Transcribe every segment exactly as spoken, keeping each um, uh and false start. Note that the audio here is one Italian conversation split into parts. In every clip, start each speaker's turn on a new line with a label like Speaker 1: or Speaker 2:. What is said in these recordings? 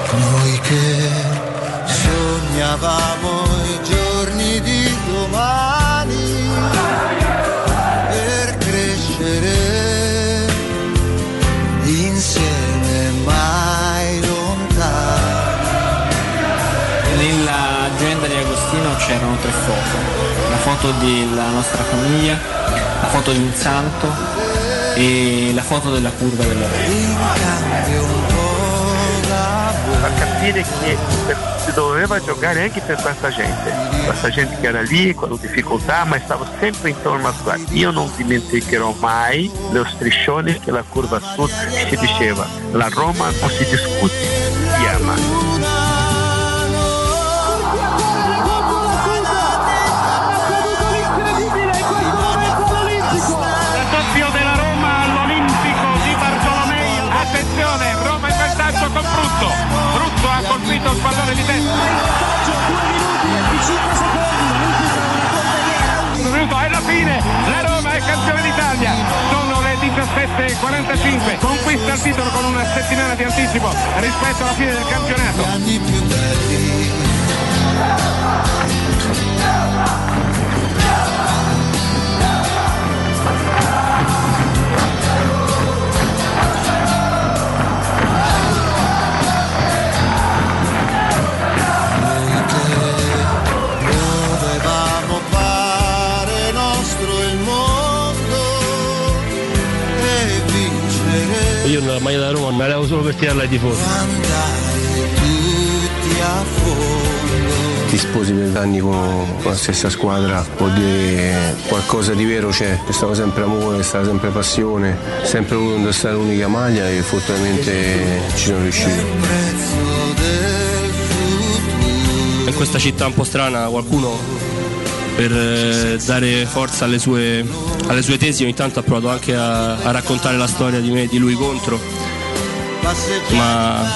Speaker 1: Noi che sognavamo i giorni di domani per crescere insieme mai lontani.
Speaker 2: Nell'agenda di Agostino c'erano tre foto: la foto della nostra famiglia, la foto di un santo e la foto della curva della Roma.
Speaker 3: A capire che si doveva giocare anche per questa gente, questa gente che era lì con difficoltà, ma stava sempre intorno a squadra. Io non dimenticherò mai lo striscione che la curva sud si diceva: la Roma non si discute, si ama.
Speaker 4: Con Brutto, Brutto ha colpito il pallone di testa. due minuti e cinque secondi. Un minuto, è la fine, la Roma è campione d'Italia. Sono le diciassette e quarantacinque, conquista il titolo con una settimana di anticipo rispetto alla fine del campionato.
Speaker 1: Gli anni più belli.
Speaker 5: Io nella maglia da Roma me la levo solo per tirarla ai tifosi.
Speaker 6: Ti sposi per anni con la stessa squadra, vuol dire qualcosa di vero c'è, c'è stato sempre amore, c'è stata sempre passione, sempre voluto indossare l'unica maglia e fortunatamente ci sono riuscito.
Speaker 5: In questa città un po' strana qualcuno, per eh, dare forza alle sue, alle sue tesi, ogni tanto ha provato anche a, a raccontare la storia di me e di lui contro, ma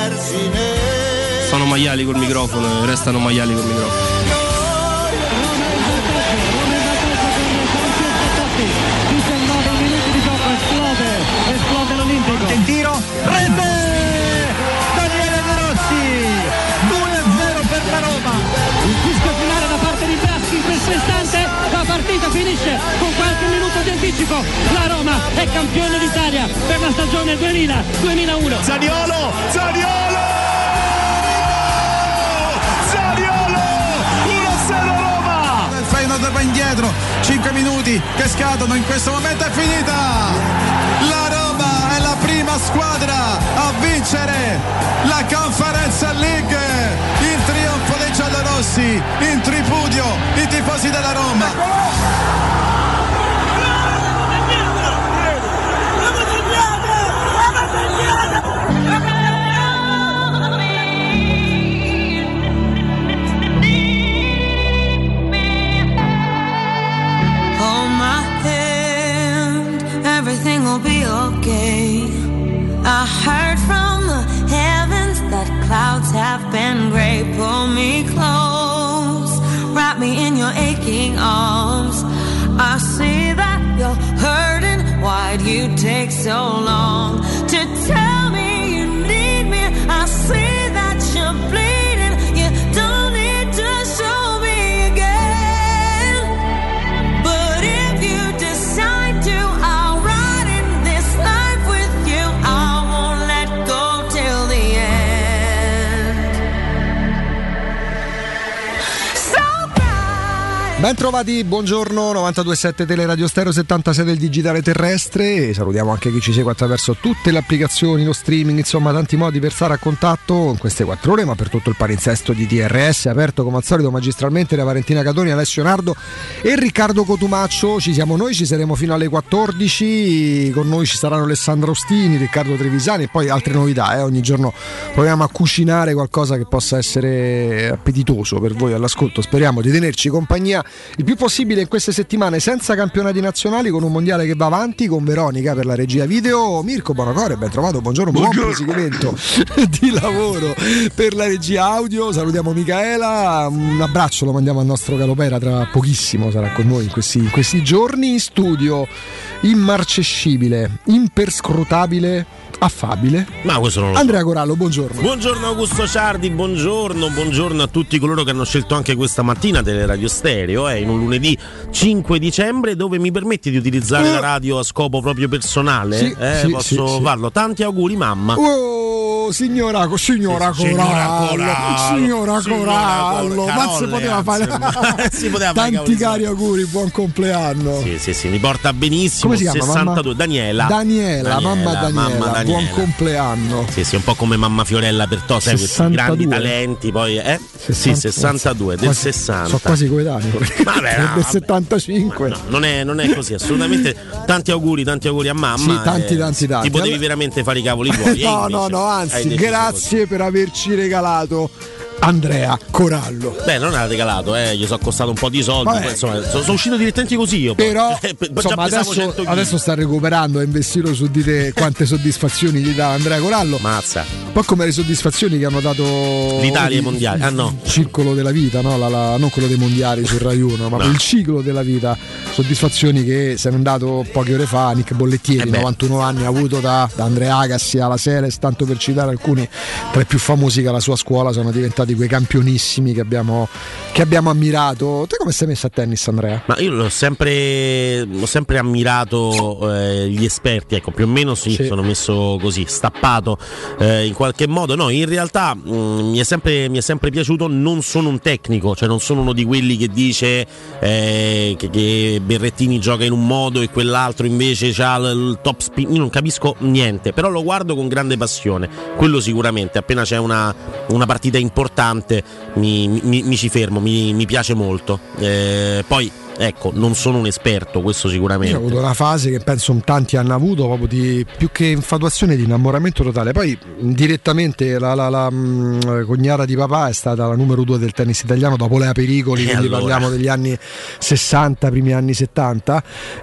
Speaker 5: sono maiali col microfono e restano maiali col microfono.
Speaker 4: diciannove minuti di gioco, esplode, esplode l'Olimpico. Il tiro, rete! Daniele De Rossi, due a zero per la Roma. Il fischio finale da parte di Braschi in questo istante, la partita finisce con qualche minuto di anticipo. La Roma è campione d'Italia per la stagione duemila duemilauno.
Speaker 7: Zaniolo, Zaniolo! Zaniolo! uno a zero Roma!
Speaker 8: Il Feyenoord va indietro, cinque minuti che scadono, in questo momento è finita! La Roma è la prima squadra a vincere la Conference League, il trionfo dei giallorossi, in tripudio i tifosi della Roma.
Speaker 9: Everything will be okay. I heard from the heavens that clouds have been gray. Pull me close, wrap me in your aching arms. I see that you're hurting. Why'd you take so long to tell me you need me? I see that you're bleeding. You don't need to show me again. But if you decide to, I'll ride in this life with you. I won't let go till the end. So bright.
Speaker 10: Ben trovati, buongiorno, novantadue virgola sette Teleradio Stereo, settantasei del digitale terrestre. E salutiamo anche chi ci segue attraverso tutte le applicazioni, lo streaming, insomma tanti modi per stare a contatto in queste quattro ore, ma per tutto il palinsesto di T R S, aperto come al solito magistralmente da Valentina Catoni, Alessio Nardo e Riccardo Cotumaccio. Ci siamo noi, ci saremo fino alle quattordici, con noi ci saranno Alessandro Ostini, Riccardo Trevisani e poi altre novità, eh. Ogni giorno proviamo a cucinare qualcosa che possa essere appetitoso per voi all'ascolto. Speriamo di tenerci compagnia il più possibile in queste settimane senza campionati nazionali, con un mondiale che va avanti, con Veronica per la regia video, Mirko Bonacore, ben trovato, buongiorno, buon proseguimento di lavoro per la regia audio. Salutiamo Micaela, un abbraccio lo mandiamo al nostro Calopera, tra pochissimo sarà con noi in questi, in questi giorni. In studio immarcescibile, imperscrutabile affabile.
Speaker 11: Ma questo non lo
Speaker 10: Andrea
Speaker 11: so.
Speaker 10: Corallo, buongiorno.
Speaker 11: Buongiorno Augusto Ciardi, buongiorno, buongiorno a tutti coloro che hanno scelto anche questa mattina Teleradio Stereo, eh, in un lunedì cinque dicembre, dove mi permetti di utilizzare
Speaker 10: uh.
Speaker 11: la radio a scopo proprio personale?
Speaker 10: Sì,
Speaker 11: eh,
Speaker 10: sì,
Speaker 11: posso
Speaker 10: sì,
Speaker 11: farlo?
Speaker 10: sì.
Speaker 11: Tanti auguri mamma.
Speaker 10: Oh, signora, signora
Speaker 11: Sì,
Speaker 10: Corallo,
Speaker 11: Corallo,
Speaker 10: signora
Speaker 11: signora
Speaker 10: Corallo,
Speaker 11: Cor-
Speaker 10: ma si poteva fare
Speaker 11: si poteva fare
Speaker 10: tanti cari auguri, buon compleanno.
Speaker 11: Sì, sì, sì, mi porta benissimo.
Speaker 10: Come si chiama,
Speaker 11: sessantadue,
Speaker 10: mamma?
Speaker 11: Daniela.
Speaker 10: Daniela,
Speaker 11: Daniela,
Speaker 10: mamma Daniela,
Speaker 11: mamma Daniela.
Speaker 10: buon compleanno.
Speaker 11: Sì, sì, un po' come mamma Fiorella Pertò, sai, questi grandi talenti, poi eh? Sì, sessantadue, del
Speaker 10: quasi,
Speaker 11: sessanta.
Speaker 10: Sono quasi coetaneo.
Speaker 11: Vabbè,
Speaker 10: del
Speaker 11: no, vabbè.
Speaker 10: settantacinque.
Speaker 11: No, non, è, non è così, assolutamente. Tanti auguri, tanti auguri a mamma.
Speaker 10: Sì, tanti,
Speaker 11: eh,
Speaker 10: tanti, tanti.
Speaker 11: Ti potevi veramente fare i cavoli tuoi.
Speaker 10: No,
Speaker 11: eh,
Speaker 10: no,
Speaker 11: invece
Speaker 10: no,
Speaker 11: hai
Speaker 10: anzi,
Speaker 11: deciso
Speaker 10: grazie
Speaker 11: così.
Speaker 10: per averci regalato Andrea Corallo.
Speaker 11: Beh, non ha regalato, eh, gli sono costato un po' di soldi.
Speaker 10: Vabbè.
Speaker 11: Poi, insomma, sono, sono uscito direttamente così io. Poi.
Speaker 10: Però
Speaker 11: Eh, già
Speaker 10: insomma,
Speaker 11: pesavo
Speaker 10: adesso,
Speaker 11: cento chili.
Speaker 10: adesso sta recuperando, ha investito su di te quante soddisfazioni gli dà Andrea Corallo.
Speaker 11: Mazza.
Speaker 10: Un po' come le soddisfazioni che hanno dato
Speaker 11: L'Italia ai
Speaker 10: il-
Speaker 11: mondiali. Ah no.
Speaker 10: Il circolo della vita, no? La- la- non quello dei mondiali su Rai uno, ma
Speaker 11: No.
Speaker 10: il ciclo della vita. Soddisfazioni che se n'è andato poche ore fa Nick Bollettieri,
Speaker 11: Eh beh.
Speaker 10: novantuno anni, ha avuto da, da Andrea Agassi alla Seles, tanto per citare alcuni tra i più famosi che alla sua scuola sono diventati quei campionissimi che abbiamo, che abbiamo ammirato. Te come stai messo a tennis, Andrea?
Speaker 11: Ma io l'ho sempre, ho sempre ammirato eh, gli esperti, ecco, più o meno sì,
Speaker 10: Sì.
Speaker 11: sono messo così, stappato eh, in qualche modo. No, in realtà mh, mi, è sempre, mi è sempre piaciuto, non sono un tecnico, cioè non sono uno di quelli che dice eh, che, che Berrettini gioca in un modo e quell'altro invece ha il, il top spin. Io non capisco niente, però lo guardo con grande passione, quello sicuramente. Appena c'è una, una partita importante mi, mi, mi ci fermo, mi, mi piace molto. Eh, poi ecco, non sono un esperto, questo
Speaker 10: Io
Speaker 11: sicuramente.
Speaker 10: ho avuto una fase che penso in tanti hanno avuto, proprio di più che infatuazione, di innamoramento totale. Poi direttamente la, la, la mh, cognata di papà è stata la numero due del tennis italiano dopo Lea Pericoli,
Speaker 11: E
Speaker 10: quindi
Speaker 11: allora?
Speaker 10: parliamo degli anni sessanta, primi anni settanta.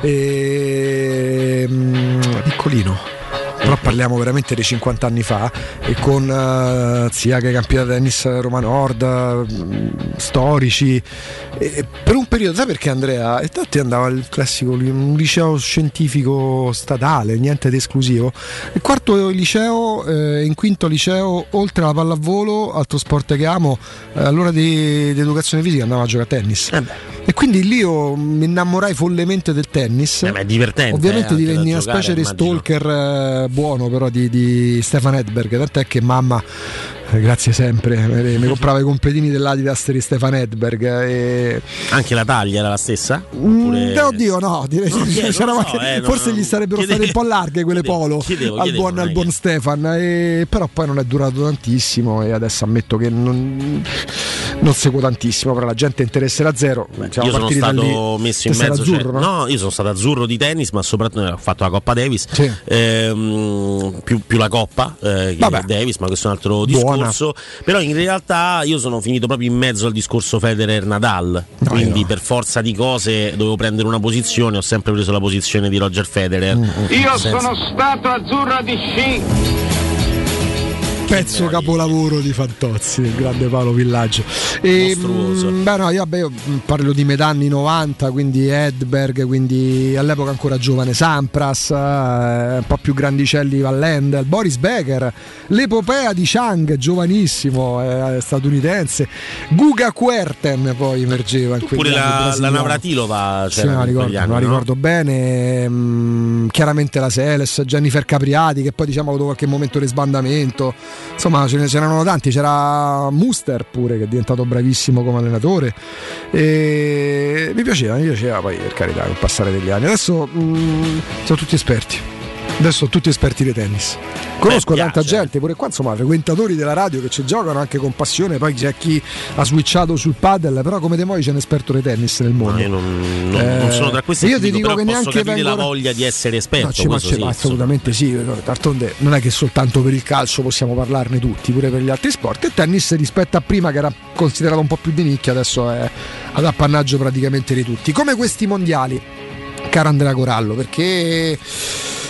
Speaker 10: E, mh, piccolino. Però parliamo veramente di cinquanta anni fa, e con uh, sia che campione da tennis Roma Nord, uh, storici, e per un periodo, sai perché Andrea? E tanti andava al classico un liceo scientifico statale, niente di esclusivo. Il quarto liceo, eh, in quinto liceo, oltre alla pallavolo, altro sport che amo, eh, all'ora di, di educazione fisica andavo a giocare a tennis.
Speaker 11: Eh
Speaker 10: E quindi lì io mi innamorai follemente del tennis.
Speaker 11: Eh, ma è divertente.
Speaker 10: Ovviamente
Speaker 11: eh,
Speaker 10: divenni una
Speaker 11: anche da
Speaker 10: specie di
Speaker 11: giocare, immagino.
Speaker 10: stalker eh, buono però di, di Stefan Edberg, tant'è che mamma, eh, grazie sempre, mi, mi comprava i completini dell'Adidas di Stefan Edberg. E...
Speaker 11: Anche la taglia era la stessa?
Speaker 10: Mm, oddio no, direi,
Speaker 11: Non chiedo,
Speaker 10: c'era
Speaker 11: non
Speaker 10: qualche-
Speaker 11: so, eh, non-
Speaker 10: forse gli sarebbero
Speaker 11: chiedevo-
Speaker 10: state un po' larghe quelle
Speaker 11: chiedevo,
Speaker 10: polo
Speaker 11: chiedevo,
Speaker 10: al
Speaker 11: chiedevo,
Speaker 10: buon,
Speaker 11: non
Speaker 10: al
Speaker 11: è
Speaker 10: buon
Speaker 11: che-
Speaker 10: Stefan, e, però poi non è durato tantissimo e adesso ammetto che non, non seguo tantissimo, però la gente interesserà zero. Siamo
Speaker 11: Io sono
Speaker 10: partiti da
Speaker 11: stato
Speaker 10: lì.
Speaker 11: messo in
Speaker 10: Te sei
Speaker 11: mezzo,
Speaker 10: azzurro,
Speaker 11: cioè,
Speaker 10: no?
Speaker 11: no, io sono stato azzurro di tennis, ma soprattutto ho fatto la Coppa Davis,
Speaker 10: Sì.
Speaker 11: ehm, più, più la Coppa eh, che
Speaker 10: Vabbè.
Speaker 11: Davis, ma questo è un altro
Speaker 10: Buona.
Speaker 11: discorso. Però in realtà io sono finito proprio in mezzo al discorso Federer-Nadal,
Speaker 10: No,
Speaker 11: quindi
Speaker 10: io no.
Speaker 11: per forza di cose dovevo prendere una posizione, ho sempre preso la posizione di Roger Federer.
Speaker 12: Io
Speaker 11: Senza-
Speaker 12: sono stato azzurro di sci.
Speaker 10: Pezzo capolavoro di Fantozzi, del grande Paolo Villaggio. E,
Speaker 11: Mostruoso.
Speaker 10: mh, beh, no, io, vabbè, io mh, parlo di metà anni novanta, quindi Edberg, quindi all'epoca ancora giovane Sampras, eh, un po' più grandicelli Van Lendl, Boris Becker, l'epopea di Chang, giovanissimo, eh, statunitense, Guga Kuerten poi emergeva in quegli
Speaker 11: Pure
Speaker 10: anni,
Speaker 11: la, la
Speaker 10: brasiliano.
Speaker 11: Navratilova
Speaker 10: Sì,
Speaker 11: c'era
Speaker 10: me la
Speaker 11: in
Speaker 10: ricordo,
Speaker 11: quegli
Speaker 10: me la
Speaker 11: anni, no?
Speaker 10: ricordo bene. mh, chiaramente la Seles, Jennifer Capriati, che poi diciamo ha avuto qualche momento di sbandamento. Insomma, ce ne c'erano tanti. C'era Muster pure, che è diventato bravissimo come allenatore. E mi piaceva, mi piaceva poi, per carità, con il passare degli anni. Adesso mh, sono tutti esperti. Adesso sono tutti esperti di tennis. Conosco
Speaker 11: Beh,
Speaker 10: tanta
Speaker 11: piace.
Speaker 10: gente, pure qua, insomma, frequentatori della radio che ci giocano anche con passione. Poi c'è chi ha switchato sul padel, però come te muovi c'è un esperto di tennis nel mondo.
Speaker 11: No, io non, non-
Speaker 10: Eh,
Speaker 11: non sono tra questi,
Speaker 10: io
Speaker 11: ti
Speaker 10: ti
Speaker 11: dico,
Speaker 10: dico
Speaker 11: però
Speaker 10: che
Speaker 11: posso
Speaker 10: neanche
Speaker 11: capire
Speaker 10: vengo-
Speaker 11: la voglia di essere esperto.
Speaker 10: No, ci
Speaker 11: questo
Speaker 10: manca-
Speaker 11: sì,
Speaker 10: assolutamente sì. D'altronde non è che soltanto per il calcio possiamo parlarne tutti, pure per gli altri sport. Il tennis, rispetto a prima, che era considerato un po' più di nicchia, adesso è ad appannaggio praticamente di tutti. Come questi mondiali, caro Andrea Corallo, perché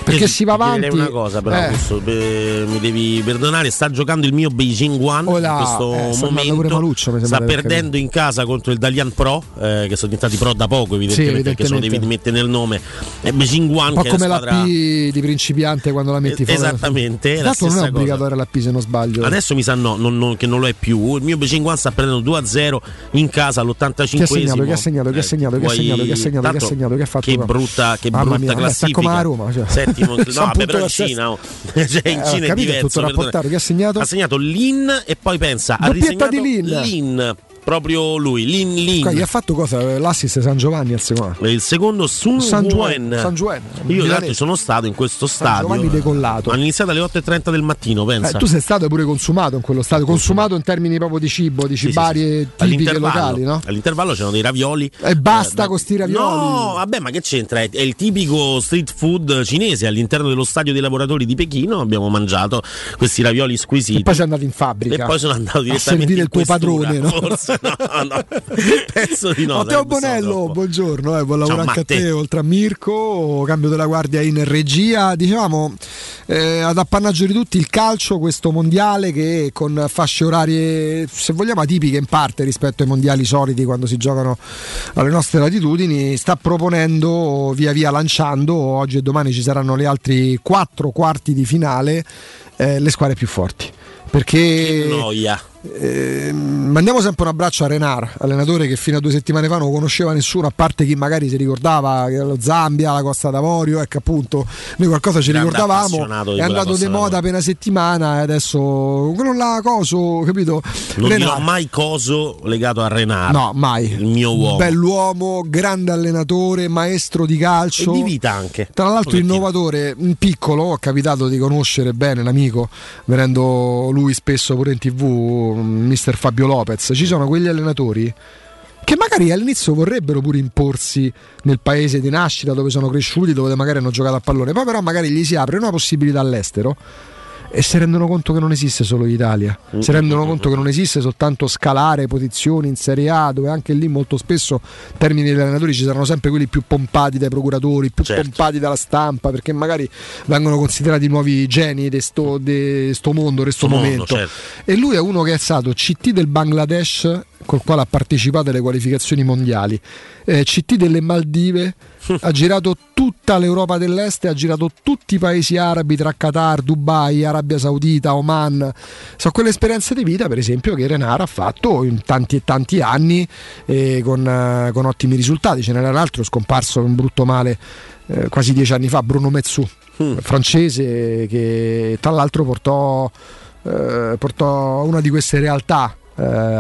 Speaker 10: perché
Speaker 11: Io
Speaker 10: si va
Speaker 11: ti
Speaker 10: avanti.
Speaker 11: direi una cosa, però,
Speaker 10: eh.
Speaker 11: Augusto, eh, mi devi perdonare. Sta giocando il mio Beijing One
Speaker 10: Oh là,
Speaker 11: in questo
Speaker 10: eh, sta andando pure
Speaker 11: momento.
Speaker 10: Maluccio, mi
Speaker 11: Sta
Speaker 10: sembra di
Speaker 11: perdendo
Speaker 10: capire.
Speaker 11: in casa contro il Dalian Pro, eh, che sono diventati pro da poco, evidentemente,
Speaker 10: Sì,
Speaker 11: perché se lo devi mettere nel nome. E Beijing One,
Speaker 10: Un po'
Speaker 11: che
Speaker 10: come
Speaker 11: è una
Speaker 10: la
Speaker 11: squadra...
Speaker 10: P di principiante quando la metti
Speaker 11: Eh,
Speaker 10: fuori.
Speaker 11: esattamente, è la
Speaker 10: Tanto non è
Speaker 11: stessa
Speaker 10: obbligato
Speaker 11: cosa.
Speaker 10: avere la P se non sbaglio.
Speaker 11: Adesso mi sa no, non- non- che non lo è più. Il mio Beijing One sta prendendo due a zero in casa
Speaker 10: Chi ha
Speaker 11: all'ottantacinquesimo.
Speaker 10: segnato, chi ha segnato, chi ha segnato, chi ha
Speaker 11: vuoi-
Speaker 10: segnato, chi ha segnato, chi ha
Speaker 11: tanto,
Speaker 10: segnato, chi ha fatto
Speaker 11: Che
Speaker 10: gol?
Speaker 11: brutta, che
Speaker 10: Mamma
Speaker 11: brutta
Speaker 10: mia, vabbè, sta
Speaker 11: classifica.
Speaker 10: come la Roma, cioè.
Speaker 11: Settimo,
Speaker 10: Sta
Speaker 11: no,
Speaker 10: un
Speaker 11: vabbè,
Speaker 10: punto
Speaker 11: però
Speaker 10: da
Speaker 11: in Cina, oh. Cioè, in
Speaker 10: Eh, ho
Speaker 11: Cina è
Speaker 10: capito, è
Speaker 11: diverso.
Speaker 10: tutto rapportato. Chi ha segnato?
Speaker 11: Ha segnato Lin e poi pensa, ha
Speaker 10: Doppietta
Speaker 11: risegnato
Speaker 10: di Lin.
Speaker 11: Lin. Proprio lui, Lin Lin.
Speaker 10: Qua gli ha fatto cosa? L'assist San Giovanni al secondo.
Speaker 11: Il secondo Sun
Speaker 10: San
Speaker 11: Wen.
Speaker 10: Giovanni, San Giovanni.
Speaker 11: Io tra l'altro sono stato in questo stadio.
Speaker 10: Giovanni decollato.
Speaker 11: Hanno iniziato alle otto e trenta del mattino, pensa.
Speaker 10: Eh, tu sei stato pure consumato in quello stadio, consumato in termini proprio di cibo, di
Speaker 11: Sì, sì,
Speaker 10: cibarie
Speaker 11: sì.
Speaker 10: tipiche
Speaker 11: All'intervallo-
Speaker 10: locali, no?
Speaker 11: All'intervallo c'erano dei ravioli.
Speaker 10: E basta
Speaker 11: Eh,
Speaker 10: con sti ravioli.
Speaker 11: No, vabbè, ma che c'entra? È, è il tipico street food cinese. All'interno dello stadio dei lavoratori di Pechino abbiamo mangiato questi ravioli squisiti.
Speaker 10: E poi sei andato in fabbrica.
Speaker 11: E poi sono andato
Speaker 10: a
Speaker 11: direttamente
Speaker 10: servire
Speaker 11: in
Speaker 10: il tuo
Speaker 11: questura,
Speaker 10: padrone, no?
Speaker 11: Forse no, no. Penso di no.
Speaker 10: Matteo
Speaker 11: sarebbe stato
Speaker 10: Bonello,
Speaker 11: troppo.
Speaker 10: buongiorno, eh, buon lavoro
Speaker 11: Ciao,
Speaker 10: anche
Speaker 11: Matteo.
Speaker 10: a te, oltre a Mirko, cambio della guardia in regia, dicevamo eh, ad appannaggio di tutti il calcio, questo mondiale che con fasce orarie, se vogliamo atipiche in parte rispetto ai mondiali soliti quando si giocano alle nostre latitudini, sta proponendo via via lanciando, oggi e domani ci saranno le altri quattro quarti di finale, eh, le squadre più forti. Perché
Speaker 11: Che noia.
Speaker 10: eh, mandiamo sempre un abbraccio a Renar, allenatore che fino a due settimane fa non conosceva nessuno, a parte chi magari si ricordava che lo Zambia, la Costa d'Avorio, ecco appunto, noi qualcosa ci
Speaker 11: Grande
Speaker 10: ricordavamo,
Speaker 11: appassionato di
Speaker 10: è
Speaker 11: quella
Speaker 10: andato
Speaker 11: Costa
Speaker 10: di moda
Speaker 11: d'Avorio.
Speaker 10: appena settimana e adesso quello là coso, capito?
Speaker 11: Non
Speaker 10: Renar.
Speaker 11: dirò mai coso legato a Renard.
Speaker 10: No, mai.
Speaker 11: Il mio uomo.
Speaker 10: Bell'uomo, grande allenatore, maestro di calcio.
Speaker 11: E di vita anche.
Speaker 10: Tra l'altro innovatore, un piccolo, ho capitato di conoscere bene l'amico, venendo lui spesso pure in tv, mister Fabio Lopez. Ci sono quegli allenatori che magari all'inizio vorrebbero pure imporsi nel paese di nascita dove sono cresciuti, dove magari hanno giocato a pallone, poi però magari gli si apre una possibilità all'estero e si rendono conto che non esiste solo l'Italia, si rendono conto che non esiste soltanto scalare posizioni in Serie A, dove anche lì molto spesso in termini di allenatori ci saranno sempre quelli più pompati dai procuratori, più
Speaker 11: Certo.
Speaker 10: pompati dalla stampa, perché magari vengono considerati nuovi geni di sto, de sto mondo, di sto
Speaker 11: Sto mondo,
Speaker 10: momento.
Speaker 11: certo.
Speaker 10: E lui è uno che è stato C T del Bangladesh, col quale ha partecipato alle qualificazioni mondiali, eh, C T delle Maldive, ha girato tutta l'Europa dell'Est, ha girato tutti i paesi arabi tra Qatar, Dubai, Arabia Saudita, Oman. Sono quelle esperienze di vita, per esempio, che Renar ha fatto in tanti e tanti anni eh, con, eh, con ottimi risultati. Ce n'era un altro scomparso un brutto male eh, quasi dieci anni fa, Bruno Metzou,
Speaker 11: Mm.
Speaker 10: francese, che tra l'altro portò, eh, portò una di queste realtà eh,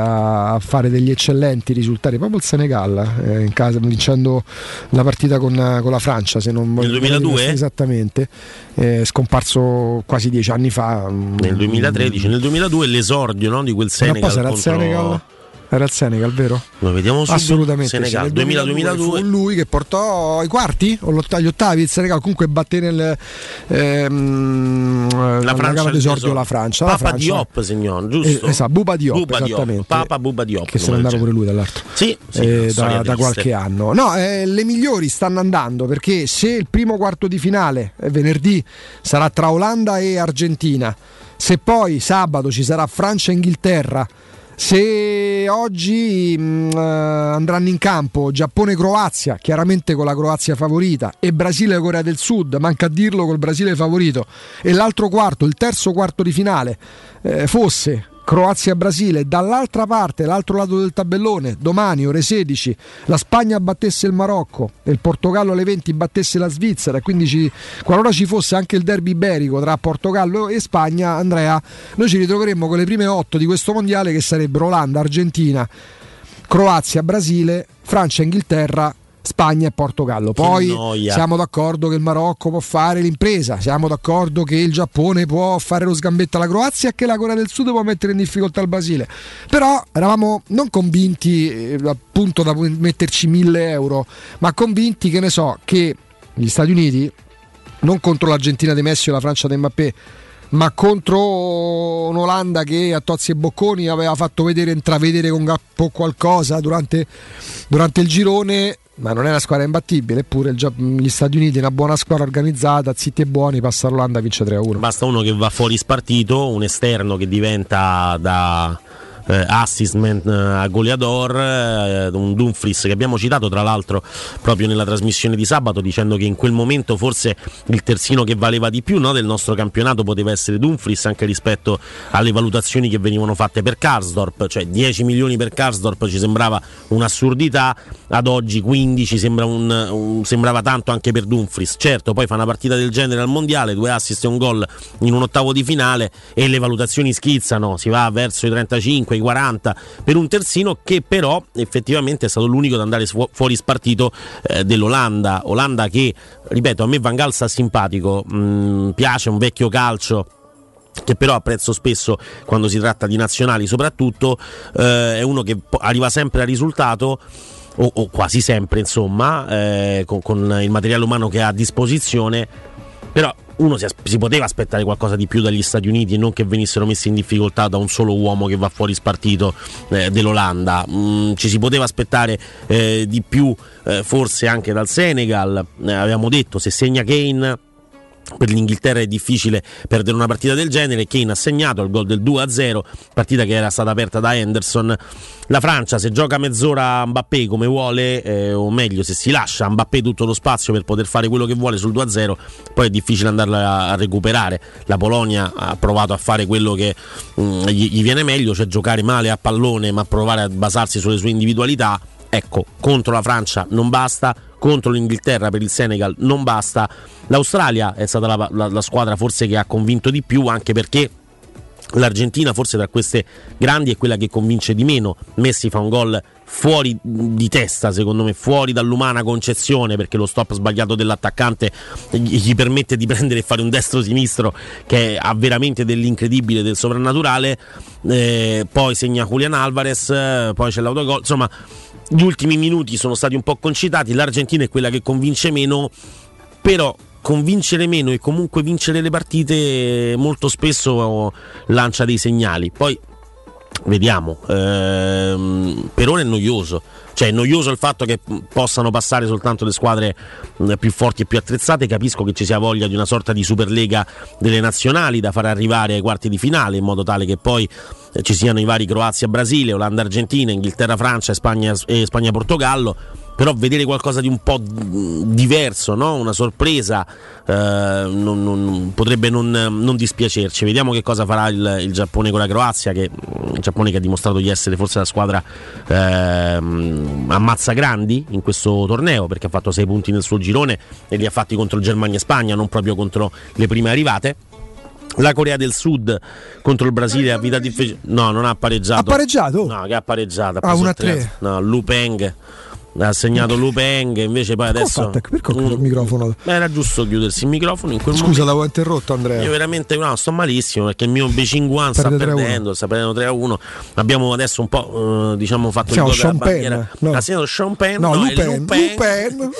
Speaker 10: a fare degli eccellenti risultati, proprio il Senegal, eh, in casa, vincendo la partita con, con la Francia, se non
Speaker 11: Nel duemiladue?
Speaker 10: esattamente, eh, scomparso quasi dieci anni fa.
Speaker 11: Nel duemilatredici, nel duemiladue l'esordio, no, di quel
Speaker 10: Ma
Speaker 11: Senegal
Speaker 10: poi sarà il
Speaker 11: contro...
Speaker 10: Senegal? Era il Senegal, vero?
Speaker 11: Lo vediamo subito.
Speaker 10: Assolutamente.
Speaker 11: Senegal
Speaker 10: sì. Nel
Speaker 11: duemila
Speaker 10: duemiladue
Speaker 11: duemiladue.
Speaker 10: fu lui che portò i quarti o l'otta- gli ottavi il Senegal, comunque batté nel ehm,
Speaker 11: La Francia
Speaker 10: gara
Speaker 11: al
Speaker 10: d'esordio
Speaker 11: tesoro.
Speaker 10: la Francia. la
Speaker 11: Papa
Speaker 10: Francia.
Speaker 11: Diop, signor, giusto?
Speaker 10: Eh, esatto, Buba Diop,
Speaker 11: Buba Diop,
Speaker 10: esattamente.
Speaker 11: Papa Buba Diop.
Speaker 10: Che se n'è
Speaker 11: come
Speaker 10: andato
Speaker 11: del
Speaker 10: pure lui dall'altro.
Speaker 11: Sì, sì,
Speaker 10: Eh,
Speaker 11: una storia
Speaker 10: da, da
Speaker 11: triste.
Speaker 10: qualche anno. No, eh, le migliori stanno andando, perché se il primo quarto di finale eh, venerdì sarà tra Olanda e Argentina, se poi sabato ci sarà Francia e Inghilterra, se oggi mh, eh, andranno in campo Giappone e Croazia, chiaramente con la Croazia favorita, e Brasile e Corea del Sud, manca a dirlo, col Brasile favorito, e l'altro quarto, il terzo quarto di finale eh, fosse Croazia-Brasile, dall'altra parte, l'altro lato del tabellone, domani ore sedici, la Spagna battesse il Marocco e il Portogallo alle venti battesse la Svizzera, e quindi ci, qualora ci fosse anche il derby iberico tra Portogallo e Spagna, Andrea, noi ci ritroveremmo con le prime otto di questo mondiale, che sarebbero Olanda, Argentina, Croazia, Brasile, Francia, Inghilterra, Spagna e Portogallo. Poi
Speaker 11: noia.
Speaker 10: siamo d'accordo che il Marocco può fare l'impresa, siamo d'accordo che il Giappone può fare lo sgambetto alla Croazia e che la Corea del Sud può mettere in difficoltà il Brasile, però eravamo non convinti eh, appunto da metterci mille euro, ma convinti, che ne so, che gli Stati Uniti, non contro l'Argentina di Messi o la Francia di Mbappé, ma contro un'Olanda che a Tozzi e Bocconi aveva fatto vedere, intravedere con Gappo qualcosa durante, durante il girone, Ma non è una squadra imbattibile, eppure il, gli Stati Uniti, una buona squadra organizzata, zitti e buoni, passa l'Olanda, vince tre a uno.
Speaker 11: Basta uno che va fuori spartito, un esterno che diventa da eh, assistment eh, a goleador, eh, un Dumfries che abbiamo citato tra l'altro proprio nella trasmissione di sabato, dicendo che in quel momento forse il terzino che valeva di più, no, del nostro campionato poteva essere Dumfries, anche rispetto alle valutazioni che venivano fatte per Karsdorp, cioè dieci milioni per Karsdorp ci sembrava un'assurdità, ad oggi quindici sembra un, un, sembrava tanto anche per Dumfries. Certo, poi fa una partita del genere al mondiale, due assist e un gol in un ottavo di finale e le valutazioni schizzano, si va verso i trentacinque, i quaranta per un terzino che però effettivamente è stato l'unico ad andare fu- fuori spartito eh, dell'Olanda. Olanda che, ripeto, a me Van Gaal sta simpatico, mh, piace, un vecchio calcio che però apprezzo spesso quando si tratta di nazionali, soprattutto eh, è uno che po- arriva sempre al risultato o, o quasi sempre, insomma, eh, con, con il materiale umano che ha a disposizione, però uno si, si poteva aspettare qualcosa di più dagli Stati Uniti e non che venissero messi in difficoltà da un solo uomo che va fuori spartito eh, dell'Olanda. Mm, ci si poteva aspettare eh, di più eh, forse anche dal Senegal. Eh, avevamo detto, se segna Kane per l'Inghilterra è difficile perdere una partita del genere. Kane ha segnato il gol del due a zero, partita che era stata aperta da Henderson. La Francia, se gioca mezz'ora a Mbappé come vuole, eh, o meglio se si lascia a Mbappé tutto lo spazio per poter fare quello che vuole sul due a zero, poi è difficile andarla a recuperare. La Polonia ha provato a fare quello che mh, gli, gli viene meglio, cioè giocare male a pallone ma provare a basarsi sulle sue individualità. Ecco, contro la Francia non basta, contro l'Inghilterra per il Senegal non basta. L'Australia è stata la, la, la squadra forse che ha convinto di più, anche perché l'Argentina forse tra queste grandi è quella che convince di meno. Messi fa un gol fuori di testa, secondo me, fuori dall'umana concezione, perché lo stop sbagliato dell'attaccante gli permette di prendere e fare un destro-sinistro che ha veramente dell'incredibile, del soprannaturale. Eh, poi segna Julián Álvarez, eh, poi c'è l'autogol, insomma gli ultimi minuti sono stati un po' concitati. L'Argentina è quella che convince meno, però convincere meno e comunque vincere le partite molto spesso lancia dei segnali. Poi vediamo, ehm, per ora è noioso, cioè è noioso il fatto che possano passare soltanto le squadre più forti e più attrezzate. Capisco che ci sia voglia di una sorta di Superlega delle nazionali da far arrivare ai quarti di finale, in modo tale che poi ci siano i vari Croazia-Brasile, Olanda-Argentina, Inghilterra-Francia e Spagna, e Spagna-Portogallo. Però vedere qualcosa di un po' diverso, no? Una sorpresa, eh, non, non, potrebbe non, non dispiacerci. Vediamo che cosa farà il, il Giappone con la Croazia, che il Giappone che ha dimostrato di essere forse la squadra eh, ammazza grandi in questo torneo, perché ha fatto sei punti nel suo girone e li ha fatti contro Germania e Spagna, non proprio contro le prime arrivate. La Corea del Sud contro il Brasile ha vita difficile. No, non ha pareggiato.
Speaker 10: Ha pareggiato?
Speaker 11: No, che ha pareggiato.
Speaker 10: Ah, uno a tre.
Speaker 11: No, Lu Peng ha segnato Lu Peng, invece poi adesso
Speaker 10: perché ho chiuso il microfono?
Speaker 11: Era giusto chiudersi il microfono in quel
Speaker 10: Scusa,
Speaker 11: momento.
Speaker 10: l'avevo interrotto, Andrea.
Speaker 11: Io veramente no, sto malissimo perché il mio Beijing sta perdendo, sta perdendo tre a uno. Abbiamo adesso un po' eh, diciamo fatto
Speaker 10: Siamo
Speaker 11: il gol della
Speaker 10: Sean
Speaker 11: bandiera.
Speaker 10: Penn, no.
Speaker 11: Ha segnato Sean Penn,
Speaker 10: no,
Speaker 11: no,
Speaker 10: Lu Penn,
Speaker 11: Lu Penn.
Speaker 10: Lu Penn.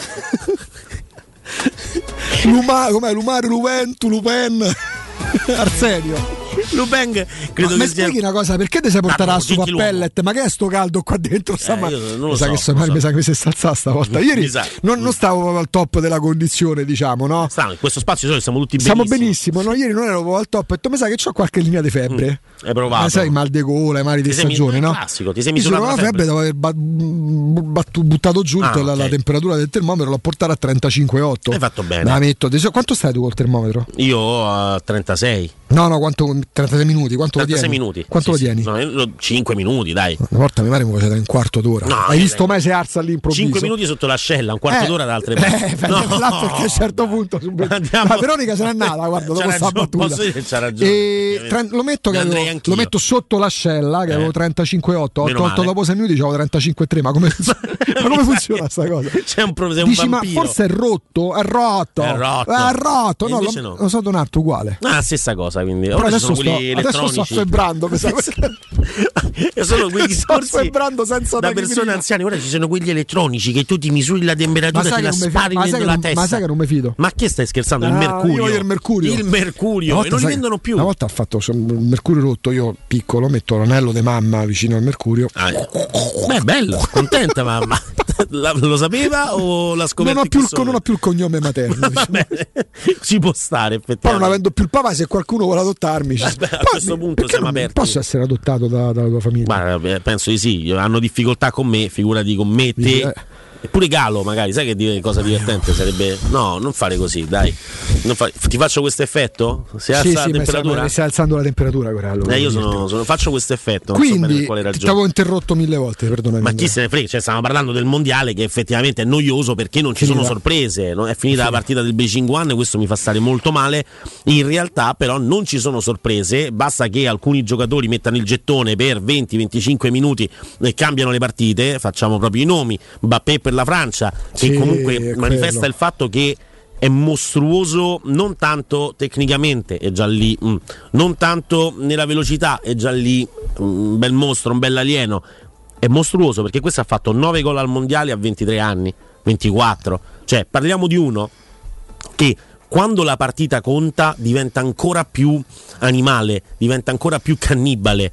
Speaker 10: Luma, com'è? Lumare, Luventu, Lupen, Arsenio.
Speaker 11: Lupeng credo
Speaker 10: ma
Speaker 11: che
Speaker 10: mi spieghi
Speaker 11: sia...
Speaker 10: una cosa, perché ti sei portato a super pellet? Ma che è sto caldo qua dentro?
Speaker 11: Eh,
Speaker 10: Stama...
Speaker 11: non
Speaker 10: mi
Speaker 11: lo
Speaker 10: sa
Speaker 11: so,
Speaker 10: che so,
Speaker 11: lo so.
Speaker 10: mi sa che mi si è salzata stavolta. Ieri
Speaker 11: sa.
Speaker 10: non, non stavo al top della condizione, diciamo, no?
Speaker 11: Stiamo, in questo spazio solo siamo tutti benissimo.
Speaker 10: Stiamo benissimo, no? Ieri non ero al top, ho detto, mi sa che c'ho qualche linea di febbre.
Speaker 11: Mm, hai provato?
Speaker 10: Ma sai, mal de gola, mali di
Speaker 11: Ti sei
Speaker 10: stagione,
Speaker 11: mi-
Speaker 10: no?
Speaker 11: Classico, ti sei
Speaker 10: Mi
Speaker 11: misurato
Speaker 10: sono
Speaker 11: la
Speaker 10: la febbre
Speaker 11: febbre
Speaker 10: dopo aver ba- battu- buttato giù
Speaker 11: Ah,
Speaker 10: la,
Speaker 11: ok.
Speaker 10: la temperatura del termometro, l'ho portata a trentacinque virgola otto.
Speaker 11: Hai fatto bene.
Speaker 10: La metto. Adesso- Quanto stai tu col termometro?
Speaker 11: Io a trentasei.
Speaker 10: No, no, quanto trentasei minuti, quanto lo
Speaker 11: trentasei
Speaker 10: tieni?
Speaker 11: minuti.
Speaker 10: Quanto
Speaker 11: Sì,
Speaker 10: lo tieni?
Speaker 11: sì. No, io- cinque minuti, dai.
Speaker 10: Una volta mi pare mi faceva un quarto d'ora.
Speaker 11: No,
Speaker 10: Hai
Speaker 11: eh,
Speaker 10: visto
Speaker 11: dai.
Speaker 10: mai se alza all'improvviso?
Speaker 11: cinque minuti sotto l'ascella, un quarto
Speaker 10: Eh,
Speaker 11: d'ora da altre
Speaker 10: eh,
Speaker 11: parti.
Speaker 10: no. Là perché a un certo punto subito-
Speaker 11: Andiamo-
Speaker 10: la Veronica se n'è andata, guarda, dopo
Speaker 11: C'ha
Speaker 10: sta
Speaker 11: ragione,
Speaker 10: battuta.
Speaker 11: posso dire che c'ha ragione.
Speaker 10: E tre- lo, metto che
Speaker 11: Ne andrei
Speaker 10: avevo-
Speaker 11: anch'io.
Speaker 10: lo metto sotto l'ascella che
Speaker 11: Eh.
Speaker 10: avevo trentacinque virgola otto. Ho
Speaker 11: Meno
Speaker 10: tolto
Speaker 11: male.
Speaker 10: dopo sei minuti, c'avevo trentacinque virgola tre. Ma come, ma come funziona sta cosa?
Speaker 11: C'è un, pro- sei un
Speaker 10: Dici, ma
Speaker 11: vampiro.
Speaker 10: forse è rotto? È rotto.
Speaker 11: È rotto.
Speaker 10: È rotto.
Speaker 11: E
Speaker 10: No,
Speaker 11: invece
Speaker 10: lo,
Speaker 11: no.
Speaker 10: lo so donato uguale.
Speaker 11: Ah, stessa cosa, quindi.
Speaker 10: Però
Speaker 11: Ora ci
Speaker 10: adesso
Speaker 11: sono
Speaker 10: sto,
Speaker 11: quelli
Speaker 10: adesso sto
Speaker 11: elettronici.
Speaker 10: affebbrando. mi sa-
Speaker 11: E sono quei
Speaker 10: sto
Speaker 11: discorsi
Speaker 10: affebbrando senza
Speaker 11: da
Speaker 10: tachigrina.
Speaker 11: persone anziane. Ora ci sono quelli elettronici che tu ti misuri la temperatura
Speaker 10: Ma
Speaker 11: e
Speaker 10: sai
Speaker 11: te la
Speaker 10: che non mi
Speaker 11: spari
Speaker 10: fi- ma sai
Speaker 11: dentro
Speaker 10: che
Speaker 11: la
Speaker 10: non-
Speaker 11: testa.
Speaker 10: ma sai che non mi fido?
Speaker 11: Ma che stai scherzando? Il
Speaker 10: Ah,
Speaker 11: mercurio.
Speaker 10: io voglio il mercurio.
Speaker 11: Il mercurio.
Speaker 10: Una
Speaker 11: E
Speaker 10: volta,
Speaker 11: non li
Speaker 10: sai,
Speaker 11: vendono più.
Speaker 10: Una volta ha fatto il mercurio rotto, io piccolo metto l'anello di mamma vicino al mercurio.
Speaker 11: Ah, beh, bello, contenta mamma. La, lo sapeva o l'ha scoperto?
Speaker 10: Non ho più, il, non ho più il cognome materno.
Speaker 11: Vabbè, ci può stare effettivamente.
Speaker 10: Poi non avendo più il papà, se qualcuno vuole adottarmi,
Speaker 11: Vabbè, a
Speaker 10: poi,
Speaker 11: questo punto siamo aperti.
Speaker 10: Posso essere adottato da, dalla tua famiglia?
Speaker 11: Ma, penso di sì. Hanno difficoltà con me, figurati con me, te. Eh. Eppure Galo, magari, sai che cosa divertente sarebbe? No, non fare così, dai. Non fa... Ti faccio questo effetto? Si alza
Speaker 10: sì,
Speaker 11: la
Speaker 10: sì,
Speaker 11: temperatura?
Speaker 10: Mi stai alzando la temperatura, Corallo.
Speaker 11: Eh, io sono, sono, faccio questo effetto. Non
Speaker 10: Quindi,
Speaker 11: so per quale ragione.
Speaker 10: Ti avevo interrotto mille volte, perdonami.
Speaker 11: Ma chi se ne frega? Cioè, stiamo parlando del mondiale che effettivamente è noioso perché non ci finita. sono sorprese. No? È finita sì. la partita del Beijing One, questo mi fa stare molto male. In realtà, però, non ci sono sorprese. Basta che alcuni giocatori mettano il gettone per venti venticinque minuti e cambiano le partite. Facciamo proprio i nomi. Mbappé per la Francia, che sì, comunque manifesta quello. il fatto che è mostruoso non tanto tecnicamente, è già lì, mm. non tanto nella velocità, è già lì, un bel mostro, un bel alieno. È mostruoso perché questo ha fatto nove gol al mondiale a ventitré anni, ventiquattro. Cioè, parliamo di uno che quando la partita conta diventa ancora più animale, diventa ancora più cannibale.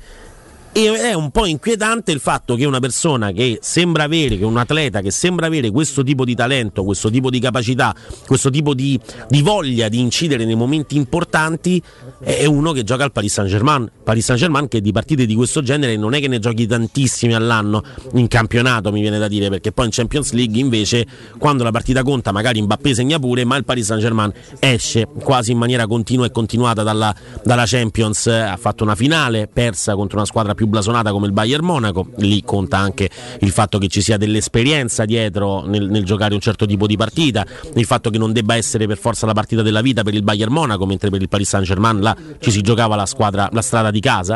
Speaker 11: E è un po' inquietante il fatto che una persona che sembra avere, che un atleta che sembra avere questo tipo di talento, questo tipo di capacità, questo tipo di, di voglia di incidere nei momenti importanti, è uno che gioca al Paris Saint-Germain. Paris Saint-Germain che di partite di questo genere non è che ne giochi tantissimi all'anno in campionato, mi viene da dire, perché poi in Champions League invece quando la partita conta magari Mbappé segna pure, ma il Paris Saint-Germain esce quasi in maniera continua e continuata dalla, dalla Champions. Ha fatto una finale persa contro una squadra più blasonata come il Bayern Monaco, lì conta anche il fatto che ci sia dell'esperienza dietro nel, nel giocare un certo tipo di partita, il fatto che non debba essere per forza la partita della vita per il Bayern Monaco, mentre per il Paris Saint-Germain là ci si giocava la squadra, la strada di casa.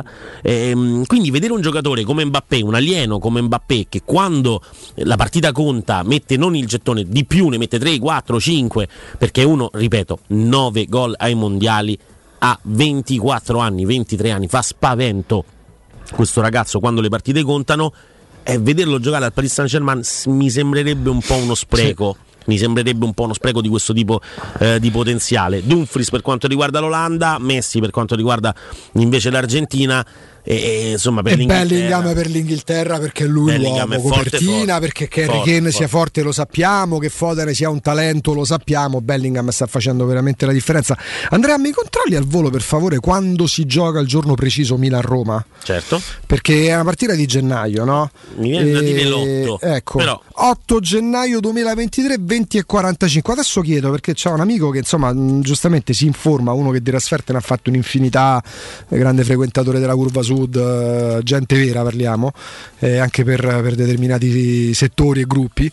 Speaker 11: E, quindi vedere un giocatore come Mbappé, un alieno come Mbappé, che quando la partita conta mette non il gettone di più, ne mette tre, quattro, cinque, perché uno, ripeto, nove gol ai mondiali a ventiquattro anni, ventitré anni, fa spavento questo ragazzo quando le partite contano, e vederlo giocare al Paris Saint-Germain mi sembrerebbe un po' uno spreco. Sì. Mi sembrerebbe un po' uno spreco di questo tipo eh, di potenziale. Dumfries per quanto riguarda l'Olanda, Messi per quanto riguarda invece l'Argentina. E, e, insomma, per
Speaker 10: e Bellingham per l'Inghilterra, perché lui è l'uomo copertina, perché che Harry Kane sia forte lo sappiamo, che Foden sia un talento lo sappiamo, Bellingham sta facendo veramente la differenza. Andrea, mi controlli al volo per favore quando si gioca il giorno preciso Milan-Roma?
Speaker 11: Certo. Perché
Speaker 10: è una partita di gennaio, no?
Speaker 11: Mi viene e... da dire l'otto.
Speaker 10: Ecco,
Speaker 11: però...
Speaker 10: otto gennaio duemilaventitré, venti e quarantacinque. Adesso chiedo, perché c'è un amico che insomma giustamente si informa, uno che di trasferte ne ha fatto un'infinità, grande frequentatore della curva sud, gente vera parliamo, eh, anche per, per determinati settori e gruppi,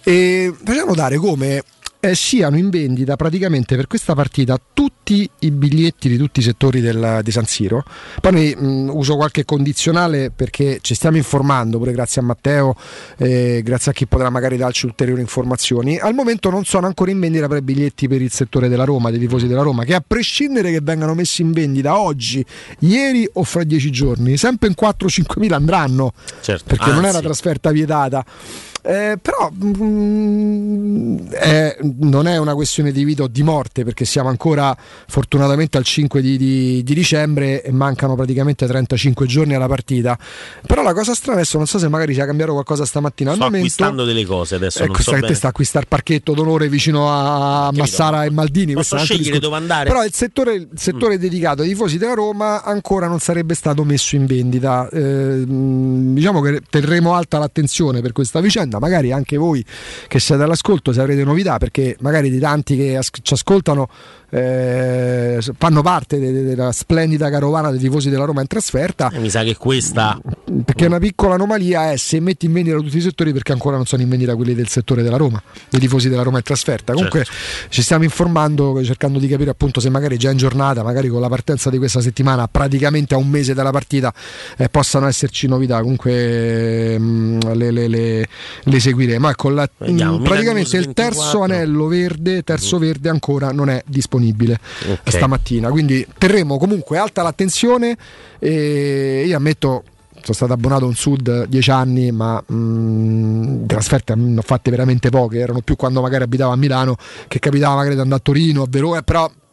Speaker 10: e facciamo notare come eh, siano in vendita praticamente per questa partita tutti i biglietti di tutti i settori del, di San Siro. Poi noi, mh, uso qualche condizionale perché ci stiamo informando pure grazie a Matteo, eh, grazie a chi potrà magari darci ulteriori informazioni. Al momento non sono ancora in vendita per i biglietti per il settore della Roma, dei tifosi della Roma, che a prescindere che vengano messi in vendita oggi, ieri o fra dieci giorni, sempre in quattro cinque mila andranno,
Speaker 11: certo.
Speaker 10: Perché
Speaker 11: Anzi.
Speaker 10: non è una trasferta vietata. Eh, però mh, è, non è una questione di vita o di morte, perché siamo ancora fortunatamente al cinque di, di, di dicembre e mancano praticamente trentacinque giorni alla partita. Però la cosa strana adesso, non so se magari sia cambiato qualcosa stamattina.
Speaker 11: Sto
Speaker 10: al momento,
Speaker 11: acquistando delle cose adesso,
Speaker 10: ecco,
Speaker 11: non so
Speaker 10: che
Speaker 11: bene.
Speaker 10: te sta a acquistare il parchetto d'onore vicino a Massara e Maldini.
Speaker 11: Posso scegliere dove andare?
Speaker 10: Però il settore, il settore mm. dedicato ai tifosi della Roma ancora non sarebbe stato messo in vendita. Eh, diciamo che terremo alta l'attenzione per questa vicenda. Magari anche voi che siete all'ascolto, se avrete novità, perché magari di tanti che as- ci ascoltano eh, fanno parte de- de- della splendida carovana dei tifosi della Roma in trasferta.
Speaker 11: Eh, mi sa che questa,
Speaker 10: perché una piccola anomalia è se metti in vendita tutti i settori, perché ancora non sono in vendita quelli del settore della Roma, dei tifosi della Roma in trasferta. Comunque
Speaker 11: certo.
Speaker 10: Ci stiamo informando, cercando di capire appunto se magari già in giornata, magari con la partenza di questa settimana, praticamente a un mese dalla partita, eh, possano esserci novità. Comunque mh, le, le, le, le seguiremo. Ecco, la, mh, praticamente il terzo anello verde, terzo verde ancora non è disponibile, okay, stamattina, quindi terremo comunque alta l'attenzione. E io ammetto, sono stato abbonato a un Sud dieci anni, ma mh, trasferte ne ho fatte veramente poche, erano più quando magari abitavo a Milano, che capitava magari di andare a Torino, a Verona, però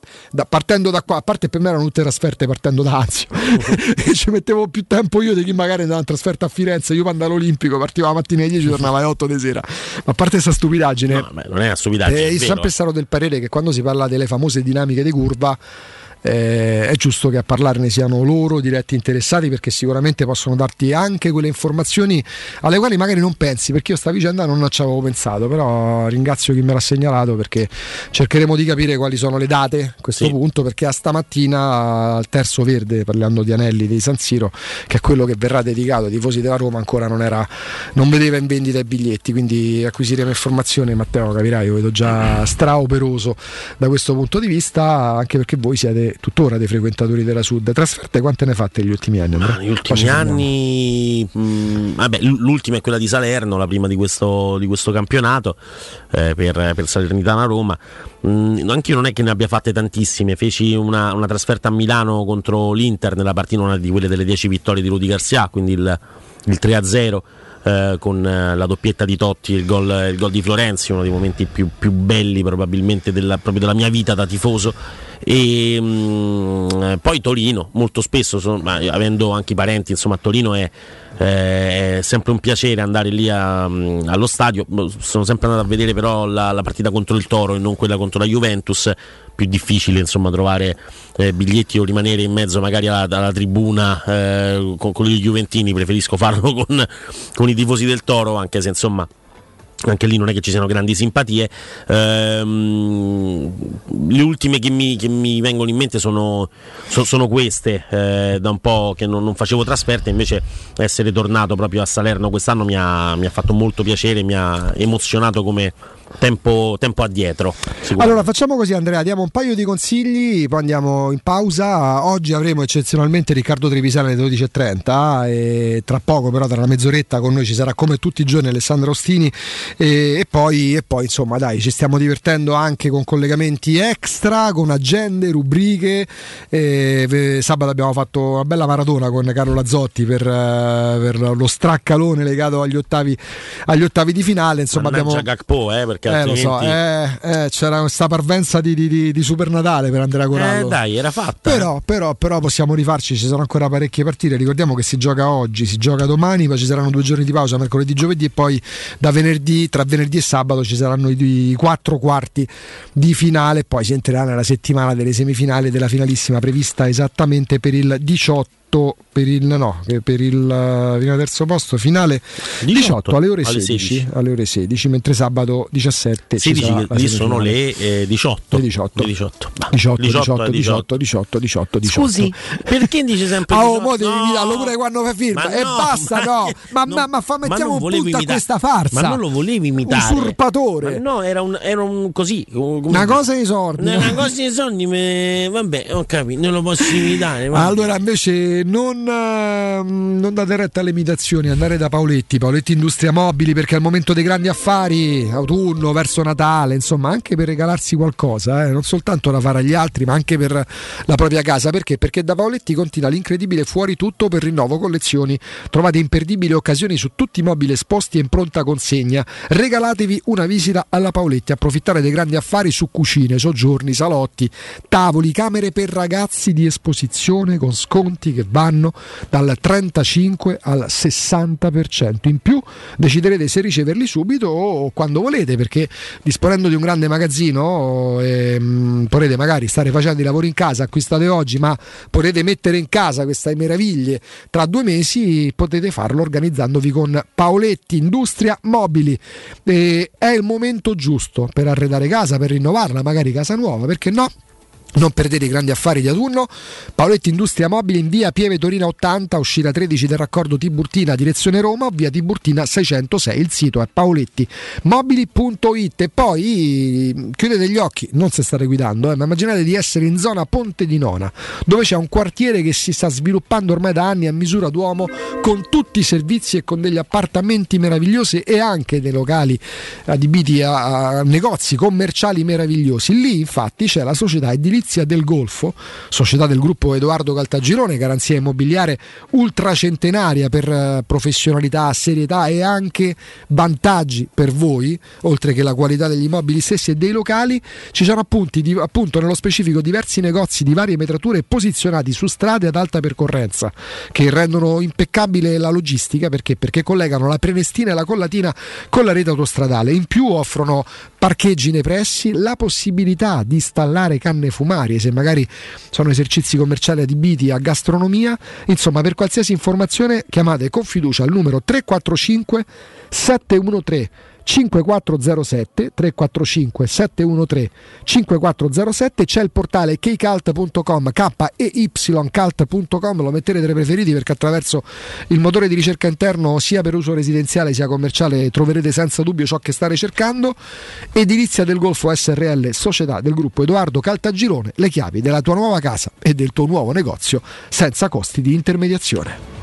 Speaker 10: da, partendo da qua, a parte per me erano tutte trasferte partendo da Anzio, e ci mettevo più tempo io di chi magari andava in trasferta a Firenze. Io quando all'Olimpico partivo la mattina alle dieci, tornava alle otto di sera. Ma a parte questa stupidaggine,
Speaker 11: no, beh, non è una stupidaggine,
Speaker 10: eh,
Speaker 11: è
Speaker 10: sempre stato del parere che quando si parla delle famose dinamiche di curva, Eh, è giusto che a parlarne siano loro diretti interessati, perché sicuramente possono darti anche quelle informazioni alle quali magari non pensi, perché io sta vicenda non ci avevo pensato, però ringrazio chi me l'ha segnalato, perché cercheremo di capire quali sono le date a questo sì. punto, perché a stamattina al Terzo Verde, parlando di Anelli di San Siro, che è quello che verrà dedicato ai tifosi della Roma, ancora non era, non vedeva in vendita i biglietti, quindi acquisiremo informazioni. Matteo, capirai, io vedo già straoperoso da questo punto di vista, anche perché voi siete tuttora dei frequentatori della Sud. Trasferte quante ne fate negli ultimi anni?
Speaker 11: Ah, negli ultimi anni mh, vabbè, l'ultima è quella di Salerno, la prima di questo, di questo campionato, eh, per, per Salernitana Roma. Mm, anche io non è che ne abbia fatte tantissime. Feci una, una trasferta a Milano contro l'Inter nella partita, una di quelle delle dieci vittorie di Rudy Garcia, quindi il, il tre a zero, eh, con eh, la doppietta di Totti e il gol, il gol di Florenzi, uno dei momenti più, più belli probabilmente della, proprio della mia vita da tifoso. E mh, poi Torino, molto spesso sono, ma, avendo anche i parenti insomma a Torino, è, è sempre un piacere andare lì a, allo stadio. Sono sempre andato a vedere però la, la partita contro il Toro e non quella contro la Juventus. Più difficile insomma trovare eh, biglietti o rimanere in mezzo magari alla, alla tribuna eh, con, con gli juventini. Preferisco farlo con, con i tifosi del Toro, anche se insomma anche lì non è che ci siano grandi simpatie. Ehm, le ultime che mi, che mi vengono in mente sono, so, sono queste, eh, da un po' che non, non facevo trasferte, invece essere tornato proprio a Salerno quest'anno mi ha, mi ha fatto molto piacere, mi ha emozionato come tempo, tempo addietro.
Speaker 10: Allora facciamo così, Andrea, diamo un paio di consigli, poi andiamo in pausa. Oggi avremo eccezionalmente Riccardo Trevisani alle dodici e trenta, e tra poco però, tra una mezz'oretta, con noi ci sarà come tutti i giorni Alessandro Ostini. E, e, poi, e poi insomma dai, ci stiamo divertendo anche con collegamenti extra, con agende, rubriche. E, sabato abbiamo fatto una bella maratona con Carlo Lazzotti per, per lo straccalone legato agli ottavi, agli ottavi di finale. Insomma,
Speaker 11: Mannaggia
Speaker 10: abbiamo
Speaker 11: Gakpo, eh, perché
Speaker 10: eh,
Speaker 11: altrimenti...
Speaker 10: lo so, eh, eh, c'era questa parvenza di, di, di, di Super Natale per Andrea Corallo.
Speaker 11: Eh dai, era fatta.
Speaker 10: Però, però, però possiamo rifarci, ci sono ancora parecchie partite. Ricordiamo che si gioca oggi, si gioca domani, poi ci saranno due giorni di pausa, mercoledì, giovedì, e poi da venerdì, tra venerdì e sabato ci saranno i, i quattro quarti di finale, poi si entrerà nella settimana delle semifinali della finalissima, prevista esattamente per il diciotto, per il no per il uh, terzo posto, finale diciotto, diciotto alle ore sedici, alle, alle ore sedici, mentre sabato diciassette
Speaker 11: sedici, lì sono le eh, diciotto.
Speaker 10: Le diciotto.
Speaker 11: Le diciotto.
Speaker 10: diciotto, diciotto, diciotto, diciotto, diciotto, diciotto.
Speaker 11: Scusi, perché dice sempre
Speaker 10: oh, mo devi imitarlo pure quando fai film, e no, basta, no, ma,
Speaker 11: no,
Speaker 10: ma, ma fa, mettiamo
Speaker 11: ma
Speaker 10: un punto a questa farsa.
Speaker 11: Ma non lo volevi imitare,
Speaker 10: usurpatore.
Speaker 11: Ma no, era un, era un così, come
Speaker 10: una cosa di sordi,
Speaker 11: una cosa di sordi, me... vabbè, ho capito, non lo posso imitare. Vabbè.
Speaker 10: Allora invece non non date retta alle imitazioni, andare da Paoletti, Paoletti Industria Mobili, perché al momento dei grandi affari, autunno, verso Natale, insomma, anche per regalarsi qualcosa, eh, non soltanto da fare agli altri, ma anche per la propria casa. Perché? Perché da Paoletti continua l'incredibile fuori tutto per rinnovo collezioni. Trovate imperdibili occasioni su tutti i mobili esposti e in pronta consegna. Regalatevi una visita alla Paoletti, approfittare dei grandi affari su cucine, soggiorni, salotti, tavoli, camere per ragazzi di esposizione con sconti che vanno dal trentacinque al sessanta per cento. In più deciderete se riceverli subito o quando volete, perché disponendo di un grande magazzino ehm, potete magari stare facendo i lavori in casa, acquistate oggi, ma potete mettere in casa queste meraviglie tra due mesi. Potete farlo organizzandovi con Paoletti Industria Mobili. E è il momento giusto per arredare casa, per rinnovarla, magari casa nuova, perché no? Non perdete i grandi affari di autunno. Paoletti Industria Mobili in via Pieve Torina ottanta, uscita tredici del raccordo Tiburtina, direzione Roma, o via Tiburtina seicentosei. Il sito è paoletti mobili punto it. E poi chiudete gli occhi, non se state guidando, eh, ma immaginate di essere in zona Ponte di Nona, dove c'è un quartiere che si sta sviluppando ormai da anni a misura d'uomo, con tutti i servizi e con degli appartamenti meravigliosi e anche dei locali adibiti a, a negozi commerciali meravigliosi. Lì infatti c'è la società edilizia Edilizia del Golfo, società del gruppo Edoardo Caltagirone, garanzia immobiliare ultracentenaria per uh, professionalità, serietà e anche vantaggi per voi, oltre che la qualità degli immobili stessi e dei locali. Ci sono appunti, di, appunto nello specifico diversi negozi di varie metrature posizionati su strade ad alta percorrenza che rendono impeccabile la logistica, perché perché collegano la Prenestina e la Collatina con la rete autostradale. In più offrono parcheggi nei pressi, la possibilità di installare canne fumarie se magari sono esercizi commerciali adibiti a gastronomia. Insomma, per qualsiasi informazione chiamate con fiducia al numero tre quattro cinque sette uno tre cinque quattro zero sette, tre quattro cinque sette uno tre cinque quattro zero sette. C'è il portale keycult punto com, K E Y cult punto com, lo mettete tra i preferiti perché attraverso il motore di ricerca interno sia per uso residenziale sia commerciale troverete senza dubbio ciò che state cercando. Edilizia del Golfo S R L, società del gruppo Edoardo Caltagirone, le chiavi della tua nuova casa e del tuo nuovo negozio senza costi di intermediazione.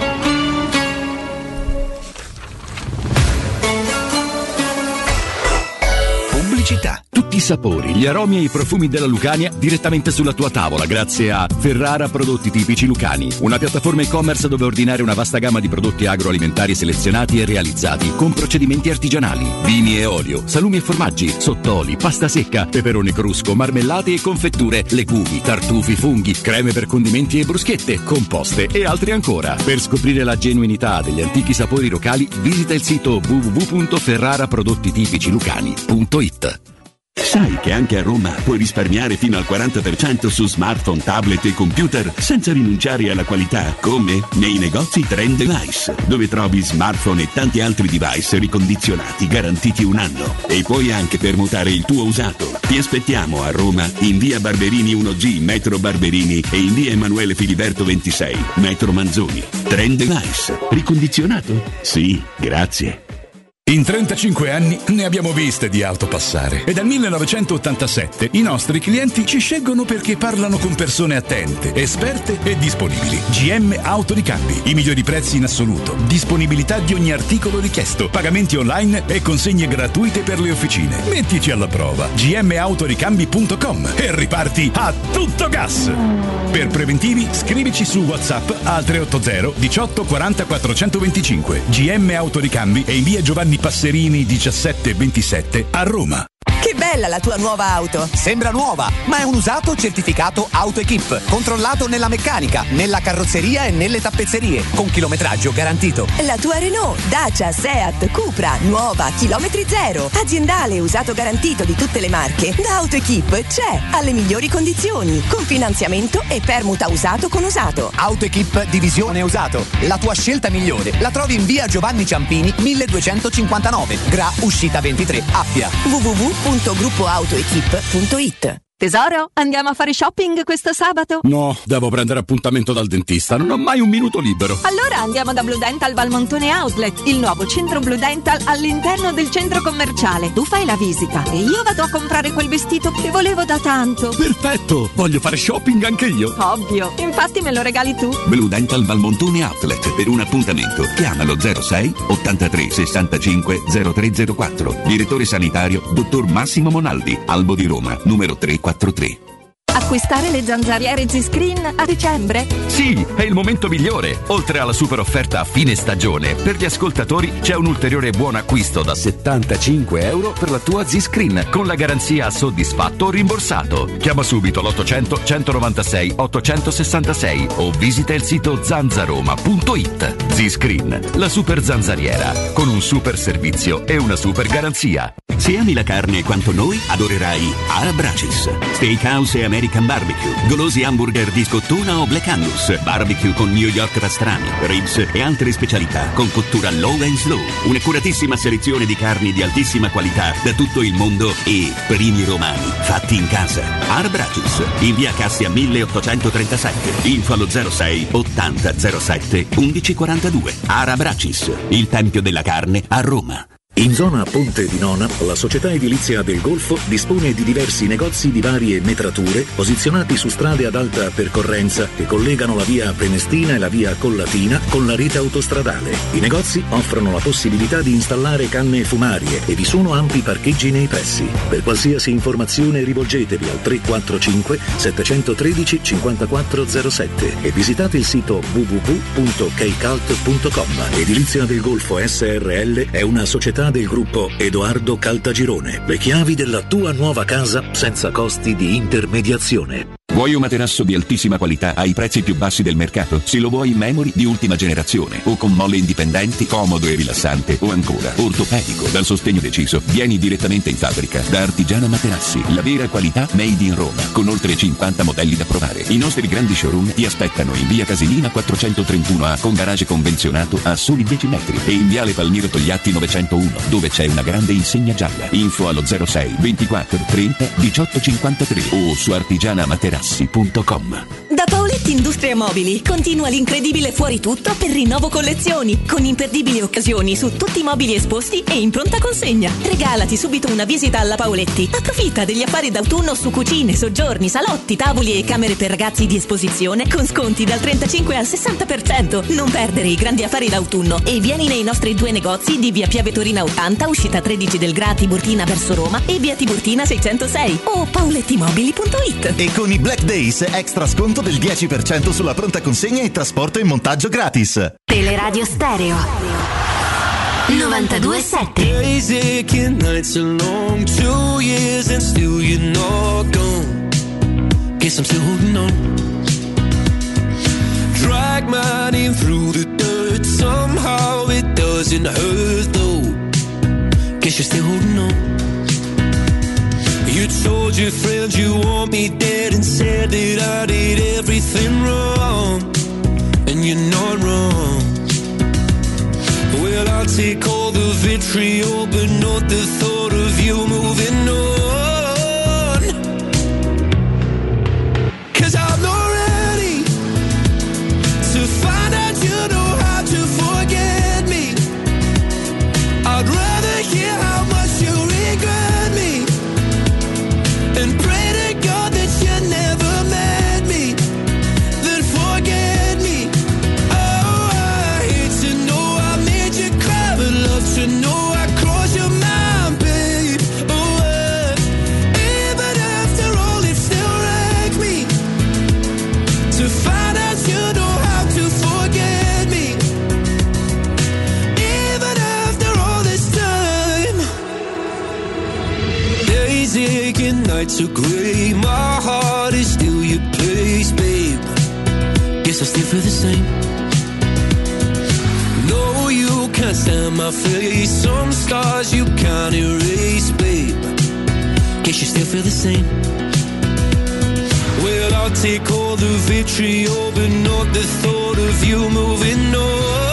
Speaker 13: Pubblicità. Tutti i sapori, gli aromi e i profumi della Lucania direttamente sulla tua tavola grazie a Ferrara Prodotti Tipici Lucani, una piattaforma e-commerce dove ordinare una vasta gamma di prodotti agroalimentari selezionati e realizzati con procedimenti artigianali, vini e olio, salumi e formaggi, sottoli, pasta secca, peperone crusco, marmellate e confetture, legumi, tartufi, funghi, creme per condimenti e bruschette, composte e altri ancora. Per scoprire la genuinità degli antichi sapori locali visita il sito w w w punto ferrara prodotti tipici lucani punto it.
Speaker 14: Sai che anche a Roma puoi risparmiare fino al quaranta per cento su smartphone, tablet e computer senza rinunciare alla qualità? Come? Nei negozi Trend Device, dove trovi smartphone e tanti altri device ricondizionati garantiti un anno. E puoi anche permutare il tuo usato. Ti aspettiamo a Roma in via Barberini uno G, metro Barberini, e in via Emanuele Filiberto ventisei, metro Manzoni. Trend Device. Ricondizionato? Sì, grazie.
Speaker 15: In trentacinque anni ne abbiamo viste di auto passare e dal millenovecentottantasette i nostri clienti ci scelgono perché parlano con persone attente, esperte e disponibili. G M Autoricambi, i migliori prezzi in assoluto, disponibilità di ogni articolo richiesto, pagamenti online e consegne gratuite per le officine. Mettici alla prova. g m autoricambi punto com e riparti a tutto gas. Per preventivi scrivici su WhatsApp al tre otto zero diciotto quaranta quattrocentoventicinque. G M Autoricambi e in via Giovanni Passerini diciassette ventisette a Roma.
Speaker 16: Che bella la tua nuova auto! Sembra nuova, ma è un usato certificato AutoEquip, controllato nella meccanica, nella carrozzeria e nelle tappezzerie, con chilometraggio garantito.
Speaker 17: La tua Renault, Dacia, Seat, Cupra, nuova, chilometri zero, aziendale usato garantito di tutte le marche, da AutoEquip c'è, alle migliori condizioni, con finanziamento e permuta usato con usato.
Speaker 16: AutoEquip Divisione Usato, la tua scelta migliore, la trovi in via Giovanni Ciampini milleduecentocinquantanove, Gra Uscita ventitré, Appia.
Speaker 17: w w w punto gruppo autoequip punto it. Tesoro, andiamo a fare shopping questo sabato?
Speaker 15: No, devo prendere appuntamento dal dentista, non ho mai un minuto libero.
Speaker 17: Allora andiamo da Blue Dental Valmontone Outlet, il nuovo centro Blue Dental all'interno del centro commerciale. Tu fai la visita e io vado a comprare quel vestito che volevo da tanto.
Speaker 15: Perfetto, voglio fare shopping anche io.
Speaker 17: Ovvio, infatti me lo regali tu.
Speaker 14: Blue Dental Valmontone Outlet, per un appuntamento chiamalo zero sei ottantatré sessantacinque zero tre zero quattro. Direttore sanitario dottor Massimo Monaldi, Albo di Roma, numero tre quattro tre.
Speaker 17: Acquistare le zanzariere Z-Screen a dicembre?
Speaker 13: Sì, è il momento migliore. Oltre alla super offerta a fine stagione, per gli ascoltatori c'è un ulteriore buon acquisto da settantacinque euro per la tua Z-Screen, con la garanzia soddisfatto o rimborsato. Chiama subito l'ottocento centonovantasei ottocentosessantasei o visita il sito zanzaroma punto it. Z-Screen, la super zanzariera, con un super servizio e una super garanzia.
Speaker 14: Se ami la carne quanto noi, adorerai Arabracis. Steakhouse e American Barbecue, golosi hamburger di scottuna o Black Angus, barbecue con New York pastrami, ribs e altre specialità con cottura low and slow. Un'accuratissima selezione di carni di altissima qualità da tutto il mondo e primi romani fatti in casa. Arabracis, in via Cassia milleottocentotrentasette, info allo zero sei ottanta zero sette undici quarantadue. Arabracis, il tempio della carne a Roma.
Speaker 18: In zona Ponte di Nona, la società edilizia del Golfo dispone di diversi negozi di varie metrature posizionati su strade ad alta percorrenza che collegano la via Prenestina e la via Collatina con la rete autostradale. I negozi offrono la possibilità di installare canne fumarie e vi sono ampi parcheggi nei pressi. Per qualsiasi informazione rivolgetevi al tre quattro cinque sette uno tre cinque quattro zero sette e visitate il sito w w w punto keycult punto com. Edilizia del Golfo S R L è una società del gruppo Edoardo Caltagirone. Le chiavi della tua nuova casa senza costi di intermediazione.
Speaker 14: Vuoi un materasso di altissima qualità ai prezzi più bassi del mercato? Se lo vuoi in memory di ultima generazione o con molle indipendenti, comodo e rilassante, o ancora ortopedico dal sostegno deciso, vieni direttamente in fabbrica da Artigiana Materassi, la vera qualità made in Roma, con oltre cinquanta modelli da provare. I nostri grandi showroom ti aspettano in via Casilina quattrocentotrentuno A con garage convenzionato a soli dieci metri e in viale Palmiro Togliatti novecentouno, dove c'è una grande insegna gialla. Info allo zero sei ventiquattro trenta diciotto cinquantatré o su artigiana materassi punto com.
Speaker 17: Da Paoletti Industria Mobili continua l'incredibile fuori tutto per rinnovo collezioni, con imperdibili occasioni su tutti i mobili esposti e in pronta consegna. Regalati subito una visita alla Paoletti. Approfitta degli affari d'autunno su cucine, soggiorni, salotti, tavoli e camere per ragazzi di esposizione con sconti dal trentacinque al sessanta per cento. Non perdere i grandi affari d'autunno e vieni nei nostri due negozi di via Piave Torina ottanta, uscita tredici del Gra Tiburtina verso Roma e via Tiburtina seicentosei o paolettimobili punto it.
Speaker 19: E con i Black Days extra sconto del dieci per cento sulla pronta consegna e trasporto e montaggio gratis.
Speaker 9: Teleradio Stereo novantadue sette.
Speaker 20: Days aching, nights are long, two years and still you're not gone. Guess I'm still holding on. Drag my name through the dirt, somehow it doesn't hurt though. Guess you're still holding on. You told your friends you want me dead and said that I did everything wrong, and you're not wrong. Well, I'll take all the vitriol, but not the thought of you moving on. 'Cause I'm not ready to find out you know how to forget me. I'd rather hear how much you regret me and pray to God that you never met me, then forget me. Oh, I hate to know I made you cry, but love to know I crossed your mind, babe. Oh, uh, even after all, it still wrecks me to find out you know how to forget me. Even after all this time, days aching, nights are grey, my heart is still your place, babe. Guess I still feel the same. No, you can't stand my face, some scars you can't erase, babe. Guess you still feel the same. Well, I'll take all the vitriol, but not the thought of you moving on.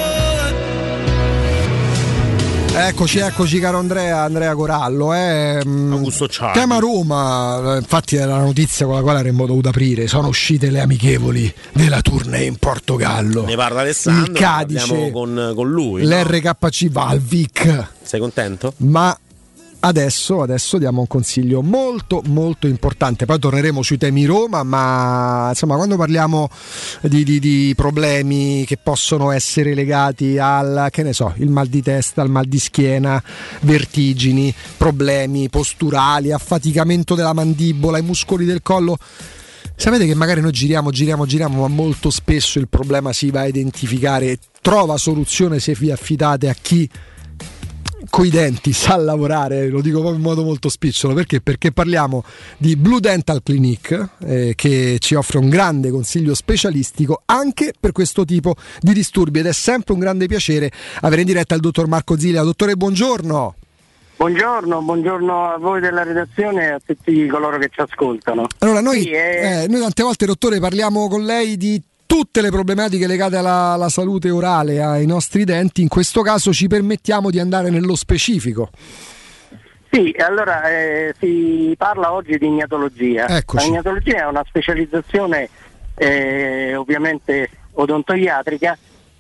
Speaker 10: Eccoci, eccoci caro Andrea, Andrea Corallo. Eh.
Speaker 11: Augusto Ciardi.
Speaker 10: Tema Roma, infatti è la notizia con la quale avremmo dovuto aprire. Sono uscite le amichevoli della tournée in Portogallo.
Speaker 11: Ne parla Alessandro,
Speaker 10: il Cadice,
Speaker 11: parliamo con, con lui.
Speaker 10: l'R K C Valvic.
Speaker 11: Sei contento?
Speaker 10: Ma Adesso, adesso diamo un consiglio molto molto importante, poi torneremo sui temi Roma, ma insomma quando parliamo di, di, di problemi che possono essere legati al, che ne so, il mal di testa, al mal di schiena, vertigini, problemi posturali, affaticamento della mandibola, i muscoli del collo, sapete che magari noi giriamo, giriamo, giriamo, ma molto spesso il problema si va a identificare, trova soluzione se vi affidate a chi coi denti sa lavorare, lo dico proprio in modo molto spicciolo, perché perché parliamo di Blue Dental Clinic, eh, che ci offre un grande consiglio specialistico anche per questo tipo di disturbi, ed è sempre un grande piacere avere in diretta il dottor Marco Zilia. Dottore, buongiorno.
Speaker 21: Buongiorno, buongiorno a voi della redazione e a tutti coloro che ci ascoltano.
Speaker 10: Allora noi,
Speaker 21: sì, è...
Speaker 10: eh, noi tante volte, dottore, parliamo con lei di tutte le problematiche legate alla, alla salute orale, ai nostri denti. In questo caso ci permettiamo di andare nello specifico.
Speaker 21: Sì, allora eh, si parla oggi di ignatologia.
Speaker 10: Eccoci.
Speaker 21: La ignatologia è una specializzazione eh, ovviamente odontoiatrica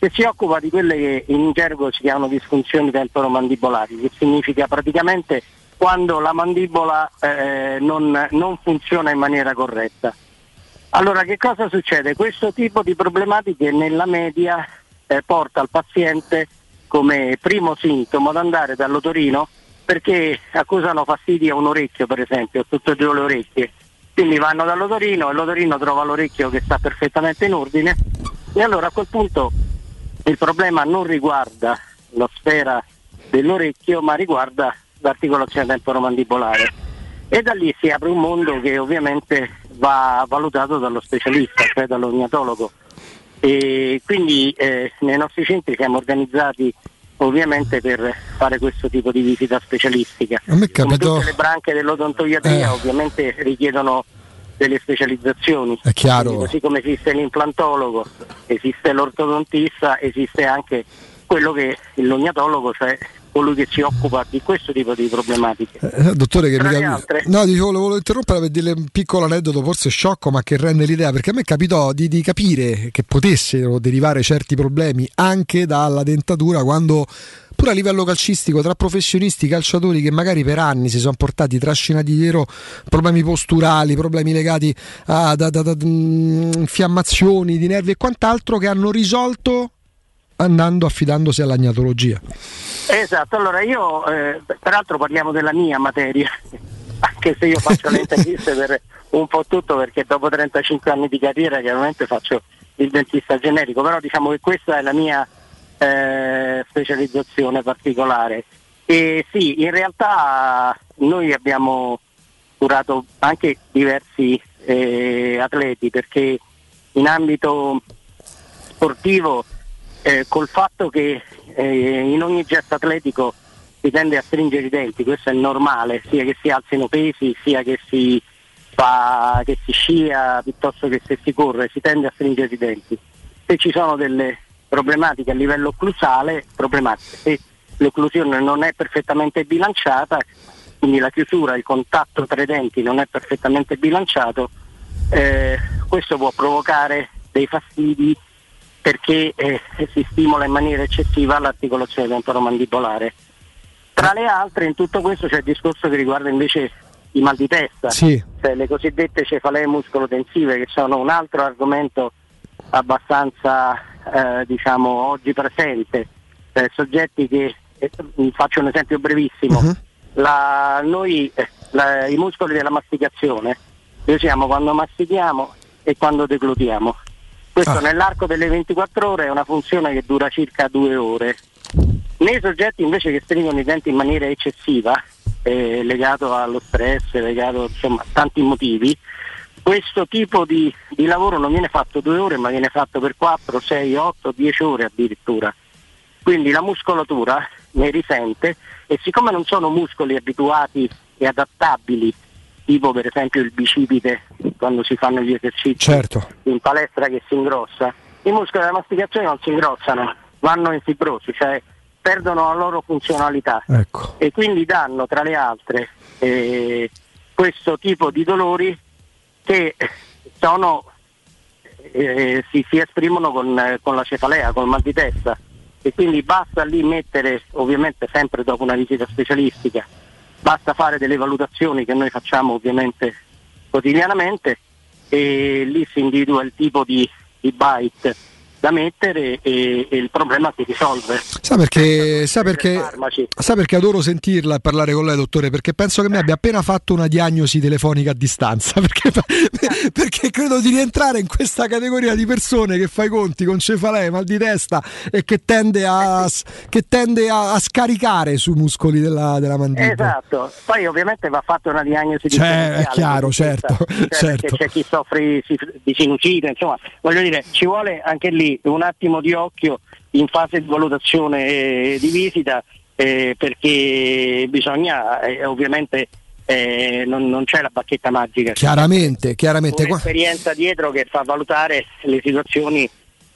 Speaker 21: che si occupa di quelle che in gergo si chiamano disfunzioni temporomandibolari, che significa praticamente quando la mandibola eh, non, non funziona in maniera corretta. Allora che cosa succede? Questo tipo di problematiche nella media eh, porta il paziente come primo sintomo ad andare dall'otorino perché accusano fastidio a un orecchio, per esempio, tutte e due le orecchie. Quindi vanno dall'otorino e l'otorino trova l'orecchio che sta perfettamente in ordine e allora a quel punto il problema non riguarda la sfera dell'orecchio ma riguarda l'articolazione temporomandibolare e da lì si apre un mondo che ovviamente va valutato dallo specialista, cioè dall'ognatologo, e quindi eh, nei nostri centri siamo organizzati ovviamente per fare questo tipo di visita specialistica.
Speaker 10: A me capitò...
Speaker 21: Come tutte le branche dell'odontoiatria
Speaker 10: eh.
Speaker 21: ovviamente richiedono delle specializzazioni.
Speaker 10: È chiaro.
Speaker 21: Quindi, così come esiste l'implantologo, esiste l'ortodontista, esiste anche quello che è l'ognatologo, cioè colui che si occupa di questo tipo di problematiche.
Speaker 10: Eh, dottore, che
Speaker 21: Tra
Speaker 10: mi
Speaker 21: le
Speaker 10: capi...
Speaker 21: altre...
Speaker 10: No, dicevo, volevo interrompere per dire un piccolo aneddoto, forse sciocco, ma che rende l'idea, perché a me capitò di, di capire che potessero derivare certi problemi anche dalla dentatura quando, pure a livello calcistico, tra professionisti, calciatori che magari per anni si sono portati trascinati dietro problemi posturali, problemi legati a da, da, da, infiammazioni di nervi e quant'altro, che hanno risolto andando affidandosi all'agnatologia.
Speaker 21: Esatto, allora io eh, peraltro parliamo della mia materia, anche se io faccio le interviste per un po' tutto, perché dopo trentacinque anni di carriera chiaramente faccio il dentista generico, però diciamo che questa è la mia eh, specializzazione particolare. E sì, in realtà noi abbiamo curato anche diversi eh, atleti, perché in ambito sportivo Eh, col fatto che eh, in ogni gesto atletico si tende a stringere i denti, questo è normale, sia che si alzino pesi, sia che si fa che si scia, piuttosto che se si corre, si tende a stringere i denti. Se ci sono delle problematiche a livello occlusale, problematiche, se l'occlusione non è perfettamente bilanciata, quindi la chiusura, il contatto tra i denti non è perfettamente bilanciato, eh, questo può provocare dei fastidi, perché eh, si stimola in maniera eccessiva l'articolazione temporomandibolare. Tra le altre, in tutto questo c'è il discorso che riguarda invece i mal di testa,
Speaker 10: sì.
Speaker 21: cioè le cosiddette cefalee muscolotensive, che sono un altro argomento abbastanza eh, diciamo oggi presente. Eh, soggetti che, eh, faccio un esempio brevissimo, uh-huh. la, noi eh, la, i muscoli della masticazione li usiamo quando mastichiamo e quando deglutiamo. Questo ah. nell'arco delle ventiquattro ore è una funzione che dura circa due ore. Nei soggetti invece che stringono i denti in maniera eccessiva, eh, legato allo stress, legato insomma a tanti motivi, questo tipo di, di lavoro non viene fatto due ore, ma viene fatto per quattro, sei, otto, dieci ore addirittura. Quindi la muscolatura ne risente, e siccome non sono muscoli abituati e adattabili, tipo per esempio il bicipite quando si fanno gli esercizi
Speaker 10: certo.
Speaker 21: in palestra che si ingrossa, i muscoli della masticazione non si ingrossano, vanno in fibrosi, cioè perdono la loro funzionalità,
Speaker 10: ecco.
Speaker 21: e quindi danno tra le altre eh, questo tipo di dolori che sono eh, si, si esprimono con, eh, con la cefalea, col mal di testa, e quindi basta lì mettere, ovviamente sempre dopo una visita specialistica, basta fare delle valutazioni che noi facciamo ovviamente quotidianamente, e lì si individua il tipo di, di bite da mettere e, e il problema si risolve.
Speaker 10: Sa perché, sa, perché, sa perché adoro sentirla e parlare con lei, dottore, perché penso che mi abbia appena fatto una diagnosi telefonica a distanza, perché, perché credo di rientrare in questa categoria di persone che fa i conti con cefalee, mal di testa, e che tende a, che tende a, a scaricare sui muscoli della, della mandibola.
Speaker 21: Esatto, poi ovviamente va fatta una diagnosi di
Speaker 10: cioè, è chiaro, certo,
Speaker 21: cioè,
Speaker 10: certo.
Speaker 21: C'è chi soffre di sinusite, insomma, voglio dire, ci vuole anche lì un attimo di occhio in fase di valutazione e di visita, eh, perché bisogna eh, ovviamente eh, non, non c'è la bacchetta magica,
Speaker 10: chiaramente, chiaramente
Speaker 21: un'esperienza dietro che fa valutare le situazioni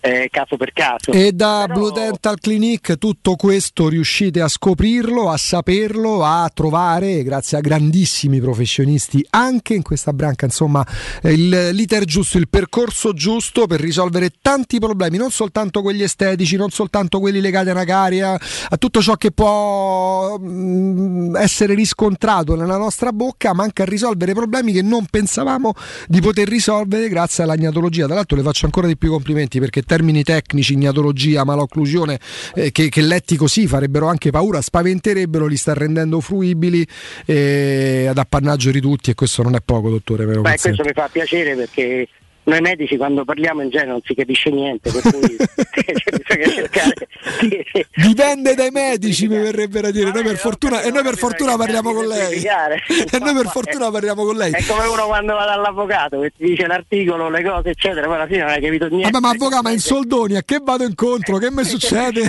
Speaker 21: eh, caso per caso.
Speaker 10: E da
Speaker 21: Però...
Speaker 10: Blue Dental Clinic tutto questo riuscite a scoprirlo, a saperlo, a trovare, grazie a grandissimi professionisti anche in questa branca, insomma, il, l'iter giusto, il percorso giusto per risolvere tanti problemi, non soltanto quelli estetici, non soltanto quelli legati alla caria, a tutto ciò che può mh, essere riscontrato nella nostra bocca, ma anche a risolvere problemi che non pensavamo di poter risolvere grazie all'agnatologia. Tra l'altro le faccio ancora di più complimenti, perché termini tecnici, ignatologia, malocclusione, eh, che, che letti così farebbero anche paura, spaventerebbero, li sta rendendo fruibili eh, ad appannaggio di tutti, e questo non è poco, dottore.
Speaker 21: Beh, questo mi fa piacere, perché noi medici quando parliamo in genere non si capisce niente, per cui bisogna cercare di...
Speaker 10: Dipende dai medici, mi verrebbe da dire. Noi per fortuna, e noi per fortuna parliamo con lei. E noi per fortuna parliamo con lei.
Speaker 21: È come uno quando va dall'avvocato che ti dice l'articolo, le cose eccetera, poi alla fine non hai capito niente.
Speaker 10: Vabbè, ma avvocato, ma in soldoni, a che vado incontro? Che mi succede?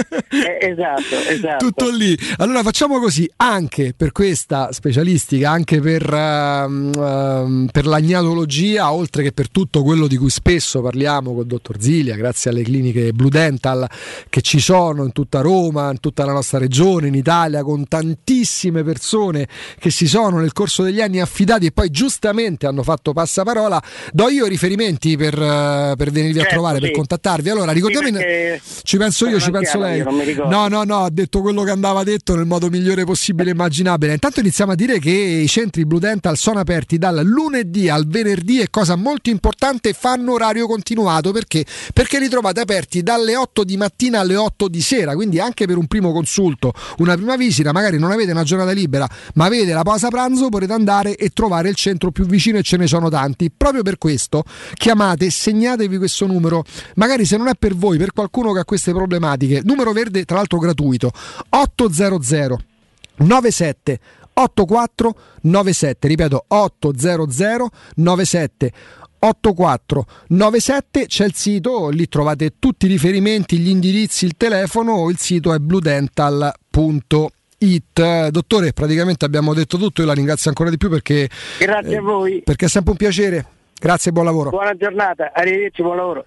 Speaker 21: Esatto, esatto.
Speaker 10: Tutto lì. Allora facciamo così, anche per questa specialistica, anche per, um, um, per l'agnatologia, oltre che per tutto quello di cui spesso parliamo con il dottor Zilia, grazie alle cliniche Blue Dental che ci sono in tutta Roma, in tutta la nostra regione, in Italia, con tantissime persone che si sono nel corso degli anni affidati e poi giustamente hanno fatto passaparola. Do io riferimenti per, uh, per venirvi certo, a trovare, sì. per contattarvi. Allora ricordiamo, sì, ci penso io, ci penso lei. No, no, no, ha detto quello che andava detto nel modo migliore possibile e immaginabile. Intanto iniziamo a dire che i centri Blue Dental sono aperti dal lunedì al venerdì e, cosa molto importante, fanno orario continuato. Perché? Perché li trovate aperti dalle otto di mattina alle otto di sera, quindi anche per un primo consulto, una prima visita, magari non avete una giornata libera ma avete la pausa pranzo, potete andare e trovare il centro più vicino, e ce ne sono tanti. Proprio per questo chiamate, segnatevi questo numero, magari se non è per voi, per qualcuno che ha queste problematiche, numero verde tra l'altro gratuito, otto zero zero nove sette otto quattro nove sette, ripeto otto zero zero nove sette otto quattro nove sette. C'è il sito, lì trovate tutti i riferimenti, gli indirizzi, il telefono. Il sito è blue dental punto it. Dottore, praticamente abbiamo detto tutto, io la ringrazio ancora di più perché
Speaker 21: grazie
Speaker 10: eh,
Speaker 21: a voi,
Speaker 10: perché è sempre un piacere. Grazie e buon lavoro.
Speaker 21: Buona giornata, arrivederci, buon lavoro.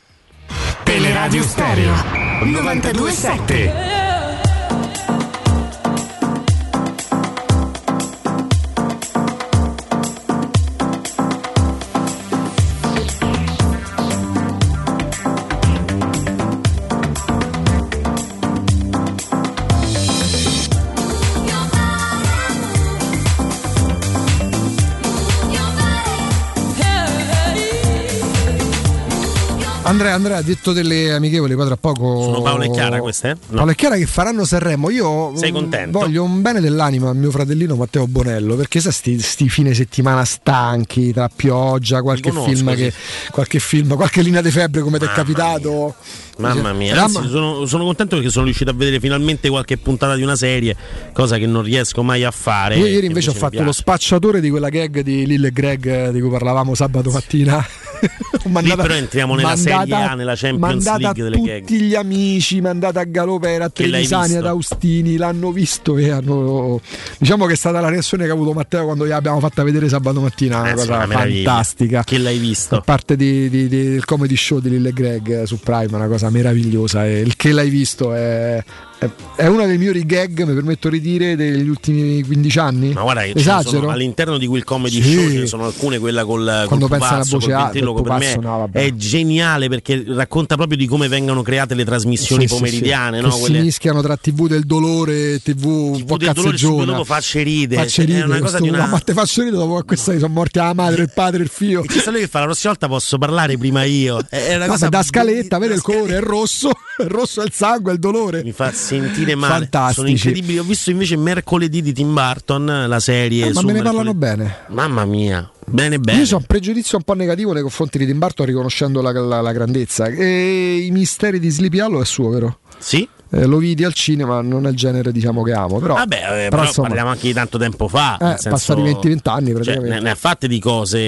Speaker 2: Teleradio Stereo novantadue sette.
Speaker 10: Andrea, Andrea ha detto delle amichevoli, poi tra poco
Speaker 11: sono Paolo e Chiara queste? Eh? No.
Speaker 10: Paolo e Chiara che faranno Sanremo. Io
Speaker 11: sei contento?
Speaker 10: Voglio un bene dell'anima al mio fratellino Matteo Bonello, perché sa sti, sti fine settimana stanchi tra pioggia, qualche conosco, film che sì. qualche film, qualche linea di febbre come ti è capitato.
Speaker 11: Mamma mia, anzi, sono, sono contento perché sono riuscito a vedere finalmente qualche puntata di una serie, cosa che non riesco mai a fare.
Speaker 10: Io ieri invece, invece ho fatto lo spacciatore di quella gag di Lille e Greg di cui parlavamo sabato mattina.
Speaker 11: Mandata, lì però entriamo nella mandata, Serie A, nella Champions League delle gag.
Speaker 10: Tutti gli amici, mandata a Galopera, a Trevisani, ad Austini, l'hanno visto e hanno, diciamo che è stata la reazione che ha avuto Matteo quando gli abbiamo fatta vedere sabato mattina, una eh, cosa una fantastica.
Speaker 11: Che l'hai visto?
Speaker 10: A parte di, di, di, del comedy show di Lille e Greg su Prime, una cosa meravigliosa, e il che l'hai visto è, è, è una dei migliori gag, mi permetto di dire, degli ultimi quindici anni.
Speaker 11: Ma guarda,
Speaker 10: esagero,
Speaker 11: sono, all'interno di quel comedy
Speaker 10: sì.
Speaker 11: show ce ne sono alcune, quella col
Speaker 10: quando
Speaker 11: col
Speaker 10: pensa alla voce alta,
Speaker 11: per me no, è geniale perché racconta proprio di come vengono create le trasmissioni sì, pomeridiane,
Speaker 10: sì,
Speaker 11: no?
Speaker 10: Che
Speaker 11: Quelle...
Speaker 10: si mischiano tra tivù del dolore, tivù un po' cazzeggiona,
Speaker 11: dopo facce ride,
Speaker 10: facce ride,
Speaker 11: è una cosa di una...
Speaker 10: ma te faccio ride dopo che questa sono morti la madre, il padre, il figlio.
Speaker 11: E chissà lui che fa, la prossima volta posso parlare prima io. È una cosa
Speaker 10: da scaletta, vede il colore, è rosso, è rosso è il sangue, è il dolore.
Speaker 11: Mi fa sentire male.
Speaker 10: Fantastici.
Speaker 11: Sono incredibili. Ho visto invece mercoledì di Tim Burton, la serie.
Speaker 10: Eh, ma me ne parlano bene.
Speaker 11: Mamma mia. Bene, bene.
Speaker 10: Io ho un pregiudizio un po' negativo nei confronti di Tim Burton, riconoscendo la, la, la grandezza. E i misteri di Sleepy Hollow è suo, vero?
Speaker 11: Sì.
Speaker 10: Eh, lo vidi al cinema, non è il genere diciamo che amo, però,
Speaker 11: Vabbè, eh,
Speaker 10: però,
Speaker 11: però
Speaker 10: insomma,
Speaker 11: parliamo anche di tanto tempo fa,
Speaker 10: eh,
Speaker 11: nel senso,
Speaker 10: passati venti venti anni praticamente.
Speaker 11: Cioè, ne, ne ha fatte di cose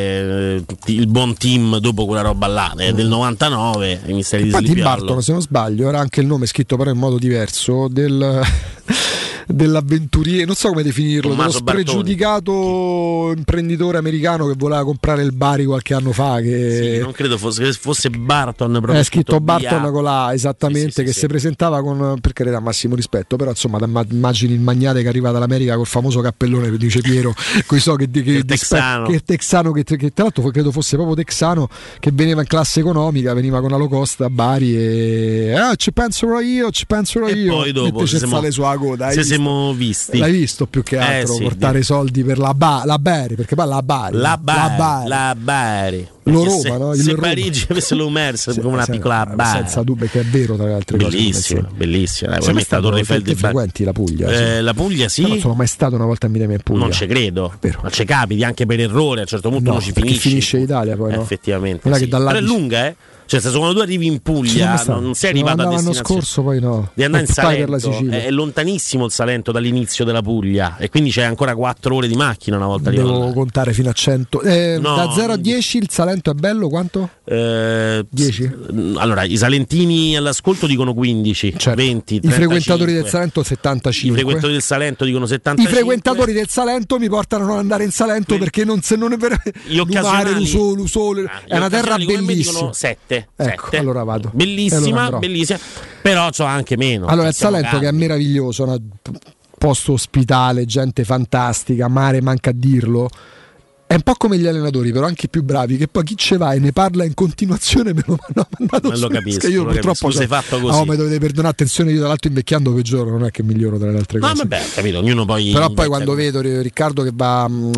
Speaker 11: eh, il buon team dopo quella roba là, eh, del novantanove, i misteri di Sleepy Hollow.
Speaker 10: Tim Burton, se non sbaglio, era anche il nome scritto però in modo diverso del dell'avventuriero, non so come definirlo, dello
Speaker 11: Tommaso Bartoni.
Speaker 10: spregiudicato imprenditore americano che voleva comprare il Bari qualche anno fa, che
Speaker 11: Sì, non credo fosse, fosse Barton proprio
Speaker 10: è scritto Barton
Speaker 11: B A.
Speaker 10: con la esattamente,
Speaker 11: Sì, sì,
Speaker 10: che
Speaker 11: sì,
Speaker 10: si
Speaker 11: sì.
Speaker 10: presentava con, per carità, massimo rispetto, però insomma da- immagini il magnate che arriva dall'America col famoso cappellone, dice Piero, coi so che, che, che,
Speaker 11: texano.
Speaker 10: che il texano che, che tra l'altro credo fosse proprio texano, che veniva in classe economica, veniva con la low cost a Bari e ah, ci penserò io, ci penserò
Speaker 11: E
Speaker 10: io,
Speaker 11: poi dopo
Speaker 10: mette
Speaker 11: se
Speaker 10: il
Speaker 11: siamo-
Speaker 10: sale sulla coda, hai
Speaker 11: se
Speaker 10: visto?
Speaker 11: siamo visti.
Speaker 10: L'hai visto più che
Speaker 11: Eh,
Speaker 10: altro
Speaker 11: sì,
Speaker 10: portare
Speaker 11: di-
Speaker 10: soldi per la, ba- la Bari, perché poi la Bari
Speaker 11: La Bari,
Speaker 10: la Bari.
Speaker 11: la Bari.
Speaker 10: Lo
Speaker 11: Perché
Speaker 10: Roma,
Speaker 11: se,
Speaker 10: no? Il
Speaker 11: se
Speaker 10: Roma.
Speaker 11: Parigi avesse l'Omerse come una
Speaker 10: Sì,
Speaker 11: piccola
Speaker 10: senza-
Speaker 11: Bari.
Speaker 10: senza dubbio, che è vero tra le altre
Speaker 11: Bellissimo,
Speaker 10: cose.
Speaker 11: bellissimo. Dai,
Speaker 10: Sei
Speaker 11: poi
Speaker 10: mai
Speaker 11: metta la
Speaker 10: stato-
Speaker 11: Torre Eiffel
Speaker 10: te
Speaker 11: di Bari.
Speaker 10: frequenti la Puglia? Sì.
Speaker 11: Eh, la Puglia sì.
Speaker 10: Io non sono mai stato una volta in vita mia in Puglia.
Speaker 11: Non ci credo, ma ci capiti anche per errore. A un certo punto
Speaker 10: No,
Speaker 11: uno ci
Speaker 10: perché
Speaker 11: finisce.
Speaker 10: finisce l'Italia poi,
Speaker 11: Eh,
Speaker 10: no?
Speaker 11: Effettivamente.
Speaker 10: Non è
Speaker 11: sì.
Speaker 10: che da là
Speaker 11: Però è
Speaker 10: dici-
Speaker 11: lunga, eh? Cioè, se quando tu arrivi in
Speaker 10: Ci sono
Speaker 11: Puglia,
Speaker 10: mai stato.
Speaker 11: non sei
Speaker 10: Ci
Speaker 11: arrivato a
Speaker 10: andavo l'anno
Speaker 11: destinazione.
Speaker 10: scorso, poi no.
Speaker 11: Di andare in
Speaker 10: Stai per la
Speaker 11: Salento,
Speaker 10: Sicilia.
Speaker 11: è lontanissimo il Salento dall'inizio della Puglia e quindi c'è ancora quattro ore di macchina una volta arrivato
Speaker 10: Devo
Speaker 11: là.
Speaker 10: contare fino a cento. Eh,
Speaker 11: No,
Speaker 10: da zero a
Speaker 11: non-
Speaker 10: dieci il Salento è bello quanto?
Speaker 11: Eh,
Speaker 10: dieci?
Speaker 11: Allora, i salentini all'ascolto dicono quindici, venti,
Speaker 10: I frequentatori
Speaker 11: trentacinque.
Speaker 10: del Salento
Speaker 11: I
Speaker 10: settantacinque.
Speaker 11: frequentatori del Salento dicono
Speaker 10: I
Speaker 11: settantacinque.
Speaker 10: frequentatori del Salento mi portano a non andare in Salento perché non, se non è vero.
Speaker 11: Gli
Speaker 10: Lumare,
Speaker 11: occasionali-
Speaker 10: Luso, Lusole,
Speaker 11: Gli
Speaker 10: è una terra
Speaker 11: occasionali come me
Speaker 10: bellissima.
Speaker 11: dicono sette,
Speaker 10: Ecco,
Speaker 11: sette.
Speaker 10: allora vado. E
Speaker 11: Bellissima,
Speaker 10: allora andrò.
Speaker 11: bellissima. Però c'ho anche meno.
Speaker 10: Allora, il
Speaker 11: Siamo
Speaker 10: Salento
Speaker 11: calmi.
Speaker 10: che è meraviglioso, una- posto ospitale, gente fantastica, mare manca a dirlo. È un po' come gli allenatori, però anche più bravi, che poi chi ce va e ne parla in continuazione me lo hanno mandato
Speaker 11: Me lo
Speaker 10: su-
Speaker 11: capisco,
Speaker 10: Io
Speaker 11: lo
Speaker 10: purtroppo
Speaker 11: capisco, sei fatto così.
Speaker 10: Oh, mi dovete perdonare, attenzione, io dall'altro invecchiando peggioro, non è che miglioro tra le altre
Speaker 11: No,
Speaker 10: cose.
Speaker 11: vabbè, capito, ognuno poi.
Speaker 10: Però poi
Speaker 11: invecchia
Speaker 10: quando
Speaker 11: come-
Speaker 10: vedo Riccardo che va mm,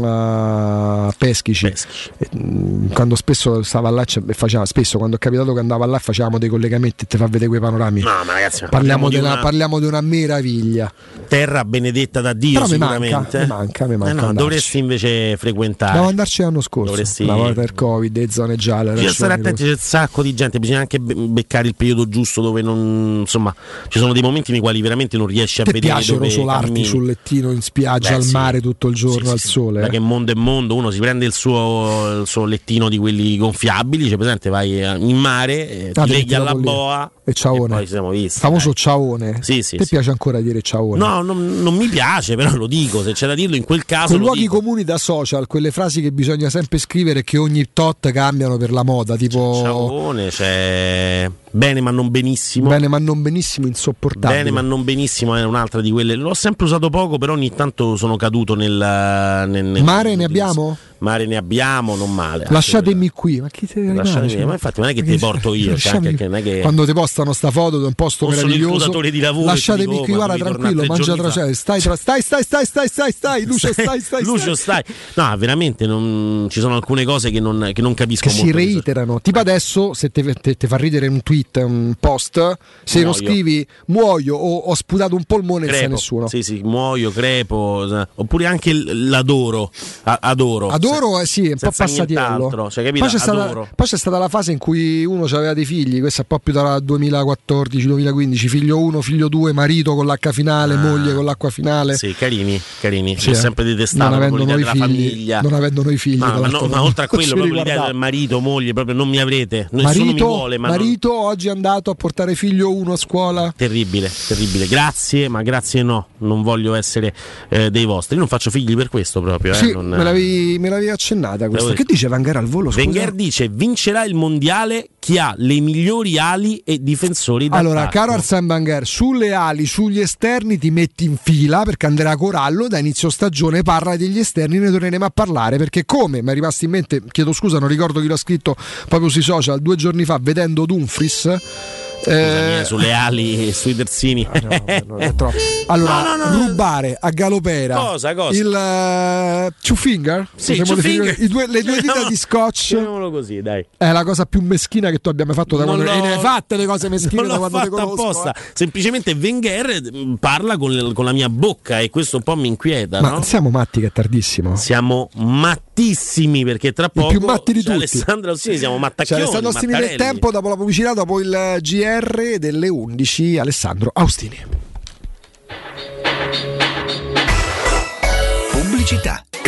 Speaker 10: a Peschici, e, mm, quando spesso stava là e faceva, spesso quando è capitato che andava là facevamo dei collegamenti e ti fa vedere quei panorami.
Speaker 11: No, ma ragazzi, ma
Speaker 10: parliamo,
Speaker 11: parliamo
Speaker 10: di
Speaker 11: di
Speaker 10: una,
Speaker 11: una-
Speaker 10: parliamo di una meraviglia.
Speaker 11: Terra benedetta da Dio,
Speaker 10: Però mi
Speaker 11: sicuramente.
Speaker 10: manca, mi manca, mi manca
Speaker 11: Eh no,
Speaker 10: andarci.
Speaker 11: dovresti invece frequentare.
Speaker 10: Devo andarci l'anno scorso,
Speaker 11: Dovresti-
Speaker 10: la volta del Covid, le zone gialle.
Speaker 11: Bisogna stare
Speaker 10: arancioni,
Speaker 11: attenti, c'è un sacco di gente, bisogna anche be- beccare il periodo giusto dove non. Insomma, ci sono dei momenti nei quali veramente non riesci a
Speaker 10: Ti
Speaker 11: vedere
Speaker 10: piace
Speaker 11: dove
Speaker 10: rosolarti
Speaker 11: cammini.
Speaker 10: sul lettino in spiaggia,
Speaker 11: Beh,
Speaker 10: al
Speaker 11: sì.
Speaker 10: mare tutto il giorno,
Speaker 11: Sì,
Speaker 10: al
Speaker 11: sì,
Speaker 10: sole?
Speaker 11: Da
Speaker 10: eh?
Speaker 11: che mondo è mondo, uno si prende il suo, il suo lettino di quelli gonfiabili, c'è presente, vai eh, in mare, eh,
Speaker 10: Ah,
Speaker 11: ti
Speaker 10: ti
Speaker 11: leghi
Speaker 10: metti
Speaker 11: alla
Speaker 10: dopo lì.
Speaker 11: boa
Speaker 10: E ciaone.
Speaker 11: poi ci siamo visti.
Speaker 10: Famoso ciaone.
Speaker 11: Sì, sì,
Speaker 10: Ti
Speaker 11: sì.
Speaker 10: piace ancora dire ciaone?
Speaker 11: No, non, non mi piace, però lo dico, se c'è da dirlo in quel caso
Speaker 10: Quei
Speaker 11: lo
Speaker 10: luoghi
Speaker 11: dico.
Speaker 10: comuni da social, quelle frasi che bisogna sempre scrivere che ogni tot cambiano per la moda, tipo
Speaker 11: Ciaone, c'è bene ma non benissimo.
Speaker 10: bene ma non benissimo, insopportabile.
Speaker 11: Bene ma non benissimo è un'altra di quelle. L'ho sempre usato poco, però ogni tanto sono caduto nel, nel, nel
Speaker 10: Mare ne abbiamo?
Speaker 11: Mare ne abbiamo, non male.
Speaker 10: Lasciatemi qui, ma chi te ne
Speaker 11: Lasciatemi-
Speaker 10: rimane?
Speaker 11: ma infatti non è che ti porto io, cioè
Speaker 10: Lasciatemi-
Speaker 11: anche che non è che-
Speaker 10: quando ti postano sta foto di un posto
Speaker 11: O sono il tuo
Speaker 10: meraviglioso,
Speaker 11: datore di lavoro e ti
Speaker 10: lasciatemi
Speaker 11: dico,
Speaker 10: qui,
Speaker 11: "Oh, ma
Speaker 10: guarda,
Speaker 11: devi
Speaker 10: tranquillo,
Speaker 11: tornare tre
Speaker 10: mangia tra
Speaker 11: giorni
Speaker 10: sé, stai, tra- stai, stai, stai, stai, stai, stai, Lucio, stai, stai,
Speaker 11: Lucio, stai. No, veramente non, ci sono alcune cose che non, che non capisco
Speaker 10: che si
Speaker 11: molto.
Speaker 10: reiterano. Tipo adesso, se ti fa ridere un tweet, un post, se lo
Speaker 11: Muoio.
Speaker 10: scrivi muoio o ho sputato un polmone, non sa
Speaker 11: Crepo.
Speaker 10: nessuno.
Speaker 11: Sì, sì, muoio, crepo, eh, oppure anche l- l'adoro. A- adoro.
Speaker 10: Adoro, eh, sì, è un po'
Speaker 11: Senza
Speaker 10: passatiello.
Speaker 11: nient'altro, cioè, capito?
Speaker 10: Poi c'è, stata,
Speaker 11: Adoro.
Speaker 10: poi c'è stata la fase in cui uno aveva dei figli, questa è un po' più dal duemilaquattordici duemilaquindici, figlio uno, figlio due, marito con l'H finale,
Speaker 11: Ah.
Speaker 10: moglie con l'H finale.
Speaker 11: Sì, carini, carini.
Speaker 10: Sì,
Speaker 11: Ho
Speaker 10: eh.
Speaker 11: sempre detestato
Speaker 10: Non avendo
Speaker 11: proprio l'idea
Speaker 10: noi
Speaker 11: della
Speaker 10: figli,
Speaker 11: famiglia.
Speaker 10: non avendo noi figli,
Speaker 11: No,
Speaker 10: tra
Speaker 11: ma,
Speaker 10: l'altro,
Speaker 11: no, ma
Speaker 10: non-
Speaker 11: oltre a
Speaker 10: non
Speaker 11: quello,
Speaker 10: ci
Speaker 11: proprio l'idea
Speaker 10: riguardava.
Speaker 11: del marito, moglie, proprio non mi avrete. Nessuno
Speaker 10: Marito,
Speaker 11: mi vuole, ma non-
Speaker 10: marito oggi è andato a portare figlio uno a scuola.
Speaker 11: Terribile, terribile. Grazie, ma grazie no. Non voglio essere eh, dei vostri. Io non faccio figli per questo proprio. Eh.
Speaker 10: Sì,
Speaker 11: non,
Speaker 10: me, l'avevi, me l'avevi accennata questa.
Speaker 11: Devo
Speaker 10: Che dice Wenger al volo? Scusa?
Speaker 11: Wenger dice: vincerà il mondiale chi ha le migliori ali e difensori d'attacco.
Speaker 10: Allora, caro Arsène Wenger, sulle ali, sugli esterni ti metti in fila perché Andrea Corallo da inizio stagione parla degli esterni, ne torneremo a parlare perché come mi è rimasto in mente, chiedo scusa, non ricordo chi l'ha scritto proprio sui social due giorni fa vedendo Dumfries.
Speaker 11: Scusami, eh, sulle ali e sui terzini.
Speaker 10: Allora,
Speaker 11: No, no, no, no.
Speaker 10: rubare a galopera
Speaker 11: Cosa, cosa?
Speaker 10: il uh, two finger,
Speaker 11: Sì,
Speaker 10: possiamo
Speaker 11: two
Speaker 10: definire-
Speaker 11: finger.
Speaker 10: i due- le due dita di scotch.
Speaker 11: Chiamiamolo così, dai.
Speaker 10: È la cosa più meschina che tu abbia mai fatto da
Speaker 11: Non
Speaker 10: quando
Speaker 11: l'ho-
Speaker 10: e ne hai fatte le cose meschine
Speaker 11: non
Speaker 10: da
Speaker 11: l'ho
Speaker 10: quando ti
Speaker 11: fatta
Speaker 10: conosco.
Speaker 11: apposta.
Speaker 10: eh.
Speaker 11: Semplicemente Wenger mh, parla con, con la mia bocca e questo un po' mi inquieta.
Speaker 10: Ma
Speaker 11: no?
Speaker 10: siamo matti che è tardissimo.
Speaker 11: Siamo mattissimi perché tra poco
Speaker 10: più matti di
Speaker 11: c'è
Speaker 10: tutti.
Speaker 11: Alessandro Ossini, siamo mattacchioni.
Speaker 10: Cioè, stanno ostini del
Speaker 11: mattarelli.
Speaker 10: tempo dopo la pubblicità, dopo il G R delle undici, Alessandro Austini.
Speaker 3: Pubblicità.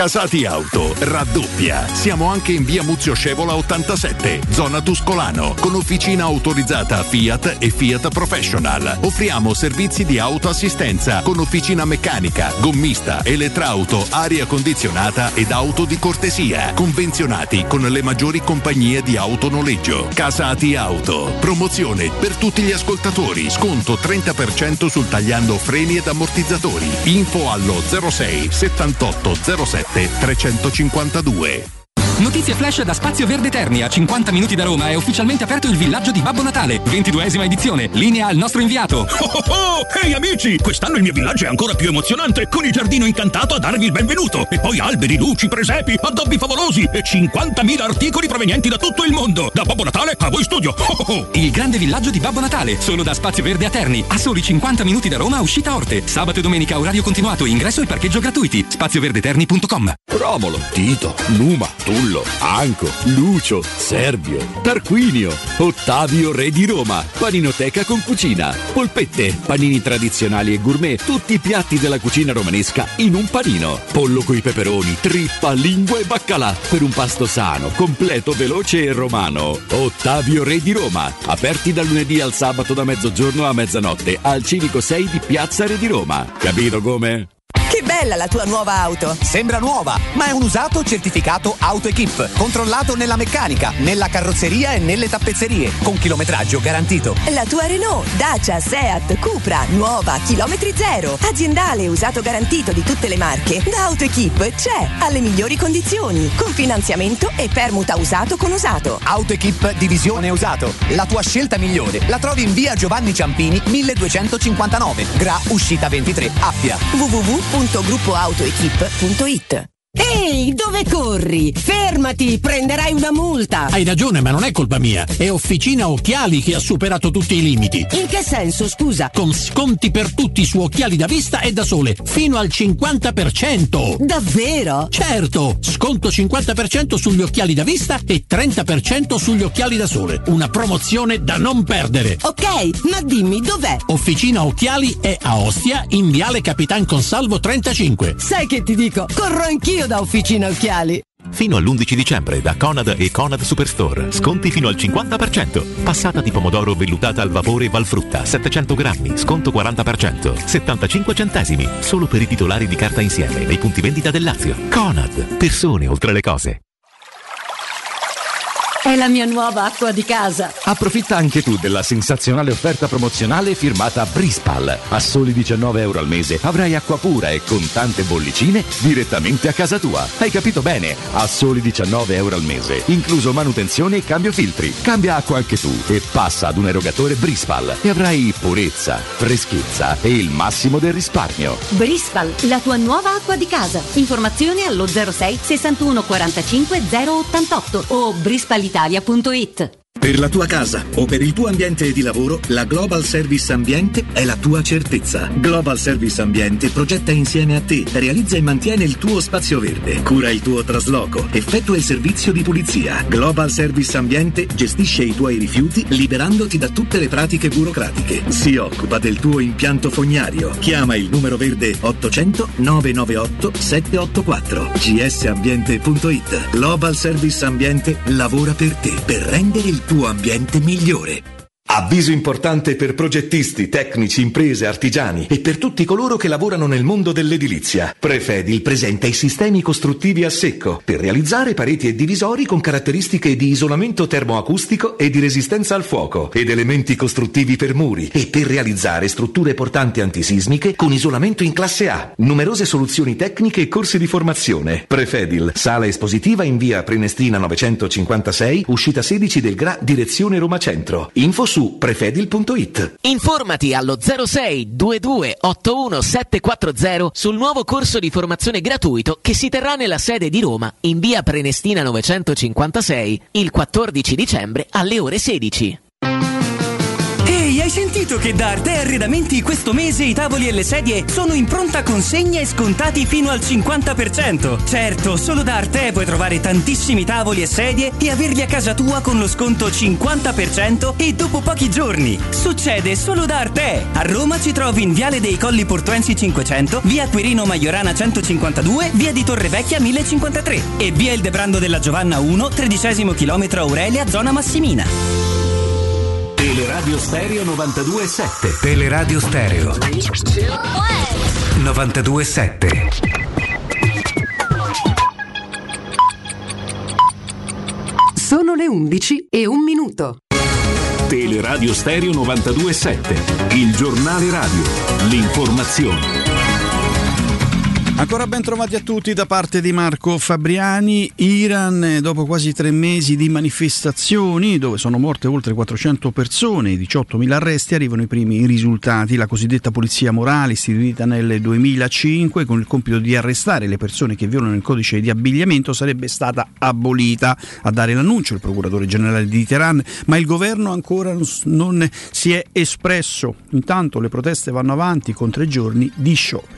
Speaker 13: Casati Auto raddoppia. Siamo anche in via Muzio Scevola ottantasette, zona Tuscolano, con officina autorizzata Fiat e Fiat Professional. Offriamo servizi di autoassistenza con officina meccanica, gommista, elettrauto, aria condizionata ed auto di cortesia. Convenzionati con le maggiori compagnie di autonoleggio. Casati Auto. Promozione per tutti gli ascoltatori. Sconto trenta per cento sul tagliando freni ed ammortizzatori. Info allo zero sei settantotto zero sette trecentocinquantadue.
Speaker 3: Notizie flash da Spazio Verde Terni, a cinquanta minuti da Roma è ufficialmente aperto il villaggio di Babbo Natale, ventiduesima edizione, linea al nostro inviato.
Speaker 22: Oh oh oh! Ehi amici, quest'anno il mio villaggio è ancora più emozionante, con il giardino incantato a darvi il benvenuto, e poi alberi, luci, presepi, addobbi favolosi e cinquantamila articoli provenienti da tutto il mondo. Da Babbo Natale a voi studio. Oh oh oh!
Speaker 3: Il grande villaggio di Babbo Natale, solo da Spazio Verde a Terni, a soli cinquanta minuti da Roma, uscita Orte. Sabato e domenica orario continuato, ingresso e parcheggio gratuiti. spazio verde terni punto com.
Speaker 13: Romolo, Tito, Numa, Tullo, Anco, Lucio, Servio, Tarquinio, Ottavio Re di Roma, paninoteca con cucina, polpette, panini tradizionali e gourmet, tutti i piatti della cucina romanesca in un panino, pollo coi peperoni, trippa, lingua e baccalà, per un pasto sano, completo, veloce e romano. Ottavio Re di Roma, aperti dal lunedì al sabato da mezzogiorno a mezzanotte al Civico sei di Piazza Re di Roma. Capito come?
Speaker 16: Che bella la tua nuova auto! Sembra nuova, ma è un usato certificato AutoEquip, controllato nella meccanica, nella carrozzeria e nelle tappezzerie, con chilometraggio garantito.
Speaker 17: La tua Renault, Dacia, Seat, Cupra, nuova, chilometri zero, aziendale usato garantito di tutte le marche, da AutoEquip c'è, alle migliori condizioni, con finanziamento e permuta usato con usato.
Speaker 16: AutoEquip Divisione Usato, la tua scelta migliore, la trovi in via Giovanni Ciampini milleduecentocinquantanove, Gra Uscita ventitré, Appia.
Speaker 17: w w w punto gruppo autoequip punto it.
Speaker 23: Ehi, dove corri? Fermati, prenderai una multa.
Speaker 24: Hai ragione, ma non è colpa mia. È Officina Occhiali che ha superato tutti i limiti.
Speaker 23: In che senso, scusa?
Speaker 24: Con sconti per tutti su occhiali da vista e da sole, fino al cinquanta per cento.
Speaker 23: Davvero?
Speaker 24: Certo, sconto cinquanta per cento sugli occhiali da vista e trenta per cento sugli occhiali da sole. Una promozione da non perdere.
Speaker 23: Ok, ma dimmi dov'è?
Speaker 24: Officina Occhiali è a Ostia, in Viale Capitan Consalvo trentacinque.
Speaker 23: Sai che ti dico? Corro anch'io da Officina Occhiali.
Speaker 25: Fino all'undici dicembre da Conad e Conad Superstore. Sconti fino al cinquanta per cento. Passata di pomodoro vellutata al vapore Valfrutta settecento grammi. Sconto quaranta per cento. settantacinque centesimi. Solo per i titolari di carta insieme nei punti vendita del Lazio. Conad. Persone oltre le cose.
Speaker 23: È la mia nuova acqua di casa.
Speaker 26: Approfitta anche tu della sensazionale offerta promozionale firmata Brispal. A soli diciannove euro al mese avrai acqua pura e con tante bollicine direttamente a casa tua. Hai capito bene? A soli diciannove euro al mese, incluso manutenzione e cambio filtri. Cambia acqua anche tu e passa ad un erogatore Brispal e avrai purezza, freschezza e il massimo del risparmio.
Speaker 23: Brispal, la tua nuova acqua di casa. Informazioni allo zero sei sessantuno quarantacinque zero ottantotto o brispal italia punto it.
Speaker 18: Per la tua casa o per il tuo ambiente di lavoro, la Global Service Ambiente è la tua certezza. Global Service Ambiente progetta insieme a te, realizza e mantiene il tuo spazio verde, cura il tuo trasloco, effettua il servizio di pulizia. Global Service Ambiente gestisce i tuoi rifiuti liberandoti da tutte le pratiche burocratiche. Si occupa del tuo impianto fognario. Chiama il numero verde ottocento nove nove otto sette otto quattro g s ambiente punto it. Global Service Ambiente lavora per te, per rendere il tuo ambiente migliore.
Speaker 27: Avviso importante per progettisti, tecnici, imprese, artigiani e per tutti coloro che lavorano nel mondo dell'edilizia. Prefedil presenta i sistemi costruttivi a secco per realizzare pareti e divisori con caratteristiche di isolamento termoacustico e di resistenza al fuoco ed elementi costruttivi per muri e per realizzare strutture portanti antisismiche con isolamento in classe A. Numerose soluzioni tecniche e corsi di formazione. Prefedil, sala espositiva in via Prenestina novecentocinquantasei, uscita sedici del Gra, direzione Roma Centro. Info su prefedil punto it.
Speaker 28: Informati allo zero sei ventidue ottantuno settecentoquaranta sul nuovo corso di formazione gratuito che si terrà nella sede di Roma in via Prenestina novecentocinquantasei il quattordici dicembre alle ore sedici.
Speaker 23: Ehi,
Speaker 1: Ehi, hai sentito che da Arte Arredamenti questo mese i tavoli e le sedie sono in pronta consegna e scontati fino al cinquanta per cento? Certo, solo da Arte puoi trovare tantissimi tavoli e sedie e averli a casa tua con lo sconto cinquanta per cento e dopo pochi giorni. Succede solo da Arte. A Roma ci trovi in Viale dei Colli Portuensi cinquecento, via Quirino Maiorana centocinquantadue, via di Torrevecchia mille cinquantatré e via Il Debrando della Giovanna uno, tredicesimo chilometro Aurelia, zona Massimina.
Speaker 2: Teleradio Stereo novantadue virgola sette. Teleradio Stereo novantadue virgola sette.
Speaker 4: Sono le undici e un minuto.
Speaker 2: Teleradio Stereo novantadue virgola sette. Il giornale radio. L'informazione.
Speaker 5: Ancora ben trovati a tutti da parte di Marco Fabriani. Iran, dopo quasi tre mesi di manifestazioni dove sono morte oltre quattrocento persone e diciottomila arresti, arrivano i primi risultati. La cosiddetta polizia morale, istituita nel duemilacinque con il compito di arrestare le persone che violano il codice di abbigliamento, sarebbe stata abolita. A dare l'annuncio il procuratore generale di Teheran, ma il governo ancora non si è espresso. Intanto le proteste vanno avanti con tre giorni di sciopero.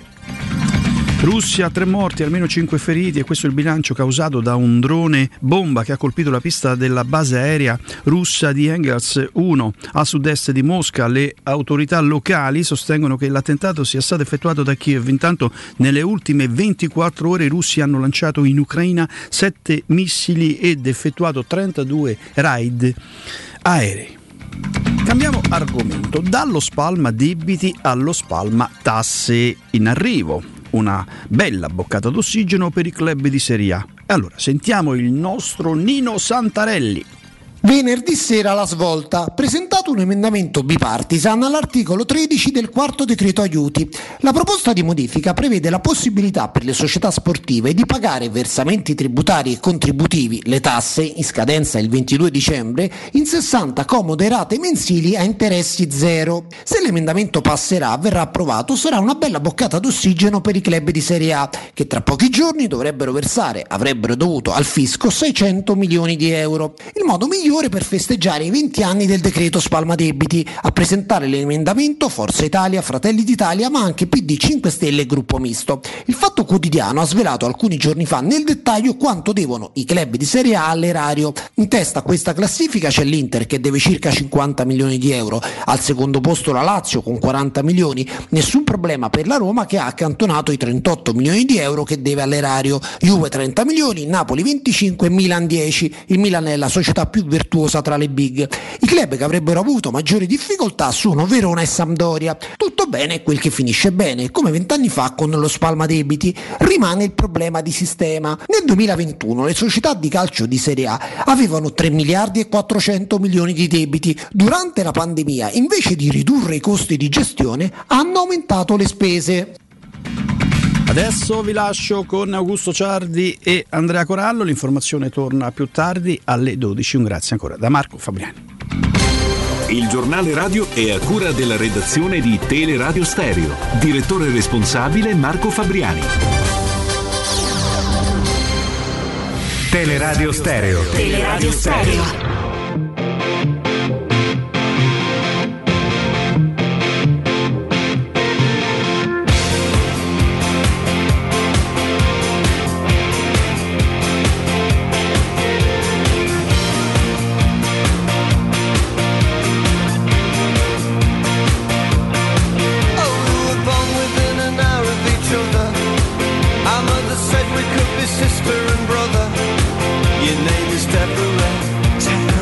Speaker 5: Russia, tre morti, almeno cinque feriti, e questo è il bilancio causato da un drone bomba che ha colpito la pista della base aerea russa di Engels uno a sud-est di Mosca. Le autorità locali sostengono che l'attentato sia stato effettuato da Kiev. Intanto nelle ultime ventiquattro ore i russi hanno lanciato in Ucraina sette missili ed effettuato trentadue raid aerei. Cambiamo argomento, dallo spalma debiti allo spalma tasse, in arrivo una bella boccata d'ossigeno per i club di Serie A. Allora sentiamo il nostro Nino Santarelli.
Speaker 6: Venerdì sera alla Svolta, presentato un emendamento bipartisan all'articolo tredici del quarto decreto aiuti. La proposta di modifica prevede la possibilità per le società sportive di pagare versamenti tributari e contributivi, le tasse, in scadenza il ventidue dicembre, in sessanta comode rate mensili a interessi zero. Se l'emendamento passerà, verrà approvato, sarà una bella boccata d'ossigeno per i club di Serie A, che tra pochi giorni dovrebbero versare, avrebbero dovuto al fisco seicento milioni di euro. Il modo migliore per festeggiare i venti anni del decreto spalma debiti. A presentare l'emendamento Forza Italia, Fratelli d'Italia, ma anche P D, cinque Stelle e Gruppo Misto. Il Fatto Quotidiano ha svelato alcuni giorni fa nel dettaglio quanto devono i club di Serie A all'erario. In testa a questa classifica c'è l'Inter, che deve circa cinquanta milioni di euro, al secondo posto la Lazio con quaranta milioni, nessun problema per la Roma che ha accantonato i trentotto milioni di euro che deve all'erario, Juve trenta milioni, Napoli venticinque e Milan dieci. Il Milan è la società più virtuosa tra le big. I club che avrebbero avuto maggiori difficoltà sono Verona e Sampdoria. Tutto bene quel che finisce bene, come vent'anni fa con lo spalma debiti. Rimane il problema di sistema. Nel duemilaventuno le società di calcio di Serie A avevano tre miliardi e quattrocento milioni di debiti. Durante la pandemia, invece di ridurre i costi di gestione, hanno aumentato le spese.
Speaker 5: Adesso vi lascio con Augusto Ciardi e Andrea Corallo, l'informazione torna più tardi alle dodici. Un grazie ancora da Marco Fabriani.
Speaker 2: Il giornale radio è a cura della redazione di Teleradio Stereo. Direttore responsabile Marco Fabriani. Teleradio Stereo. Teleradio Stereo.
Speaker 20: Sister and brother, your name is Deborah.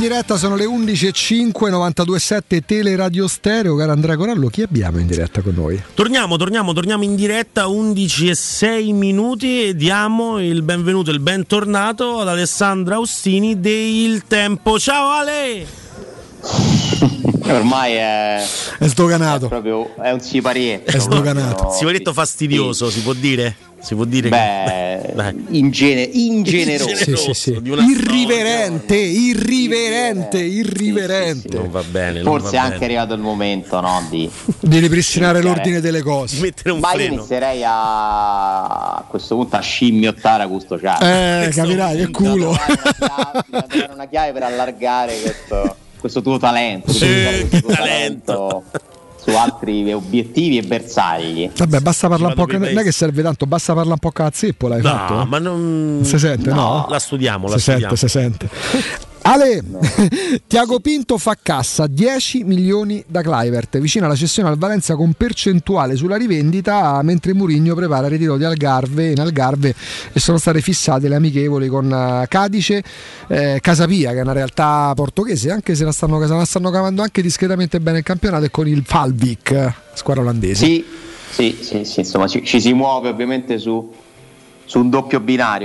Speaker 10: diretta, sono le undici e cinque, novantadue virgola sette Teleradio Stereo. Caro Andrea Corallo, chi abbiamo in diretta con noi?
Speaker 11: Torniamo, torniamo, torniamo in diretta, undici e sei minuti, e diamo il benvenuto e il bentornato ad Alessandro Austini di Il Tempo. Ciao Ale!
Speaker 7: Ormai è
Speaker 10: è sdoganato,
Speaker 7: è proprio è un siparietto,
Speaker 10: è sdoganato,
Speaker 11: un siparietto fastidioso, sì. si può dire? Si può dire
Speaker 7: Beh,
Speaker 11: che...
Speaker 7: ingene, ingeneroso,
Speaker 10: sì, sì, sì. irriverente, irriverente, irriverente.
Speaker 7: Sì, sì, sì.
Speaker 11: Non va bene.
Speaker 7: Forse
Speaker 11: non va
Speaker 7: è anche
Speaker 11: bene.
Speaker 7: arrivato il momento, no, di,
Speaker 10: di ripristinare iniziare, l'ordine delle cose.
Speaker 11: Di mettere un
Speaker 7: Ma
Speaker 11: freno.
Speaker 7: io inizierei a, a questo punto a scimmiottare Augusto Ciardi.
Speaker 10: Eh, capirai, che culo.
Speaker 7: Da dare una chiave per allargare questo, questo tuo talento,
Speaker 11: sì,
Speaker 7: questo tuo
Speaker 11: talento.
Speaker 7: talento su altri obiettivi e bersagli.
Speaker 10: Vabbè, basta parlare un po', non è che serve tanto, basta parlare un po' cazzeppo, l'hai
Speaker 11: no,
Speaker 10: fatto?
Speaker 11: ma non
Speaker 10: si sente, no?
Speaker 11: no? La studiamo, la
Speaker 10: si
Speaker 11: studiamo.
Speaker 10: sente, si sente. Ale, no. Tiago Pinto fa cassa dieci milioni da Kluivert, vicino alla cessione al Valencia con percentuale sulla rivendita, mentre Mourinho prepara il ritiro di Algarve in Algarve e sono state fissate le amichevoli con Cadice, eh, Casapia, che è una realtà portoghese, anche se la stanno, la stanno cavando anche discretamente bene il campionato, e con il Falvik, squadra olandese.
Speaker 7: Sì, sì, sì, sì, insomma ci, ci si muove ovviamente su su un doppio binario,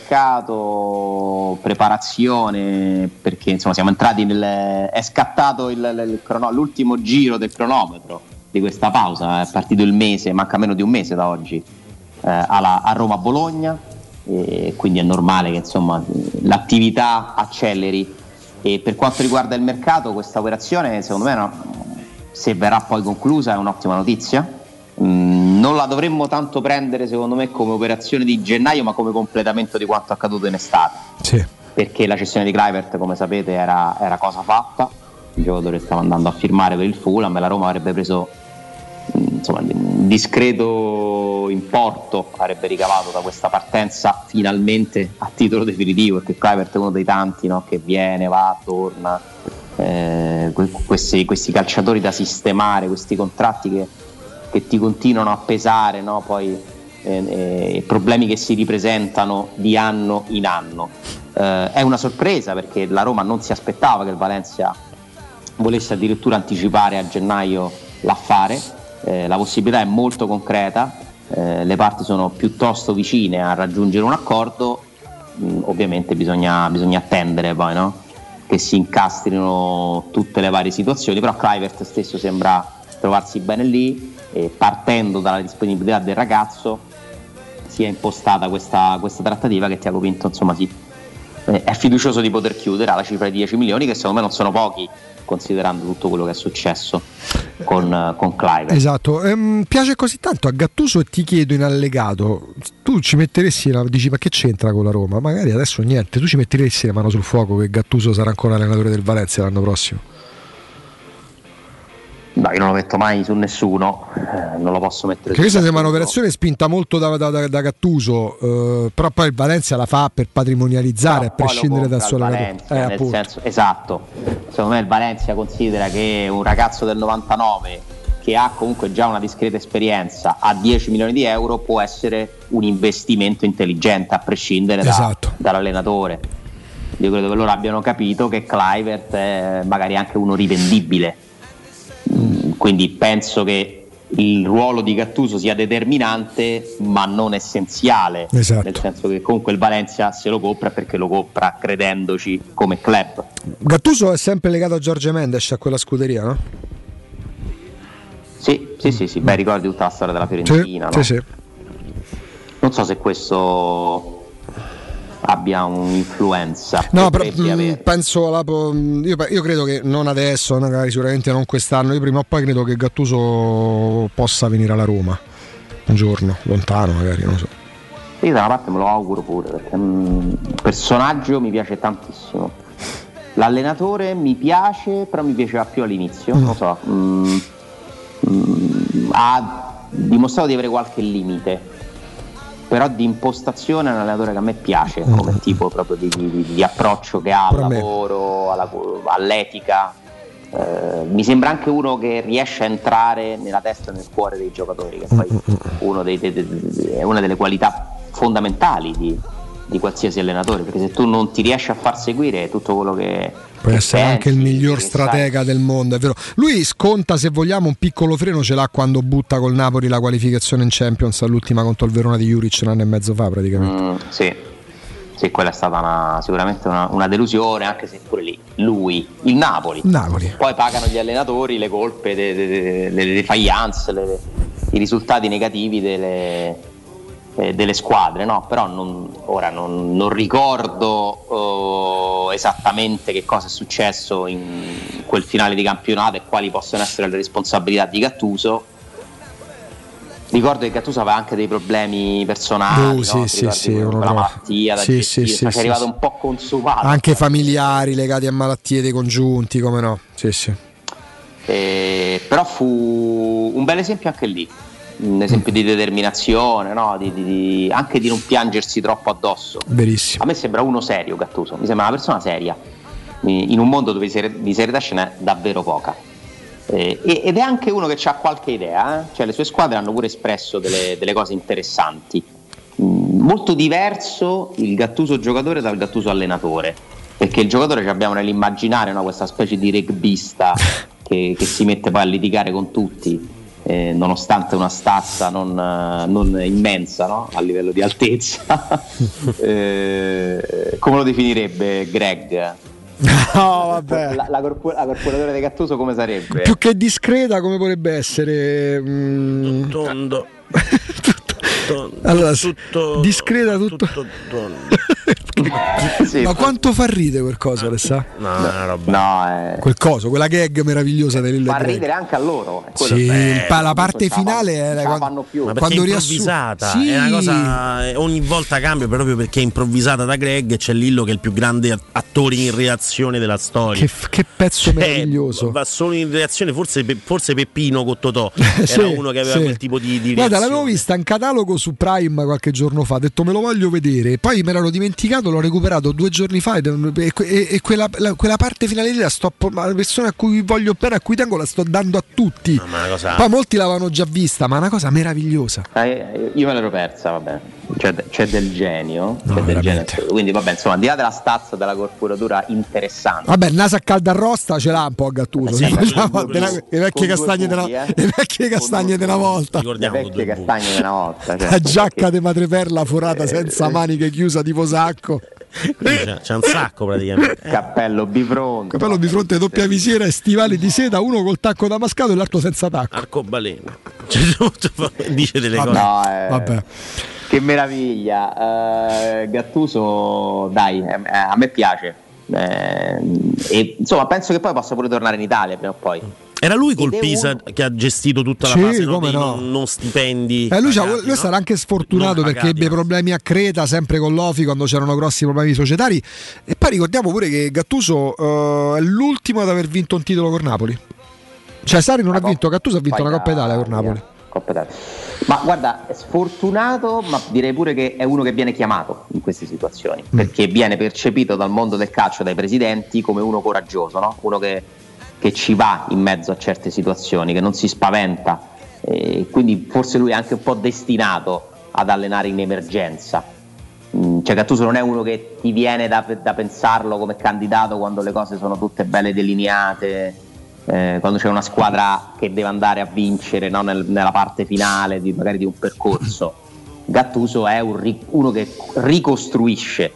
Speaker 7: calciomercato, preparazione, perché insomma siamo entrati nel, è scattato il, il, il crono, l'ultimo giro del cronometro di questa pausa, è partito il mese, manca meno di un mese da oggi, eh, alla, a Roma-Bologna, e quindi è normale che insomma l'attività acceleri. E per quanto riguarda il mercato, questa operazione secondo me no, se verrà poi conclusa è un'ottima notizia. Mm, non la dovremmo tanto prendere secondo me come operazione di gennaio, ma come completamento di quanto accaduto in estate,
Speaker 10: sì.
Speaker 7: Perché la cessione di Kluivert, come sapete, era, era cosa fatta, il giocatore stava andando a firmare per il Fulham e la Roma avrebbe preso insomma un discreto importo, avrebbe ricavato da questa partenza finalmente a titolo definitivo, perché Kluivert è uno dei tanti, no, che viene, va, torna, eh, questi, questi calciatori da sistemare, questi contratti che che ti continuano a pesare, no? Poi eh, eh, problemi che si ripresentano di anno in anno. Eh, è una sorpresa perché la Roma non si aspettava che il Valencia volesse addirittura anticipare a gennaio l'affare, eh, la possibilità è molto concreta, eh, le parti sono piuttosto vicine a raggiungere un accordo, mm, ovviamente bisogna, bisogna attendere poi, no? Che si incastrino tutte le varie situazioni, però Kluivert stesso sembra trovarsi bene lì, e partendo dalla disponibilità del ragazzo si è impostata questa, questa trattativa che Tiago Pinto insomma si, eh, è fiducioso di poter chiudere alla cifra di dieci milioni, che secondo me non sono pochi considerando tutto quello che è successo con, con Kluivert.
Speaker 10: Esatto, ehm, piace così tanto a Gattuso, e ti chiedo in allegato, tu ci metteresti, dici ma che c'entra con la Roma? Magari adesso niente, tu ci metteresti la mano sul fuoco che Gattuso sarà ancora allenatore del Valencia l'anno prossimo?
Speaker 7: No, io non lo metto mai su nessuno, eh, non lo posso mettere.
Speaker 10: Che questa sembra un'operazione spinta molto da, da, da, da Gattuso, eh, però poi il Valencia la fa per patrimonializzare, a prescindere dal suo allenatore.
Speaker 7: Eh, nel senso, esatto, secondo me il Valencia considera che un ragazzo del novantanove che ha comunque già una discreta esperienza a dieci milioni di euro può essere un investimento intelligente, a prescindere da,
Speaker 10: esatto.
Speaker 7: dall'allenatore. Io credo che loro abbiano capito che Kluivert è magari anche uno rivendibile. Quindi penso che il ruolo di Gattuso sia determinante ma non essenziale,
Speaker 10: esatto.
Speaker 7: Nel senso che comunque il Valencia se lo compra perché lo compra credendoci come club.
Speaker 10: Gattuso è sempre legato a Jorge Mendes, a quella scuderia, no?
Speaker 7: Sì, sì, sì, sì. Beh, ricordi tutta la storia della Fiorentina,
Speaker 10: sì,
Speaker 7: no?
Speaker 10: Sì, sì.
Speaker 7: Non so se questo abbia un'influenza.
Speaker 10: No, però mh, penso alla, io, io credo che non adesso, magari sicuramente non quest'anno, io prima o poi credo che Gattuso possa venire alla Roma un giorno, lontano magari, non lo so.
Speaker 7: Io da una parte me lo auguro pure, perché mh, il personaggio mi piace tantissimo, l'allenatore mi piace, però mi piaceva più all'inizio, mm. non so, mh, mh, ha dimostrato di avere qualche limite, però di impostazione è un allenatore che a me piace come mm. tipo proprio di, di, di approccio che ha al lavoro, alla, all'etica. Eh, mi sembra anche uno che riesce a entrare nella testa e nel cuore dei giocatori, che poi uno dei, de, de, de, è una delle qualità fondamentali di, di qualsiasi allenatore, perché se tu non ti riesci a far seguire tutto quello che
Speaker 10: può essere
Speaker 7: pensi,
Speaker 10: anche il miglior
Speaker 7: che
Speaker 10: stratega
Speaker 7: sai.
Speaker 10: del mondo, è vero. Lui sconta, se vogliamo, un piccolo freno ce l'ha quando butta col Napoli la qualificazione in Champions all'ultima contro il Verona di Juric un anno e mezzo fa praticamente.
Speaker 7: Mm, sì. Sì, quella è stata una, sicuramente una, una delusione, anche se pure lì lui, il Napoli,
Speaker 10: Napoli.
Speaker 7: Poi pagano gli allenatori le colpe delle de, de, de defiance, le, i risultati negativi delle, eh, delle squadre, no? Però non, ora non, non ricordo uh, esattamente che cosa è successo in quel finale di campionato e quali possono essere le responsabilità di Gattuso. Ricordo che Gattuso aveva anche dei problemi personali,
Speaker 10: oh, sì,
Speaker 7: no?
Speaker 10: sì, sì,
Speaker 7: la
Speaker 10: uno
Speaker 7: malattia da
Speaker 10: sì,
Speaker 7: gestire,
Speaker 10: sì, sì,
Speaker 7: cioè,
Speaker 10: sì,
Speaker 7: è arrivato
Speaker 10: sì.
Speaker 7: un po' consumato.
Speaker 10: Anche familiari legati a malattie dei congiunti, come no? Sì, sì.
Speaker 7: Eh, però fu un bel esempio anche lì, un esempio mm. di determinazione, no? di, di, di, anche di non piangersi troppo addosso.
Speaker 10: Verissimo.
Speaker 7: A me sembra uno serio Gattuso, mi sembra una persona seria, in un mondo dove di serietà ce n'è davvero poca. Eh, ed è anche uno che ha qualche idea, eh? Cioè le sue squadre hanno pure espresso delle, delle cose interessanti. Mm, molto diverso il Gattuso giocatore dal Gattuso allenatore, perché il giocatore che abbiamo nell'immaginario, no? Questa specie di rugbista che, che si mette poi a litigare con tutti, eh, nonostante una stazza non, non immensa, no? A livello di altezza. eh, come lo definirebbe Greg?
Speaker 10: No, vabbè.
Speaker 7: La, la, corpo- la corporatura di Gattuso come sarebbe?
Speaker 10: Più che discreta, come potrebbe essere? Mm...
Speaker 11: Tondo.
Speaker 10: Allora,
Speaker 11: tutto,
Speaker 10: discreta tutto,
Speaker 11: tutto
Speaker 7: sì,
Speaker 10: ma quanto fa ridere quel coso, Alessà?
Speaker 11: No, una roba.
Speaker 7: No, eh.
Speaker 10: Quel coso, quella gag meravigliosa del
Speaker 7: fa
Speaker 10: Greg.
Speaker 7: ridere anche a loro.
Speaker 10: Sì,
Speaker 11: eh,
Speaker 10: la parte finale era
Speaker 7: quando,
Speaker 10: quando,
Speaker 7: più.
Speaker 11: Ma
Speaker 10: quando
Speaker 11: è
Speaker 10: riassu-
Speaker 11: improvvisata,
Speaker 10: sì.
Speaker 11: è una cosa, ogni volta cambia proprio perché è improvvisata da Greg e c'è Lillo che è il più grande attore in reazione della storia.
Speaker 10: Che, che pezzo
Speaker 11: cioè,
Speaker 10: meraviglioso.
Speaker 11: Va solo in reazione, forse, forse Peppino con Totò era
Speaker 10: sì,
Speaker 11: uno che aveva
Speaker 10: sì.
Speaker 11: quel tipo di, di
Speaker 10: Guarda,
Speaker 11: reazione.
Speaker 10: l'avevo vista in catalogo su Prime qualche giorno fa, ho detto me lo voglio vedere, poi me l'ero dimenticato, l'ho recuperato due giorni fa e, e, e quella, la, quella parte finale lì la sto, la persona a cui voglio bene, a cui tengo, la sto dando a tutti.
Speaker 11: No, ma una cosa...
Speaker 10: Poi molti l'avevano già vista, ma è una cosa meravigliosa.
Speaker 7: Eh, io me l'ero persa, vabbè. C'è, c'è del genio,
Speaker 10: No,
Speaker 7: c'è del genio.
Speaker 10: veramente.
Speaker 7: Quindi vabbè, insomma, al di là della stazza della corporatura interessante.
Speaker 10: Vabbè, il naso a caldarrosta ce l'ha un po' a Gattuso.
Speaker 7: Sì,
Speaker 10: Diciamo,
Speaker 7: con-
Speaker 10: della- le vecchie
Speaker 7: con
Speaker 10: castagne
Speaker 7: due
Speaker 10: della,
Speaker 7: buchi, eh.
Speaker 10: le vecchie castagne della volta.
Speaker 7: Le vecchie castagne della volta.
Speaker 10: La
Speaker 7: Certo,
Speaker 10: giacca di madreperla forata senza maniche chiusa tipo sacco.
Speaker 11: C'è, c'è un sacco praticamente.
Speaker 7: Cappello bifronte.
Speaker 10: Cappello di fronte, doppia visiera e stivali di seta, uno col tacco damascato e l'altro senza tacco.
Speaker 11: Arcobaleno. Cioè, dice delle
Speaker 10: Vabbè.
Speaker 11: cose.
Speaker 7: No, eh,
Speaker 10: Vabbè.
Speaker 7: Che meraviglia. Uh, Gattuso, dai, eh, a me piace. Eh, e insomma, penso che poi possa pure tornare in Italia prima o poi.
Speaker 11: Era lui col
Speaker 7: Ed è
Speaker 11: Pisa
Speaker 7: uno-
Speaker 11: che ha gestito tutta la
Speaker 10: Sì,
Speaker 11: fase, no,
Speaker 10: come
Speaker 11: dei
Speaker 10: no.
Speaker 11: non, non stipendi.
Speaker 10: Eh, lui, c'ha-
Speaker 11: pagati,
Speaker 10: lui
Speaker 11: no?
Speaker 10: sarà anche sfortunato
Speaker 11: Non
Speaker 10: perché
Speaker 11: pagati,
Speaker 10: ebbe
Speaker 11: no.
Speaker 10: problemi a Creta, sempre con l'Ofi, quando c'erano grossi problemi societari. E poi ricordiamo pure che Gattuso eh, è l'ultimo ad aver vinto un titolo con Napoli. Cioè Sarri non ha vinto, Gattuso ha vinto
Speaker 7: Poi
Speaker 10: una Coppa
Speaker 7: da-
Speaker 10: Italia con Napoli.
Speaker 7: Coppa Italia. Ma guarda, è sfortunato, ma direi pure che è uno che viene chiamato in queste situazioni,
Speaker 10: Mm.
Speaker 7: perché viene percepito dal mondo del calcio, dai presidenti, come uno coraggioso, no? Uno che, che ci va in mezzo a certe situazioni, che non si spaventa, e quindi forse lui è anche un po' destinato ad allenare in emergenza. Mm, Cioè Gattuso non è uno che ti viene da, da pensarlo come candidato quando le cose sono tutte belle delineate, eh, quando c'è una squadra che deve andare a vincere, no? Nel- nella parte finale di, magari di un percorso. Gattuso è un ri- uno che ricostruisce,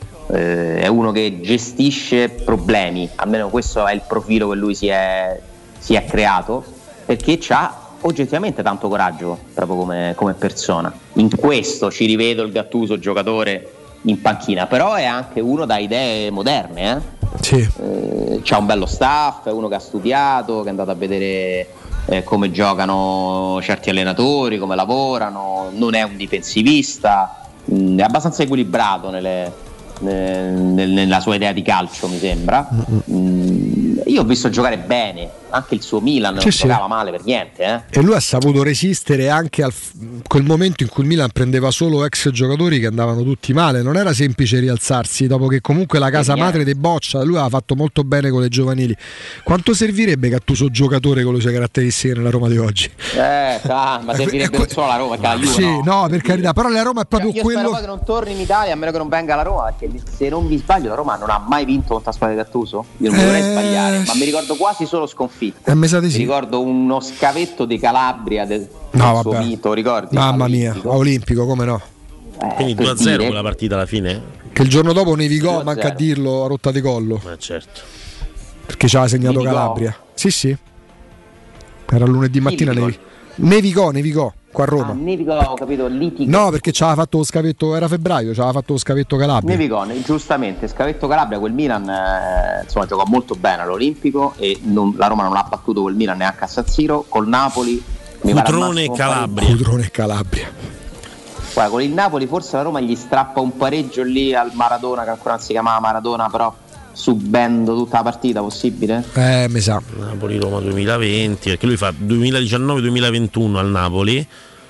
Speaker 7: eh, è uno che gestisce problemi, almeno questo è il profilo che lui si è, si è creato, perché ha oggettivamente tanto coraggio proprio come, come persona. In questo ci rivedo il Gattuso giocatore in panchina, però è anche uno da idee moderne, eh?
Speaker 10: Sì.
Speaker 7: Eh, c'ha un bello staff, è uno che ha studiato, che è andato a vedere eh, come giocano certi allenatori, come lavorano, non è un difensivista, mh, è abbastanza equilibrato nelle, ne- nel- nella sua idea di calcio, mi sembra. Mm, io ho visto giocare bene anche il suo Milan, non
Speaker 10: sì,
Speaker 7: giocava
Speaker 10: sì.
Speaker 7: male per niente, eh.
Speaker 10: E lui ha saputo resistere anche a quel momento in cui il Milan prendeva solo ex giocatori che andavano tutti male. Non era semplice rialzarsi dopo che comunque la casa madre di Boccia, lui aveva fatto molto bene con le giovanili. Quanto servirebbe Gattuso giocatore con le sue caratteristiche nella Roma di oggi?
Speaker 7: Eh, ah, ma servirebbe non solo la Roma, perché la Juve
Speaker 10: sì,
Speaker 7: no,
Speaker 10: no, per carità, però la Roma è proprio
Speaker 7: cioè, io
Speaker 10: quello.
Speaker 7: spero poi che non torni in Italia a meno che non venga la Roma, perché se non mi sbaglio la Roma non ha mai vinto contro la squadra di Gattuso. Io non mi dovrei
Speaker 10: Eh,
Speaker 7: sbagliare, ma mi ricordo quasi solo sconfitte.
Speaker 10: Eh, mi sa di sì.
Speaker 7: Mi ricordo uno scavetto di Calabria del,
Speaker 10: No,
Speaker 7: del suo
Speaker 10: vabbè.
Speaker 7: mito, ricordi?
Speaker 10: Mamma
Speaker 7: Olimpico.
Speaker 10: mia, a Olimpico, come no?
Speaker 7: Eh,
Speaker 11: Quindi
Speaker 7: per
Speaker 11: due a zero
Speaker 7: dire-
Speaker 11: quella partita alla fine?
Speaker 10: Che il giorno dopo nevicò,
Speaker 7: due a
Speaker 10: manca a
Speaker 7: zero.
Speaker 10: dirlo, a rotta di collo.
Speaker 11: Ma certo.
Speaker 10: Perché ci aveva segnato
Speaker 7: Nevicò?
Speaker 10: Calabria. Sì, sì. Era lunedì mattina,
Speaker 7: nevicò?
Speaker 10: nevi- nevicò, nevicò, qua a Roma.
Speaker 7: Ah, Nevico, ho capito, litigo.
Speaker 10: No, perché ci aveva fatto lo scavetto, era febbraio, ci aveva fatto lo scavetto Calabria.
Speaker 7: Nevico, ne- giustamente, Scavetto Calabria, quel Milan eh, insomma giocò molto bene all'Olimpico e non- la Roma non ha battuto quel Milan neanche a San Siro, col Napoli mi pare al
Speaker 11: Cutrone
Speaker 7: massimo
Speaker 11: e
Speaker 7: un
Speaker 11: Calabria.
Speaker 10: Cutrone e Calabria.
Speaker 7: Guarda, con il Napoli forse la Roma gli strappa un pareggio lì al Maradona, che ancora non si chiamava Maradona, però subendo tutta la partita, possibile?
Speaker 10: Eh, mi sa.
Speaker 11: Napoli-Roma duemilaventi, perché lui fa duemiladiciannove duemilaventuno al Napoli.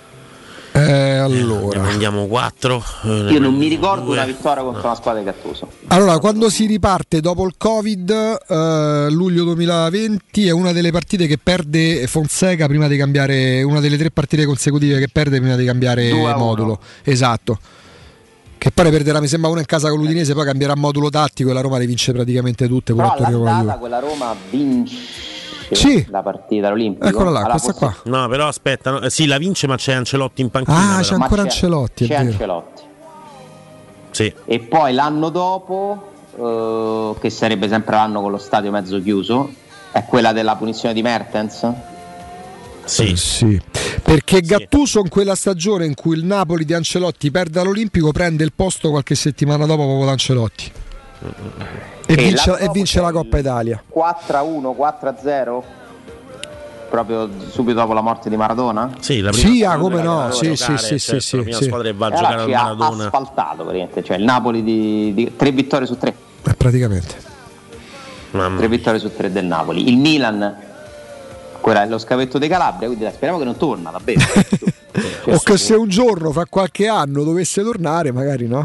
Speaker 10: Eh, allora.
Speaker 11: Ne andiamo quattro.
Speaker 7: Io non mi ricordo una vittoria contro una squadra di Gattuso.
Speaker 10: Allora, quando si riparte dopo il Covid, eh, luglio duemilaventi, è una delle partite che perde Fonseca prima di cambiare, una delle tre partite consecutive che perde prima di cambiare
Speaker 7: due a uno.
Speaker 10: modulo. Esatto. Che poi ne perderà, mi sembra, una in casa con l'Udinese, poi cambierà modulo tattico e la Roma le vince praticamente tutte. pure
Speaker 7: Però
Speaker 10: a Torino con la
Speaker 7: all'andata
Speaker 10: Juve.
Speaker 7: quella Roma vince
Speaker 10: Sì.
Speaker 7: la partita all'Olimpico.
Speaker 10: Eccola là,
Speaker 7: Allora,
Speaker 10: questa
Speaker 7: possi-
Speaker 10: qua.
Speaker 11: No, però aspetta, no, eh, sì, la vince, ma c'è Ancelotti in panchina.
Speaker 10: Ah,
Speaker 11: però.
Speaker 10: c'è ancora
Speaker 7: Ma
Speaker 10: Ancelotti, è
Speaker 7: c'è
Speaker 10: vero.
Speaker 7: Ancelotti.
Speaker 11: Sì.
Speaker 7: E poi l'anno dopo, eh, che sarebbe sempre l'anno con lo stadio mezzo chiuso, è quella della punizione di Mertens.
Speaker 11: Sì.
Speaker 10: Sì. Perché Gattuso in quella stagione in cui il Napoli di Ancelotti perde all'Olimpico prende il posto qualche settimana dopo proprio da Ancelotti e,
Speaker 7: E
Speaker 10: vince,
Speaker 7: l'anno
Speaker 10: e
Speaker 7: dopo
Speaker 10: vince
Speaker 7: c'è
Speaker 10: la
Speaker 7: il
Speaker 10: Coppa Italia.
Speaker 7: quattro a uno, quattro a zero, proprio subito dopo la morte di Maradona.
Speaker 11: Sì, la prima
Speaker 10: Sì, ah,
Speaker 11: squadra
Speaker 10: come
Speaker 11: che
Speaker 10: no,
Speaker 11: va a
Speaker 10: sì,
Speaker 11: giocare,
Speaker 10: sì, sì,
Speaker 11: certo,
Speaker 10: sì,
Speaker 11: la prima
Speaker 10: sì.
Speaker 11: squadra che va a
Speaker 7: E allora
Speaker 11: giocare al
Speaker 7: ci ha
Speaker 11: Maradona.
Speaker 7: asfaltato praticamente, cioè il Napoli di, di tre vittorie su tre.
Speaker 10: Eh, praticamente.
Speaker 11: Mamma.
Speaker 7: Tre vittorie su tre del Napoli. Il Milan, quella è lo scavetto di Calabria, quindi dai, speriamo che non torna davvero.
Speaker 10: O che se un giorno fra qualche anno dovesse tornare, magari no.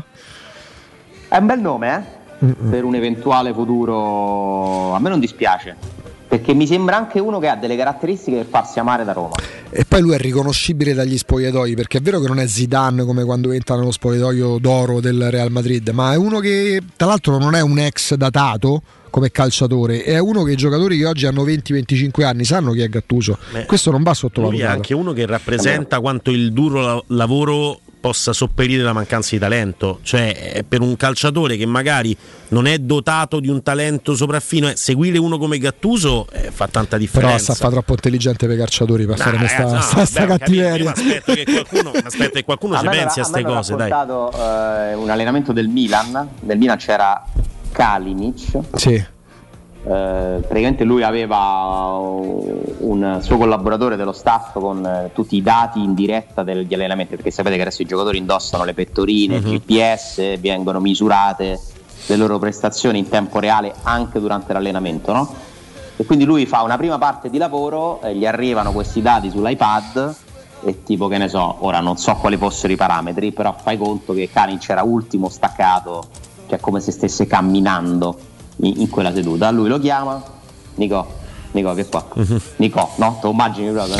Speaker 7: È un bel nome, eh? Per un eventuale futuro. A me non dispiace, perché mi sembra anche uno che ha delle caratteristiche per farsi amare da Roma.
Speaker 10: E poi lui è riconoscibile dagli spogliatoi, perché è vero che non è Zidane come quando entra nello spogliatoio d'oro del Real Madrid, ma è uno che tra l'altro non è un ex datato come calciatore, è uno che i giocatori che oggi hanno venti venticinque anni sanno chi è Gattuso.
Speaker 11: Beh,
Speaker 10: Questo non va
Speaker 11: Lui è
Speaker 10: sottovalutato.
Speaker 11: anche uno che rappresenta quanto il duro la- lavoro possa sopperire la mancanza di talento, cioè eh, per un calciatore che magari non è dotato di un talento sopraffino, eh, seguire uno come Gattuso eh, fa tanta
Speaker 10: Però
Speaker 11: differenza.
Speaker 10: sta fa troppo intelligente per i calciatori per
Speaker 11: No,
Speaker 10: fare
Speaker 11: ragazzi,
Speaker 10: sta,
Speaker 11: no,
Speaker 10: sta,
Speaker 11: vabbè,
Speaker 10: sta
Speaker 11: ho capito,
Speaker 10: cattiveria.
Speaker 11: ma aspetto che qualcuno, ma aspetta che qualcuno
Speaker 7: A
Speaker 11: ci
Speaker 7: me
Speaker 11: pensi a
Speaker 7: me
Speaker 11: ste
Speaker 7: hanno
Speaker 11: cose, dai.
Speaker 7: raccontato, eh, un allenamento del Milan. Nel Milan c'era Kalinic.
Speaker 10: Sì.
Speaker 7: Eh, praticamente lui aveva un suo collaboratore dello staff con eh, tutti i dati in diretta degli allenamenti, perché sapete che adesso i giocatori indossano le pettorine,
Speaker 11: Mhm.
Speaker 7: G P S, vengono misurate le loro prestazioni in tempo reale anche durante l'allenamento, no? E quindi lui fa una prima parte di lavoro, eh, gli arrivano questi dati sull'iPad e tipo, che ne so, ora non so quali fossero i parametri, però fai conto che Kalinic era ultimo staccato, cioè come se stesse camminando in, in quella seduta. Lui lo chiama, Nico, Nico che qua? Nico, no? Te lo immagini proprio, no?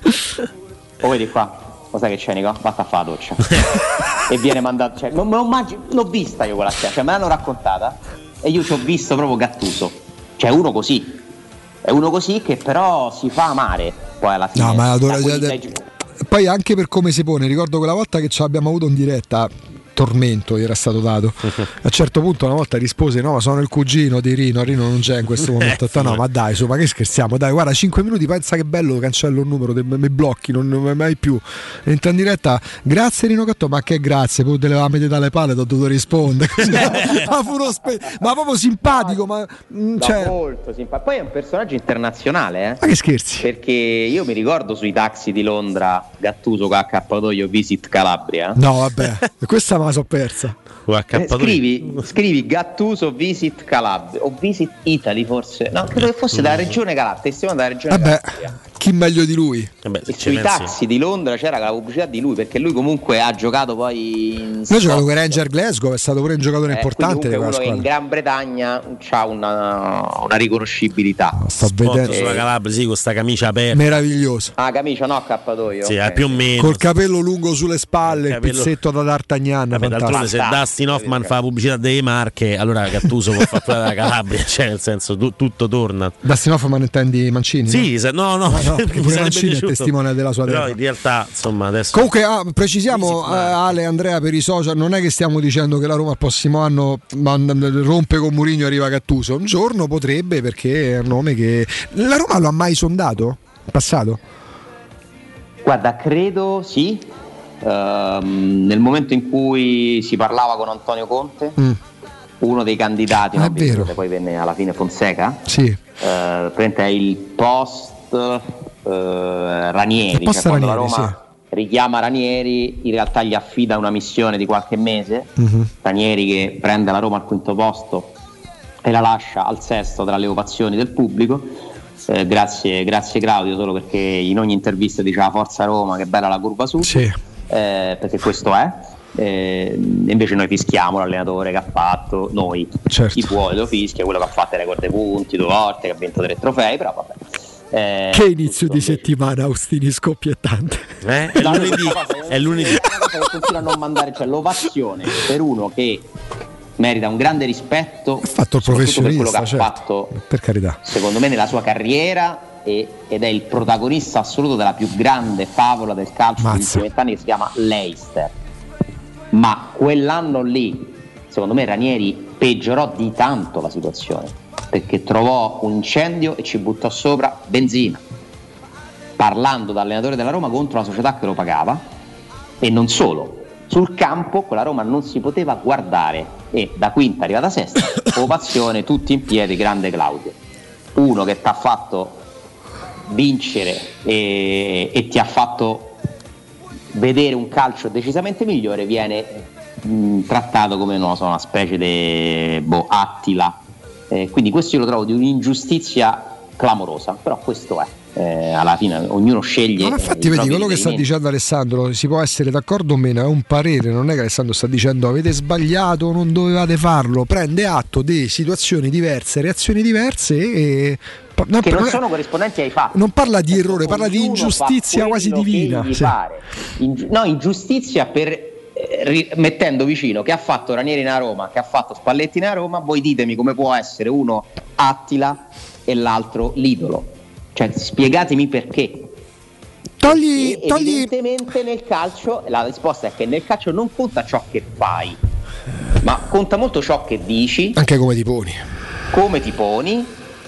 Speaker 7: Lo vedi qua? Lo sai che c'è, Nico? Vatta a fare la doccia. E viene mandato, cioè, non me lo immagino, l'ho vista io quella scena, cioè me l'hanno raccontata e io ci ho visto proprio Gattuso, cioè uno così, è uno così che però si fa amare poi alla fine.
Speaker 10: No, ma adora-
Speaker 7: Da quelli
Speaker 10: de-
Speaker 7: sei-
Speaker 10: Poi anche per come si pone, ricordo quella volta che ci abbiamo avuto in diretta, tormento gli era stato dato. A un certo punto una volta rispose: no, ma sono il cugino di Rino, Rino non c'è in questo momento. Ho detto, no, ma dai, su, ma che scherziamo, dai, guarda, cinque minuti, pensa che bello, cancello il numero, mi blocchi, non, non mai più. Entra in diretta, grazie Rino Gatto, ma che grazie, poi te levame dalle palle, ti ho dovuto rispondere. ma, fu uno spe- ma proprio simpatico, ma mm,
Speaker 7: No,
Speaker 10: cioè,
Speaker 7: molto simpatico. Poi è un personaggio internazionale, eh?
Speaker 10: ma che scherzi?
Speaker 7: Perché io mi ricordo sui taxi di Londra Gattuso con accappatoio Visit Calabria.
Speaker 10: No, vabbè, questa mi ma so persa.
Speaker 7: Eh, scrivi, scrivi Gattuso visit Calabria o visit Italy, forse no, credo che fosse dalla regione Calabria, testimone della regione
Speaker 10: Vabbè,
Speaker 7: Calabria.
Speaker 10: chi meglio di lui?
Speaker 11: Vabbè,
Speaker 7: E sui taxi di Londra c'era la pubblicità di lui, perché lui comunque ha giocato poi in
Speaker 10: Noi ha giocato con Ranger Glasgow, è stato pure un giocatore
Speaker 7: eh,
Speaker 10: importante di
Speaker 7: quindi
Speaker 10: quella
Speaker 7: uno che in
Speaker 10: squadra.
Speaker 7: Gran Bretagna ha una, una riconoscibilità.
Speaker 10: Sto vedendo
Speaker 11: sulla Calabria, sì, con sta camicia aperta.
Speaker 10: meraviglioso.
Speaker 7: Ah, camicia no, accappatoio.
Speaker 11: Sì,
Speaker 7: ok.
Speaker 11: è più o meno.
Speaker 10: Col capello lungo sulle spalle, il
Speaker 11: Capello-
Speaker 10: pizzetto da D'Artagnan.
Speaker 11: Vabbè, d'altronde se Dustin Hoffman fa la pubblicità delle Marche, allora Gattuso può fare quella della Calabria, cioè nel senso tu- tutto torna.
Speaker 10: Dustin Hoffman intendi Mancini?
Speaker 11: Sì,
Speaker 10: no?
Speaker 11: se- no, no,
Speaker 10: no,
Speaker 11: perché mi
Speaker 10: pure
Speaker 11: sarebbe
Speaker 10: Mancini è
Speaker 11: piaciuto.
Speaker 10: testimone della sua
Speaker 11: Però
Speaker 10: terra.
Speaker 11: in realtà, insomma, adesso
Speaker 10: Comunque ah, precisiamo eh, Ale, Andrea, per i social, non è che stiamo dicendo che la Roma il prossimo anno man- rompe con Mourinho e arriva Gattuso. Un giorno potrebbe, perché è un nome che la Roma lo ha mai sondato in passato?
Speaker 7: Guarda, credo sì. Ehm, nel momento in cui si parlava con Antonio Conte,
Speaker 10: Mm.
Speaker 7: uno dei candidati,
Speaker 10: Ah,
Speaker 7: no,
Speaker 10: è vero.
Speaker 7: poi venne alla fine Fonseca.
Speaker 10: Sì.
Speaker 7: Eh, praticamente è il post eh, Ranieri,
Speaker 10: Il post
Speaker 7: cioè quando la
Speaker 10: Ranieri,
Speaker 7: Roma richiama Ranieri, in realtà gli affida una missione di qualche mese.
Speaker 10: Mhm.
Speaker 7: Ranieri che prende la Roma al quinto posto e la lascia al sesto tra le ovazioni del pubblico. Eh, grazie, grazie Claudio, solo perché in ogni intervista diceva Forza Roma, che bella la curva sud,
Speaker 10: Sì.
Speaker 7: eh, perché questo è. Eh, invece noi fischiamo l'allenatore che ha fatto, noi,
Speaker 10: Certo.
Speaker 7: chi vuole lo fischia, quello che ha fatto i record dei punti due volte, che ha vinto tre trofei, però vabbè. Eh,
Speaker 10: Che inizio di settimana, Austini scoppiettante.
Speaker 11: Eh? È
Speaker 7: No,
Speaker 11: lunedì,
Speaker 7: questa cosa
Speaker 11: è lunedì.
Speaker 7: una cosa che continua a non mandare, cioè l'ovazione per uno che merita un grande rispetto,
Speaker 10: Ha fatto il
Speaker 7: soprattutto per quello che
Speaker 10: professionista,
Speaker 7: ha
Speaker 10: certo.
Speaker 7: fatto
Speaker 10: Per carità.
Speaker 7: secondo me nella sua carriera, e- ed è il protagonista assoluto della più grande favola del calcio degli
Speaker 10: Mazza.
Speaker 7: ultimi vent'anni, che si chiama Leicester. Ma quell'anno lì, secondo me, Ranieri peggiorò di tanto la situazione, perché trovò un incendio e ci buttò sopra benzina, parlando da allenatore della Roma contro una società che lo pagava. E non solo, sul campo quella Roma non si poteva guardare, e da quinta arrivata a sesta, ovazione, tutti in piedi, grande Claudio. Uno che ti ha fatto vincere e, e ti ha fatto vedere un calcio decisamente migliore, viene mh, trattato come, non lo so, una specie di boh, Attila. Eh, quindi questo io lo trovo di un'ingiustizia clamorosa, però questo è. Eh, alla fine ognuno sceglie.
Speaker 10: Ma infatti
Speaker 7: eh, i
Speaker 10: vedi
Speaker 7: propri
Speaker 10: quello che sta
Speaker 7: riferimenti.
Speaker 10: dicendo Alessandro, si può essere d'accordo o meno, è un parere, non è che Alessandro sta dicendo avete sbagliato, non dovevate farlo, prende atto di situazioni diverse, reazioni diverse e no,
Speaker 7: Che non
Speaker 10: è-
Speaker 7: sono corrispondenti ai fatti.
Speaker 10: non parla di errore, parla di
Speaker 7: Ognuno
Speaker 10: ingiustizia
Speaker 7: fa
Speaker 10: quasi
Speaker 7: quello che
Speaker 10: divina.
Speaker 7: gli
Speaker 10: Sì.
Speaker 7: pare. Ingi- no, ingiustizia per eh, ri- mettendo vicino che ha fatto Ranieri nella Roma, che ha fatto Spalletti nella Roma. Voi ditemi come può essere uno Attila e l'altro l'idolo. Cioè, spiegatemi perché.
Speaker 10: Togli,
Speaker 7: E
Speaker 10: togli
Speaker 7: evidentemente nel calcio la risposta è che nel calcio non conta ciò che fai, ma conta molto ciò che dici,
Speaker 10: anche come ti poni.
Speaker 7: come ti poni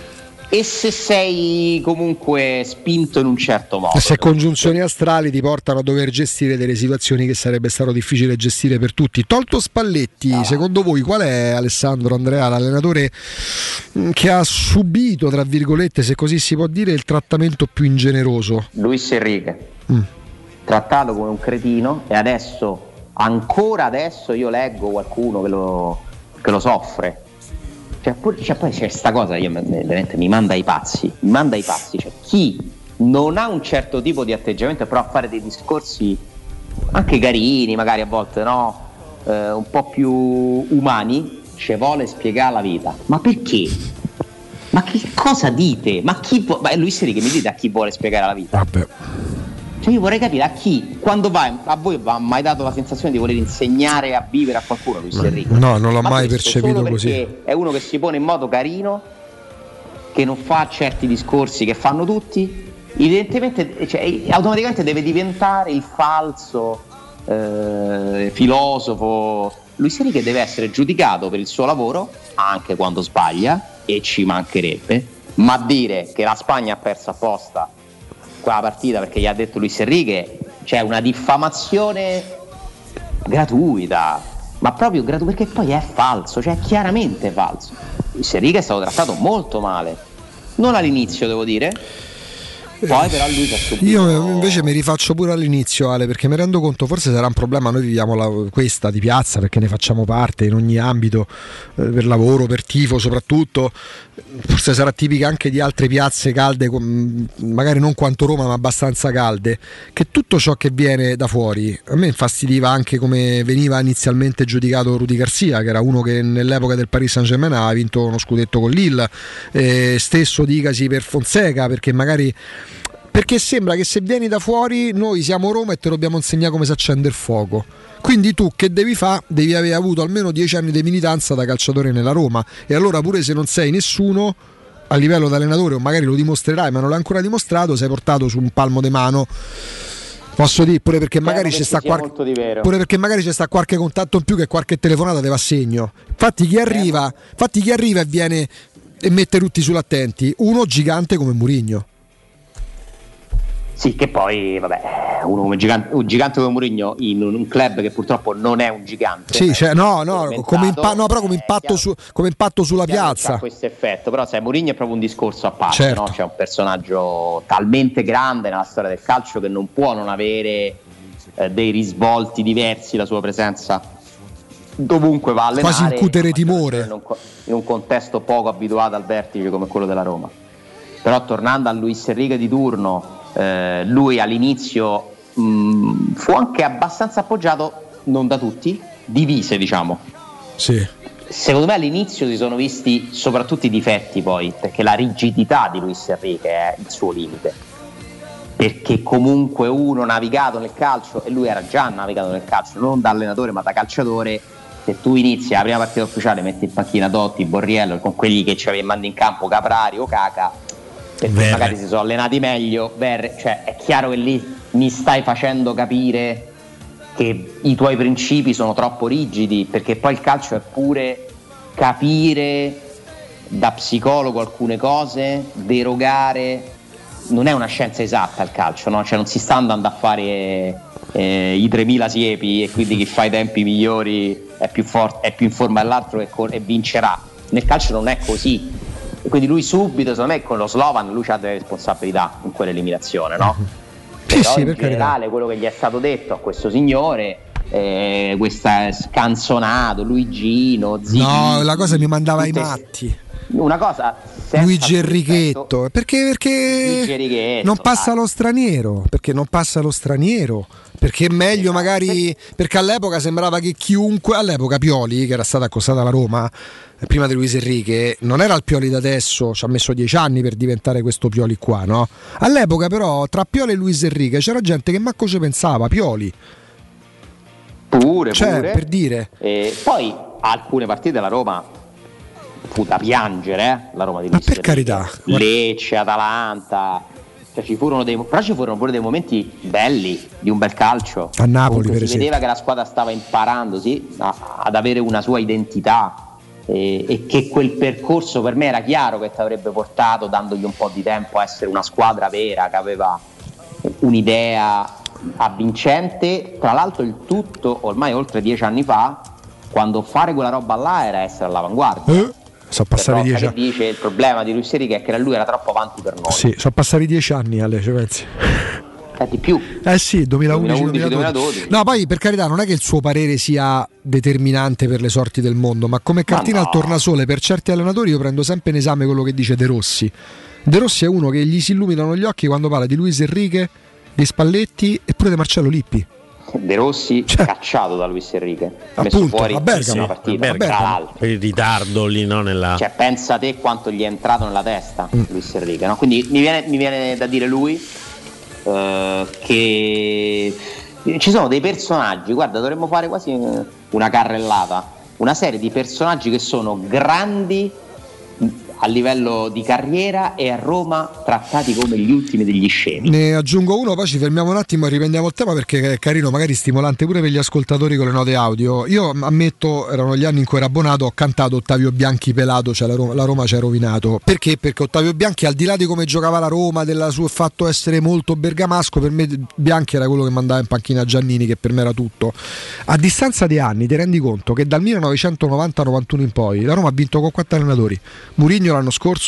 Speaker 7: e se sei comunque spinto in un certo modo.
Speaker 10: Se congiunzioni astrali ti portano a dover gestire delle situazioni che sarebbe stato difficile gestire per tutti. Tolto Spalletti, secondo voi qual è, Alessandro, Andrea, l'allenatore mh, che ha subito, tra virgolette, se così si può dire, il trattamento più ingeneroso?
Speaker 7: Luis Enrique,
Speaker 10: Mm.
Speaker 7: trattato come un cretino, e adesso, ancora adesso, io leggo qualcuno che lo, che lo soffre. Cioè, pur- cioè, poi c'è sta cosa, io, me- veramente mi manda ai pazzi, mi manda ai pazzi. Cioè, chi non ha un certo tipo di atteggiamento, però a fare dei discorsi anche carini, magari a volte, no? Eh, un po' più umani, ci vuole spiegare la vita. Ma perché? Ma che cosa dite? Ma chi vu- ma Luis Enrique, mi dite a chi vuole spiegare la vita?
Speaker 10: Vabbè.
Speaker 7: Cioè, io vorrei capire a chi, quando vai, a voi va mai dato la sensazione di voler insegnare a vivere a qualcuno, Luis Enrique?
Speaker 10: No, non l'ho
Speaker 7: Ma
Speaker 10: mai
Speaker 7: questo
Speaker 10: percepito
Speaker 7: solo
Speaker 10: così.
Speaker 7: perché è uno che si pone in modo carino, che non fa certi discorsi che fanno tutti, evidentemente, cioè, automaticamente deve diventare il falso eh, filosofo. Luis Enrique deve essere giudicato per il suo lavoro anche quando sbaglia, e ci mancherebbe, ma dire che la Spagna ha perso apposta quella partita perché gli ha detto Luis Enrique, c'è una diffamazione gratuita, ma proprio gratuita, perché poi è falso, cioè è chiaramente falso. Luis Enrique è stato trattato molto male, non all'inizio, devo dire, Poi però lui si è subito...
Speaker 10: Io invece mi rifaccio pure all'inizio, Ale, perché mi rendo conto, forse sarà un problema, noi viviamo la, questa di piazza perché ne facciamo parte in ogni ambito, eh, per lavoro, per tifo soprattutto, forse sarà tipica anche di altre piazze calde, magari non quanto Roma ma abbastanza calde, che tutto ciò che viene da fuori, a me infastidiva anche come veniva inizialmente giudicato Rudy Garcia, che era uno che nell'epoca del Paris Saint-Germain aveva vinto uno scudetto con Lille, eh, stesso dicasi per Fonseca, perché magari perché sembra che se vieni da fuori noi siamo Roma e te dobbiamo insegnare come si accende il fuoco, quindi tu che devi fare? Devi aver avuto almeno dieci anni di militanza da calciatore nella Roma, e allora pure se non sei nessuno a livello di allenatore, o magari lo dimostrerai ma non l'hai ancora dimostrato, sei portato su un palmo di mano. Posso dire pure perché magari c'è sta qualche pure perché magari c'è sta qualche contatto in più, che qualche telefonata te va a segno. Infatti chi arriva, infatti chi arriva e viene e mette tutti sull'attenti, uno gigante come Mourinho.
Speaker 7: Sì, che poi, vabbè, uno come gigante, un gigante come Mourinho in un club che purtroppo non è un gigante.
Speaker 10: Sì, cioè, no, no, come, impa- no, però come impatto, su, come impatto sulla piazza.
Speaker 7: Ha questo effetto, però sai, Mourinho è proprio un discorso a parte,
Speaker 10: certo.
Speaker 7: No? C'è un personaggio talmente grande nella storia del calcio che non può non avere eh, dei risvolti diversi la sua presenza dovunque va a allenare.
Speaker 10: Quasi incutere timore.
Speaker 7: In un, in un contesto poco abituato al vertice come quello della Roma. Però tornando a Luis Enrique di turno, Eh, lui all'inizio mh, fu anche abbastanza appoggiato, non da tutti, divise diciamo.
Speaker 10: Sì.
Speaker 7: Secondo me all'inizio si sono visti soprattutto i difetti, poi perché la rigidità di Luis Enrique è il suo limite, perché comunque uno navigato nel calcio, e lui era già navigato nel calcio non da allenatore ma da calciatore. Se tu inizi la prima partita ufficiale, metti in panchina Totti, Borriello, con quelli che ci avevi mandi in campo Caprari o Caca, perché Verre. magari si sono allenati meglio, Verre, cioè è chiaro che lì mi stai facendo capire che i tuoi principi sono troppo rigidi, perché poi il calcio è pure capire da psicologo alcune cose, derogare, non è una scienza esatta il calcio, no? Cioè non si sta andando a fare eh, i tremila siepi e quindi chi fa i tempi migliori è più forte, è più in forma dell'altro e, co- e vincerà. Nel calcio non è così. E quindi lui subito, secondo me, con lo Slovan lui ha delle responsabilità in quell'eliminazione, no?
Speaker 10: Sì,
Speaker 7: Però
Speaker 10: sì,
Speaker 7: in
Speaker 10: per
Speaker 7: generale
Speaker 10: carità.
Speaker 7: quello che gli è stato detto a questo signore, eh, questa scanzonato, Luigino, Zighi,
Speaker 10: No, la cosa mi mandava ai
Speaker 7: tutte-
Speaker 10: matti.
Speaker 7: Una cosa senza
Speaker 10: Luigi
Speaker 7: rispetto-
Speaker 10: Enrichetto, perché, perché
Speaker 7: Luigi Enrichetto,
Speaker 10: non passa lo straniero, perché non passa lo straniero, perché è meglio magari, perché all'epoca sembrava che chiunque, all'epoca Pioli, che era stata accostata alla Roma eh, prima di Luis Enrique, non era il Pioli da adesso, ci ha messo dieci anni per diventare questo Pioli qua, no? All'epoca però tra Pioli e Luis Enrique c'era gente che manco ci pensava, Pioli.
Speaker 7: Pure,
Speaker 10: Cioè,
Speaker 7: pure.
Speaker 10: per dire.
Speaker 7: E poi alcune partite della Roma fu da piangere, eh? La Roma di Luis
Speaker 10: per
Speaker 7: Enrique.
Speaker 10: carità.
Speaker 7: Lecce, Atalanta, cioè ci furono dei, però ci furono pure dei momenti belli di un bel calcio.
Speaker 10: A Napoli,
Speaker 7: Comunque
Speaker 10: per
Speaker 7: si
Speaker 10: esempio.
Speaker 7: vedeva che la squadra stava imparando, sì, a- ad avere una sua identità, e, e che quel percorso per me era chiaro che ti avrebbe portato, dandogli un po' di tempo, a essere una squadra vera che aveva un'idea avvincente. Tra l'altro il tutto ormai oltre dieci anni fa, quando fare quella roba là era essere all'avanguardia.
Speaker 10: Eh, sono passati
Speaker 7: Rocca
Speaker 10: dieci
Speaker 7: che
Speaker 10: anni.
Speaker 7: dice il problema di Luis Enrique è che lui era troppo avanti per noi.
Speaker 10: Sì, sono passati dieci anni, Ale, ci pensi?
Speaker 7: Eh, di più.
Speaker 10: Eh sì, duemilaundici duemiladodici.
Speaker 7: duemiladodici.
Speaker 10: No, poi per carità non è che il suo parere sia determinante per le sorti del mondo, ma come cartina
Speaker 7: no.
Speaker 10: al tornasole per certi allenatori io prendo sempre in esame quello che dice De Rossi. De Rossi è uno che gli si illuminano gli occhi quando parla di Luis Enrique, di Spalletti e pure di Marcello Lippi.
Speaker 7: De Rossi cacciato da Luis Enrique, messo
Speaker 10: Appunto,
Speaker 7: fuori
Speaker 10: a Bergamo.
Speaker 7: una partita,
Speaker 10: A Bergamo.
Speaker 7: tra l'altro.
Speaker 11: Per il ritardo lì, no? Nella...
Speaker 7: Cioè pensa te quanto gli è entrato nella testa
Speaker 10: Mm.
Speaker 7: Luis Enrique, no? Quindi mi viene, mi viene da dire lui eh, che ci sono dei personaggi, guarda, dovremmo fare quasi una carrellata, una serie di personaggi che sono grandi a livello di carriera e a Roma trattati come gli ultimi degli scemi.
Speaker 10: Ne aggiungo uno, poi ci fermiamo un attimo e riprendiamo il tema perché è carino, magari stimolante pure per gli ascoltatori con le note audio. Io ammetto, erano gli anni in cui ero abbonato, ho cantato Ottavio Bianchi pelato, cioè la Roma, la Roma ci ha rovinato. Perché? Perché Ottavio Bianchi, al di là di come giocava la Roma, del suo fatto essere molto bergamasco, per me Bianchi era quello che mandava in panchina Giannini, che per me era tutto. A distanza di anni ti rendi conto che dal millenovecentonovanta novantuno in poi la Roma ha vinto con quattro allenatori: Mourinho l'anno scorso,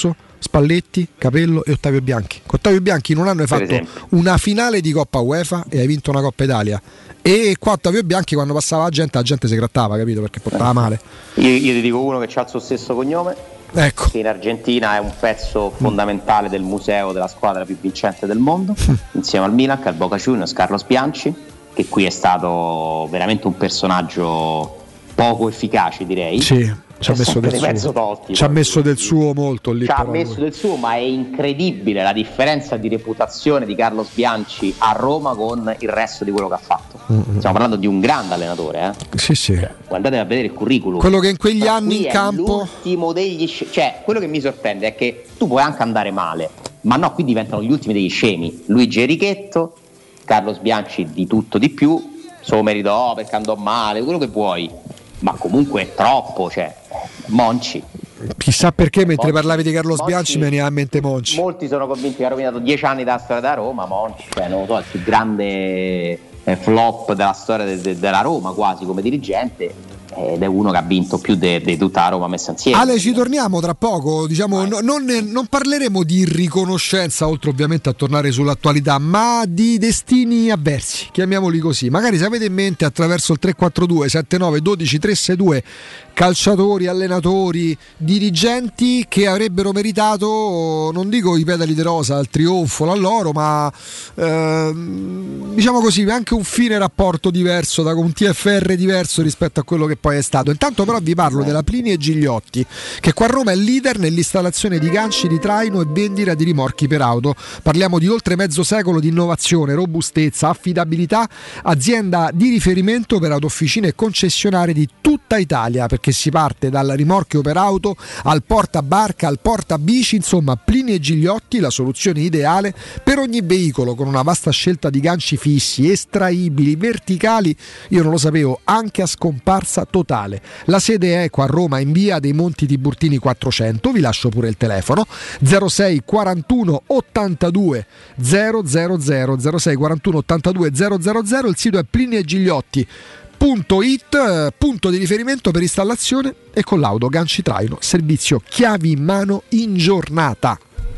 Speaker 10: Spalletti, Capello e Ottavio Bianchi. Con Ottavio Bianchi in un anno hai fatto una finale di Coppa UEFA e hai vinto una Coppa Italia. E qua Ottavio Bianchi quando passava la gente, la gente si grattava, capito? Perché portava male.
Speaker 7: Io, io ti dico uno che ha il suo stesso cognome,
Speaker 10: ecco.
Speaker 7: che in Argentina è un pezzo fondamentale del museo della squadra più vincente del mondo, insieme al Milan, che al Boca Juniors, Carlos Bianchi, che qui è stato veramente un personaggio poco efficace, direi.
Speaker 10: Sì, ci ha messo del suo.
Speaker 7: Tolti,
Speaker 10: ci ha messo del suo molto lì.
Speaker 7: Ci ha
Speaker 10: però.
Speaker 7: messo del suo, ma è incredibile la differenza di reputazione di Carlos Bianchi a Roma con il resto di quello che ha fatto. Mm-hmm. Stiamo parlando di un grande allenatore, eh?
Speaker 10: Sì, sì.
Speaker 7: Guardate a vedere il curriculum.
Speaker 10: Quello che in quegli
Speaker 7: Però
Speaker 10: anni in campo.
Speaker 7: L'ultimo degli sc- cioè, quello che mi sorprende è che tu puoi anche andare male, ma no, qui diventano gli ultimi degli scemi. Luigi Enrichetto, Carlos Bianchi di tutto di più, se lo meritò perché andò male, quello che vuoi, ma comunque è troppo, cioè Monchi.
Speaker 10: Chissà perché mentre
Speaker 7: Monchi,
Speaker 10: parlavi di Carlos
Speaker 7: Monchi,
Speaker 10: Bianchi me ne ha in mente Monchi.
Speaker 7: Molti sono convinti che ha rovinato dieci anni dalla storia da Roma, Monchi, cioè non lo so, il più grande eh, flop della storia de- de- della Roma quasi come dirigente, ed è uno che ha vinto più di tutta la Roma messa insieme.
Speaker 10: Ale, ci torniamo tra poco, diciamo, no, non, non parleremo di riconoscenza, oltre ovviamente a tornare sull'attualità, ma di destini avversi, chiamiamoli così. Magari se avete in mente attraverso il tre quattro due sette nove uno due tre sei due calciatori, allenatori, dirigenti che avrebbero meritato, non dico i pedali di rosa, il trionfo, la loro, ma eh, diciamo così, anche un fine rapporto diverso, da un T F R diverso rispetto a quello che poi è stato. Intanto però vi parlo della Plini e Gigliotti, che qua a Roma è leader nell'installazione di ganci di traino e vendita di rimorchi per auto. Parliamo di oltre mezzo secolo di innovazione, robustezza, affidabilità, azienda di riferimento per autofficine e concessionarie di tutta Italia, perché si parte dal rimorchio per auto al portabarca, al portabici, insomma Plini e Gigliotti, la soluzione ideale per ogni veicolo, con una vasta scelta di ganci fissi, estraibili, verticali, io non lo sapevo, anche a scomparsa totale. La sede è qua a Roma in via dei Monti Tiburtini quattrocento, vi lascio pure il telefono zero sei quarantuno ottantadue zero zero zero zero sei quarantuno ottantadue zero zero zero, il sito è plini e gigliotti punto it, punto di riferimento per installazione e collaudo ganci traino, servizio chiavi in mano in giornata.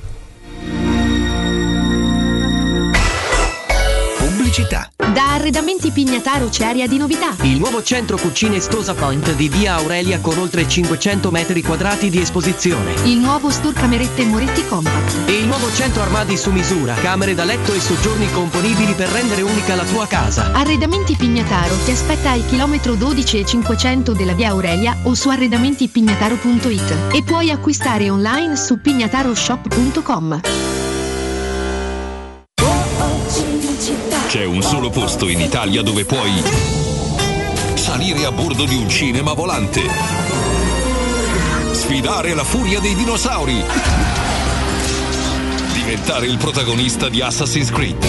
Speaker 16: Pubblicità.
Speaker 23: Da Arredamenti Pignataro c'è aria di novità.
Speaker 8: Il nuovo centro cucine Stosa Point di via Aurelia con oltre cinquecento metri quadrati di esposizione.
Speaker 23: Il nuovo store camerette Moretti Compact.
Speaker 8: E il nuovo centro armadi su misura, camere da letto e soggiorni componibili per rendere unica la tua casa.
Speaker 23: Arredamenti Pignataro ti aspetta al chilometro dodici e cinquecento della via Aurelia o su arredamenti pignataro punto it e puoi acquistare online su pignataroshop punto com.
Speaker 3: C'è un solo posto in Italia dove puoi salire a bordo di un cinema volante, sfidare la furia dei dinosauri, diventare il protagonista di Assassin's Creed,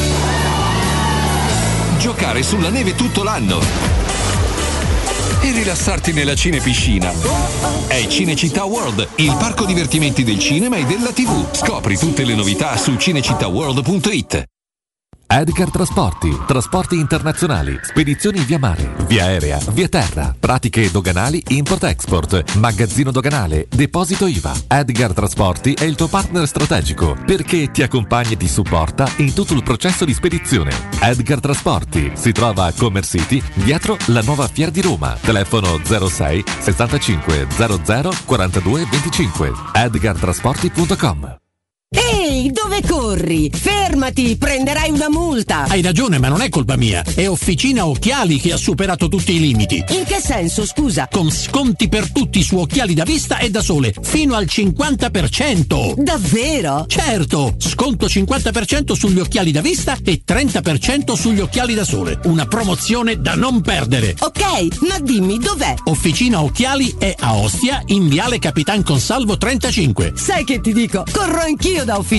Speaker 3: giocare sulla neve tutto l'anno e rilassarti nella cinepiscina. È Cinecittà World, il parco divertimenti del cinema e della tivù. Scopri tutte le novità su cinecittà world punto it.
Speaker 25: Edgar Trasporti, trasporti internazionali, spedizioni via mare, via aerea, via terra, pratiche doganali, import-export, magazzino doganale, deposito I V A. Edgar Trasporti è il tuo partner strategico perché ti accompagna e ti supporta in tutto il processo di spedizione. Edgar Trasporti si trova a Commerce City, dietro la nuova Fiera di Roma. Telefono zero sei sessantacinque zero zero quarantadue venticinque. edgar trasporti punto com.
Speaker 9: Ehi, dove corri? Fermati, prenderai una multa!
Speaker 24: Hai ragione, ma non è colpa mia. È Officina Occhiali che ha superato tutti i limiti.
Speaker 9: In che senso, scusa?
Speaker 24: Con sconti per tutti su occhiali da vista e da sole, fino al cinquanta per cento.
Speaker 9: Davvero?
Speaker 24: Certo, sconto cinquanta per cento sugli occhiali da vista e trenta per cento sugli occhiali da sole. Una promozione da non perdere.
Speaker 9: Ok, ma dimmi dov'è?
Speaker 24: Officina Occhiali è a Ostia, in viale Capitan Consalvo trentacinque.
Speaker 9: Sai che ti dico? Corro anch'io da Officina Occhiali.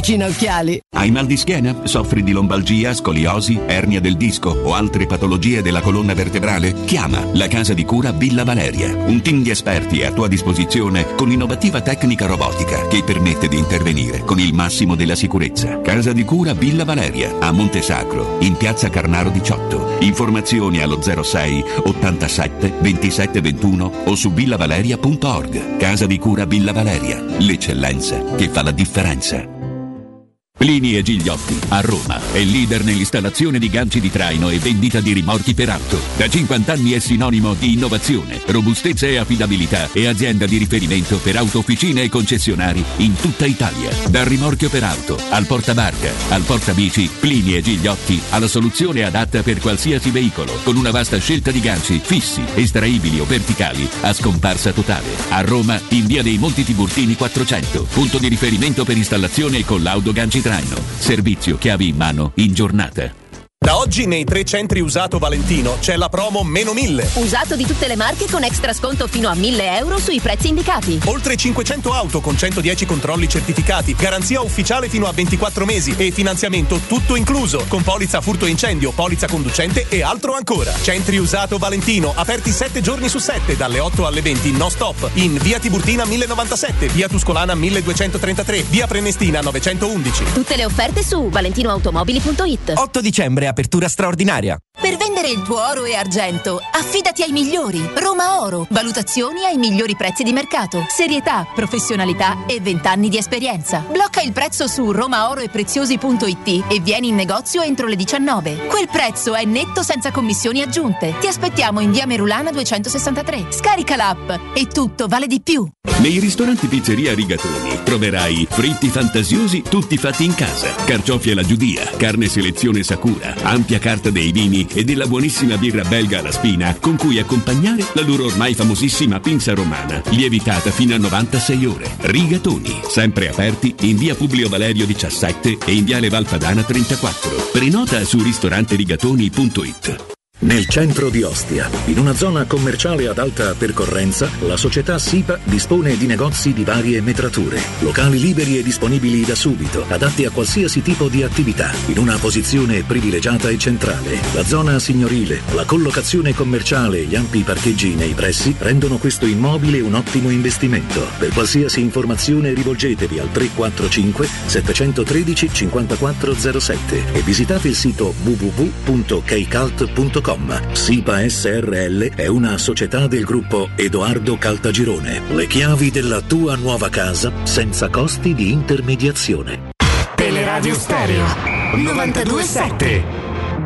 Speaker 9: occhiali.
Speaker 2: Hai mal di schiena? Soffri di lombalgia, scoliosi, ernia del disco o altre patologie della colonna vertebrale? Chiama la Casa di Cura Villa Valeria. Un team di esperti è a tua disposizione con innovativa tecnica robotica che permette di intervenire con il massimo della sicurezza. Casa di Cura Villa Valeria a Montesacro, in piazza Carnaro diciotto. Informazioni allo zero sei ottantasette ventisette ventuno o su villavaleria punto org. Casa di Cura Villa Valeria, l'eccellenza che fa la differenza. Plini e Gigliotti, a Roma, è leader nell'installazione di ganci di traino e vendita di rimorchi per auto. Da cinquanta anni è sinonimo di innovazione, robustezza e affidabilità e azienda di riferimento per autofficine e concessionari in tutta Italia. Dal rimorchio per auto, al portabarca, al portabici, Plini e Gigliotti ha la soluzione adatta per qualsiasi veicolo, con una vasta scelta di ganci fissi, estraibili o verticali, a scomparsa totale. A Roma, in via dei Monti Tiburtini quattrocento, punto di riferimento per installazione e collaudo ganci traino. Servizio chiavi in mano in giornata.
Speaker 12: Da oggi nei tre centri usato Valentino c'è la promo meno mille.
Speaker 13: Usato di tutte le marche con extra sconto fino a mille euro sui prezzi indicati.
Speaker 12: Oltre cinquecento auto con centodieci controlli certificati, garanzia ufficiale fino a ventiquattro mesi e finanziamento tutto incluso, con polizza furto incendio, polizza conducente e altro ancora. Centri usato Valentino, aperti sette giorni su sette, dalle otto alle venti, no stop, in via Tiburtina mille novantasette, via Tuscolana milleduecentotrentatré, via Prenestina novecentoundici.
Speaker 13: Tutte le offerte su valentinoautomobili punto it.
Speaker 14: otto dicembre, apertura straordinaria.
Speaker 13: Per vendere il tuo oro e argento, affidati ai migliori. Roma Oro. Valutazioni ai migliori prezzi di mercato. Serietà, professionalità e vent'anni di esperienza. Blocca il prezzo su romaoroepreziosi punto it e vieni in negozio entro le diciannove. Quel prezzo è netto senza commissioni aggiunte. Ti aspettiamo in via Merulana duecentosessantatré. Scarica l'app e tutto vale di più.
Speaker 2: Nei ristoranti Pizzeria Rigatoni troverai fritti fantasiosi tutti fatti in casa, carciofi alla giudia, carne selezione Sakura, ampia carta dei vini e della buonissima birra belga alla spina con cui accompagnare la loro ormai famosissima pinza romana, lievitata fino a novantasei ore. Rigatoni, sempre aperti in via Publio Valerio diciassette e in viale Valpadana trentaquattro. Prenota su ristoranterigatoni punto it.
Speaker 18: Nel centro di Ostia, in una zona commerciale ad alta percorrenza, la società SIPA dispone di negozi di varie metrature, locali liberi e disponibili da subito, adatti a qualsiasi tipo di attività, in una posizione privilegiata e centrale. La zona signorile, la collocazione commerciale e gli ampi parcheggi nei pressi rendono questo immobile un ottimo investimento. Per qualsiasi informazione rivolgetevi al tre quattro cinque sette uno tre cinque zero sette e visitate il sito w w w punto keicalt punto com. SIPA S R L è una società del gruppo Edoardo Caltagirone. Le chiavi della tua nuova casa senza costi di intermediazione.
Speaker 15: Teleradio Stereo novantadue sette.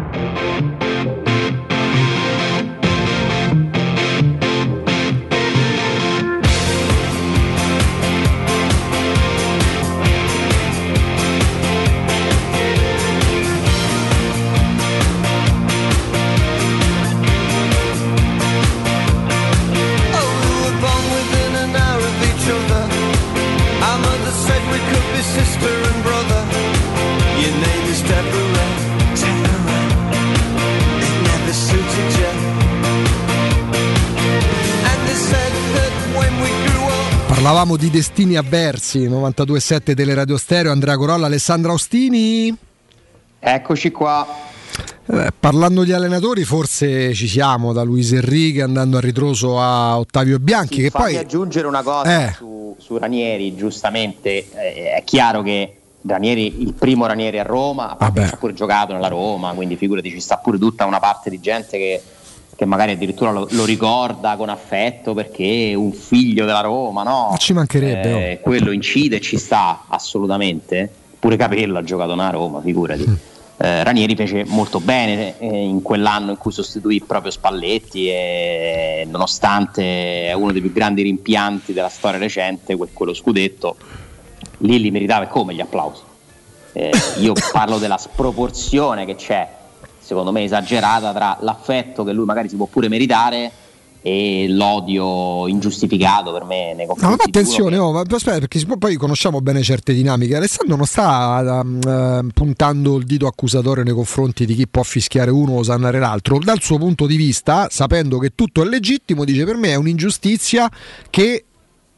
Speaker 20: Sister and brother, your name is Deborah, Deborah. It never suited you. And they said that when we grew up.
Speaker 10: Parlavamo di destini avversi, novantadue sette Teleradio Stereo, Andrea Corolla, Alessandra Ostini.
Speaker 7: Eccoci qua.
Speaker 10: Eh, parlando di allenatori, forse ci siamo da Luis Enrique andando a ritroso a Ottavio Bianchi.
Speaker 7: Sì,
Speaker 10: che
Speaker 7: fammi
Speaker 10: poi
Speaker 7: aggiungere una cosa
Speaker 10: eh.
Speaker 7: su, su Ranieri, giustamente. Eh, è chiaro che Ranieri, il primo Ranieri a Roma, ha pure giocato nella Roma, quindi figurati, ci sta pure tutta una parte di gente che, che magari addirittura lo, lo ricorda con affetto perché è un figlio della Roma, no?
Speaker 10: Ma ci mancherebbe.
Speaker 7: Eh, oh. Quello incide e ci sta assolutamente. Pure Capello ha giocato nella Roma, figurati. Mm. Eh, Ranieri fece molto bene eh, in quell'anno in cui sostituì proprio Spalletti e nonostante è uno dei più grandi rimpianti della storia recente, que- quello scudetto, lì li meritava e come gli applausi. Eh, io parlo della sproporzione che c'è, secondo me esagerata, tra l'affetto che lui magari si può pure meritare e l'odio ingiustificato per me nei confronti.
Speaker 10: No, ma attenzione, oh, ma aspetta, perché poi conosciamo bene certe dinamiche. Alessandro non sta uh, puntando il dito accusatorio nei confronti di chi può fischiare uno o osannare l'altro. Dal suo punto di vista, sapendo che tutto è legittimo, dice: per me è un'ingiustizia che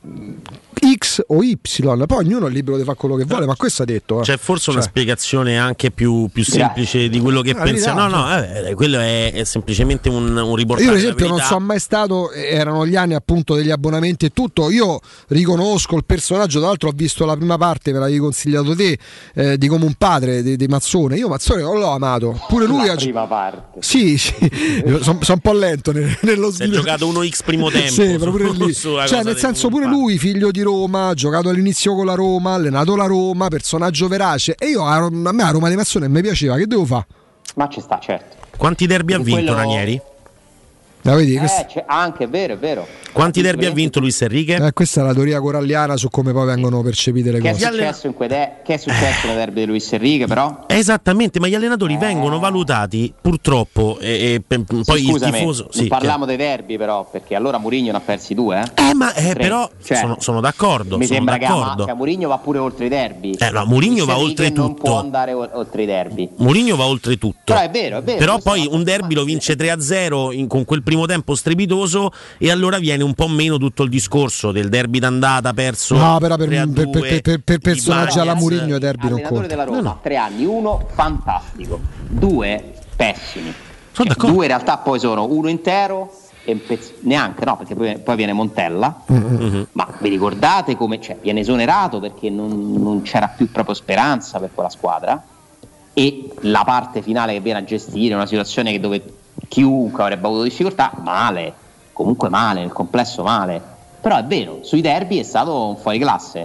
Speaker 10: X o Y, poi ognuno è libero di fare quello che vuole, ma questo ha detto. Eh.
Speaker 11: C'è forse
Speaker 10: cioè.
Speaker 11: una spiegazione anche più, più semplice di quello che
Speaker 10: La
Speaker 11: pensiamo.
Speaker 10: verità,
Speaker 11: No, no, eh, quello è, è semplicemente un, un riportaggio.
Speaker 10: Io, per esempio,
Speaker 11: della
Speaker 10: non
Speaker 11: verità.
Speaker 10: sono mai stato, erano gli anni appunto degli abbonamenti e tutto. Io riconosco il personaggio, tra l'altro ho visto la prima parte, me l'avevi consigliato te, eh, di Come un padre di, di Mazzone. Io Mazzone non l'ho amato, pure lui
Speaker 7: la
Speaker 10: ha
Speaker 7: prima parte.
Speaker 10: Sì, sì. sono son un po' lento nel- nello
Speaker 11: Si è
Speaker 10: sviluppo.
Speaker 11: giocato uno X primo tempo.
Speaker 10: Sì,
Speaker 11: su-
Speaker 10: proprio lì.
Speaker 11: sulla
Speaker 10: Cioè,
Speaker 11: cosa
Speaker 10: nel
Speaker 11: di
Speaker 10: senso,
Speaker 11: Come
Speaker 10: pure
Speaker 11: un
Speaker 10: lui, figlio di Roma, ha giocato all'inizio con la Roma, allenato la Roma, personaggio verace. E io a, a me la Roma di Mazzone mi piaceva, che devo fare?
Speaker 7: Ma ci sta, certo.
Speaker 11: Quanti derby ha
Speaker 7: Perché
Speaker 11: vinto
Speaker 7: quello-
Speaker 11: Ranieri?
Speaker 10: La vedi?
Speaker 7: Eh,
Speaker 10: Questa,
Speaker 7: c'è- anche, è vero, è vero.
Speaker 11: Quanti derby ha vinto Luis Enrique?
Speaker 10: eh, questa è la teoria coralliana su come poi vengono percepite le
Speaker 7: Che è
Speaker 10: cose.
Speaker 7: successo in quei de- che è successo nei derby di Luis Enrique, però?
Speaker 11: Esattamente, ma gli allenatori vengono valutati purtroppo e, e pe- poi
Speaker 7: Sì,
Speaker 11: il
Speaker 7: scusami,
Speaker 11: tifoso
Speaker 7: non
Speaker 11: sì,
Speaker 7: parliamo dei derby, però, perché allora Mourinho ne ha persi due, eh?
Speaker 11: Eh, ma eh,
Speaker 7: Tre.
Speaker 11: però
Speaker 7: Cioè,
Speaker 11: sono, sono d'accordo.
Speaker 7: mi
Speaker 11: sono
Speaker 7: sembra che,
Speaker 11: d'accordo.
Speaker 7: ama- che Mourinho va pure oltre i derby.
Speaker 11: Eh, no, Mourinho
Speaker 7: Luis
Speaker 11: va
Speaker 7: Enrique
Speaker 11: oltre
Speaker 7: non
Speaker 11: tutto.
Speaker 7: può andare o- oltre i derby.
Speaker 11: Mourinho va oltre tutto.
Speaker 7: Però è vero, è vero.
Speaker 11: Però
Speaker 7: questo
Speaker 11: poi un derby lo vince tre a zero in- con quel primo tempo strepitoso e allora viene un po' meno tutto il discorso del derby d'andata perso.
Speaker 10: No, però per,
Speaker 11: tre a
Speaker 10: per, per,
Speaker 11: due,
Speaker 10: per, per
Speaker 11: di
Speaker 10: personaggi alla
Speaker 11: Baez.
Speaker 10: Mourinho i derby non
Speaker 7: allenatore
Speaker 10: conta.
Speaker 7: della Roma,
Speaker 11: No, no.
Speaker 7: tre anni, uno fantastico, due pessimi.
Speaker 11: Sono
Speaker 7: Cioè,
Speaker 11: d'accordo.
Speaker 7: due in realtà poi sono uno intero e un pezz- neanche, no, perché poi, poi viene Montella.
Speaker 11: Mhm.
Speaker 7: Ma vi ricordate come, cioè, viene esonerato perché non, non c'era più proprio speranza per quella squadra, e la parte finale che viene a gestire una situazione che dove chiunque avrebbe avuto difficoltà, male, comunque male, nel complesso male. Però è vero, sui derby è stato un fuoriclasse.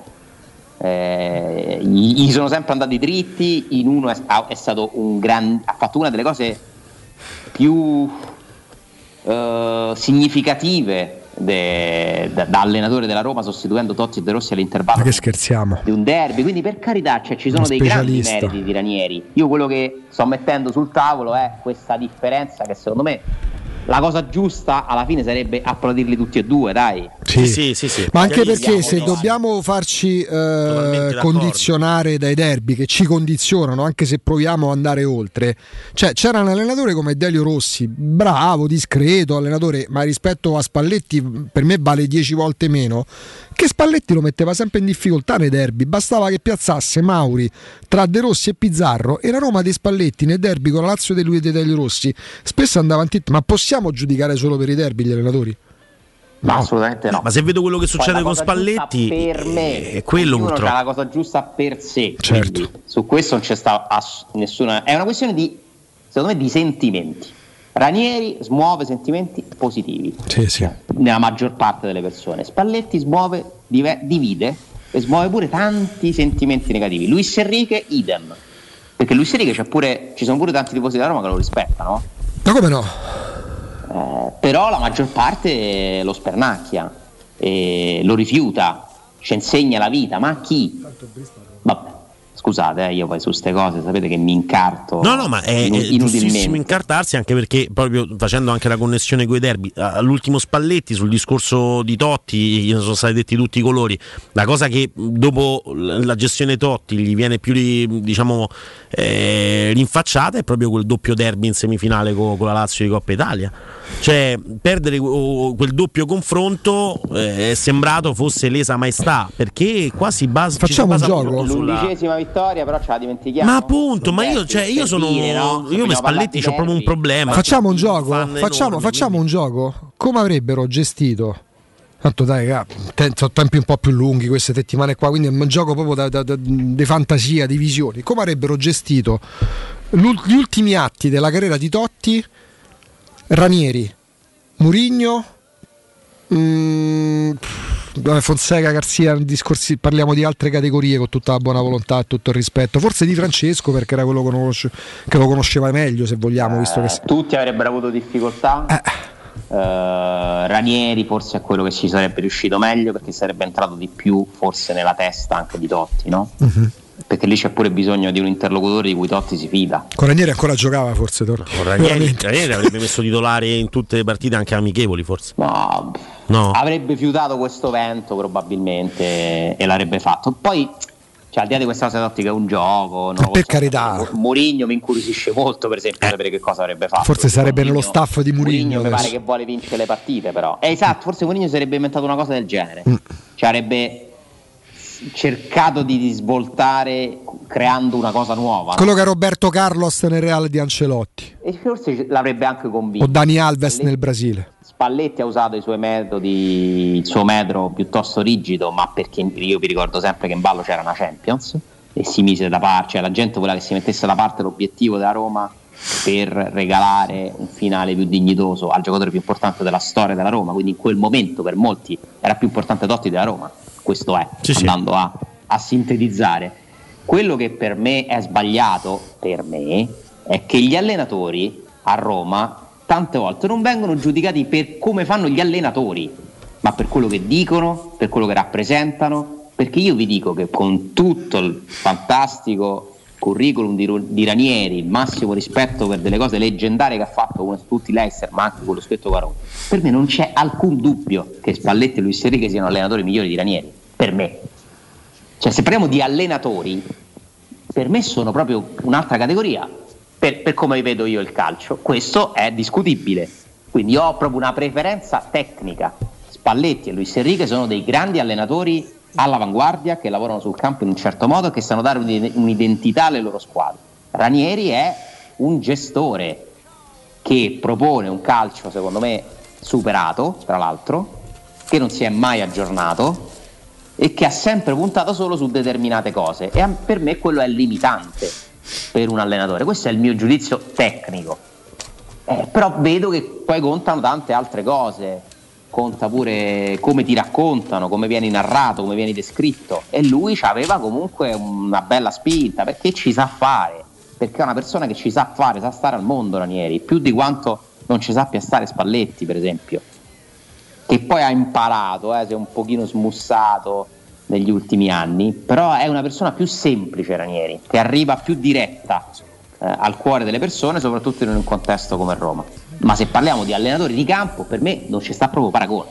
Speaker 7: Eh, gli, gli sono sempre andati dritti, in uno è, è stato un gran, ha fatto una delle cose più eh, significative de- da, da allenatore della Roma, sostituendo Totti e De Rossi all'intervallo
Speaker 10: Ma che scherziamo?
Speaker 7: di un derby. Quindi per carità, cioè, ci sono
Speaker 10: Uno
Speaker 7: dei grandi
Speaker 10: specialista.
Speaker 7: meriti di Ranieri. Io quello che sto mettendo sul tavolo è questa differenza, che secondo me la cosa giusta alla fine sarebbe applaudirli tutti e due, dai.
Speaker 10: Sì.
Speaker 11: Sì, sì, sì.
Speaker 10: Ma anche
Speaker 11: Chiarissimo.
Speaker 10: perché se dobbiamo farci eh,
Speaker 11: d'accordo.
Speaker 10: condizionare dai derby che ci condizionano, anche se proviamo ad andare oltre, cioè c'era un allenatore come Delio Rossi, bravo, discreto allenatore, ma rispetto a Spalletti per me vale dieci volte meno, che Spalletti lo metteva sempre in difficoltà nei derby, bastava che piazzasse Mauri tra De Rossi e Pizzarro e la Roma dei Spalletti nei derby con la Lazio di lui e di Delio Rossi spesso andava in tit- ma possiamo giudicare solo per i derby gli allenatori?
Speaker 7: No, assolutamente no.
Speaker 11: Ma se vedo quello che
Speaker 7: Poi
Speaker 11: succede
Speaker 7: la
Speaker 11: con
Speaker 7: cosa
Speaker 11: Spalletti,
Speaker 7: giusta per me,
Speaker 11: è quello
Speaker 7: ognuno
Speaker 11: purtroppo.
Speaker 7: fa la cosa giusta per sé.
Speaker 10: Certo.
Speaker 7: Quindi su questo non c'è sta ass- nessuna. È una questione di, secondo me, di sentimenti. Ranieri smuove sentimenti positivi
Speaker 10: Sì, sì.
Speaker 7: nella maggior parte delle persone. Spalletti smuove, dive- divide e smuove pure tanti sentimenti negativi. Luis Enrique idem, perché Luis Enrique c'è pure, ci sono pure tanti tifosi della Roma che lo rispettano,
Speaker 10: Ma come no?
Speaker 7: eh, però la maggior parte lo spernacchia, e lo rifiuta, ci insegna la vita. Ma a chi? Vabbè, scusate, eh, io poi su ste cose sapete che mi incarto
Speaker 11: No, no, ma è,
Speaker 7: inu-
Speaker 11: è giustissimo
Speaker 7: inutilmente.
Speaker 11: incartarsi, anche perché proprio facendo anche la connessione con i derby, all'ultimo Spalletti sul discorso di Totti gli sono stati detti tutti i colori. La cosa che dopo la gestione Totti gli viene più diciamo eh, rinfacciata è proprio quel doppio derby in semifinale con, con la Lazio di Coppa Italia. Cioè perdere oh, quel doppio confronto eh, è sembrato fosse lesa maestà, perché qua si basa
Speaker 10: Facciamo
Speaker 11: ci si
Speaker 10: un
Speaker 11: basa
Speaker 10: gioco?
Speaker 11: proprio sulla-
Speaker 7: L'undicesima vittoria però ce la dimentichiamo.
Speaker 11: Ma appunto, ma io,
Speaker 7: Derby,
Speaker 11: cioè, io
Speaker 7: per
Speaker 11: sono
Speaker 7: dire, no?
Speaker 11: io
Speaker 7: Vogliamo
Speaker 11: per Spalletti
Speaker 7: parlare
Speaker 11: c'ho
Speaker 7: di
Speaker 11: proprio un
Speaker 7: derby.
Speaker 11: problema.
Speaker 10: Facciamo un
Speaker 11: Fan
Speaker 10: gioco?
Speaker 11: enorme,
Speaker 10: Facciamo, facciamo
Speaker 11: quindi-
Speaker 10: un gioco? Come avrebbero gestito? Tanto dai, raga, te- sono tempi un po' più lunghi queste settimane qua, quindi è un gioco proprio da, da- da- di fantasia, di visioni. Come avrebbero gestito l'ul- gli ultimi atti della carriera di Totti, Ranieri, Mourinho, mm, pff, Fonseca, Garzia, discorsi, parliamo di altre categorie con tutta la buona volontà e tutto il rispetto, forse di Francesco perché era quello che, conosce- che lo conosceva meglio, se vogliamo, visto che...
Speaker 7: Eh, tutti avrebbero avuto difficoltà. Eh, Ranieri forse è quello che ci sarebbe riuscito meglio, perché sarebbe entrato di più forse nella testa anche di Totti, no?
Speaker 10: Mhm.
Speaker 7: Perché lì c'è pure bisogno di un interlocutore di cui Totti si fida.
Speaker 10: Con Ranieri ancora giocava forse Totti.
Speaker 11: Con Ranieri, Ranieri avrebbe messo titolare in tutte le partite, anche amichevoli forse.
Speaker 7: No,
Speaker 11: No.
Speaker 7: avrebbe fiutato questo vento probabilmente e l'avrebbe fatto. Poi Cioè, al di là di questa cosa tattica è un gioco, non
Speaker 10: per
Speaker 7: so,
Speaker 10: carità.
Speaker 7: Mourinho mi incuriosisce molto, per esempio,
Speaker 10: eh.
Speaker 7: sapere che cosa avrebbe fatto.
Speaker 10: Forse sarebbe Mourinho, nello staff di Mourinho.
Speaker 7: Mourinho mi pare che vuole vincere le partite, però. Eh, esatto, forse Mourinho sarebbe inventato una cosa del genere. Mm. Cioè, avrebbe cercato di svoltare creando una cosa nuova.
Speaker 10: Quello
Speaker 7: no?
Speaker 10: che è Roberto Carlos nel Real di Ancelotti.
Speaker 7: E forse l'avrebbe anche convinto.
Speaker 10: O Dani Alves
Speaker 7: Spalletti,
Speaker 10: nel Brasile.
Speaker 7: Spalletti ha usato i suoi metodi, il suo metro piuttosto rigido, ma perché io vi ricordo sempre che in ballo c'era una Champions e si mise da parte, cioè la gente voleva che si mettesse da parte l'obiettivo della Roma per regalare un finale più dignitoso al giocatore più importante della storia della Roma, quindi in quel momento per molti era più importante Totti della Roma, questo è, sì, andando sì. A, a sintetizzare. Quello che per me è sbagliato, per me, è che gli allenatori a Roma tante volte non vengono giudicati per come fanno gli allenatori, ma per quello che dicono, per quello che rappresentano. Perché io vi dico che con tutto il fantastico curriculum di, di Ranieri, il massimo rispetto per delle cose leggendarie che ha fatto come tutti l'Eister, ma anche quello scritto Varone, per me non c'è alcun dubbio che Spalletti e Luis Enrique siano allenatori migliori di Ranieri, per me. Cioè, se parliamo di allenatori, per me sono proprio un'altra categoria, per, per come vedo io il calcio. Questo è discutibile, quindi io ho proprio una preferenza tecnica. Spalletti e Luis Enrique sono dei grandi allenatori all'avanguardia, che lavorano sul campo in un certo modo, che sanno dare un'identità alle loro squadre. Ranieri è un gestore che propone un calcio secondo me superato, tra l'altro, che non si è mai aggiornato e che ha sempre puntato solo su determinate cose, e per me quello è limitante per un allenatore. Questo è il mio giudizio tecnico, eh, però vedo che poi contano tante altre cose. Conta pure come ti raccontano, come vieni narrato, come vieni descritto, e lui aveva comunque una bella spinta perché ci sa fare, perché è una persona che ci sa fare, sa stare al mondo Ranieri, più di quanto non ci sappia stare Spalletti, per esempio, che poi ha imparato, eh, si è un pochino smussato negli ultimi anni, però è una persona più semplice Ranieri, che arriva più diretta eh, al cuore delle persone, soprattutto in un contesto come Roma. Ma se parliamo di allenatori di campo, per me non ci sta proprio paragone.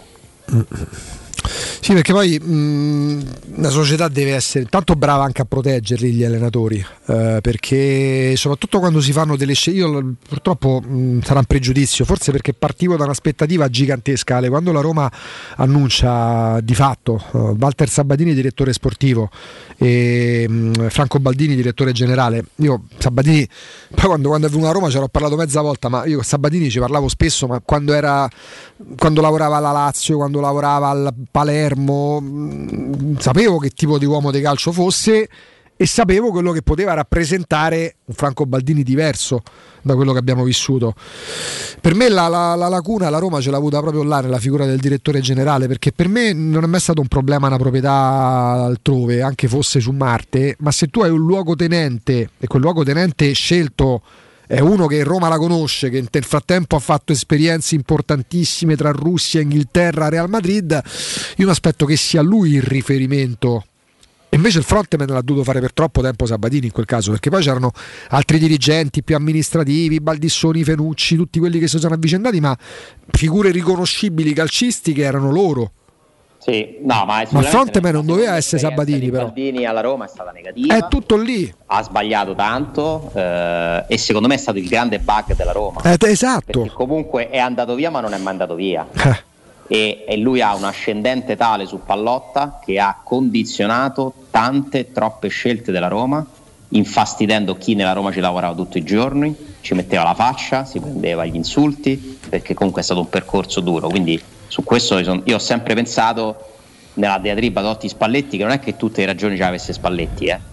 Speaker 10: Sì, perché poi mh, la società deve essere tanto brava anche a proteggerli gli allenatori, eh, perché soprattutto quando si fanno delle scelte, io purtroppo mh, sarà un pregiudizio, forse perché partivo da un'aspettativa gigantesca, Ale, quando la Roma annuncia di fatto uh, Walter Sabatini direttore sportivo e mh, Franco Baldini direttore generale. Io Sabatini, poi quando, quando è venuto a Roma ci ho parlato mezza volta, ma io con Sabatini ci parlavo spesso, ma quando era quando lavorava alla Lazio, quando lavorava al Palermo, mh, sapevo che tipo di uomo di calcio fosse e sapevo quello che poteva rappresentare un Franco Baldini diverso da quello che abbiamo vissuto. Per me la, la, la lacuna la Roma ce l'ha avuta proprio là nella figura del direttore generale, perché per me non è mai stato un problema una proprietà altrove, anche fosse su Marte, ma se tu hai un luogotenente e quel luogotenente scelto è uno che Roma la conosce, che nel frattempo ha fatto esperienze importantissime tra Russia, Inghilterra, Real Madrid, io mi aspetto che sia lui il riferimento. E invece il frontman l'ha dovuto fare per troppo tempo Sabatini in quel caso, perché poi c'erano altri dirigenti più amministrativi, Baldissoni, Fenucci, tutti quelli che si sono avvicendati, ma figure riconoscibili calcistiche erano loro.
Speaker 7: Sì, no, ma,
Speaker 10: ma il frontman non doveva essere Sabatini, però
Speaker 7: Baldini alla Roma è stata negativa,
Speaker 10: è tutto lì,
Speaker 7: ha sbagliato tanto, eh, e secondo me è stato il grande bug della Roma,
Speaker 10: eh, esatto,
Speaker 7: perché comunque è andato via ma non è mai andato via eh. e, e lui ha un ascendente tale su Pallotta che ha condizionato tante troppe scelte della Roma, infastidendo chi nella Roma ci lavorava tutti i giorni, ci metteva la faccia, si prendeva gli insulti, perché comunque è stato un percorso duro. Quindi su questo io ho sempre pensato nella diatriba Totti Spalletti che non è che tutte le ragioni ce le avesse Spalletti eh?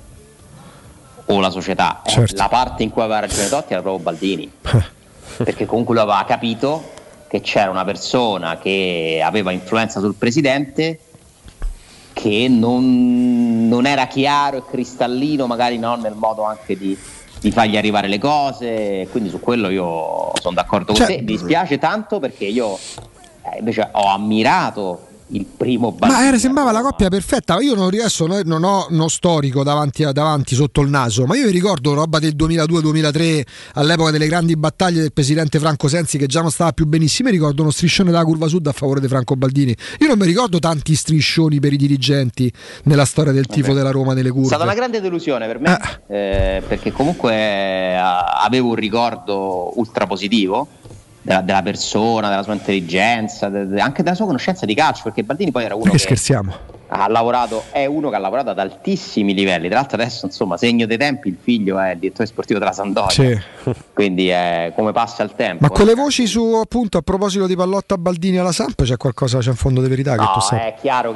Speaker 7: o la società, certo. La parte in cui aveva ragione Totti era proprio Baldini perché comunque lui aveva capito che c'era una persona che aveva influenza sul presidente che non, non era chiaro e cristallino, magari no, nel modo anche di, di fargli arrivare le cose, quindi su quello io sono d'accordo con cioè, te. Mi dispiace tanto perché io Eh, invece ho ammirato il primo Baldini.
Speaker 10: Ma era, sembrava la coppia perfetta. Io non riesco, non ho uno storico davanti, davanti sotto il naso, ma io vi ricordo roba del duemiladue duemilatré, all'epoca delle grandi battaglie del presidente Franco Sensi, che già non stava più benissimo. Mi ricordo uno striscione della curva sud a favore di Franco Baldini. Io non mi ricordo tanti striscioni per i dirigenti nella storia del tifo Vabbè. della Roma nelle curve.
Speaker 7: È stata una grande delusione per me, eh. Eh, perché comunque eh, avevo un ricordo ultra positivo Della, della persona, della sua intelligenza, de, de, anche della sua conoscenza di calcio, perché Baldini poi era uno
Speaker 10: che,
Speaker 7: che
Speaker 10: scherziamo.
Speaker 7: ha lavorato, è uno che ha lavorato ad altissimi livelli. Tra l'altro adesso, insomma, segno dei tempi, il figlio è il direttore sportivo della Sampdoria, sì. Quindi è come passa il tempo.
Speaker 10: Ma con le voci su, appunto, a proposito di Pallotta Baldini alla Samp, c'è qualcosa, c'è un fondo di verità?
Speaker 7: No,
Speaker 10: che tu sai?
Speaker 7: È chiaro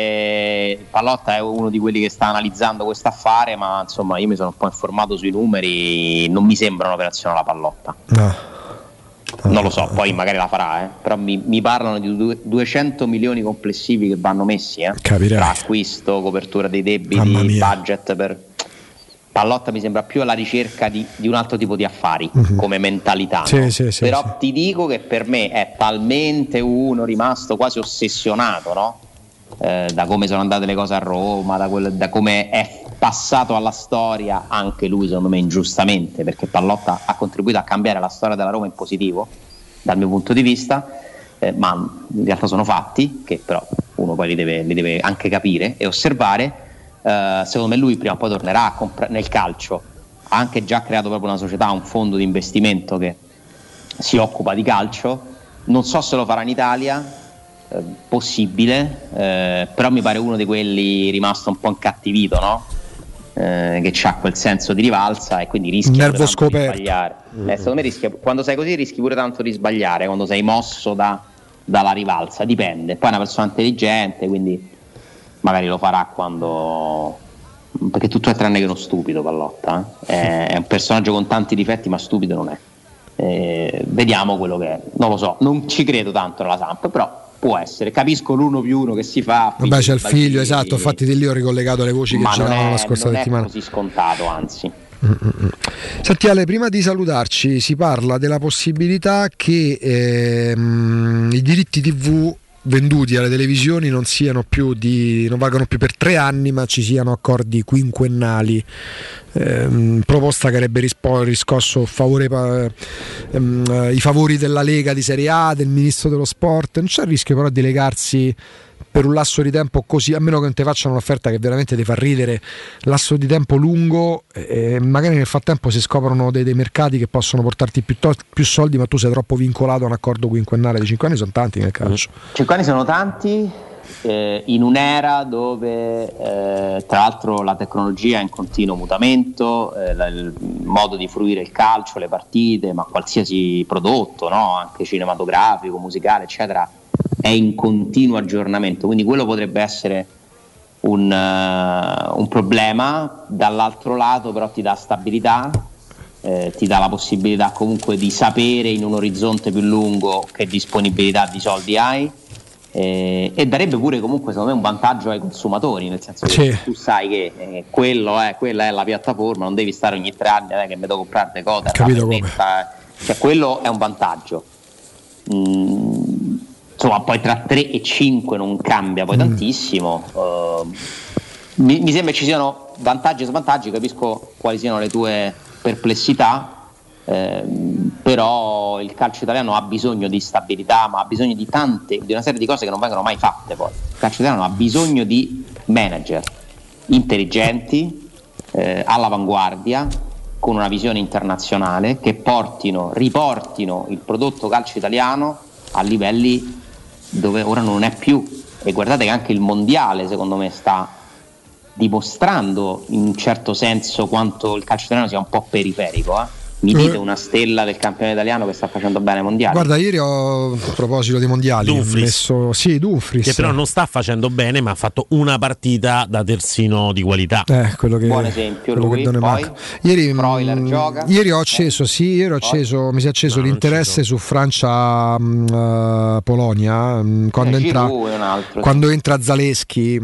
Speaker 7: che Pallotta è uno di quelli che sta analizzando questo affare, ma insomma io mi sono un po' informato sui numeri, non mi sembra un'operazione alla Pallotta.
Speaker 10: No.
Speaker 7: Non lo so, poi magari la farà, eh. Però mi, mi parlano di due, duecento milioni complessivi che vanno messi, eh.
Speaker 10: Capirei.
Speaker 7: Tra acquisto, copertura dei debiti, budget per Pallotta. Mi sembra più alla ricerca di, di un altro tipo di affari, mm-hmm. come mentalità,
Speaker 10: sì,
Speaker 7: no?
Speaker 10: sì, sì,
Speaker 7: però
Speaker 10: sì.
Speaker 7: ti dico che per me è talmente uno rimasto quasi ossessionato, no? Eh, da come sono andate le cose a Roma, da, quel, da come è passato alla storia, anche lui secondo me ingiustamente, perché Pallotta ha contribuito a cambiare la storia della Roma in positivo dal mio punto di vista, eh, ma in realtà sono fatti che però uno poi li deve, li deve anche capire e osservare. Eh, secondo me lui prima o poi tornerà a compra- nel calcio, ha anche già creato proprio una società, un fondo di investimento che si occupa di calcio. Non so se lo farà in Italia, eh, possibile, eh, però mi pare uno di quelli rimasto un po' incattivito, no? Eh, che c'ha quel senso di rivalsa e quindi rischia
Speaker 10: nervo scoperto
Speaker 7: di sbagliare. Mm-hmm. Eh, secondo me rischia, quando sei così rischi pure tanto di sbagliare, quando sei mosso da, dalla rivalsa, dipende. Poi è una persona intelligente, quindi magari lo farà quando, perché tutto è tranne che uno stupido Pallotta, eh? è, è un personaggio con tanti difetti ma stupido non è. Eh, vediamo quello che è, non lo so, non ci credo tanto nella Samp, però può essere, capisco l'uno più uno che si fa.
Speaker 10: Vabbè, c'è il figlio, esatto, infatti di lì ho ricollegato le voci che c'erano la scorsa
Speaker 7: non
Speaker 10: settimana.
Speaker 7: Non è così scontato, anzi.
Speaker 10: Mm-mm. Senti Ale, prima di salutarci si parla della possibilità che ehm, i diritti tivù venduti alle televisioni non siano più di non valgono più per tre anni, ma ci siano accordi quinquennali. Ehm, proposta che avrebbe rispo- riscosso favore, ehm, i favori della Lega di Serie A, del ministro dello sport. Non c'è il rischio però di legarsi per un lasso di tempo così, a meno che non ti facciano un'offerta che veramente ti fa ridere, lasso di tempo lungo, e magari nel frattempo si scoprono dei, dei mercati che possono portarti più, to- più soldi, ma tu sei troppo vincolato a un accordo quinquennale di cinque anni. Sono tanti nel calcio.
Speaker 7: cinque anni sono tanti, eh, in un'era dove eh, tra l'altro la tecnologia è in continuo mutamento, eh, la, il modo di fruire il calcio, le partite, ma qualsiasi prodotto, no? Anche cinematografico, musicale, eccetera, è in continuo aggiornamento, quindi quello potrebbe essere un, uh, un problema. Dall'altro lato però ti dà stabilità, eh, ti dà la possibilità comunque di sapere in un orizzonte più lungo che disponibilità di soldi hai, eh, e darebbe pure comunque secondo me un vantaggio ai consumatori, nel senso che sì. tu sai che eh, quello è, quella è la piattaforma, non devi stare ogni tre anni eh, che mi devo comprare le cose,
Speaker 10: capito come?
Speaker 7: Cioè quello è un vantaggio. Mm, insomma poi tra tre e cinque non cambia poi mm. tantissimo. uh, mi, mi sembra ci siano vantaggi e svantaggi, capisco quali siano le tue perplessità, eh, però il calcio italiano ha bisogno di stabilità, ma ha bisogno di tante, di una serie di cose che non vengono mai fatte. Poi il calcio italiano ha bisogno di manager intelligenti, eh, all'avanguardia, con una visione internazionale, che portino, riportino il prodotto calcio italiano a livelli dove ora non è più. E guardate che anche il mondiale secondo me sta dimostrando in un certo senso quanto il calcio italiano sia un po' periferico, eh? Mi dite una stella del campione italiano che sta facendo bene ai mondiali?
Speaker 10: Guarda, ieri ho, a proposito dei mondiali, ho messo sì, Dumfries,
Speaker 11: che però non sta facendo bene, ma ha fatto una partita da terzino di qualità.
Speaker 10: Eh, quello che,
Speaker 7: buon esempio lui. Poi
Speaker 10: ieri,
Speaker 7: Freuler gioca.
Speaker 10: Ieri ho acceso, eh. sì, ieri ho acceso, mi si è acceso no, l'interesse su Francia uh, Polonia, quando,
Speaker 7: eh,
Speaker 10: entra,
Speaker 7: Giroud è un altro,
Speaker 10: quando
Speaker 7: sì.
Speaker 10: entra Zaleschi.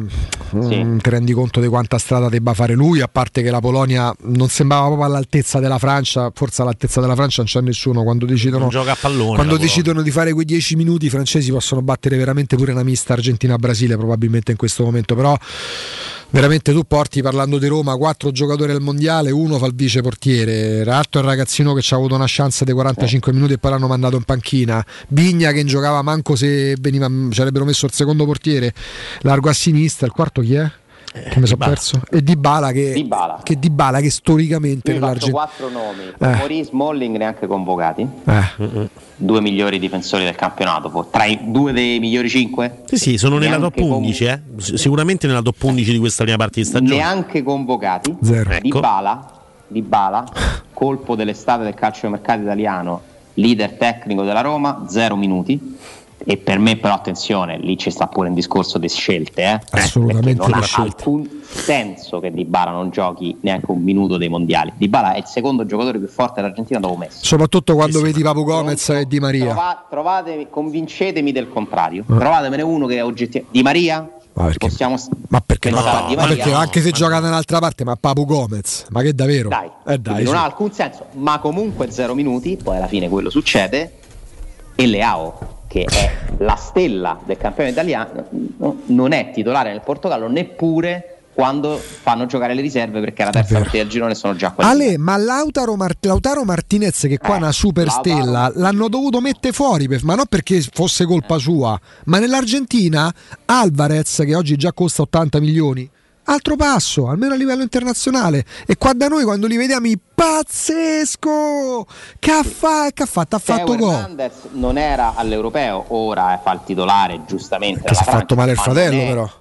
Speaker 10: sì. mh, ti rendi conto di quanta strada debba fare lui, a parte che la Polonia non sembrava proprio all'altezza della Francia, forse all'altezza della Francia non c'è nessuno, quando decidono,
Speaker 11: non gioca a pallone,
Speaker 10: quando decidono di fare quei dieci minuti i francesi possono battere veramente pure una mista Argentina-Brasile probabilmente in questo momento, però veramente tu porti, parlando di Roma, quattro giocatori al mondiale, uno fa il vice portiere, l'altro è il ragazzino che ci ha avuto una chance dei quarantacinque minuti e poi l'hanno mandato in panchina, Vigna che giocava manco se veniva, ci avrebbero messo il secondo portiere largo a sinistra, il quarto chi è? Che mi sono perso? E Dybala che Dybala che, Dybala, che storicamente
Speaker 7: io
Speaker 10: nell'Argentina
Speaker 7: quattro nomi, eh. Maurice, Smalling neanche convocati,
Speaker 10: eh.
Speaker 7: due migliori difensori del campionato, tra i due dei migliori cinque.
Speaker 11: Sì, sì, sono nella top undici, eh. Sicuramente nella top undici di questa prima parte di stagione.
Speaker 7: Neanche convocati.
Speaker 10: Zero.
Speaker 11: Ecco.
Speaker 7: Dybala, Dybala, colpo dell'estate del calciomercato italiano, leader tecnico della Roma, zero minuti. E per me però attenzione, lì ci sta pure un discorso di scelte, eh?
Speaker 10: Assolutamente
Speaker 7: non ha
Speaker 10: scelte.
Speaker 7: alcun senso che Dybala non giochi neanche un minuto dei mondiali. Dybala è il secondo giocatore più forte dell'Argentina dopo Messi,
Speaker 10: soprattutto quando
Speaker 7: sì,
Speaker 10: vedi Papu Gomez e Di Maria.
Speaker 7: Trova, trovatemi, convincetemi del contrario, eh. trovatemene uno che è oggettivo. Di Maria?
Speaker 10: Ma perché,
Speaker 7: possiamo
Speaker 10: ma perché, no,
Speaker 7: Di
Speaker 10: ma perché
Speaker 7: no,
Speaker 10: anche se
Speaker 7: ma
Speaker 10: gioca dall'altra parte, ma Papu Gomez, ma che davvero?
Speaker 7: Dai,
Speaker 10: eh dai
Speaker 7: non
Speaker 10: sì.
Speaker 7: ha alcun senso, ma comunque zero minuti, poi alla fine quello succede. E Leao, che è la stella del campione italiano, non è titolare nel Portogallo neppure quando fanno giocare le riserve, perché alla terza partita del girone sono già quasi.
Speaker 10: Ale, ma Lautaro, Mart- Lautaro Martinez, che qua è eh, una super Lautaro. stella, l'hanno dovuto mettere fuori, per, ma non perché fosse colpa eh. sua, ma nell'Argentina Alvarez, che oggi già costa ottanta milioni, altro passo, almeno a livello internazionale. E qua da noi quando li vediamo i pazzesco! Che ha, fa- che ha fatto? Ha fatto gol.
Speaker 7: Hernandez non era all'europeo, ora fa il titolare, giustamente.
Speaker 10: Che si è fatto male il fratello,
Speaker 7: è...
Speaker 10: però.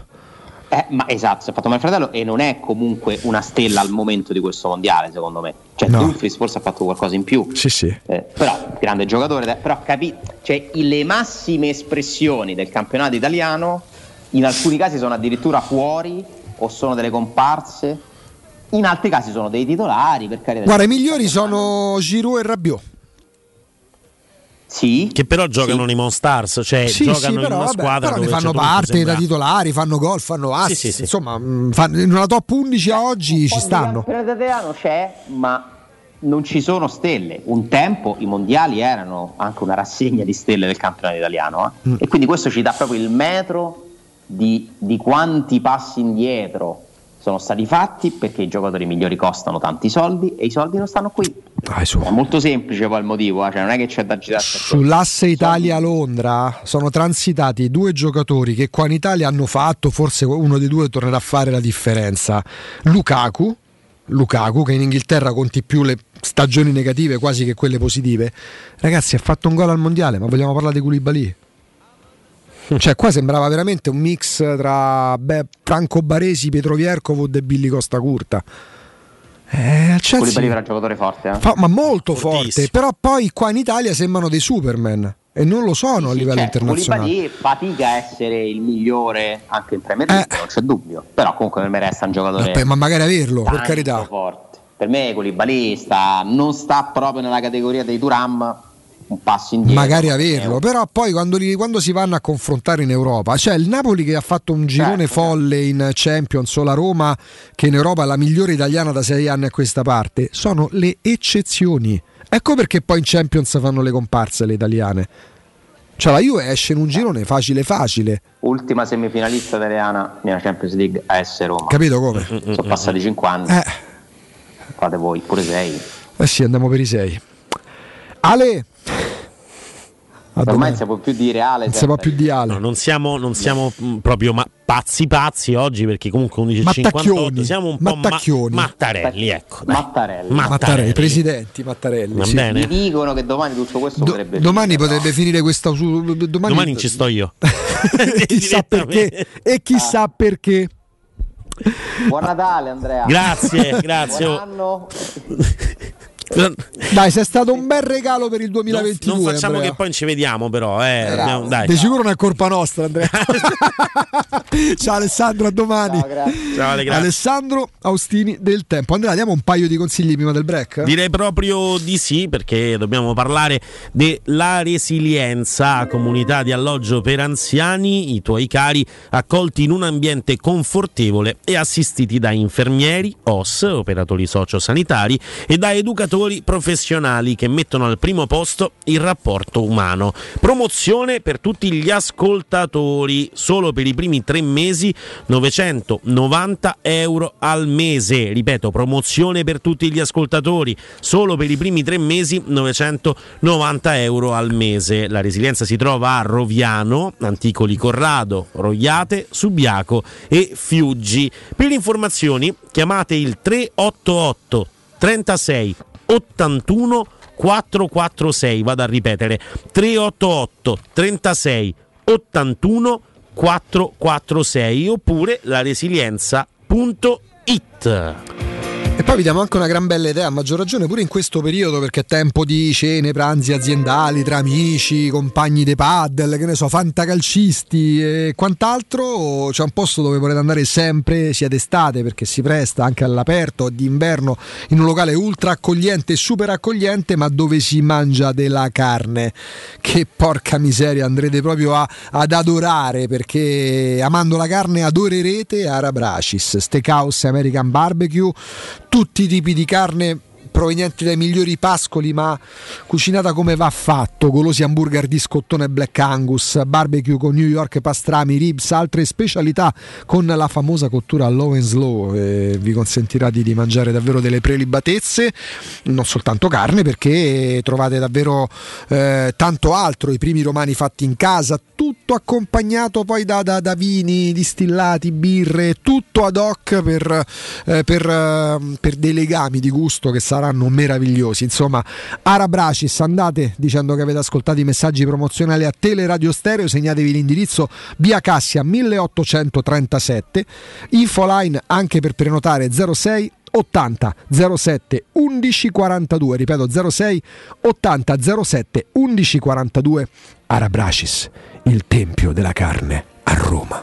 Speaker 7: Eh, ma esatto, si è fatto male il fratello e non è comunque una stella al momento di questo mondiale, secondo me. Cioè, no. Dumfries forse ha fatto qualcosa in più.
Speaker 10: Sì, sì.
Speaker 7: Eh, però, grande giocatore, però capi- cioè, le massime espressioni del campionato italiano in alcuni casi sono addirittura fuori o sono delle comparse, in altri casi sono dei titolari, per carità.
Speaker 10: Guarda, i migliori sono Giroud e Rabiot.
Speaker 7: Sì,
Speaker 11: che però giocano
Speaker 7: sì.
Speaker 11: nei Monstars, cioè
Speaker 10: sì,
Speaker 11: giocano
Speaker 10: sì, però,
Speaker 11: in una
Speaker 10: vabbè,
Speaker 11: squadra
Speaker 10: però
Speaker 11: dove
Speaker 10: ne fanno parte
Speaker 11: sembra...
Speaker 10: da titolari, fanno gol, fanno assist,
Speaker 11: sì, sì, sì.
Speaker 10: insomma, fanno, in una top undici a oggi
Speaker 7: un
Speaker 10: ci stanno.
Speaker 7: Il campionato italiano c'è, ma non ci sono stelle. Un tempo i mondiali erano anche una rassegna di stelle del campionato italiano, eh? mm. e quindi questo ci dà proprio il metro di, di quanti passi indietro sono stati fatti, perché i giocatori migliori costano tanti soldi e i soldi non stanno qui.
Speaker 10: Dai, su.
Speaker 7: È molto semplice poi il motivo, eh? Cioè non è che c'è da girare.
Speaker 10: Sull'asse Italia-Londra sono transitati due giocatori che qua in Italia hanno fatto, forse uno dei due tornerà a fare la differenza. Lukaku, Lukaku che in Inghilterra conti più le stagioni negative quasi che quelle positive. Ragazzi, ha fatto un gol al mondiale, ma vogliamo parlare di Koulibaly? Cioè qua sembrava veramente un mix tra beh, Franco Baresi, Pietro Viercovod e Billy Costa Curta. Eh,
Speaker 7: Koulibaly era un giocatore forte, eh?
Speaker 10: Fa, ma molto
Speaker 11: Fortissimo.
Speaker 10: forte, però poi qua in Italia sembrano dei Superman e non lo sono
Speaker 7: sì,
Speaker 10: a livello
Speaker 7: cioè,
Speaker 10: internazionale.
Speaker 7: Koulibaly fatica a essere il migliore anche in Premier League, eh. non c'è dubbio, però comunque per me resta un giocatore
Speaker 10: Vabbè, ma magari averlo, per carità.
Speaker 7: Forte. Per me Koulibaly sta, non sta proprio nella categoria dei Thuram, un passo indietro.
Speaker 10: Magari averlo, però poi quando, li, quando si vanno a confrontare in Europa, cioè il Napoli che ha fatto un girone certo, folle in Champions, o la Roma che in Europa è la migliore italiana da sei anni a questa parte, sono le eccezioni. Ecco perché poi in Champions fanno le comparse le italiane. Cioè la Juve esce in un girone facile facile.
Speaker 7: Ultima semifinalista italiana nella Champions League a essere Roma.
Speaker 10: Capito come?
Speaker 7: Sono passati cinque anni.
Speaker 10: Eh.
Speaker 7: Fate voi, pure sei.
Speaker 10: Eh sì, andiamo per i sei. Ale,
Speaker 7: ormai non si può più dire Ale,
Speaker 10: non si può più di Ale.
Speaker 11: No, non siamo, non siamo no. proprio ma- pazzi pazzi oggi, perché comunque undici e cinquantotto siamo un po' ma- Mattarelli, ecco.
Speaker 7: Dai. Mattarelli.
Speaker 10: Mattarelli, Mattarelli, presidenti Mattarelli.
Speaker 11: Va
Speaker 10: sì.
Speaker 11: bene.
Speaker 7: Mi dicono che domani tutto questo
Speaker 10: Do-
Speaker 7: potrebbe
Speaker 10: domani
Speaker 7: finire,
Speaker 10: potrebbe
Speaker 7: no?
Speaker 10: finire questa su- domani,
Speaker 11: domani ci sto io.
Speaker 10: Chissà perché e chissà ah. perché.
Speaker 7: Buon Natale Andrea.
Speaker 11: Grazie, grazie.
Speaker 7: Buon anno.
Speaker 10: Dai, sei stato un bel regalo per il duemilaventidue.
Speaker 11: Non, non facciamo
Speaker 10: Andrea.
Speaker 11: che poi ci vediamo, però. Eh, abbiamo, dai.
Speaker 10: Di sicuro non è colpa nostra, Andrea. Ciao Alessandro, a domani.
Speaker 11: Ciao, Ciao Ale, grazie.
Speaker 10: Alessandro Austini del Tempo. Andrea, diamo un paio di consigli prima del break?
Speaker 11: Direi proprio di sì, perché dobbiamo parlare della Resilienza, comunità di alloggio per anziani, i tuoi cari accolti in un ambiente confortevole e assistiti da infermieri, O S, operatori sociosanitari e da educatori professionali che mettono al primo posto il rapporto umano. Promozione per tutti gli ascoltatori, solo per i primi tre mesi novecentonovanta euro al mese. Ripeto, promozione per tutti gli ascoltatori, solo per i primi tre mesi novecentonovanta euro al mese. La Resilienza si trova a Roviano, Anticoli Corrado, Rogliate, Subiaco e Fiuggi. Per le informazioni chiamate il tre otto otto trentasei ottantuno quattrocentoquarantasei. Vado a ripetere: tre otto otto trentasei ottantuno quattrocentoquarantasei oppure la resilienza punto it.
Speaker 10: E poi vi diamo anche una gran bella idea, a maggior ragione pure in questo periodo, perché è tempo di cene, pranzi aziendali tra amici, compagni de paddle, che ne so, fantacalcisti e quant'altro. C'è un posto dove volete andare sempre, sia d'estate, perché si presta anche all'aperto, d'inverno, in un locale ultra accogliente, super accogliente, ma dove si mangia della carne, che porca miseria andrete proprio a, ad adorare, perché amando la carne adorerete Arabracis, Steakhouse American Barbecue, tutti i tipi di carne provenienti dai migliori pascoli, ma cucinata come va fatto: golosi hamburger di scottone Black Angus, barbecue con New York pastrami, ribs, altre specialità con la famosa cottura low and slow. Eh, vi consentirà di, di mangiare davvero delle prelibatezze, non soltanto carne, perché trovate davvero eh, tanto altro, i primi romani fatti in casa, tutto accompagnato poi da, da, da vini, distillati, birre, tutto ad hoc per, eh, per, eh, per dei legami di gusto che saranno meravigliosi. Insomma, Arabracis, andate dicendo che avete ascoltato i messaggi promozionali a Teleradio Stereo, segnatevi l'indirizzo via Cassia milleottocentotrentasette, infoline anche per prenotare zero sei ottanta zero sette undici quarantadue, ripeto zero sei ottanta zero sette undici quarantadue. Arabracis, il tempio della carne a Roma.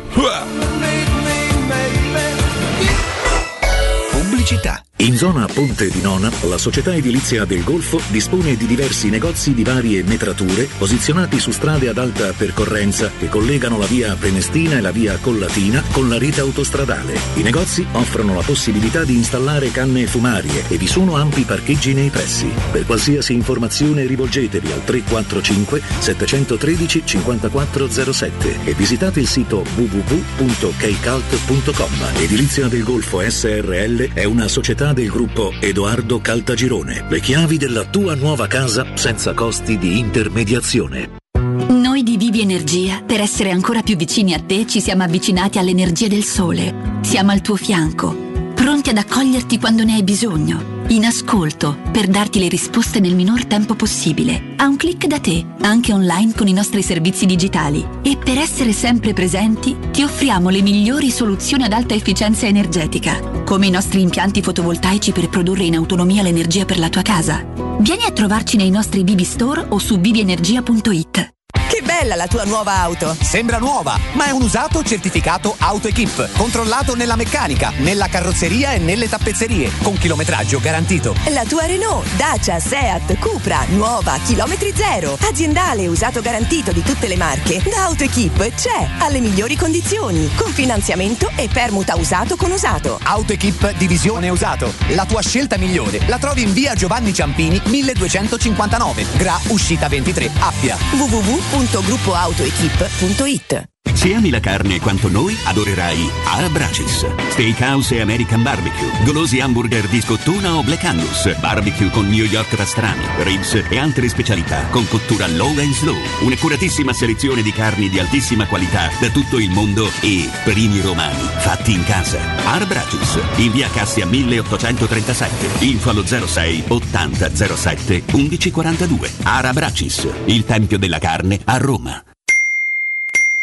Speaker 18: Pubblicità. In zona Ponte di Nona, la società edilizia del Golfo dispone di diversi negozi di varie metrature posizionati su strade ad alta percorrenza che collegano la via Prenestina e la via Collatina con la rete autostradale. I negozi offrono la possibilità di installare canne fumarie e vi sono ampi parcheggi nei pressi. Per qualsiasi informazione rivolgetevi al tre quattro cinque sette uno tre cinque zero sette e visitate il sito w w w punto keicalt punto com. Edilizia del Golfo S R L è una società del gruppo Edoardo Caltagirone. Le chiavi della tua nuova casa senza costi di intermediazione.
Speaker 13: Noi di Vivi Energia, per essere ancora più vicini a te, ci siamo avvicinati all'energia del sole. Siamo al tuo fianco, pronti ad accoglierti quando ne hai bisogno, in ascolto per darti le risposte nel minor tempo possibile, a un click da te, anche online con i nostri servizi digitali. E per essere sempre presenti ti offriamo le migliori soluzioni ad alta efficienza energetica, come i nostri impianti fotovoltaici per produrre in autonomia l'energia per la tua casa. Vieni a trovarci nei nostri Vivi Store o su vivi energia punto it.
Speaker 16: Che bella la tua nuova auto! Sembra nuova, ma è un usato certificato AutoEquip, controllato nella meccanica, nella carrozzeria e nelle tappezzerie, con chilometraggio garantito.
Speaker 9: La tua Renault, Dacia, Seat, Cupra, nuova, chilometri zero, aziendale usato garantito di tutte le marche, da AutoEquip c'è, alle migliori condizioni, con finanziamento e permuta usato con usato.
Speaker 16: AutoEquip Divisione Usato, la tua scelta migliore, la trovi in via Giovanni Ciampini milleduecentocinquantanove, Gra Uscita ventitré, Appia.
Speaker 9: w w w punto gruppo autoequip punto it.
Speaker 2: Se ami la carne quanto noi, adorerai Arabracis, Steakhouse e American Barbecue, golosi hamburger di scottuna o Black Angus, barbecue con New York pastrami, ribs e altre specialità con cottura low and slow, un'accuratissima selezione di carni di altissima qualità da tutto il mondo e primi romani fatti in casa. Arabracis, in via Cassia milleottocentotrentasette, info allo zero sei ottanta zero sette undici quarantadue. Arabracis, il tempio della carne a Roma.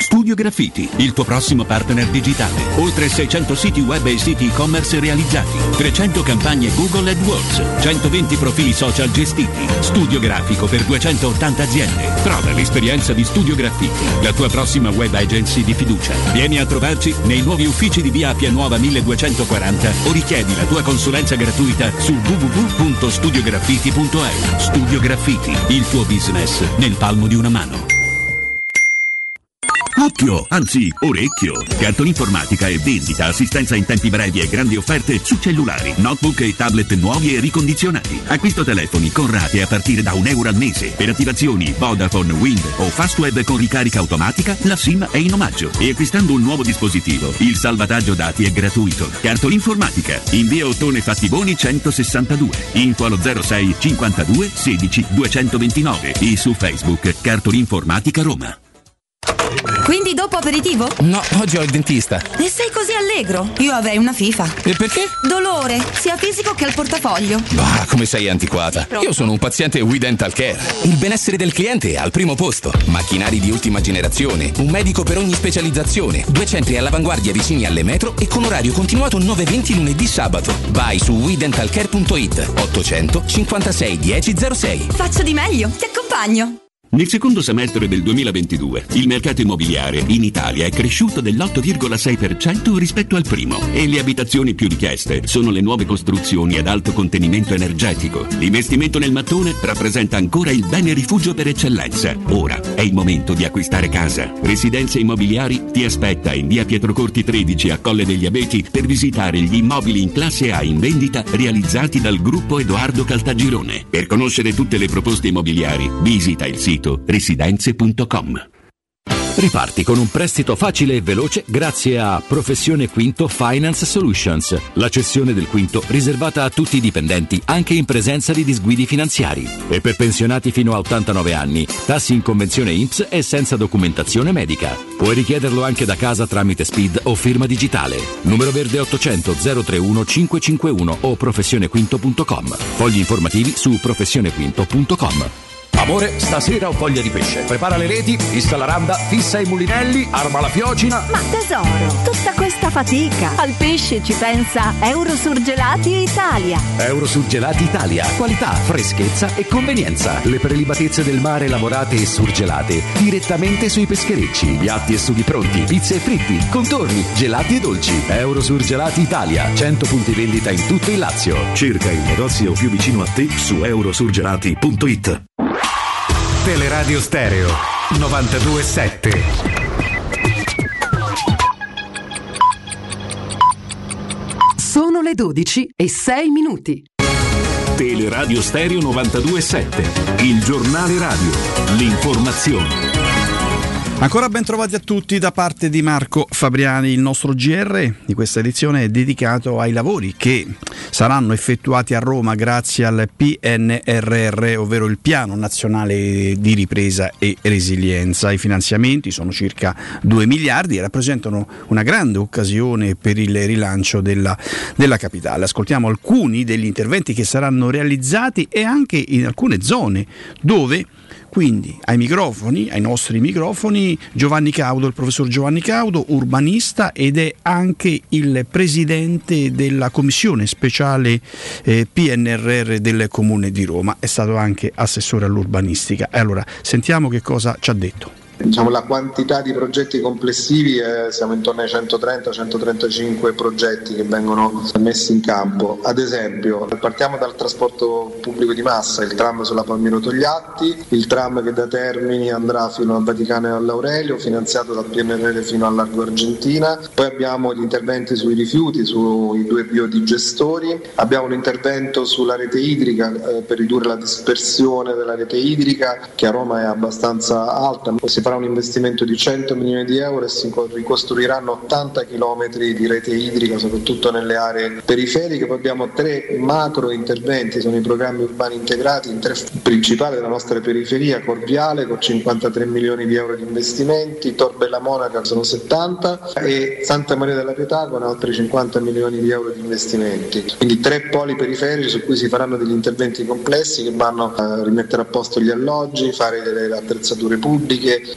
Speaker 2: Studio Graffiti, il tuo prossimo partner digitale. Oltre seicento siti web e siti e-commerce realizzati, trecento campagne Google AdWords, centoventi profili social gestiti, studio grafico per duecentottanta aziende. Prova l'esperienza di Studio Graffiti, la tua prossima web agency di fiducia. Vieni a trovarci nei nuovi uffici di via Appia Nuova milleduecentoquaranta o richiedi la tua consulenza gratuita su w w w punto studio graffiti punto e u. Studio Graffiti, il tuo business nel palmo di una mano. Occhio, anzi orecchio! Cartolinformatica e vendita, assistenza in tempi brevi e grandi offerte su cellulari, notebook e tablet nuovi e ricondizionati. Acquisto telefoni con rate a partire da un euro al mese. Per attivazioni Vodafone, Wind o Fastweb con ricarica automatica, la SIM è in omaggio. E acquistando un nuovo dispositivo, il salvataggio dati è gratuito. Cartolinformatica, in via Ottone Fattiboni centosessantadue. Info allo zero sei cinquantadue sedici duecentoventinove e su Facebook Cartolinformatica Roma.
Speaker 1: Quindi dopo aperitivo?
Speaker 17: No, oggi ho il dentista.
Speaker 1: E sei così allegro? Io avrei una FIFA.
Speaker 17: E perché?
Speaker 1: Dolore, sia fisico che al portafoglio.
Speaker 17: Bah, come sei antiquata. Io sono un paziente We Dental Care. Il benessere del cliente è al primo posto. Macchinari di ultima generazione, un medico per ogni specializzazione, due centri all'avanguardia vicini alle metro e con orario continuato nove venti lunedì sabato. Vai su we dental care punto it. ottocento cinquantasei dieci zero sei.
Speaker 1: Faccio di meglio, ti accompagno.
Speaker 2: Nel secondo semestre del duemilaventidue il mercato immobiliare in Italia è cresciuto dell'otto virgola sei per cento rispetto al primo e le abitazioni più richieste sono le nuove costruzioni ad alto contenimento energetico. L'investimento nel mattone rappresenta ancora il bene rifugio per eccellenza. Ora è il momento di acquistare casa. Residenze Immobiliari ti aspetta in via Pietrocorti tredici a Colle degli Abeti per visitare gli immobili in classe A in vendita realizzati dal gruppo Edoardo Caltagirone. Per conoscere tutte le proposte immobiliari visita il sito residenze punto com.
Speaker 19: Riparti con un prestito facile e veloce grazie a Professione Quinto Finance Solutions, la cessione del quinto riservata a tutti i dipendenti anche in presenza di disguidi finanziari. E per pensionati fino a ottantanove anni, tassi in convenzione I N P S e senza documentazione medica. Puoi richiederlo anche da casa tramite S P I D o firma digitale. Numero verde ottocento zero trentuno cinquecentocinquantuno o professione quinto punto com. Fogli informativi su professione quinto punto com.
Speaker 21: Amore, stasera ho voglia di pesce. Prepara le reti, fissa la randa, fissa i mulinelli, arma la fiocina.
Speaker 22: Ma tesoro, tutta questa fatica. Al pesce ci pensa Eurosurgelati Italia.
Speaker 25: Eurosurgelati Italia. Qualità, freschezza e convenienza. Le prelibatezze del mare lavorate e surgelate direttamente sui pescherecci. Piatti e sughi pronti, pizze e fritti, contorni, gelati e dolci. Eurosurgelati Italia. cento punti vendita in tutto il Lazio.
Speaker 18: Cerca il negozio più vicino a te su eurosurgelati punto it.
Speaker 15: Teleradio Stereo novantadue sette.
Speaker 4: Sono le dodici e sei minuti.
Speaker 18: Teleradio Stereo novantadue sette, il giornale radio, l'informazione.
Speaker 5: Ancora ben trovati a tutti da parte di Marco Fabriani. Il nostro G R di questa edizione è dedicato ai lavori che saranno effettuati a Roma grazie al P N R R, ovvero il Piano Nazionale di Ripresa e Resilienza. I finanziamenti sono circa due miliardi e rappresentano una grande occasione per il rilancio della, della capitale. Ascoltiamo alcuni degli interventi che saranno realizzati e anche in alcune zone dove quindi ai microfoni, ai nostri microfoni, Giovanni Caudo, il professor Giovanni Caudo, urbanista ed è anche il presidente della commissione speciale eh, P N R R del Comune di Roma, è stato anche assessore all'urbanistica. E allora sentiamo che cosa ci ha detto.
Speaker 26: Diciamo, la quantità di progetti complessivi eh, siamo intorno ai centotrenta centotrentacinque progetti che vengono messi in campo. Ad esempio, partiamo dal trasporto pubblico di massa, il tram sulla Palmiro Togliatti, il tram che da Termini andrà fino a Vaticano e all'Aurelio, finanziato dal P N R R fino a Largo Argentina. Poi abbiamo gli interventi sui rifiuti, sui due biodigestori, abbiamo un intervento sulla rete idrica eh, per ridurre la dispersione della rete idrica, che a Roma è abbastanza alta. Si farà un investimento di cento milioni di euro e si ricostruiranno ottanta chilometri di rete idrica, soprattutto nelle aree periferiche. Poi abbiamo tre macro interventi, sono i programmi urbani integrati in tre principali della nostra periferia: Corviale con cinquantatré milioni di euro di investimenti, Tor Bella Monaca sono settanta e Santa Maria della Pietà con altri cinquanta milioni di euro di investimenti. Quindi tre poli periferici su cui si faranno degli interventi complessi che vanno a rimettere a posto gli alloggi, fare delle attrezzature pubbliche,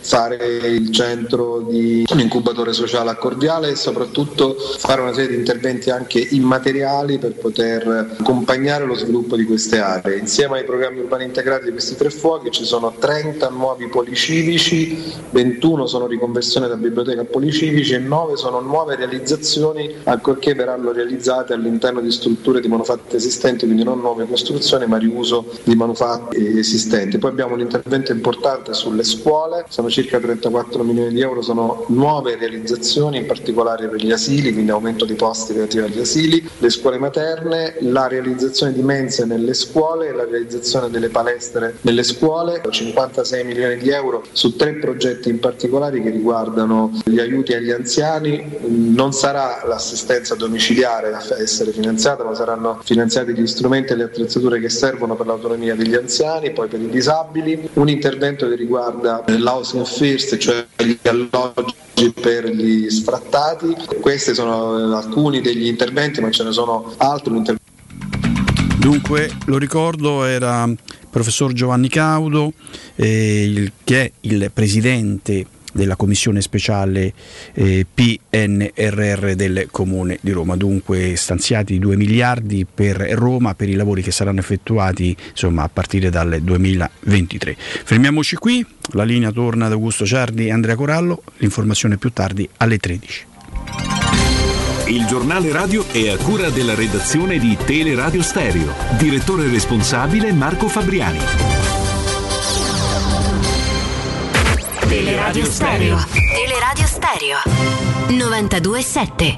Speaker 26: fare il centro di un incubatore sociale a Corviale e soprattutto fare una serie di interventi anche immateriali per poter accompagnare lo sviluppo di queste aree. Insieme ai programmi urbani integrati di questi tre fuochi ci sono trenta nuovi policivici, ventuno sono riconversione da biblioteca a policivici e nove sono nuove realizzazioni, ancorché verranno realizzate all'interno di strutture di manufatti esistenti, quindi non nuove costruzioni ma riuso di manufatti esistenti. Poi abbiamo un intervento importante sulle scuole, sono circa trentaquattro milioni di euro, sono nuove realizzazioni in particolare per gli asili, quindi aumento di posti relativi agli asili, le scuole materne, la realizzazione di mense nelle scuole e la realizzazione delle palestre nelle scuole, cinquantasei milioni di euro su tre progetti in particolare che riguardano gli aiuti agli anziani. Non sarà l'assistenza domiciliare a essere finanziata, ma saranno finanziati gli strumenti e le attrezzature che servono per l'autonomia degli anziani, poi per i disabili, un intervento che riguarda l'housing first, cioè gli alloggi per gli sfrattati. Questi sono alcuni degli interventi, ma ce ne sono altri.
Speaker 5: Dunque, lo ricordo, era il professor Giovanni Caudo, eh, il, che è il presidente della commissione speciale eh, P N R R del Comune di Roma. Dunque stanziati due miliardi per Roma per i lavori che saranno effettuati, insomma, a partire dal duemilaventitré. Fermiamoci qui, la linea torna ad Augusto Ciardi e Andrea Corallo, l'informazione più tardi alle tredici.
Speaker 15: Il giornale radio è a cura della redazione di Teleradio Stereo. Direttore responsabile Marco Fabriani.
Speaker 3: Teleradio Stereo. Teleradio Stereo. novantadue sette.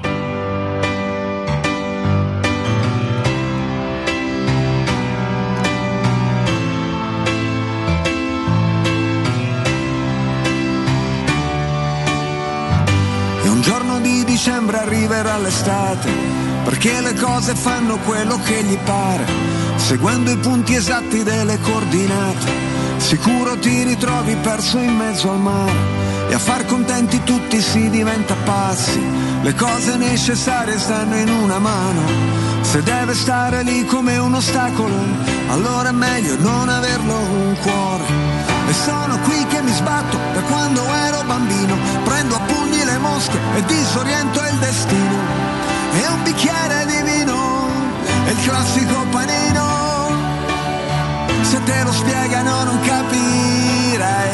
Speaker 20: E un giorno di dicembre arriverà l'estate, perché le cose fanno quello che gli pare, seguendo i punti esatti delle coordinate. Sicuro ti ritrovi perso in mezzo al mare e a far contenti tutti si diventa pazzi. Le cose necessarie stanno in una mano, se deve stare lì come un ostacolo, allora è meglio non averlo un cuore. E sono qui che mi sbatto da quando ero bambino, prendo a pugni le mosche e disoriento il destino. E un bicchiere di vino e il classico panino, se te lo spiegano non capirai,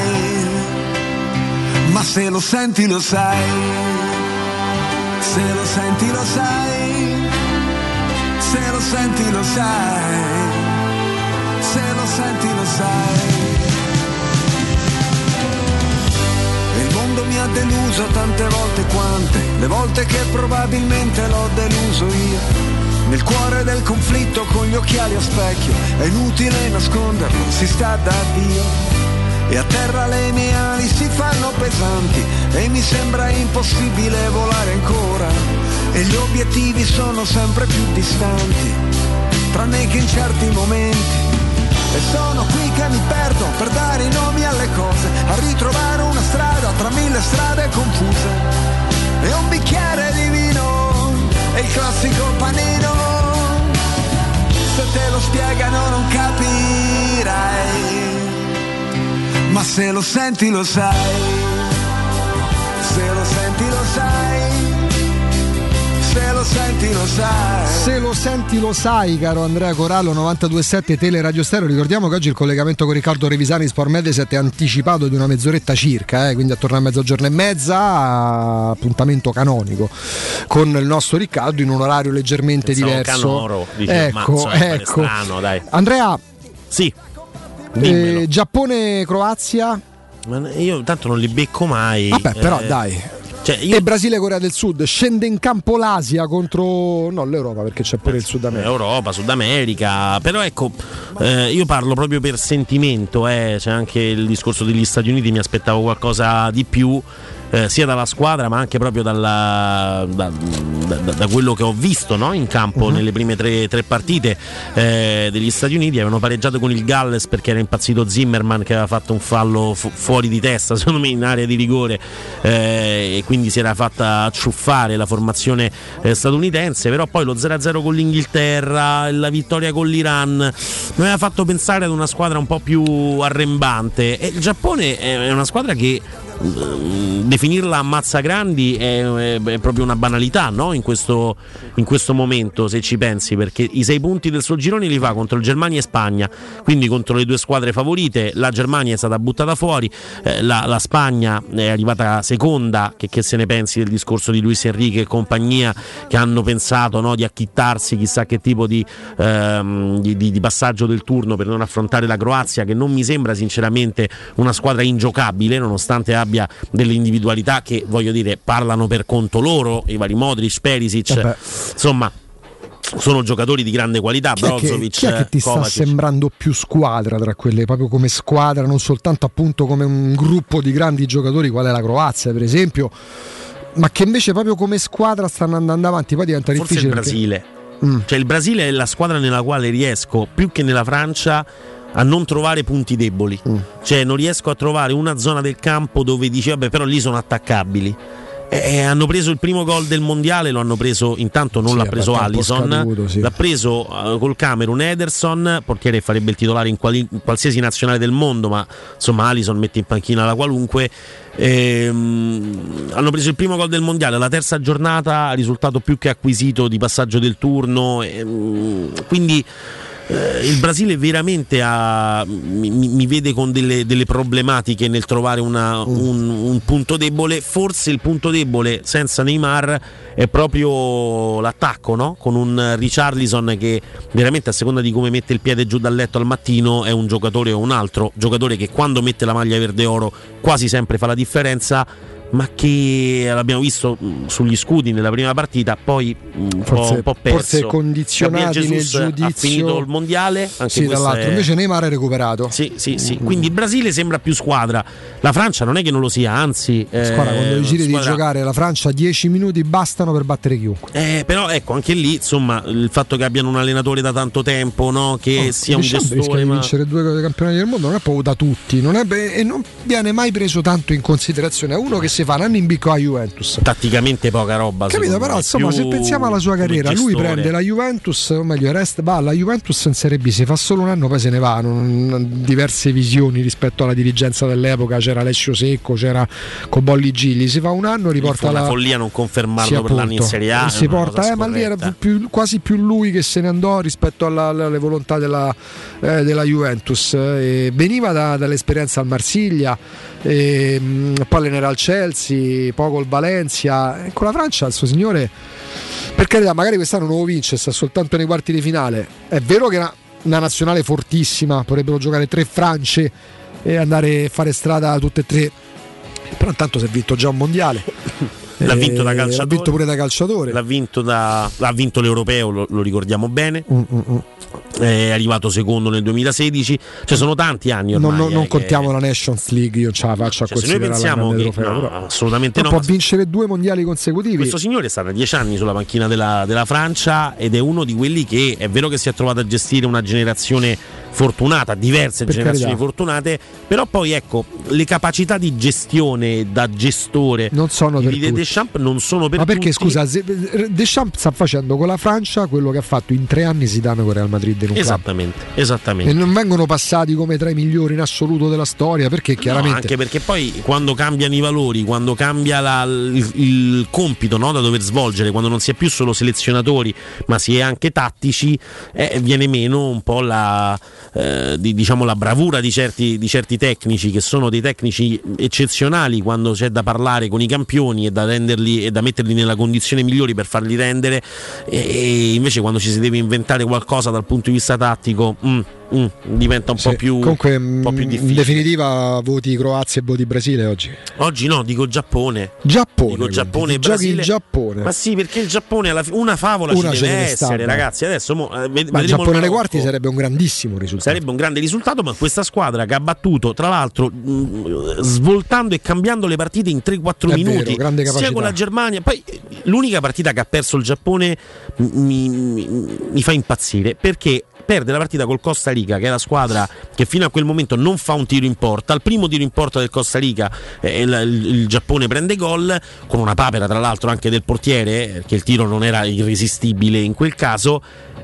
Speaker 20: ma se lo senti lo sai, se lo senti lo sai, se lo senti lo sai, se lo senti lo sai. E il mondo mi ha deluso tante volte quante, le volte che probabilmente l'ho deluso io. Nel cuore del conflitto con gli occhiali a specchio, è inutile nasconderlo, si sta da Dio. E a terra le mie ali si fanno pesanti e mi sembra impossibile volare ancora. E gli obiettivi sono sempre più distanti, tranne che in certi momenti. E sono qui che mi perdo per dare i nomi alle cose, a ritrovare una strada tra mille strade confuse. E un bicchiere di vino e il classico panino, se te lo spiegano non capirai, ma se lo senti lo sai, se lo senti lo sai, se lo senti lo sai.
Speaker 10: Se lo senti lo sai, caro Andrea Corallo, novantadue sette Teleradio Stereo. Ricordiamo che oggi il collegamento con Riccardo Revisani Sport Mediaset è anticipato di una mezz'oretta circa, eh, quindi attorno a mezzogiorno e mezza, appuntamento canonico con il nostro Riccardo in un orario leggermente
Speaker 11: Pensavo
Speaker 10: diverso.
Speaker 11: Canoro, dice,
Speaker 10: ecco,
Speaker 11: ma, insomma,
Speaker 10: ecco.
Speaker 11: Strano, dai.
Speaker 10: Andrea,
Speaker 11: sì,
Speaker 10: eh, Giappone-Croazia.
Speaker 11: Ma io tanto non li becco mai.
Speaker 10: Vabbè, però
Speaker 11: eh,
Speaker 10: dai.
Speaker 11: Cioè, io...
Speaker 10: E Brasile-Corea del Sud, scende in campo l'Asia contro no l'Europa, perché c'è pure il Sud America.
Speaker 11: Europa, Sud America, però ecco, eh, io parlo proprio per sentimento, eh. C'è anche il discorso degli Stati Uniti, mi aspettavo qualcosa di più. Eh, sia dalla squadra ma anche proprio dalla, da, da, da quello che ho visto, no? In campo uh-huh. nelle prime tre, tre partite eh, degli Stati Uniti. Avevano pareggiato con il Galles perché era impazzito Zimmerman, che aveva fatto un fallo fu- fuori di testa secondo me in area di rigore, eh, e quindi si era fatta acciuffare la formazione eh, statunitense. Però poi lo zero a zero con l'Inghilterra, la vittoria con l'Iran mi aveva fatto pensare ad una squadra un po' più arrembante, e il Giappone è una squadra che mh, definirla ammazzagrandi è, è, è proprio una banalità, no? In questo, in questo momento, se ci pensi, perché i sei punti del suo girone li fa contro il Germania e Spagna, quindi contro le due squadre favorite. La Germania è stata buttata fuori, eh, la, la Spagna è arrivata seconda. Che, che se ne pensi del discorso di Luis Enrique e compagnia, che hanno pensato, no, di acchittarsi chissà che tipo di, ehm, di, di, di passaggio del turno per non affrontare la Croazia, che non mi sembra sinceramente una squadra ingiocabile, nonostante abbia delle individualità che, voglio dire, parlano per conto loro, i vari Modric, Perisic, Vabbè. insomma sono giocatori di grande qualità.
Speaker 10: Chi è che,
Speaker 11: Brozovic,
Speaker 10: chi è che ti
Speaker 11: Kovacic.
Speaker 10: sta sembrando più squadra tra quelle, proprio come squadra, non soltanto appunto come un gruppo di grandi giocatori qual è la Croazia per esempio, ma che invece proprio come squadra stanno andando avanti? Poi diventa
Speaker 11: Forse
Speaker 10: difficile
Speaker 11: il Brasile
Speaker 10: perché... mm.
Speaker 11: Cioè il Brasile è la squadra nella quale riesco più che nella Francia a non trovare punti deboli, mm. cioè non riesco a trovare una zona del campo dove dici vabbè però lì sono attaccabili. Eh, hanno preso il primo gol del mondiale, lo hanno preso, intanto non
Speaker 10: sì,
Speaker 11: l'ha preso Alisson,
Speaker 10: scaduto, sì.
Speaker 11: l'ha preso uh, col Camerun Ederson, portiere farebbe il titolare in, quali, in qualsiasi nazionale del mondo, ma insomma Alisson mette in panchina la qualunque. Ehm, hanno preso il primo gol del mondiale, la terza giornata, risultato più che acquisito di passaggio del turno, ehm, quindi eh, il Brasile veramente ha, mi, mi vede con delle, delle problematiche nel trovare una, un, un punto debole. Forse il punto debole senza Neymar è proprio l'attacco, no? Con un Richarlison che veramente, a seconda di come mette il piede giù dal letto al mattino, è un giocatore o un altro giocatore che quando mette la maglia verde oro quasi sempre fa la differenza, ma che l'abbiamo visto mh, sugli scudi nella prima partita, poi mh,
Speaker 10: forse,
Speaker 11: un po' perso.
Speaker 10: Forse condizionati nel giudizio.
Speaker 11: Ha finito il mondiale, anche
Speaker 10: sì, dall'altro. È... invece Neymar è recuperato.
Speaker 11: Sì, sì, sì. Quindi il Brasile sembra più squadra. La Francia non è che non lo sia, anzi.
Speaker 10: Squadra, eh, quando decidi squadra... di giocare la Francia, dieci minuti bastano per battere chiunque.
Speaker 11: Eh, però ecco, anche lì, insomma, il fatto che abbiano un allenatore da tanto tempo, no? Che oh, sia un gestore.
Speaker 10: Rischia di
Speaker 11: ma...
Speaker 10: vincere due campionati del mondo non è proprio da tutti, non è, e non viene mai preso tanto in considerazione. È uno che si fa un anno in bicco a Juventus,
Speaker 11: tatticamente poca roba,
Speaker 10: capito? Però insomma, se pensiamo alla sua carriera, lui prende la Juventus, o meglio resta, va alla Juventus in Serie B, si fa solo un anno, poi se ne va. Non, diverse visioni rispetto alla dirigenza dell'epoca, c'era Alessio Secco, c'era Cobolli Gilli, si fa un anno, riporta la
Speaker 11: una follia non confermarlo sì, per l'anno in Serie A,
Speaker 10: si porta, eh, ma lì era più, quasi più lui che se ne andò rispetto alla, alle volontà della, eh, della Juventus. Eh, veniva da, dall'esperienza al Marsiglia, eh, poi allenerà al Chelsea, poi col Valencia. Con la Francia il suo signore, per carità, magari quest'anno non lo vince, sta soltanto nei quarti di finale. È vero che è una, una nazionale fortissima, potrebbero giocare tre Francie e andare a fare strada tutte e tre, però intanto si è vinto già un mondiale.
Speaker 11: L'ha vinto da calciatore,
Speaker 10: l'ha vinto pure da calciatore,
Speaker 11: l'ha vinto, da, l'ha vinto l'Europeo, lo, lo ricordiamo bene. Mm-mm. È arrivato secondo nel duemilasedici, cioè sono tanti anni ormai.
Speaker 10: Non, non, non
Speaker 11: eh,
Speaker 10: contiamo
Speaker 11: che...
Speaker 10: la Nations League, io ce la faccio
Speaker 11: cioè,
Speaker 10: a considerare.
Speaker 11: Se noi pensiamo che
Speaker 10: europeo,
Speaker 11: no,
Speaker 10: però.
Speaker 11: assolutamente
Speaker 10: però
Speaker 11: no,
Speaker 10: può vincere due mondiali consecutivi.
Speaker 11: Questo signore è stato dieci anni sulla panchina della, della Francia ed è uno di quelli che è vero che si è trovato a gestire una generazione fortunata, diverse
Speaker 10: per
Speaker 11: generazioni
Speaker 10: carità.
Speaker 11: fortunate, però poi ecco, le capacità di gestione da gestore
Speaker 10: non sono
Speaker 11: di
Speaker 10: per
Speaker 11: Didier
Speaker 10: tutti.
Speaker 11: Deschamps non sono per
Speaker 10: ma perché
Speaker 11: tutti.
Speaker 10: scusa, Deschamps sta facendo con la Francia quello che ha fatto in tre anni Zidane con Real Madrid in un
Speaker 11: esattamente,
Speaker 10: campo.
Speaker 11: esattamente.
Speaker 10: E non vengono passati come tra i migliori in assoluto della storia, perché chiaramente
Speaker 11: no, anche perché poi quando cambiano i valori, quando cambia la, il, il compito, no, da dover svolgere, quando non si è più solo selezionatori ma si è anche tattici, eh, viene meno un po' la eh, di, diciamo la bravura di certi, di certi tecnici, che sono dei tecnici eccezionali quando c'è da parlare con i campioni e da renderli e da metterli nella condizione migliori per farli rendere, e, e invece quando ci si deve inventare qualcosa dal punto di vista tattico mm, mm, diventa un
Speaker 10: sì,
Speaker 11: po' più
Speaker 10: comunque
Speaker 11: un po' più difficile.
Speaker 10: In definitiva voti Croazia e voti Brasile oggi.
Speaker 11: Oggi no, dico Giappone.
Speaker 10: Giappone.
Speaker 11: Dico Giappone e
Speaker 10: Giochi
Speaker 11: Brasile.
Speaker 10: il Giappone.
Speaker 11: Ma sì, perché il Giappone alla fi- una favola
Speaker 10: una
Speaker 11: ci deve
Speaker 10: deve
Speaker 11: essere,
Speaker 10: stare,
Speaker 11: ragazzi. Adesso mo, eh, ved-
Speaker 10: ma il Giappone alle
Speaker 11: Marocco.
Speaker 10: quarti sarebbe un grandissimo risultato.
Speaker 11: Sarebbe un grande risultato, ma questa squadra che ha battuto, tra l'altro, mh, svoltando e cambiando le partite in tre quattro
Speaker 10: È
Speaker 11: minuti,
Speaker 10: vero, grande capacità.
Speaker 11: sia con la Germania. Poi l'unica partita che ha perso il Giappone mi, mi, mi fa impazzire, perché perde la partita col Costa Rica, che è la squadra che fino a quel momento non fa un tiro in porta. Al primo tiro in porta del Costa Rica eh, il, il, il Giappone prende gol, con una papera tra l'altro anche del portiere, eh, che il tiro non era irresistibile in quel caso.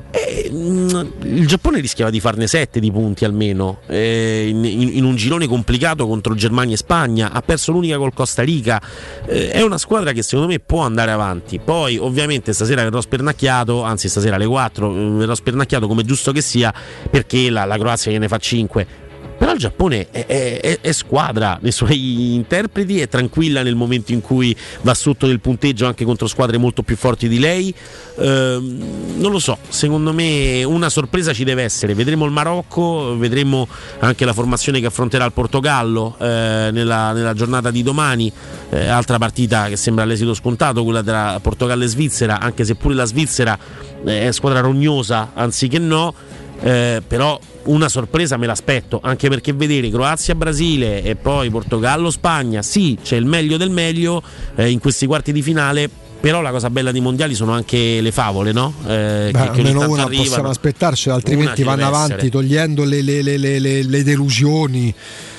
Speaker 11: Eh, il Giappone rischiava di farne sette di punti almeno eh, in, in un girone complicato contro Germania e Spagna. Ha perso l'unica col Costa Rica. Eh, è una squadra che secondo me può andare avanti. Poi ovviamente stasera verrò spernacchiato, anzi stasera alle quattro verrò spernacchiato come giusto che sia, perché la, la Croazia gliene fa cinque. Però il Giappone è, è, è squadra nei suoi interpreti, è tranquilla nel momento in cui va sotto del punteggio anche contro squadre molto più forti di lei. Ehm, non lo so, secondo me una sorpresa ci deve essere. Vedremo il Marocco, vedremo anche la formazione che affronterà il Portogallo eh, nella, nella giornata di domani. Eh, altra partita che sembra l'esito scontato, quella tra Portogallo e Svizzera, anche se pure la Svizzera è squadra rognosa anziché no. Eh, però una sorpresa me l'aspetto, anche perché vedere Croazia-Brasile e poi Portogallo-Spagna, sì, c'è il meglio del meglio eh, in questi quarti di finale. Però la cosa bella dei mondiali sono anche le favole, no? Eh,
Speaker 10: Beh,
Speaker 11: che, che
Speaker 10: almeno una
Speaker 11: arrivano.
Speaker 10: possiamo aspettarci, altrimenti vanno avanti
Speaker 11: essere.
Speaker 10: togliendo le, le, le, le, le, le delusioni.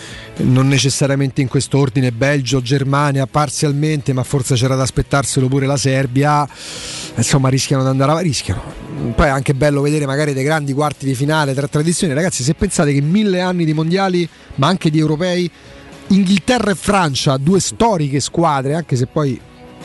Speaker 10: Non necessariamente in questo ordine: Belgio, Germania parzialmente, ma forse c'era da aspettarselo pure la Serbia. Insomma, rischiano di andare avanti, rischiano. Poi è anche bello vedere magari dei grandi quarti di finale tra tradizioni. Ragazzi, se pensate che mille anni di mondiali, ma anche di europei, Inghilterra e Francia, due storiche squadre, anche se poi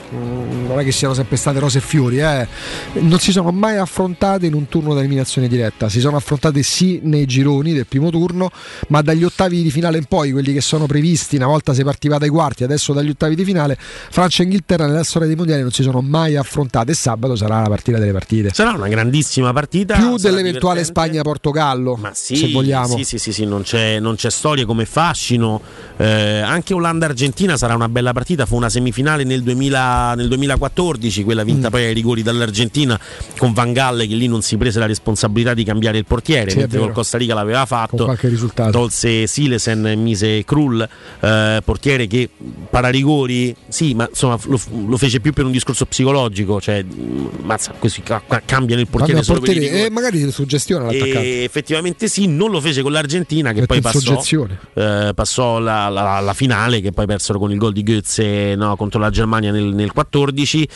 Speaker 10: non è che siano sempre state rose e fiori, eh. non si sono mai affrontate in un turno d'eliminazione diretta. Si sono affrontate sì nei gironi del primo turno, ma dagli ottavi di finale in poi, quelli che sono previsti, una volta si partiva dai quarti, adesso dagli ottavi di finale, Francia e Inghilterra nella storia dei mondiali non si sono mai affrontate, e sabato sarà la partita delle partite.
Speaker 11: Sarà una grandissima partita,
Speaker 10: più dell'eventuale Spagna-Portogallo,
Speaker 11: ma sì,
Speaker 10: se vogliamo.
Speaker 11: Sì, sì, sì, sì, non c'è, non c'è storia come fascino. Eh, anche Olanda-Argentina sarà una bella partita. Fu una semifinale nel duemila nel duemilaquattordici, quella vinta mm. poi ai rigori dall'Argentina, con Van Galle che lì non si prese la responsabilità di cambiare il portiere, sì, mentre col Costa Rica l'aveva fatto,
Speaker 10: con qualche risultato.
Speaker 11: Tolse Silesen e mise Krull, eh, portiere che pararigori sì, ma insomma lo, lo fece più per un discorso psicologico, cioè mazza, così cambiano il portiere solo
Speaker 10: portiere,
Speaker 11: per i rigori.
Speaker 10: E magari suggestione l'attaccante.
Speaker 11: E effettivamente sì, non lo fece con l'Argentina, che poi passò, eh, passò la, la, la finale, che poi persero con il gol di Götze, no, contro la Germania nel, nel quattordici.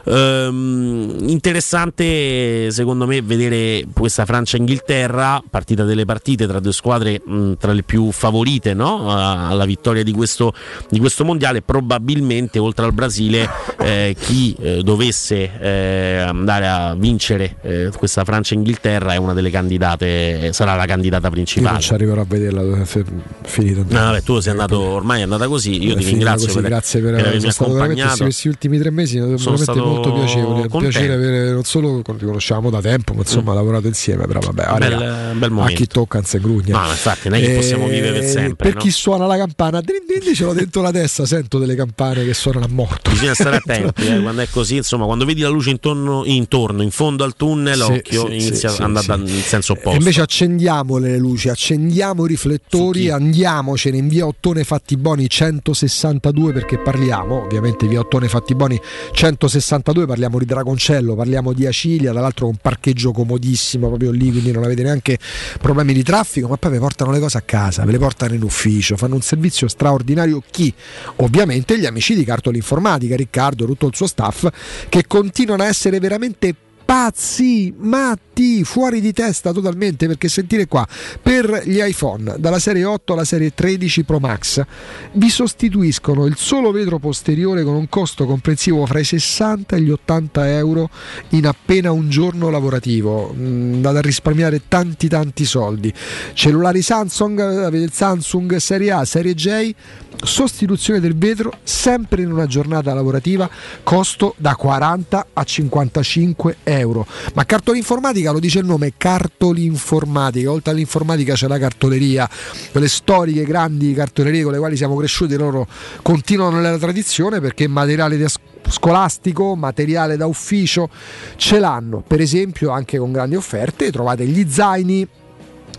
Speaker 11: Ehm, interessante secondo me vedere questa Francia-Inghilterra, partita delle partite tra due squadre mh, tra le più favorite, no? alla vittoria di questo, di questo mondiale. Probabilmente oltre al Brasile eh, chi eh, dovesse eh, andare a vincere eh, questa Francia-Inghilterra è una delle candidate, eh, sarà la candidata principale.
Speaker 10: Io non ci arriverò a vederla, finito.
Speaker 11: No, vabbè, tu sei andato, ormai è andata così. Io ti ringrazio
Speaker 10: così,
Speaker 11: per,
Speaker 10: grazie per,
Speaker 11: per avermi accompagnato.
Speaker 10: Questi ultimi tre mesi sono veramente molto piacevole. Un piacere avere, non solo ti conosciamo da tempo, ma insomma mm. lavorato insieme. Però vabbè,
Speaker 11: un bel, bel momento.
Speaker 10: A chi tocca non si grugna.
Speaker 11: No, infatti, non è che possiamo vivere per sempre.
Speaker 10: Per
Speaker 11: no?
Speaker 10: chi suona la campana, ce l'ho dentro la testa, sento delle campane che suonano a morto.
Speaker 11: Bisogna stare attenti eh, quando è così, insomma, quando vedi la luce intorno, intorno in fondo al tunnel, sì, occhio, sì, inizia sì, ad andare sì. in senso opposto.
Speaker 10: E invece accendiamo le luci, accendiamo i riflettori, andiamocene in via Ottone Fattiboni centosessantadue, perché parliamo, ovviamente via Ottone Fattiboni centosessantadue, parliamo di Dragoncello, parliamo di Acilia, tra l'altro con parcheggio comodissimo proprio lì, quindi non avete neanche problemi di traffico, ma poi vi portano le cose a casa, ve le portano in ufficio, fanno un servizio straordinario. Chi? Ovviamente gli amici di Cartoli Informatica, Riccardo e tutto il suo staff, che continuano a essere veramente pazzi, matti, fuori di testa totalmente, perché sentire qua, per gli iPhone dalla serie otto alla serie tredici Pro Max vi sostituiscono il solo vetro posteriore con un costo comprensivo fra i sessanta e gli ottanta euro in appena un giorno lavorativo, andate a risparmiare tanti tanti soldi. Cellulari Samsung, avete il Samsung serie A, serie J, sostituzione del vetro sempre in una giornata lavorativa, costo da quaranta a cinquantacinque euro. Ma Cartoli Informatica, lo dice il nome, Cartoli Informatica, oltre all'informatica c'è la cartoleria, quelle storiche grandi cartolerie con le quali siamo cresciuti, loro continuano nella tradizione, perché materiale di scolastico, materiale da ufficio ce l'hanno, per esempio anche con grandi offerte. Trovate gli zaini,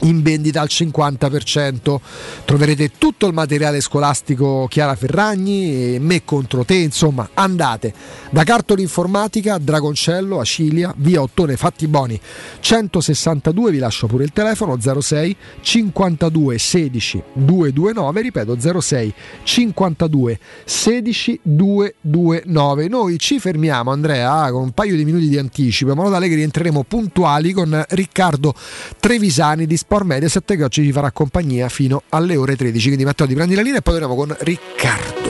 Speaker 10: in vendita al cinquanta per cento. Troverete tutto il materiale scolastico Chiara Ferragni, Me contro te, insomma andate da Cartoli Informatica, Dragoncello, Acilia, via Ottone Fattiboni centosessantadue, vi lascio pure il telefono zero sei cinquantadue sedici duecentonventinove, ripeto zero sei cinquantadue sedici duecentonventinove. Noi ci fermiamo, Andrea, con un paio di minuti di anticipo, in modo tale che rientreremo puntuali con Riccardo Trevisani di Sport Mediaset, che oggi ci farà compagnia fino alle ore tredici. Quindi Matteo, ti prendi la linea e poi torniamo con Riccardo.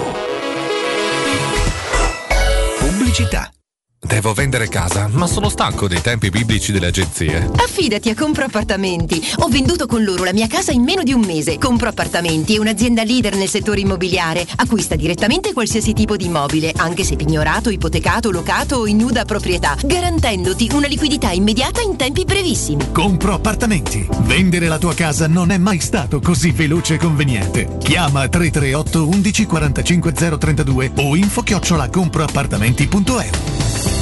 Speaker 6: Pubblicità. Devo vendere casa, ma sono stanco dei tempi biblici delle agenzie.
Speaker 13: Affidati a Compro Appartamenti. Ho venduto con loro la mia casa in meno di un mese. Compro Appartamenti è un'azienda leader nel settore immobiliare. Acquista direttamente qualsiasi tipo di immobile, anche se pignorato, ipotecato, locato o in nuda proprietà, garantendoti una liquidità immediata in tempi brevissimi.
Speaker 8: Compro Appartamenti. Vendere la tua casa non è mai stato così veloce e conveniente. Chiama tre tre otto undici quarantacinque zero trentadue o info chiocciola comproappartamenti punto e u.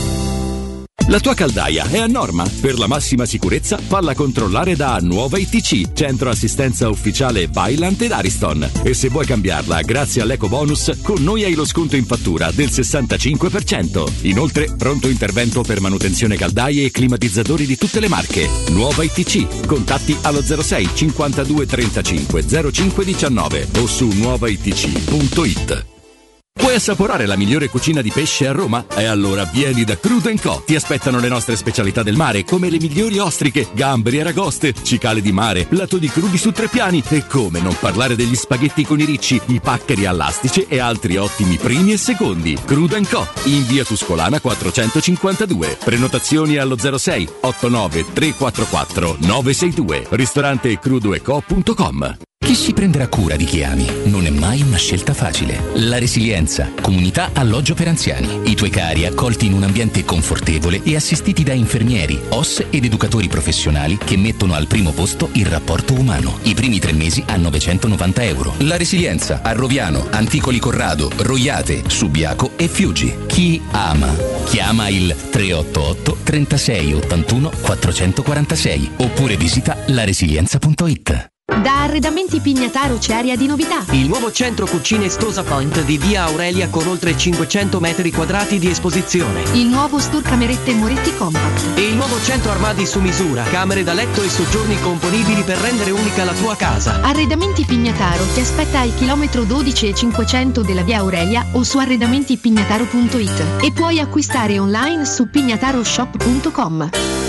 Speaker 19: La tua caldaia è a norma? Per la massima sicurezza falla controllare da Nuova I T C, centro assistenza ufficiale Vaillant ed Ariston. E se vuoi cambiarla grazie all'eco bonus, con noi hai lo sconto in fattura del sessantacinque per cento. Inoltre pronto intervento per manutenzione caldaie e climatizzatori di tutte le marche. Nuova I T C, contatti allo zero sei cinquantadue trentacinque zero cinque diciannove o su nuova i t c punto i t. Vuoi assaporare la migliore cucina di pesce a Roma? E allora vieni da Crudo and Co. Ti aspettano le nostre specialità del mare, come le migliori ostriche, gamberi e aragoste, cicale di mare, plato di crudi su tre piani e come non parlare degli spaghetti con i ricci, i paccheri all'astice e altri ottimi primi e secondi. Crudo and Co. in via Tuscolana quattrocentocinquantadue. Prenotazioni allo zero sei ottantanove trequarantaquattro nove sei due. Ristorante crudo e co punto com.
Speaker 17: Chi si prenderà cura di chi ami non è mai una scelta facile. La Resilienza, comunità alloggio per anziani. I tuoi cari accolti in un ambiente confortevole e assistiti da infermieri, O S ed educatori professionali che mettono al primo posto il rapporto umano. I primi tre mesi a novecentonovanta euro. La Resilienza a Roviano, Anticoli Corrado, Roiate, Subiaco e Fiuggi. Chi ama? Chiama il tre otto otto trentasei ottantuno quattrocentoquarantasei oppure visita la resilienza punto i t.
Speaker 22: Da Arredamenti Pignataro c'è aria di novità.
Speaker 12: Il nuovo centro cucine Stosa Point di via Aurelia con oltre cinquecento metri quadrati di esposizione.
Speaker 22: Il nuovo Store Camerette Moretti Compact.
Speaker 12: E il nuovo centro armadi su misura, camere da letto e soggiorni componibili per rendere unica la tua casa.
Speaker 22: Arredamenti Pignataro ti aspetta al chilometro dodici e cinquecento della via Aurelia o su arredamenti pignataro punto i t e puoi acquistare online su pignataroshop punto com.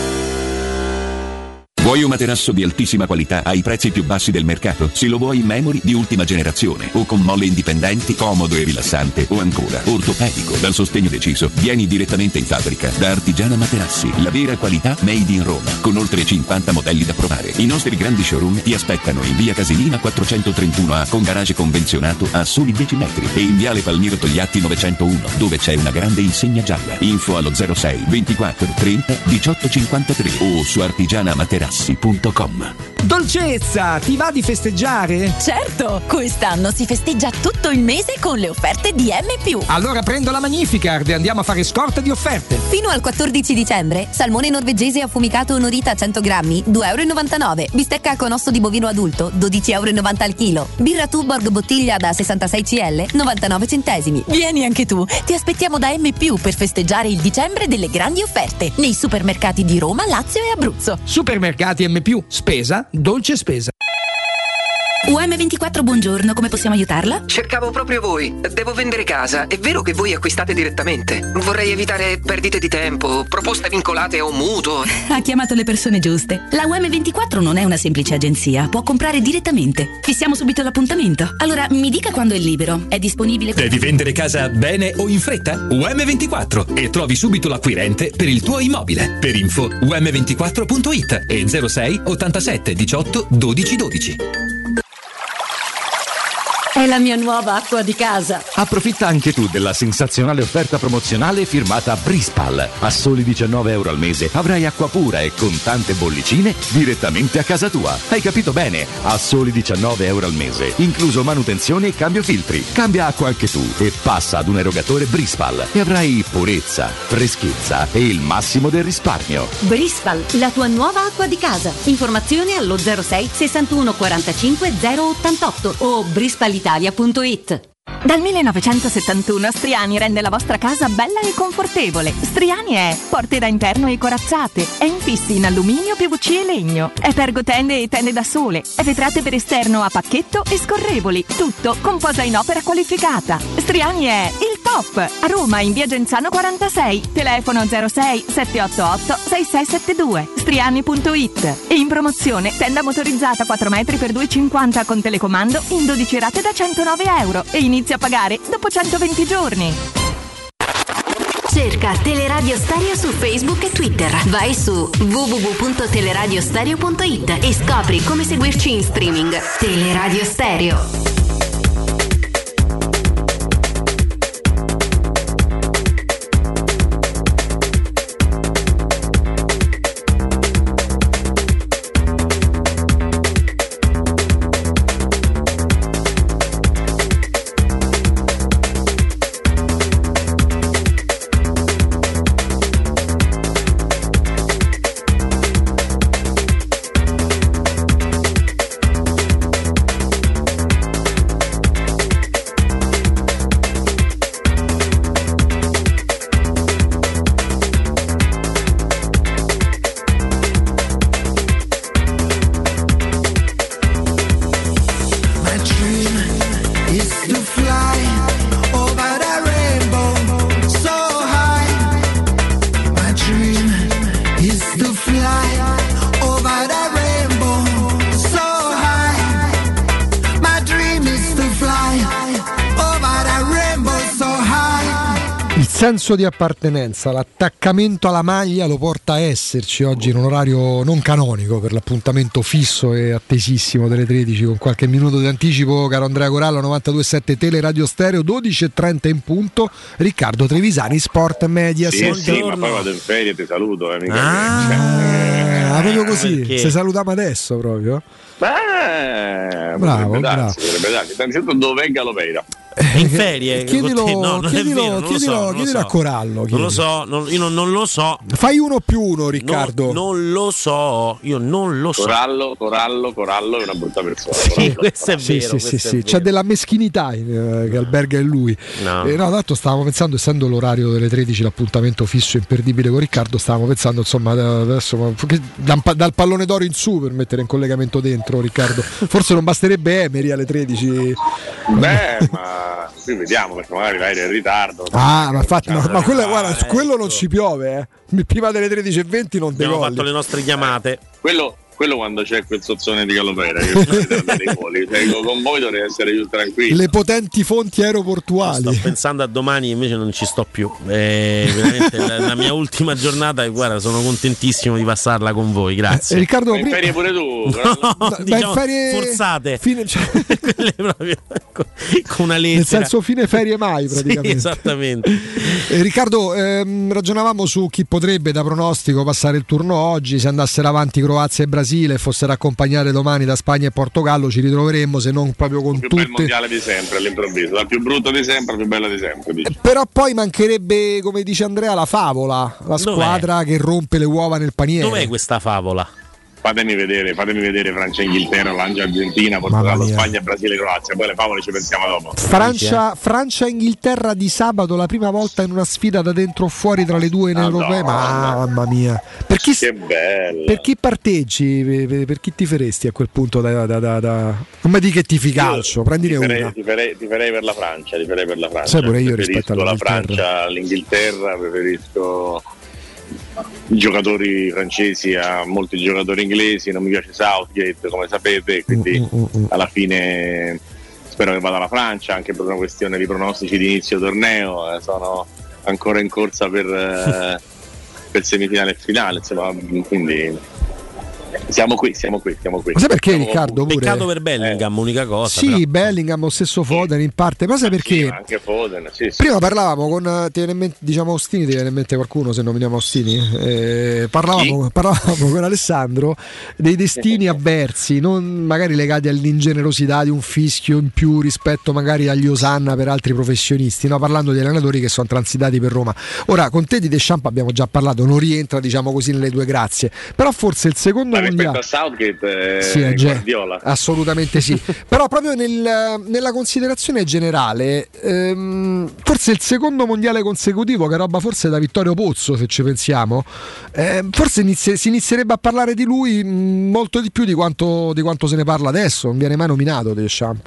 Speaker 2: Vuoi un materasso di altissima qualità ai prezzi più bassi del mercato? Se lo vuoi in memory di ultima generazione o con molle indipendenti, comodo e rilassante o ancora ortopedico dal sostegno deciso, vieni direttamente in fabbrica da Artigiana Materassi, la vera qualità made in Roma, con oltre cinquanta modelli da provare. I nostri grandi showroom ti aspettano in via Casilina quattrocentotrentuno A con garage convenzionato a soli dieci metri e in viale Palmiro Togliatti novecentouno dove c'è una grande insegna gialla. Info allo zero sei ventiquattro trenta diciotto cinquantatré o su artigiana materassi punto com.
Speaker 14: Dolcezza, ti va di festeggiare?
Speaker 13: Certo, quest'anno si festeggia tutto il mese con le offerte di M più.
Speaker 14: Allora prendo la Magnificard e andiamo a fare scorta di offerte.
Speaker 13: Fino al quattordici dicembre, salmone norvegese affumicato Onorita cento grammi, due euro e novantanove. Bistecca con osso di bovino adulto, dodici euro e novanta al chilo. Birra Tuborg bottiglia da sessantasei centilitri, novantanove centesimi. Vieni anche tu, ti aspettiamo da M più per festeggiare il dicembre delle grandi offerte nei supermercati di Roma, Lazio e Abruzzo.
Speaker 14: Supermercati M più, spesa, dolce spesa.
Speaker 23: U M ventiquattro, buongiorno, come possiamo aiutarla?
Speaker 12: Cercavo proprio voi. Devo vendere casa. È vero che voi acquistate direttamente? Vorrei evitare perdite di tempo, proposte vincolate a un mutuo.
Speaker 23: Ha chiamato le persone giuste. La U M ventiquattro non è una semplice agenzia, può comprare direttamente. Fissiamo subito l'appuntamento. Allora, mi dica quando è libero. È disponibile?
Speaker 17: Devi vendere casa bene o in fretta? U M ventiquattro e trovi subito l'acquirente per il tuo immobile. Per info u m ventiquattro punto i t e zero sei ottantasette diciotto dodici dodici.
Speaker 1: È la mia nuova acqua di casa.
Speaker 19: Approfitta anche tu della sensazionale offerta promozionale firmata Brispal. A soli diciannove euro al mese avrai acqua pura e con tante bollicine direttamente a casa tua. Hai capito bene? A soli diciannove euro al mese, incluso manutenzione e cambio filtri. Cambia acqua anche tu e passa ad un erogatore Brispal e avrai purezza, freschezza e il massimo del risparmio.
Speaker 1: Brispal, la tua nuova acqua di casa. Informazioni allo zero sei sessantuno quarantacinque zero ottantotto o brispal italia punto it.
Speaker 13: Dal millenovecentosettantuno Striani rende la vostra casa bella e confortevole. Striani è porte da interno e corazzate, è infissi in alluminio, P V C e legno, è pergotende e tende da sole, è vetrate per esterno a pacchetto e scorrevoli, tutto con posa in opera qualificata. Striani è il top! A Roma in via Genzano quarantasei, telefono zero sei sette otto otto sei sei sette due, striani punto it. E in promozione tenda motorizzata quattro metri per due e cinquanta con telecomando in dodici rate da centonove euro e inizia a pagare dopo centoventi giorni.
Speaker 3: Cerca Teleradio Stereo su Facebook e Twitter. Vai su w w w punto teleradiostereo punto it e scopri come seguirci in streaming. Teleradio Stereo.
Speaker 10: Il senso di appartenenza, l'attaccamento alla maglia lo porta a esserci oggi in un orario non canonico per l'appuntamento fisso e attesissimo delle tredici con qualche minuto di anticipo. Caro Andrea Corallo, novantadue virgola sette Tele Radio Stereo, dodici e trenta in punto. Riccardo Trevisani, Sport Media.
Speaker 7: Sì, sì, ma poi vado in ferie, ti saluto. Eh, mica
Speaker 10: ah,
Speaker 7: eh,
Speaker 10: proprio così,
Speaker 7: perché?
Speaker 10: se salutiamo adesso proprio.
Speaker 7: Beh,
Speaker 10: bravo,
Speaker 7: potrebbe
Speaker 10: bravo.
Speaker 7: darsi, potrebbe darsi. Innanzitutto dov'è Galopeira?
Speaker 11: In ferie,
Speaker 10: chiedilo,
Speaker 11: con te? No, non
Speaker 10: chiedilo,
Speaker 11: è vero, non
Speaker 10: chiedilo,
Speaker 11: lo so, non
Speaker 10: chiedilo
Speaker 11: lo
Speaker 10: a Corallo.
Speaker 11: Non lo so, non, io non, non lo so.
Speaker 10: Fai uno più uno, Riccardo.
Speaker 11: No, non lo so, io non lo so.
Speaker 7: Corallo, Corallo, Corallo è una brutta persona.
Speaker 11: Sì, questo è
Speaker 10: Sì,
Speaker 11: vero.
Speaker 10: sì,
Speaker 11: questo
Speaker 10: sì,
Speaker 11: è
Speaker 10: sì.
Speaker 11: vero.
Speaker 10: C'è della meschinità in, eh, che alberga in lui.
Speaker 11: No.
Speaker 10: Eh, no, tanto stavamo pensando, essendo l'orario delle tredici, l'appuntamento fisso e imperdibile con Riccardo, stavamo pensando, insomma, adesso che, da, dal pallone d'oro in su per mettere in collegamento dentro, Riccardo. Forse non basterebbe Emery alle tredici.
Speaker 7: Beh, ma qui vediamo, perché magari l'aereo è in ritardo.
Speaker 10: Ah, ma, infatti, ma, ma quello, guarda, quello non ci piove, eh. Prima delle tredici e venti non
Speaker 11: Abbiamo
Speaker 10: decolli.
Speaker 11: fatto le nostre chiamate.
Speaker 7: Quello, quello quando c'è quel sozzone di Galopeira che sono dei voli. Con voi dovrei essere più tranquillo.
Speaker 10: Le potenti fonti aeroportuali.
Speaker 11: Sto pensando a domani, invece non ci sto più. Eh, veramente la, la mia ultima giornata, e guarda, sono contentissimo di passarla con voi. Grazie.
Speaker 10: Eh, Riccardo,
Speaker 7: Ma in
Speaker 10: prima-
Speaker 7: ferie pure tu?
Speaker 11: No,
Speaker 10: Ma
Speaker 11: diciamo,
Speaker 10: in ferie
Speaker 11: forzate.
Speaker 10: fine- cioè-
Speaker 11: Quelle proprio con, con una lettera.
Speaker 10: nel senso fine ferie mai
Speaker 11: Sì,
Speaker 10: praticamente.
Speaker 11: esattamente.
Speaker 10: Eh, Riccardo, ehm, ragionavamo su chi potrebbe da pronostico passare il turno oggi, se andassero avanti Croazia e Brasile e fossero accompagnate domani da Spagna e Portogallo, ci ritroveremmo, se non proprio con
Speaker 7: Il più bel
Speaker 10: tutte.
Speaker 7: mondiale di sempre all'improvviso, dal più brutto di sempre al più bello di sempre. dici.
Speaker 10: Però poi mancherebbe, come dice Andrea, la favola, la squadra che rompe le uova nel paniere.
Speaker 11: Dov'è questa favola?
Speaker 7: Fatemi vedere, fatemi vedere Francia, Inghilterra, Lancia, Argentina, Portogallo,
Speaker 10: mia.
Speaker 7: Spagna, Brasile, Croazia. Poi le favole ci pensiamo dopo.
Speaker 10: Francia, Francia Inghilterra di sabato, la prima volta in una sfida da dentro o fuori tra le due in europee. Mamma mia, per chi,
Speaker 7: Che bello.
Speaker 10: per chi parteggi? Per, per chi ti faresti a quel punto? Da, da, da, da... Non mi dica che tifi calcio, prendine
Speaker 7: Ti
Speaker 10: una.
Speaker 7: farei, ti, farei, ti farei per la Francia, ti farei per la Francia.
Speaker 10: Sai pure io
Speaker 7: Preferisco
Speaker 10: rispetto
Speaker 7: la
Speaker 10: all'Inghilterra.
Speaker 7: Francia all'Inghilterra, preferisco i giocatori francesi a molti giocatori inglesi, non mi piace Southgate come sapete, quindi
Speaker 10: Mm, mm, mm.
Speaker 7: alla fine spero che vada la Francia, anche per una questione di pronostici di inizio torneo, eh, sono ancora in corsa per, eh, per semifinale e finale, insomma, quindi Siamo qui, siamo qui, siamo qui.
Speaker 10: Ma sai perché,
Speaker 7: siamo
Speaker 10: Riccardo? Pure...
Speaker 11: Peccato per Bellingham, unica cosa.
Speaker 10: Sì,
Speaker 11: però.
Speaker 10: Bellingham, lo stesso Foden in parte, ma sai perché?
Speaker 7: Sì, anche Foden, sì, sì.
Speaker 10: Prima parlavamo con, ti viene in mente, diciamo Ostini, ti viene in mente qualcuno se nominiamo Ostini? Eh, parlavamo, parlavamo con Alessandro dei destini avversi, non magari legati all'ingenerosità di un fischio in più rispetto magari agli Osanna per altri professionisti, no? Parlando di allenatori che sono transitati per Roma. Ora, con te di Deschamps abbiamo già parlato, non rientra, diciamo così, nelle due grazie, però forse il secondo
Speaker 7: Ma
Speaker 10: mondiale...
Speaker 7: rispetto a Southgate eh,
Speaker 10: Sì, è
Speaker 7: Guardiola.
Speaker 10: Assolutamente sì. Però proprio nel, nella considerazione generale, ehm, forse il secondo mondiale consecutivo, che roba forse da Vittorio Pozzo, se ci pensiamo, eh, forse inizi- si inizierebbe a parlare di lui mh, molto di più di quanto, di quanto se ne parla adesso. Non viene mai nominato Deschamps.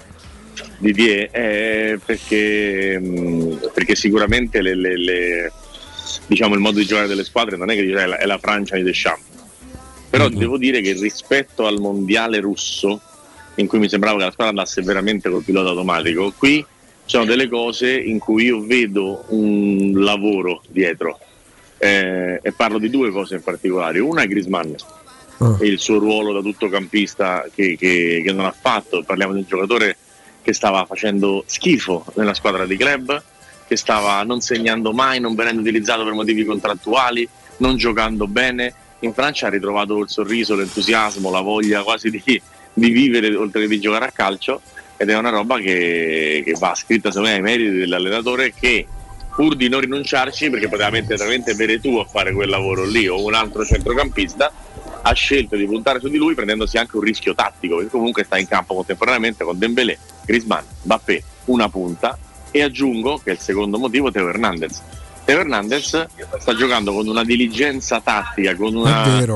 Speaker 7: Didier eh, perché, mh, perché sicuramente le, le, le, diciamo il modo di giocare delle squadre non è che dice, è, la, è la Francia di Deschamps. Però mm-hmm. devo dire che rispetto al mondiale russo, in cui mi sembrava che la squadra andasse veramente col pilota automatico, qui ci sono delle cose in cui io vedo un lavoro dietro, eh, e parlo di due cose in particolare. Una è Griezmann oh. e il suo ruolo da tuttocampista che, che, che non ha fatto. Parliamo di un giocatore che stava facendo schifo nella squadra di club, che stava non segnando mai, non venendo utilizzato per motivi contrattuali, non giocando bene. In Francia ha ritrovato il sorriso, l'entusiasmo, la voglia quasi di, di vivere oltre che di giocare a calcio, ed è una roba che, che va scritta secondo me ai meriti dell'allenatore, che pur di non rinunciarci, perché poteva mettere veramente Veretù a fare quel lavoro lì o un altro centrocampista, ha scelto di puntare su di lui prendendosi anche un rischio tattico, perché comunque sta in campo contemporaneamente con Dembélé, Griezmann, Mbappé, una punta, e aggiungo che è il secondo motivo, Teo Hernandez. Teo Hernandez sta giocando con una diligenza tattica, con una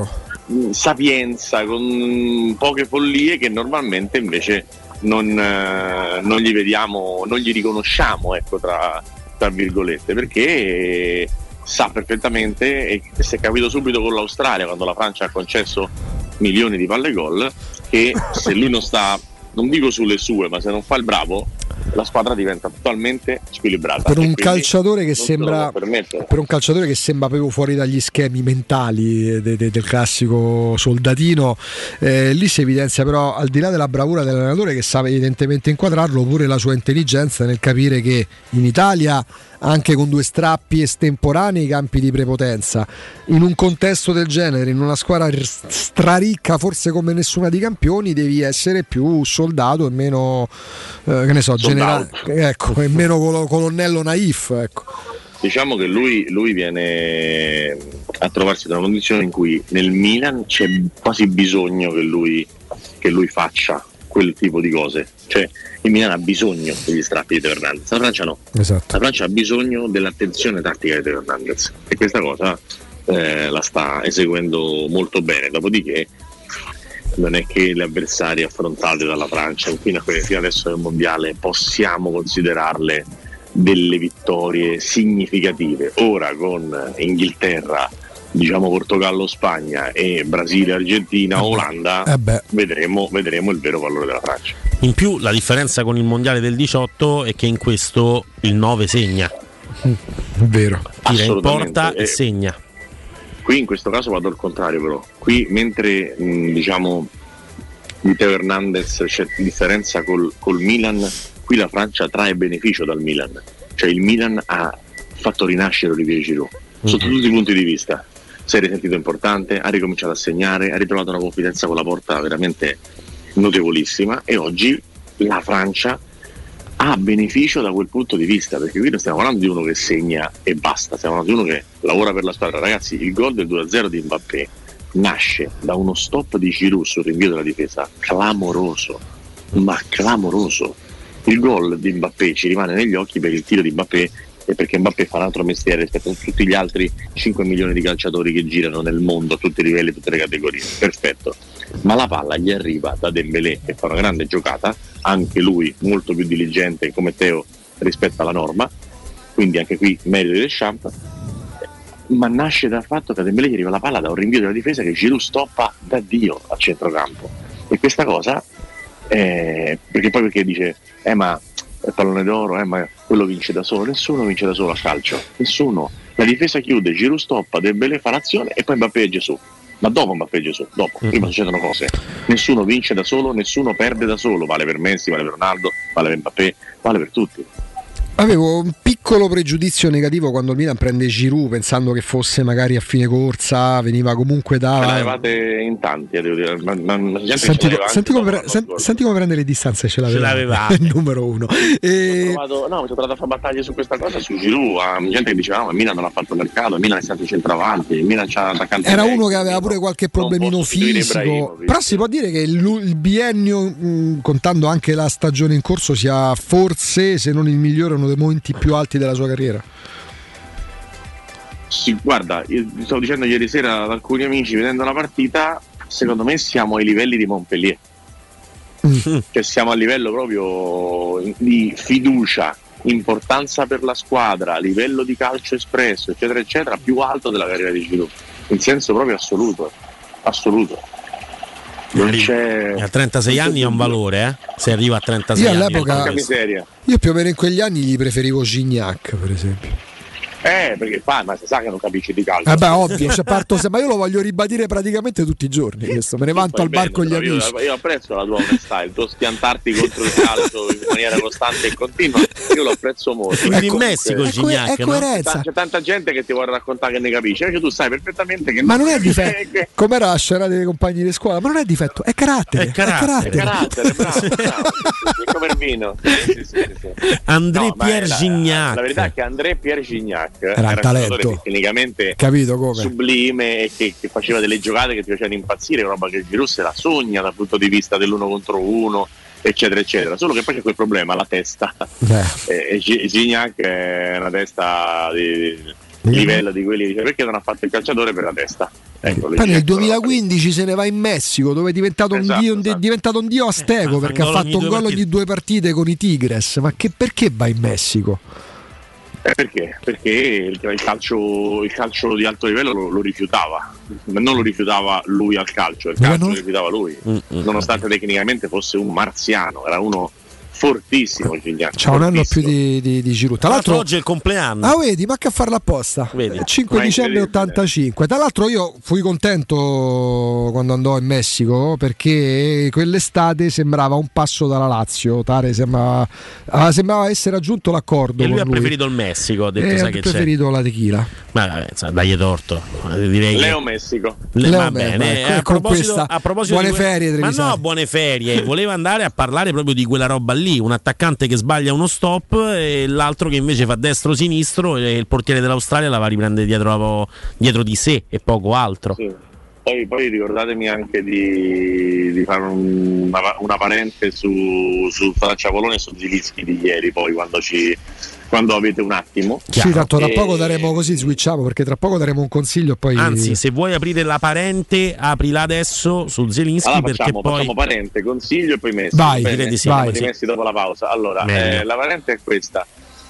Speaker 7: sapienza, con poche follie che normalmente invece non, eh, non gli vediamo, non gli riconosciamo, ecco, tra, tra virgolette, perché sa perfettamente, e si è capito subito con l'Australia, quando la Francia ha concesso milioni di palle gol, che se lui non sta, non dico sulle sue, ma se non fa il bravo, la squadra diventa totalmente squilibrata.
Speaker 10: Per un calciatore che sembra per un calciatore che sembra proprio fuori dagli schemi mentali de, de, del classico soldatino, eh, lì si evidenzia però, al di là della bravura dell'allenatore che sa evidentemente inquadrarlo, pure la sua intelligenza nel capire che in Italia, anche con due strappi estemporanei, campi di prepotenza, in un contesto del genere, in una squadra straricca forse come nessuna di campioni, devi essere più soldato e meno eh, che ne so, genera- ecco, e meno col- colonnello naif, ecco.
Speaker 7: Diciamo che lui, lui viene a trovarsi in una condizione in cui nel Milan c'è quasi bisogno che lui, che lui faccia quel tipo di cose, cioè il Milan ha bisogno degli strappi di Teo Hernandez, la Francia no.
Speaker 10: Esatto.
Speaker 7: La Francia ha bisogno dell'attenzione tattica di Teo Hernandez, e questa cosa eh, la sta eseguendo molto bene. Dopodiché non è che le avversarie affrontate dalla Francia fino adesso nel mondiale possiamo considerarle delle vittorie significative. Ora con Inghilterra, diciamo Portogallo, Spagna e Brasile, Argentina, Olanda,
Speaker 10: eh beh.
Speaker 7: vedremo, vedremo il vero valore della Francia.
Speaker 11: In più la differenza con il mondiale del diciotto è che in questo il nove segna,
Speaker 10: è vero,
Speaker 11: tira in porta e segna.
Speaker 7: Qui in questo caso vado al contrario, però qui mentre mh, diciamo di Teo Hernandez c'è differenza col, col Milan, qui la Francia trae beneficio dal Milan, cioè il Milan ha fatto rinascere Olivier Giroud sotto mm-hmm. tutti i punti di vista. Si è risentito importante, ha ricominciato a segnare, ha ritrovato una confidenza con la porta veramente notevolissima, e oggi la Francia ha beneficio da quel punto di vista, perché qui non stiamo parlando di uno che segna e basta, stiamo parlando di uno che lavora per la squadra. Ragazzi, il gol del due a zero di Mbappé nasce da uno stop di Giroud sul rinvio della difesa clamoroso, ma clamoroso. Il gol di Mbappé ci rimane negli occhi per il tiro di Mbappé e perché Mbappé fa un altro mestiere rispetto a tutti gli altri cinque milioni di calciatori che girano nel mondo a tutti i livelli, tutte le categorie. Perfetto. Ma la palla gli arriva da Dembélé, che fa una grande giocata, anche lui molto più diligente come Teo rispetto alla norma, quindi anche qui merito di Deschamps, ma nasce dal fatto che a Dembélé gli arriva la palla da un rinvio della difesa che Giroud stoppa da Dio a centrocampo. E questa cosa eh, perché poi perché dice eh ma è pallone d'oro, eh ma quello vince da solo. Nessuno vince da solo a calcio, nessuno. La difesa chiude, Giroud stoppa, Dembélé fa l'azione e poi Mbappé e Gesù. ma dopo Mbappé e Gesù, dopo, mm. prima succedono cose. Nessuno vince da solo, nessuno perde da solo, vale per Messi, vale per Ronaldo, vale per Mbappé, vale per tutti.
Speaker 10: Avevo un piccolo pregiudizio negativo quando il Milan prende Giroud, pensando che fosse magari a fine corsa, veniva comunque da...
Speaker 7: Ce l'avevate in tanti, eh, devo dire. Ma, ma, ma
Speaker 10: senti, senti, come pre- sen- senti come prende le distanze, ce l'aveva,
Speaker 11: ce l'aveva.
Speaker 10: Il numero uno. E...
Speaker 7: Ho trovato, no, mi sono trovato a fare battaglie su questa cosa, su Giroud, a gente che diceva no, ma il Milan non ha fatto il mercato, il Milan è stato centravanti, il Milan c'ha l'attaccante.
Speaker 10: Era uno che aveva pure qualche problemino fisico, però si può dire che il, il biennio, mh, contando anche la stagione in corso, sia forse, se non il migliore, uno dei momenti più alti della sua carriera.
Speaker 7: Sì, guarda, io stavo dicendo ieri sera ad alcuni amici vedendo la partita, secondo me siamo ai livelli di Montpellier, mm. cioè siamo a livello proprio di fiducia, importanza per la squadra, livello di calcio espresso, eccetera eccetera, più alto della carriera di Giroud, in senso proprio assoluto, assoluto. Non c'è...
Speaker 11: A trentasei anni è un valore, eh? Se arriva a trentasei
Speaker 10: io
Speaker 11: anni.
Speaker 10: All'epoca, io più o meno in quegli anni gli preferivo Gignac, per esempio.
Speaker 7: Eh, perché fa, ma si sa che non capisci di calcio.
Speaker 10: Eh beh, ovvio, cioè parto, ma io lo voglio ribadire praticamente tutti i giorni. Questo. Me ne vanto al bar con gli
Speaker 7: io,
Speaker 10: amici.
Speaker 7: Io apprezzo la tua onestà, il tuo schiantarti contro il calcio in maniera costante e continua. Io lo apprezzo molto.
Speaker 11: Quindi in Messico,
Speaker 10: è,
Speaker 11: Gignac,
Speaker 10: è coerenza.
Speaker 7: No? C'è tanta gente che ti vuole raccontare che ne capisce, invece tu sai perfettamente che
Speaker 10: ma
Speaker 7: non
Speaker 10: è difetto. Com'era la scena dei compagni di scuola? Ma non è difetto, è carattere.
Speaker 11: È carattere,
Speaker 7: è carattere, bravo, bravo. È come il vino. Sì, sì, sì, sì.
Speaker 11: André
Speaker 7: no,
Speaker 11: Pierre
Speaker 7: la,
Speaker 11: Gignac.
Speaker 7: La verità è che André Pierre Gignac
Speaker 10: era un talento
Speaker 7: tecnicamente
Speaker 10: capito come
Speaker 7: sublime e che, che faceva delle giocate che ti facevano impazzire, roba che Giroud se la sogna dal punto di vista dell'uno contro uno, eccetera eccetera, solo che poi c'è quel problema, la testa. eh. e Gignac è una testa di, di livello di quelli, dice perché non ha fatto il calciatore per la testa. Ecco,
Speaker 10: poi nel duemilaquindici se ne va in Messico, dove è diventato,
Speaker 7: esatto,
Speaker 10: un, dio,
Speaker 7: esatto.
Speaker 10: è diventato un dio azteco, eh, perché ha fatto un gol di due partite con i Tigres. Ma che, perché va in Messico?
Speaker 7: Eh perché? Perché il, il, calcio, il calcio di alto livello lo, lo rifiutava, non lo rifiutava lui al calcio, il calcio lo rifiutava lui, mm-hmm. nonostante tecnicamente fosse un marziano, era uno fortissimo. Gignac,
Speaker 10: c'ha un anno più di, di, di Giroud. Tra l'altro
Speaker 11: oggi è il compleanno.
Speaker 10: Ah, vedi, ma che a farla apposta. Vedi. cinque dicembre ottantacinque. Tra l'altro io fui contento quando andò in Messico, perché quell'estate sembrava un passo dalla Lazio. Tare sembrava, sembrava essere raggiunto l'accordo.
Speaker 11: E lui
Speaker 10: con
Speaker 11: ha
Speaker 10: lui.
Speaker 11: preferito il Messico, ha detto,
Speaker 10: e
Speaker 11: sai
Speaker 10: ha
Speaker 11: che
Speaker 10: preferito
Speaker 11: c'è.
Speaker 10: la tequila.
Speaker 11: Ma vabbè, dagli torto. Direi
Speaker 7: Leo
Speaker 11: che...
Speaker 7: Messico.
Speaker 11: Le,
Speaker 10: Leo
Speaker 11: va bene.
Speaker 10: bene,
Speaker 11: Eh, a, proposito,
Speaker 10: questa,
Speaker 11: a proposito
Speaker 10: buone
Speaker 11: di que...
Speaker 10: ferie,
Speaker 11: ma no, buone ferie. Voleva andare a parlare proprio di quella roba lì, un attaccante che sbaglia uno stop e l'altro che invece fa destro-sinistro e il portiere dell'Australia la va a riprendere dietro, dietro di sé e poco altro.
Speaker 7: Sì. Poi, poi ricordatemi anche di, di fare un, una, una parente su, su Franciapolini e su Zilischi di ieri, poi quando ci quando avete un attimo.
Speaker 10: Sì, tanto tra
Speaker 7: e...
Speaker 10: poco daremo, così switchiamo, perché tra poco daremo un consiglio poi...
Speaker 11: Anzi, se vuoi aprire la parente, aprila adesso su Zelinski,
Speaker 7: allora,
Speaker 11: perché
Speaker 7: facciamo,
Speaker 11: poi
Speaker 7: facciamo parente, consiglio e poi Messi.
Speaker 10: Vai,
Speaker 7: bene,
Speaker 11: di sì,
Speaker 7: siamo
Speaker 11: vai,
Speaker 7: Messi dopo la pausa. Allora, eh, la parente è questa.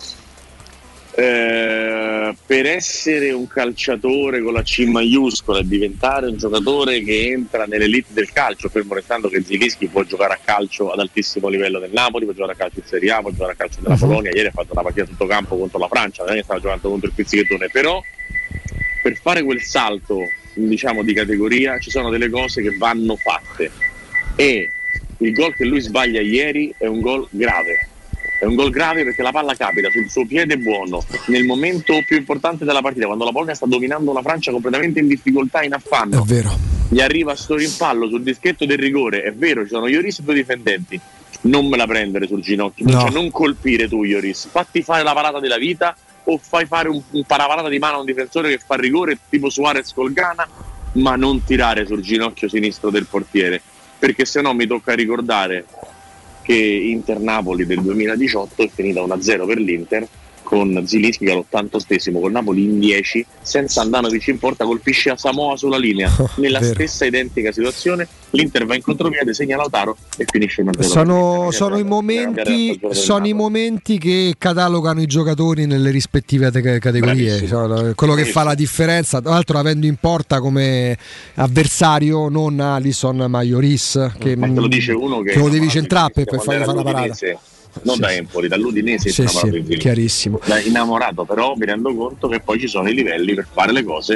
Speaker 7: Eh, per essere un calciatore con la C maiuscola e diventare un giocatore che entra nell'elite del calcio, fermo restando che Zilischi può giocare a calcio ad altissimo livello del Napoli, può giocare a calcio in Serie A, può giocare a calcio della uh-huh. Polonia. Ieri ha fatto una partita a tutto campo contro la Francia, non è che stava giocando contro il pizzichettone, però per fare quel salto, diciamo, di categoria ci sono delle cose che vanno fatte, e il gol che lui sbaglia ieri è un gol grave. È un gol grave perché la palla capita sul suo piede buono nel momento più importante della partita, quando la Polonia sta dominando una Francia completamente in difficoltà, in affanno.
Speaker 10: È vero.
Speaker 7: Gli arriva sto rimpallo sul dischetto del rigore. È vero, ci sono Lloris e due difendenti. Non me la prendere sul ginocchio,
Speaker 10: no.
Speaker 7: Cioè, non colpire tu Lloris, fatti fare la parata della vita o fai fare un, un paraparata di mano a un difensore che fa rigore tipo Suarez col Ghana, ma non tirare sul ginocchio sinistro del portiere, perché se no mi tocca ricordare che Inter-Napoli del duemiladiciotto è finita uno a zero per l'Inter, con Zilischi che all'ottantottesimo col Napoli in dieci, senza Andanovic in porta, colpisce a Samoa sulla linea. Nella
Speaker 10: Vero.
Speaker 7: stessa identica situazione l'Inter va in contropiede, segna Lautaro e finisce uno a zero.
Speaker 10: Sono, sono, i momenti, sono i momenti che catalogano i giocatori nelle rispettive te- categorie. Sono quello che fa la differenza, tra l'altro avendo in porta come avversario non Alisson ma Lloris, che,
Speaker 7: ma te lo dice uno che,
Speaker 10: che lo devi centrare per, per fare una parata.
Speaker 7: Non
Speaker 10: sì,
Speaker 7: da Empoli, dall'Udinese,
Speaker 10: sì, sì, chiarissimo.
Speaker 7: Da innamorato, però mi rendo conto che poi ci sono i livelli per fare le cose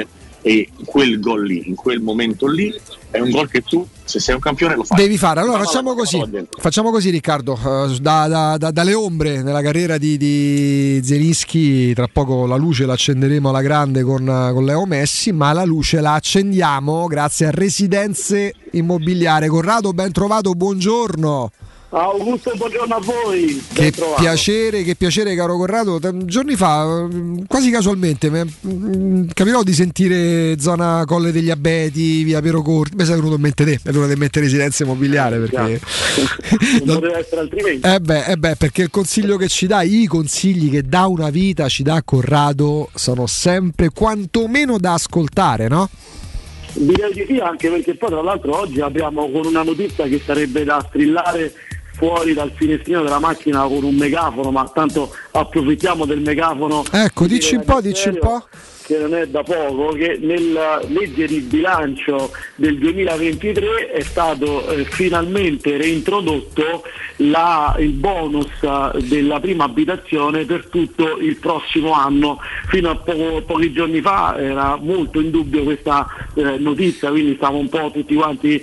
Speaker 7: e quel gol lì, in quel momento lì, è un gol che tu, se sei un campione, lo fai.
Speaker 10: Devi fare. Allora
Speaker 7: No, no,
Speaker 10: facciamo
Speaker 7: no,
Speaker 10: così.
Speaker 7: no, no.
Speaker 10: Facciamo così, Riccardo. Uh, da, da, da, dalle ombre nella carriera di, di Zielinski, tra poco la luce la accenderemo alla grande con, con Leo Messi, ma la luce la accendiamo grazie a Residenze Immobiliare. Corrado, ben trovato, buongiorno.
Speaker 4: Augusto, buongiorno a voi.
Speaker 10: Che piacere, che piacere, caro Corrado. Giorni fa, quasi casualmente, mi capitò di sentire zona Colle degli Abeti, via Piero Corti. Mi sei venuto in mente te, è venuto in mente Residenza Immobiliare perché
Speaker 4: non poteva essere altrimenti.
Speaker 10: Eh beh, eh beh, perché il consiglio che ci dai, i consigli che da una vita ci dà Corrado sono sempre quantomeno da ascoltare, no?
Speaker 4: Direi di sì, anche perché poi tra l'altro oggi abbiamo con una notizia che sarebbe da strillare fuori dal finestrino della macchina con un megafono, ma tanto approfittiamo del megafono.
Speaker 10: Ecco, dici un po', dici un po'.
Speaker 4: Che non è da poco, che nella legge di bilancio del duemilaventitré è stato eh, finalmente reintrodotto la, il bonus eh, della prima abitazione per tutto il prossimo anno. Fino a poco, pochi giorni fa era molto in dubbio questa eh, notizia, quindi stavamo un po' tutti quanti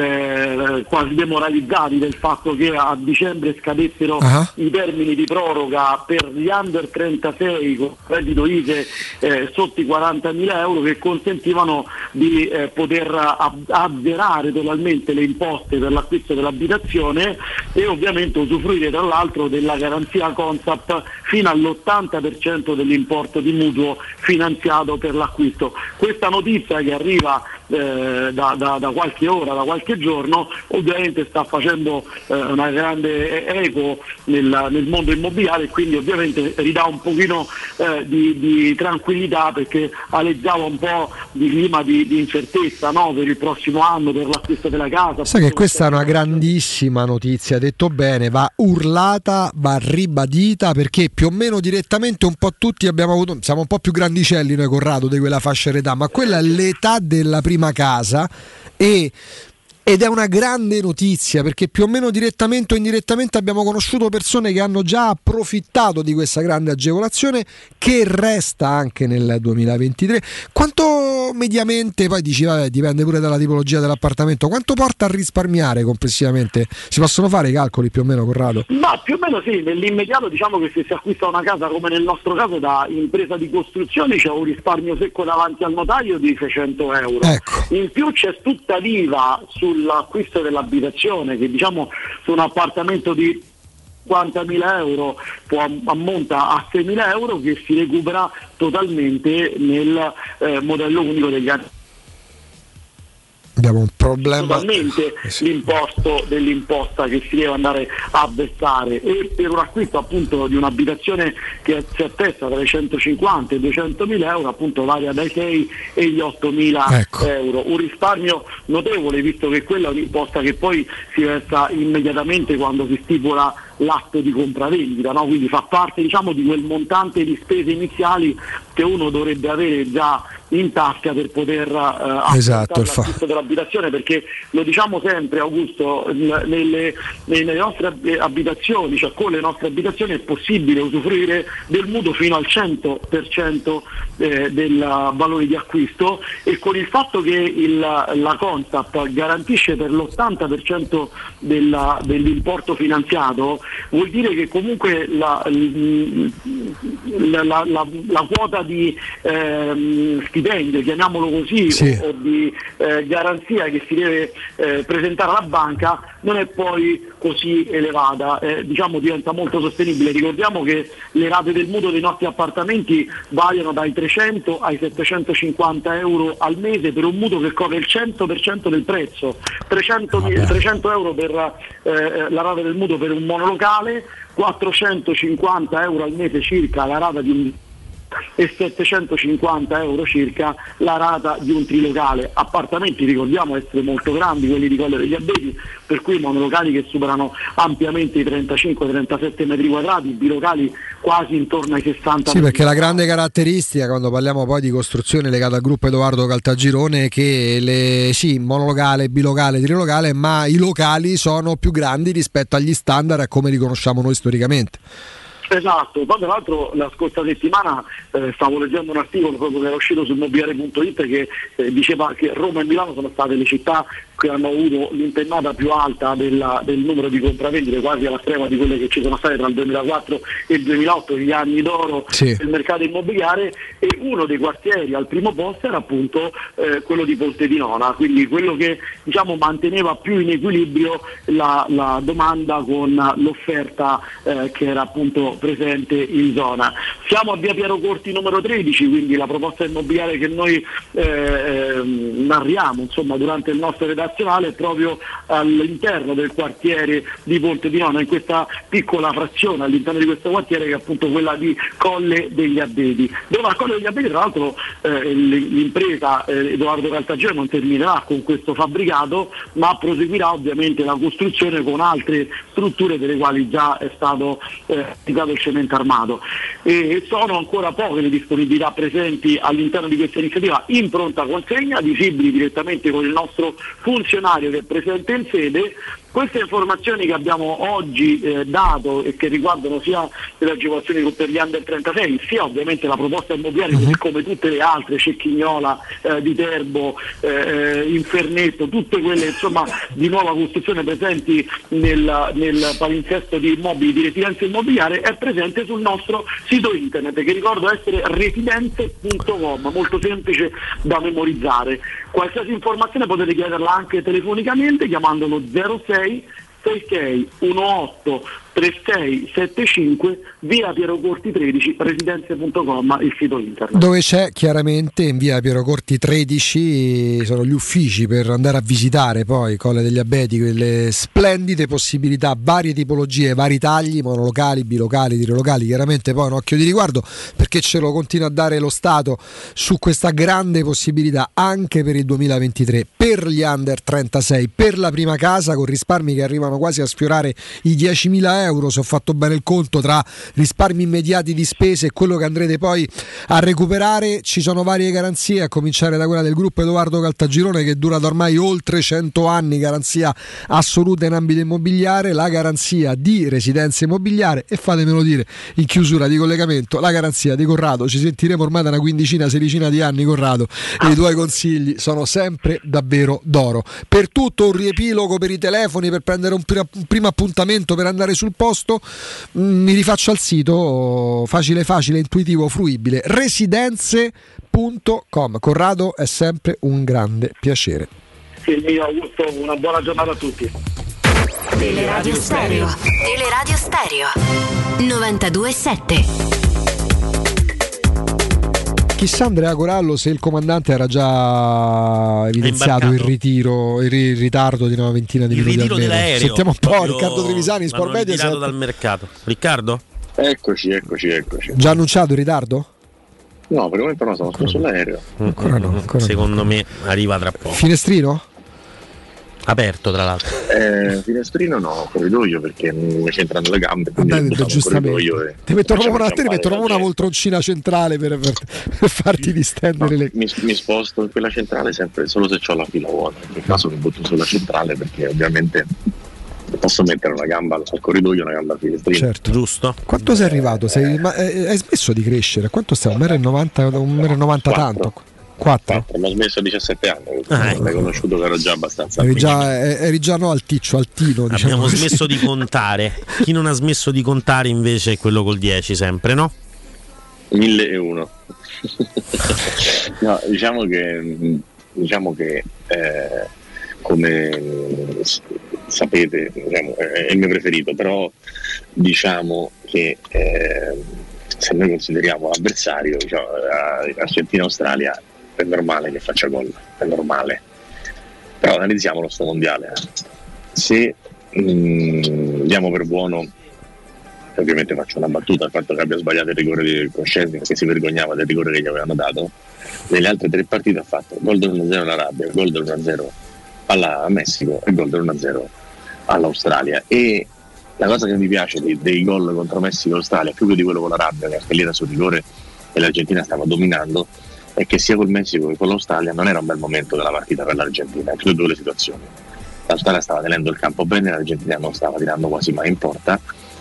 Speaker 4: eh, quasi demoralizzati del fatto che a dicembre scadessero uh-huh. i termini di proroga per gli under trentasei con reddito I S E eh, sotto i quarantamila euro, che consentivano di eh, poter azzerare totalmente le imposte per l'acquisto dell'abitazione e ovviamente usufruire tra l'altro della garanzia Consap fino all'ottanta per cento dell'importo di mutuo finanziato per l'acquisto. Questa notizia che arriva eh, da, da, da qualche ora, da qualche giorno, ovviamente sta facendo eh, una grande eco nel, nel mondo immobiliare e quindi ovviamente ridà un pochino eh, di, di tranquillità, perché aleggiava un po' di clima di, di incertezza, no? Per il prossimo anno, per l'acquisto della casa.
Speaker 10: Sai che questa è una grandissima notizia, detto bene, va urlata, va ribadita, perché più o meno direttamente un po' tutti abbiamo avuto, siamo un po' più grandicelli noi, Corrado, di quella fascia d'età, ma quella è l'età della prima casa e ed è una grande notizia, perché più o meno direttamente o indirettamente abbiamo conosciuto persone che hanno già approfittato di questa grande agevolazione che resta anche nel duemilaventitré. Quanto mediamente, poi dici vabbè, dipende pure dalla tipologia dell'appartamento, quanto porta a risparmiare complessivamente? Si possono fare i calcoli più o meno, Corrado?
Speaker 4: Ma più o meno sì, nell'immediato diciamo che se si acquista una casa come nel nostro caso da impresa di costruzione c'è un risparmio secco davanti al notaio di seicento euro.
Speaker 10: Ecco.
Speaker 4: In più c'è tutta l'I V A sull'acquisto dell'abitazione, che diciamo su un appartamento di cinquantamila euro può, ammonta a seimila euro, che si recupera totalmente nel eh, modello unico degli anni.
Speaker 10: Abbiamo un problema
Speaker 4: Totalmente
Speaker 10: eh sì.
Speaker 4: l'imposto dell'imposta che si deve andare a versare, e per un acquisto appunto di un'abitazione che si attesta tra i centocinquanta e i duecentomila euro appunto varia dai sei e gli ottomila
Speaker 10: ecco.
Speaker 4: euro, un risparmio notevole, visto che quella è un'imposta che poi si versa immediatamente quando si stipula l'atto di compravendita, no? Quindi fa parte diciamo di quel montante di spese iniziali che uno dovrebbe avere già in tasca per poter uh,
Speaker 10: esatto,
Speaker 4: l'acquisto dell'abitazione, perché lo diciamo sempre, Augusto, nelle, nelle nostre abitazioni, cioè con le nostre abitazioni è possibile usufruire del mutuo fino al cento per cento eh, del valore di acquisto, e con il fatto che il, la Consap garantisce per l'ottanta per cento della, dell'importo finanziato, vuol dire che comunque la, la, la, la, la quota di ehm, stipendio, chiamiamolo così,
Speaker 10: sì.
Speaker 4: o, o di eh, garanzia che si deve eh, presentare alla banca non è poi così elevata, eh, diciamo diventa molto sostenibile. Ricordiamo che le rate del mutuo dei nostri appartamenti variano dai trecento ai settecentocinquanta euro al mese per un mutuo che copre il cento per cento del prezzo, trecento, trecento euro per eh, la rata del mutuo per un monolocale, quattrocentocinquanta euro al mese circa la rata di un e settecentocinquanta euro circa la rata di un trilocale. Appartamenti, ricordiamo, essere molto grandi, quelli di Colle degli Abeti, per cui monolocali che superano ampiamente i trentacinque trentasette metri quadrati, bilocali quasi intorno ai sessanta.
Speaker 10: Sì, perché la grande caratteristica quando parliamo poi di costruzione legata al gruppo Edoardo Caltagirone è che le, sì, monolocale, bilocale, trilocale, ma i locali sono più grandi rispetto agli standard a come li conosciamo noi storicamente.
Speaker 4: Esatto, poi tra l'altro la scorsa settimana eh, stavo leggendo un articolo proprio che era uscito su mobiliare punto it che eh, diceva che Roma e Milano sono state le città che hanno avuto l'impennata più alta della, del numero di compravendite, quasi alla stregua di quelle che ci sono state tra il duemilaquattro e il duemilaotto, gli anni d'oro
Speaker 10: sì.
Speaker 4: del mercato immobiliare, e uno dei quartieri al primo posto era appunto eh, quello di Ponte di Nona, quindi quello che diciamo manteneva più in equilibrio la, la domanda con l'offerta eh, che era appunto presente in zona. Siamo a via Piero Corti numero tredici, quindi la proposta immobiliare che noi eh, narriamo insomma durante il nostro redazionale è proprio all'interno del quartiere di Ponte di Nona, in questa piccola frazione all'interno di questo quartiere che è appunto quella di Colle degli Abbeti, dove a Colle degli Abbeti tra l'altro eh, l'impresa eh, Edoardo Caltagirone non terminerà con questo fabbricato, ma proseguirà ovviamente la costruzione con altre strutture delle quali già è stato eh, applicato il cemento armato, e sono ancora poche le disponibilità presenti all'interno di questa iniziativa in pronta consegna, visibili direttamente con il nostro funzionario che è presente in sede. Queste informazioni che abbiamo oggi eh, dato e che riguardano sia le agevolazioni per gli under trentasei, sia ovviamente la proposta immobiliare, così come tutte le altre, Cecchignola, eh, di Terbo, eh, Infernetto, tutte quelle insomma di nuova costruzione presenti nel, nel palinsesto di immobili di Residenze Immobiliare, è presente sul nostro sito internet, che ricordo essere residenze punto com, molto semplice da memorizzare. Qualsiasi informazione potete chiederla anche telefonicamente chiamandolo zero sei sei sei diciotto trentasei settantacinque, via Piero Corti tredici, residenze punto com, il sito internet.
Speaker 10: Dove c'è chiaramente in via Piero Corti tredici sono gli uffici per andare a visitare poi Colle degli Abbeti, quelle splendide possibilità, varie tipologie, vari tagli, monolocali, bilocali, trilocali, chiaramente poi un occhio di riguardo perché ce lo continua a dare lo Stato su questa grande possibilità anche per il duemilaventitré, per gli under trentasei, per la prima casa, con risparmi che arrivano quasi a sfiorare i diecimila euro, se ho fatto bene il conto, tra risparmi immediati di spese e quello che andrete poi a recuperare. Ci sono varie garanzie, a cominciare da quella del gruppo Edoardo Caltagirone che dura da ormai oltre cento anni, garanzia assoluta in ambito immobiliare, la garanzia di Residenze Immobiliare e, fatemelo dire in chiusura di collegamento, la garanzia di Corrado. Ci sentiremo ormai da una quindicina, sedicina di anni, Corrado, e i tuoi consigli sono sempre davvero d'oro. Per tutto un riepilogo, per i telefoni, per prendere un, pr- un primo appuntamento, per andare sul posto, mh, mi rifaccio al sito, facile facile, intuitivo, fruibile, residenze punto com. Corrado, è sempre un grande piacere.
Speaker 4: Sì, mio Augusto, una buona giornata a tutti.
Speaker 3: Teleradio Stereo. Teleradio Stereo novantadue sette.
Speaker 10: Chissà Andrea Corallo se il comandante era già evidenziato il ritiro, il ritardo di una ventina di
Speaker 11: il
Speaker 10: minuti
Speaker 11: ritiro
Speaker 10: almeno.
Speaker 11: dell'aereo.
Speaker 10: Sentiamo un po'
Speaker 11: Proprio
Speaker 10: Riccardo Trevisani, Sport
Speaker 11: l'hanno
Speaker 10: Media.
Speaker 11: ritirato dal mercato. Riccardo?
Speaker 7: Eccoci, eccoci, eccoci.
Speaker 10: Già annunciato il ritardo?
Speaker 7: No, per il momento no, sono sull'aereo.
Speaker 10: Ancora no, ancora
Speaker 11: Secondo no. me arriva tra poco.
Speaker 10: Finestrino?
Speaker 11: Aperto tra l'altro.
Speaker 7: Eh, finestrino no, corridoio perché mi c'entrano le gambe.
Speaker 10: Vabbè, detto, giustamente. E... Ti mettono una, te mettono una poltroncina centrale per, per, per farti distendere
Speaker 7: no,
Speaker 10: le...
Speaker 7: mi, mi sposto in quella centrale sempre solo se ho la fila vuota. In caso mi butto sulla centrale perché ovviamente posso mettere una gamba al corridoio e una gamba al finestrino.
Speaker 10: Certo.
Speaker 11: Giusto.
Speaker 10: Quanto sei arrivato? Sei, ma, eh, hai smesso di crescere? Quanto stai? un metro e novanta, un metro e novanta tanto? quattro.
Speaker 7: Ma ho smesso a diciassette anni, ah, ecco. L'hai conosciuto che ero già abbastanza.
Speaker 10: Eri già, eri già no alticcio, altino. Diciamo
Speaker 11: Abbiamo
Speaker 10: così.
Speaker 11: smesso di contare. Chi non ha smesso di contare invece è quello col dieci, sempre, no?
Speaker 7: mille e uno. No, diciamo che diciamo che eh, come sapete, diciamo, è il mio preferito, però diciamo che eh, se noi consideriamo l'avversario, diciamo, Argentina-Australia, è normale che faccia gol, è normale. Però analizziamolo sto mondiale. Se mh, diamo per buono, ovviamente faccio una battuta, il fatto che abbia sbagliato il rigore di Koscielny, perché si vergognava del rigore che gli avevano dato, nelle altre tre partite ha fatto gol del uno a zero all'Arabia, gol del uno a zero alla Messico e gol del uno a zero all'Australia. E la cosa che mi piace dei, dei gol contro Messico e Australia, più che di quello con l'Arabia, che anche lì era sul rigore e l'Argentina stava dominando, è che sia col Messico che con l'Australia non era un bel momento della partita per l'Argentina, in tutte e due le situazioni. L'Australia stava tenendo il campo bene, l'Argentina non stava tirando quasi mai in porta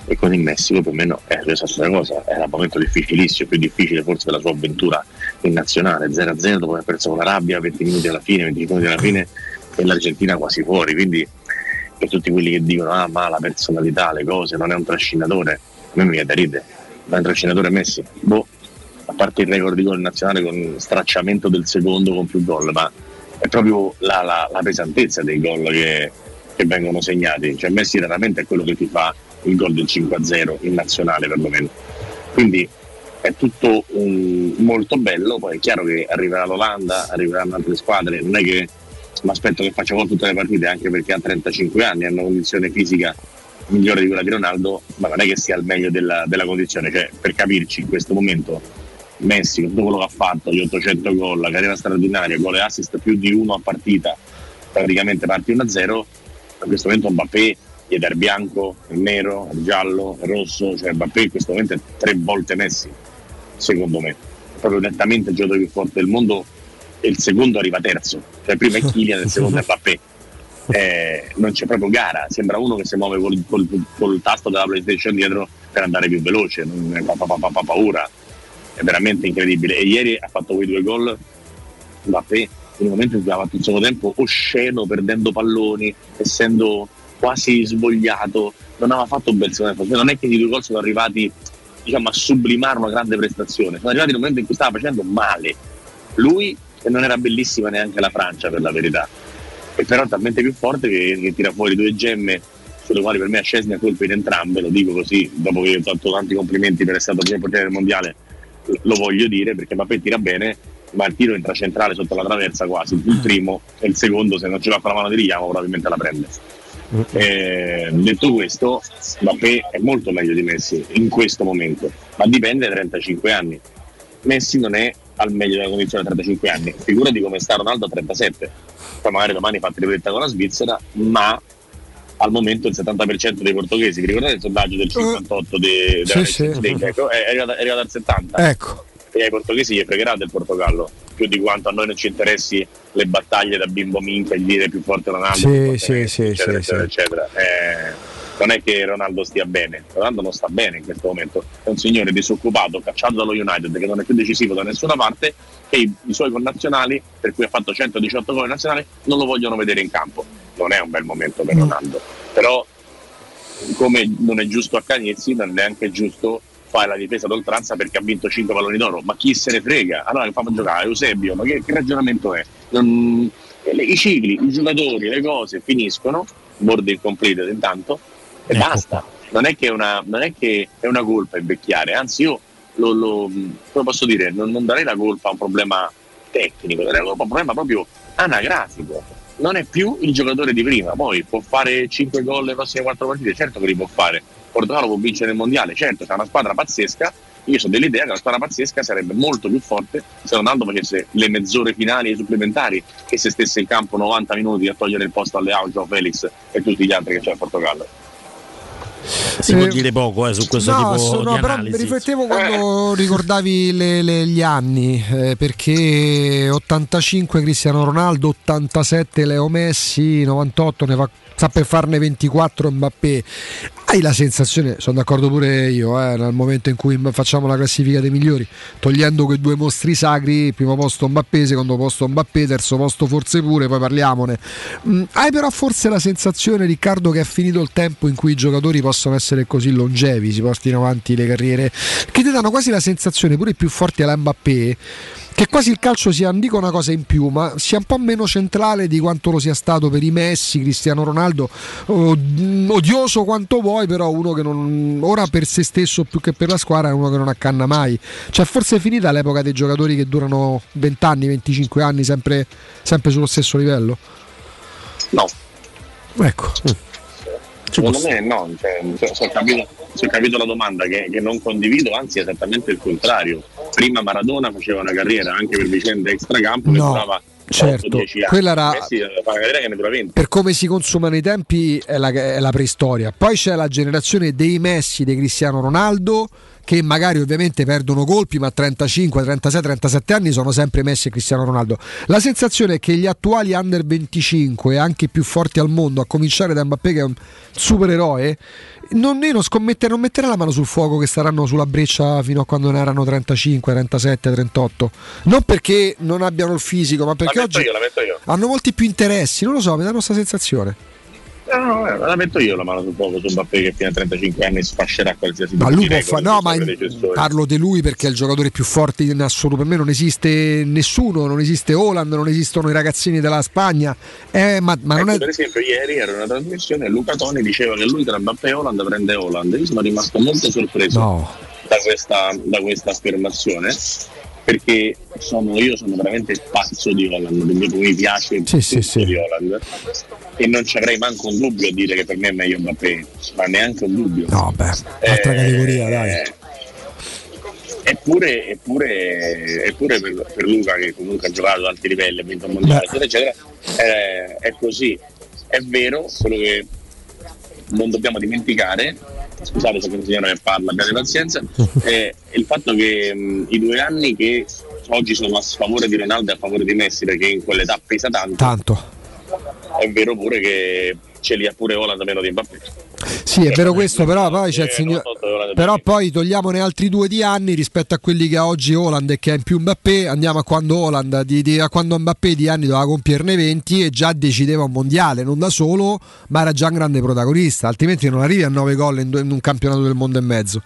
Speaker 7: e con il Messico più o meno è la stessa cosa, era un momento difficilissimo, più difficile forse della sua avventura in nazionale, zero a zero dopo aver perso con l'Arabia, venti minuti alla fine, venticinque minuti alla fine e l'Argentina quasi fuori, quindi per tutti quelli che dicono ah ma la personalità, le cose, non è un trascinatore, a me mi viene da ridere, ma è un trascinatore Messi, boh, a parte il record di gol nazionale con stracciamento del secondo con più gol, ma è proprio la, la, la pesantezza dei gol che, che vengono segnati, cioè Messi raramente è quello che ti fa il gol del cinque a zero in nazionale perlomeno, quindi è tutto um, molto bello. Poi è chiaro che arriverà l'Olanda, arriveranno altre squadre, non è che mi aspetto che faccia gol tutte le partite, anche perché ha trentacinque anni, ha una condizione fisica migliore di quella di Ronaldo, ma non è che sia al meglio della, della condizione, cioè per capirci in questo momento Messi con tutto quello che ha fatto, gli ottocento gol, la carriera straordinaria, gol e assist più di uno a partita, praticamente parti uno a zero, in questo momento Mbappé gli dà il bianco, il nero, il giallo, il rosso, cioè Mbappé in questo momento è tre volte Messi, secondo me, è proprio nettamente il giocatore più forte del mondo e il secondo arriva terzo, cioè prima è Kylian e il secondo è Mbappé, eh, non c'è proprio gara, sembra uno che si muove col, col, col tasto della PlayStation dietro per andare più veloce, non è pa, pa, pa, pa, paura, è veramente incredibile. E ieri ha fatto quei due gol Mbappé in un momento in cui ha fatto il secondo tempo osceno, perdendo palloni, essendo quasi svogliato, non aveva fatto un bel secondo tempo, non è che i due gol sono arrivati, diciamo, a sublimare una grande prestazione, sono arrivati in un momento in cui stava facendo male lui e non era bellissima neanche la Francia, per la verità, e però è talmente più forte che, che tira fuori due gemme sulle quali per me a Szczęsny ha colpo in entrambe, lo dico così dopo che ho fatto tanti complimenti per essere stato primo portiere del mondiale, lo voglio dire perché Mbappé tira bene, ma il tiro entra centrale sotto la traversa quasi, il primo e il secondo se non ce l'ha con la mano di richiamo probabilmente la prende. Eh, detto questo, Mbappé è molto meglio di Messi in questo momento, ma dipende dai trentacinque anni. Messi non è al meglio della condizione a trentacinque anni, figurati come sta Ronaldo a trentasette, poi magari domani fa tripletta con la Svizzera, ma al momento il settanta per cento dei portoghesi, vi ricordate il sondaggio del cinquantotto de,
Speaker 10: sì, sì.
Speaker 7: Ecco, è, arrivato, è arrivato al settanta,
Speaker 10: ecco.
Speaker 7: E ai portoghesi gli fregherà del Portogallo più di quanto a noi non ci interessi le battaglie da bimbo minchia, il dire più forte Ronaldo,
Speaker 10: sì, sì, sì,
Speaker 7: eccetera,
Speaker 10: sì,
Speaker 7: eccetera,
Speaker 10: sì.
Speaker 7: eccetera. Eh, non è che Ronaldo stia bene, Ronaldo non sta bene in questo momento, è un signore disoccupato, cacciato dallo United, che non è più decisivo da nessuna parte, e i, i suoi connazionali, per cui ha fatto centodiciotto gol nazionali, non lo vogliono vedere in campo. Non è un bel momento per Ronaldo, però come non è giusto a Cagnezzi, non è neanche giusto fare la difesa d'oltranza perché ha vinto cinque palloni d'oro, ma chi se ne frega? Allora che fanno giocare Eusebio, ma che, che ragionamento è? Non, le, i cicli, i giocatori, le cose finiscono, board incomplete intanto, e ecco. Basta. Non è che è una, non è che è una colpa invecchiare, anzi io lo, lo, come posso dire, non, non darei la colpa a un problema tecnico, darei la colpa a un problema proprio anagrafico. Non è più il giocatore di prima, poi può fare cinque gol le prossime quattro partite, certo che li può fare. Portogallo può vincere il mondiale, certo, c'è una squadra pazzesca. Io sono dell'idea che la squadra pazzesca sarebbe molto più forte se Ronaldo facesse le mezz'ore finali e supplementari che se stesse in campo novanta minuti a togliere il posto alle Leao, Felix e tutti gli altri che c'è a Portogallo.
Speaker 11: Si eh, può dire poco eh, su questo
Speaker 10: no,
Speaker 11: tipo
Speaker 10: so, no,
Speaker 11: di
Speaker 10: però
Speaker 11: analisi.
Speaker 10: mi riflettevo quando ricordavi le, le, gli anni, eh, perché ottantacinque Cristiano Ronaldo, ottantasette Leo Messi, novantotto ne va, sta per farne ventiquattro Mbappé. Hai la sensazione, sono d'accordo pure io, eh, nel momento in cui facciamo la classifica dei migliori, togliendo quei due mostri sacri, primo posto Mbappé, secondo posto Mbappé, terzo posto forse pure, poi parliamone. Mm, hai però forse la sensazione, Riccardo, che è finito il tempo in cui i giocatori possono essere così longevi, si portino avanti le carriere, che ti danno quasi la sensazione, pure i più forti alla Mbappé, che quasi il calcio sia, non dico una cosa in più, ma sia un po' meno centrale di quanto lo sia stato per i Messi, Cristiano Ronaldo, odioso quanto vuoi, però uno che non, ora per se stesso più che per la squadra, è uno che non accanna mai. Cioè forse è finita l'epoca dei giocatori che durano venti anni, venticinque anni sempre, sempre sullo stesso livello?
Speaker 7: No.
Speaker 10: Ecco.
Speaker 7: Secondo me no, cioè, se ho capito, se ho capito la domanda che, che non condivido, anzi è esattamente il contrario. Prima Maradona faceva una carriera anche per vicende extracampo che
Speaker 10: no.
Speaker 7: durava
Speaker 10: Certo,
Speaker 7: otto dieci anni.
Speaker 10: quella era
Speaker 7: Messi fa una carriera che ne dura venti.
Speaker 10: Per come si consumano i tempi è la, è la preistoria. Poi c'è la generazione dei Messi, dei Cristiano Ronaldo, che magari ovviamente perdono colpi, ma a trentacinque, trentasei, trentasette anni sono sempre Messi e Cristiano Ronaldo. La sensazione è che gli attuali under venticinque, anche più forti al mondo, a cominciare da Mbappé che è un supereroe, non, io non, scommette, non metterà la mano sul fuoco che staranno sulla breccia fino a quando ne erano trentacinque, trentasette, trentotto. Non perché non abbiano il fisico, ma perché
Speaker 7: la metto
Speaker 10: oggi
Speaker 7: io, la metto io.
Speaker 10: hanno molti più interessi. Non lo so, mi danno questa sensazione.
Speaker 7: No, no, eh, la metto io la mano sul fuoco su Mbappé che fino a trentacinque anni sfascerà qualsiasi
Speaker 10: Ma
Speaker 7: tipo
Speaker 10: lui
Speaker 7: di
Speaker 10: può
Speaker 7: record
Speaker 10: fare, no,
Speaker 7: dei
Speaker 10: ma
Speaker 7: suoi
Speaker 10: in-
Speaker 7: predecessori.
Speaker 10: parlo di lui perché è il giocatore più forte in assoluto. Per me non esiste nessuno, non esiste Haaland, non esistono i ragazzini della Spagna. Eh, ma, ma non
Speaker 7: Ecco,
Speaker 10: è.
Speaker 7: per esempio ieri era una trasmissione e Luca Toni diceva che lui tra Mbappé e Haaland prende Haaland. Io sono rimasto molto sorpreso
Speaker 10: No.
Speaker 7: da questa, da questa affermazione, perché sono, io sono veramente pazzo di Haaland, perché mi piace
Speaker 10: Sì, sì,
Speaker 7: tutto
Speaker 10: sì.
Speaker 7: di Haaland e non ci avrei manco un dubbio a dire che per me è meglio Mbappé, ma neanche un dubbio.
Speaker 10: No, beh, altra
Speaker 7: Eh,
Speaker 10: categoria, dai.
Speaker 7: Eppure, eppure, eppure per, per Luca, che comunque ha giocato ad alti livelli, ha vinto un mondiale, eccetera, eccetera, è, è così. È vero, quello che non dobbiamo dimenticare, scusate se il signore che parla, abbiate pazienza, è il fatto che mh, i due anni che oggi sono a sfavore di Ronaldo e a favore di Messi, perché in quell'età pesa tanto,
Speaker 10: Tanto.
Speaker 7: è vero pure che ce li ha pure Haaland meno di Mbappé.
Speaker 10: Sì, è vero questo, però poi c'è il signor... Però poi togliamone altri due di anni rispetto a quelli che ha oggi Haaland e che ha in più Mbappé. Andiamo a quando Haaland di, di, a quando Mbappé di anni doveva compierne venti e già decideva un mondiale, non da solo, ma era già un grande protagonista, altrimenti non arrivi a nove gol in, due- in un campionato del mondo e mezzo.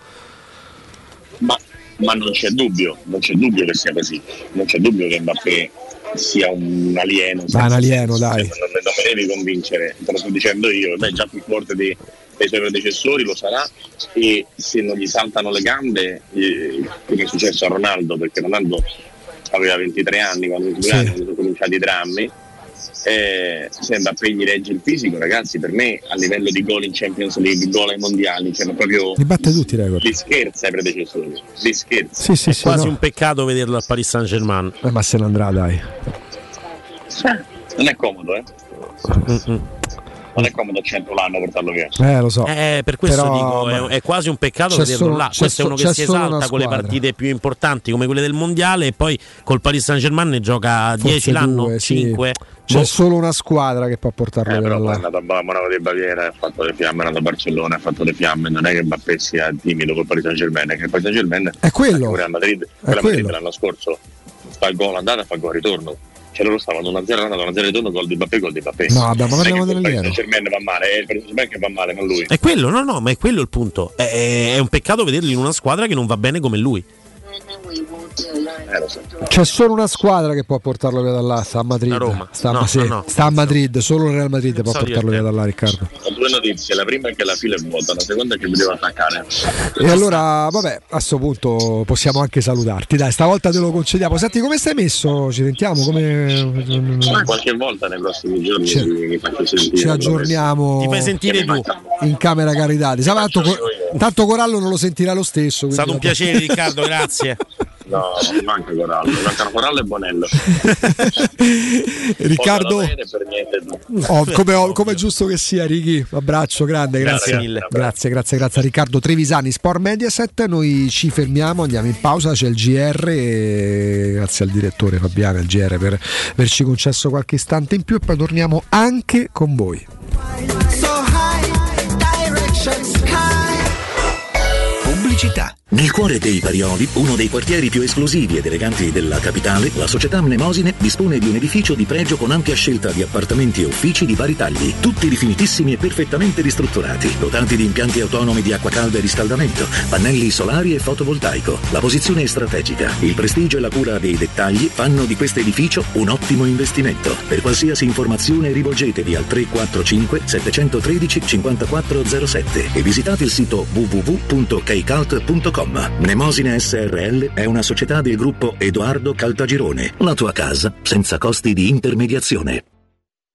Speaker 7: Ma, ma non c'è dubbio, non c'è dubbio che sia così, non c'è dubbio che Mbappé sia un alieno.
Speaker 10: Dai, un alieno, dai.
Speaker 7: Non, non, non me devi convincere, te lo sto dicendo io, beh, già più forte di, dei suoi predecessori lo sarà, e se non gli saltano le gambe, eh, come è successo a Ronaldo, perché Ronaldo aveva ventitré anni quando,
Speaker 10: Sì.
Speaker 7: anni, quando sono cominciati i drammi. Eh, se Mbappé gli regge il fisico, ragazzi, per me a livello di gol in Champions League, gol ai mondiali, cioè proprio
Speaker 10: Li batte tutti i record.
Speaker 7: li scherza ai predecessori, li scherza.
Speaker 10: Sì, sì,
Speaker 11: È
Speaker 10: sì,
Speaker 11: quasi
Speaker 10: no.
Speaker 11: un peccato vederlo al Paris Saint Germain.
Speaker 10: Eh, ma se ne andrà, dai.
Speaker 7: Non è comodo, eh? Non è comodo a cento l'anno portarlo via.
Speaker 10: Eh, lo so.
Speaker 11: Eh, per questo
Speaker 10: Però,
Speaker 11: dico,
Speaker 10: ma-
Speaker 11: è, è quasi un peccato
Speaker 10: c'è
Speaker 11: vederlo
Speaker 10: solo-
Speaker 11: là.
Speaker 10: c'è
Speaker 11: Questo è
Speaker 10: so-
Speaker 11: uno che
Speaker 10: c'è
Speaker 11: si
Speaker 10: solo una
Speaker 11: esalta con le
Speaker 10: squadra.
Speaker 11: partite più importanti come quelle del mondiale, e poi col Paris Saint Germain ne gioca
Speaker 10: Forse
Speaker 11: dieci l'anno,
Speaker 10: due, sì.
Speaker 11: cinque.
Speaker 10: C'è solo una squadra che può portarlo
Speaker 7: Eh,
Speaker 10: via
Speaker 7: però
Speaker 10: da
Speaker 7: poi è
Speaker 10: là.
Speaker 7: andato a Monaco di Baviera, ha fatto le fiamme, è andato a Barcellona, ha fatto le fiamme. Non è che Mbappé sia timido col Paris Saint Germain, è che il Paris Saint Germain
Speaker 10: È quello.
Speaker 7: pure a Madrid,
Speaker 10: È
Speaker 7: quella Madrid
Speaker 10: quello.
Speaker 7: l'anno scorso fa il gol andata e fa il gol ritorno. Cioè loro stavano uno a zero andata, uno a zero ritorno, gol di Mbappé, gol di Mbappé.
Speaker 10: No, vabbè, ma
Speaker 7: Non è che
Speaker 10: parliamo
Speaker 7: il Paris
Speaker 10: dell'alieno.
Speaker 7: Saint Germain va male, è il Paris Saint Germain che va male, non lui.
Speaker 11: È quello, no, no, ma è quello il punto. È, è un peccato vederlo in una squadra che non va bene come lui.
Speaker 7: Eh, lo so.
Speaker 10: C'è solo una squadra che può portarlo via da là, sta a Madrid.
Speaker 11: La Roma.
Speaker 10: Sta,
Speaker 11: No,
Speaker 10: sì,
Speaker 11: no, no.
Speaker 10: sta a Madrid, solo il Real Madrid può
Speaker 11: so
Speaker 10: portarlo via da là, Riccardo.
Speaker 7: Ho due notizie, la prima è che la fila è vuota, la seconda è che mi devo attaccare.
Speaker 10: E allora, vabbè, a questo punto possiamo anche salutarti. Dai, stavolta te lo concediamo. Senti, come stai messo? Ci sentiamo? Come...
Speaker 7: Ma qualche volta nei prossimi giorni
Speaker 10: Ci-
Speaker 7: mi faccio sentire.
Speaker 10: Ci aggiorniamo
Speaker 11: Ti fai sentire tu.
Speaker 10: in camera Caritati. Sa, tanto, tanto Corallo non lo sentirà lo stesso.
Speaker 11: È stato un
Speaker 10: quindi-
Speaker 11: piacere, Riccardo, grazie.
Speaker 7: No, non manca Corallo, mancano Corallo e Bonello.
Speaker 10: Riccardo,
Speaker 7: Posso avere per niente tu.
Speaker 10: oh, come, oh, come è giusto che sia, Ricky. Un abbraccio grande, grazie.
Speaker 11: Grazie mille.
Speaker 10: Grazie, grazie, grazie a Riccardo Trevisani, Sport Mediaset. Noi ci fermiamo, andiamo in pausa, c'è il G R. E grazie al direttore Fabiano, il G R, per averci concesso qualche istante in più, e poi torniamo anche con voi.
Speaker 9: Pubblicità. Nel cuore dei Parioli, uno dei quartieri più esclusivi ed eleganti della capitale, la società Mnemosine dispone di un edificio di pregio con ampia scelta di appartamenti e uffici di vari tagli, tutti rifinitissimi e perfettamente ristrutturati, dotati di impianti autonomi di acqua calda e riscaldamento, pannelli solari e fotovoltaico. La posizione è strategica, il prestigio e la cura dei dettagli fanno di questo edificio un ottimo investimento. Per qualsiasi informazione rivolgetevi al tre quattro cinque sette uno tre cinque zero sette e visitate il sito w w w punto kcalt punto com. Mnemosine S R L è una società del gruppo Edoardo Caltagirone. La tua casa senza costi di intermediazione.
Speaker 16: A capo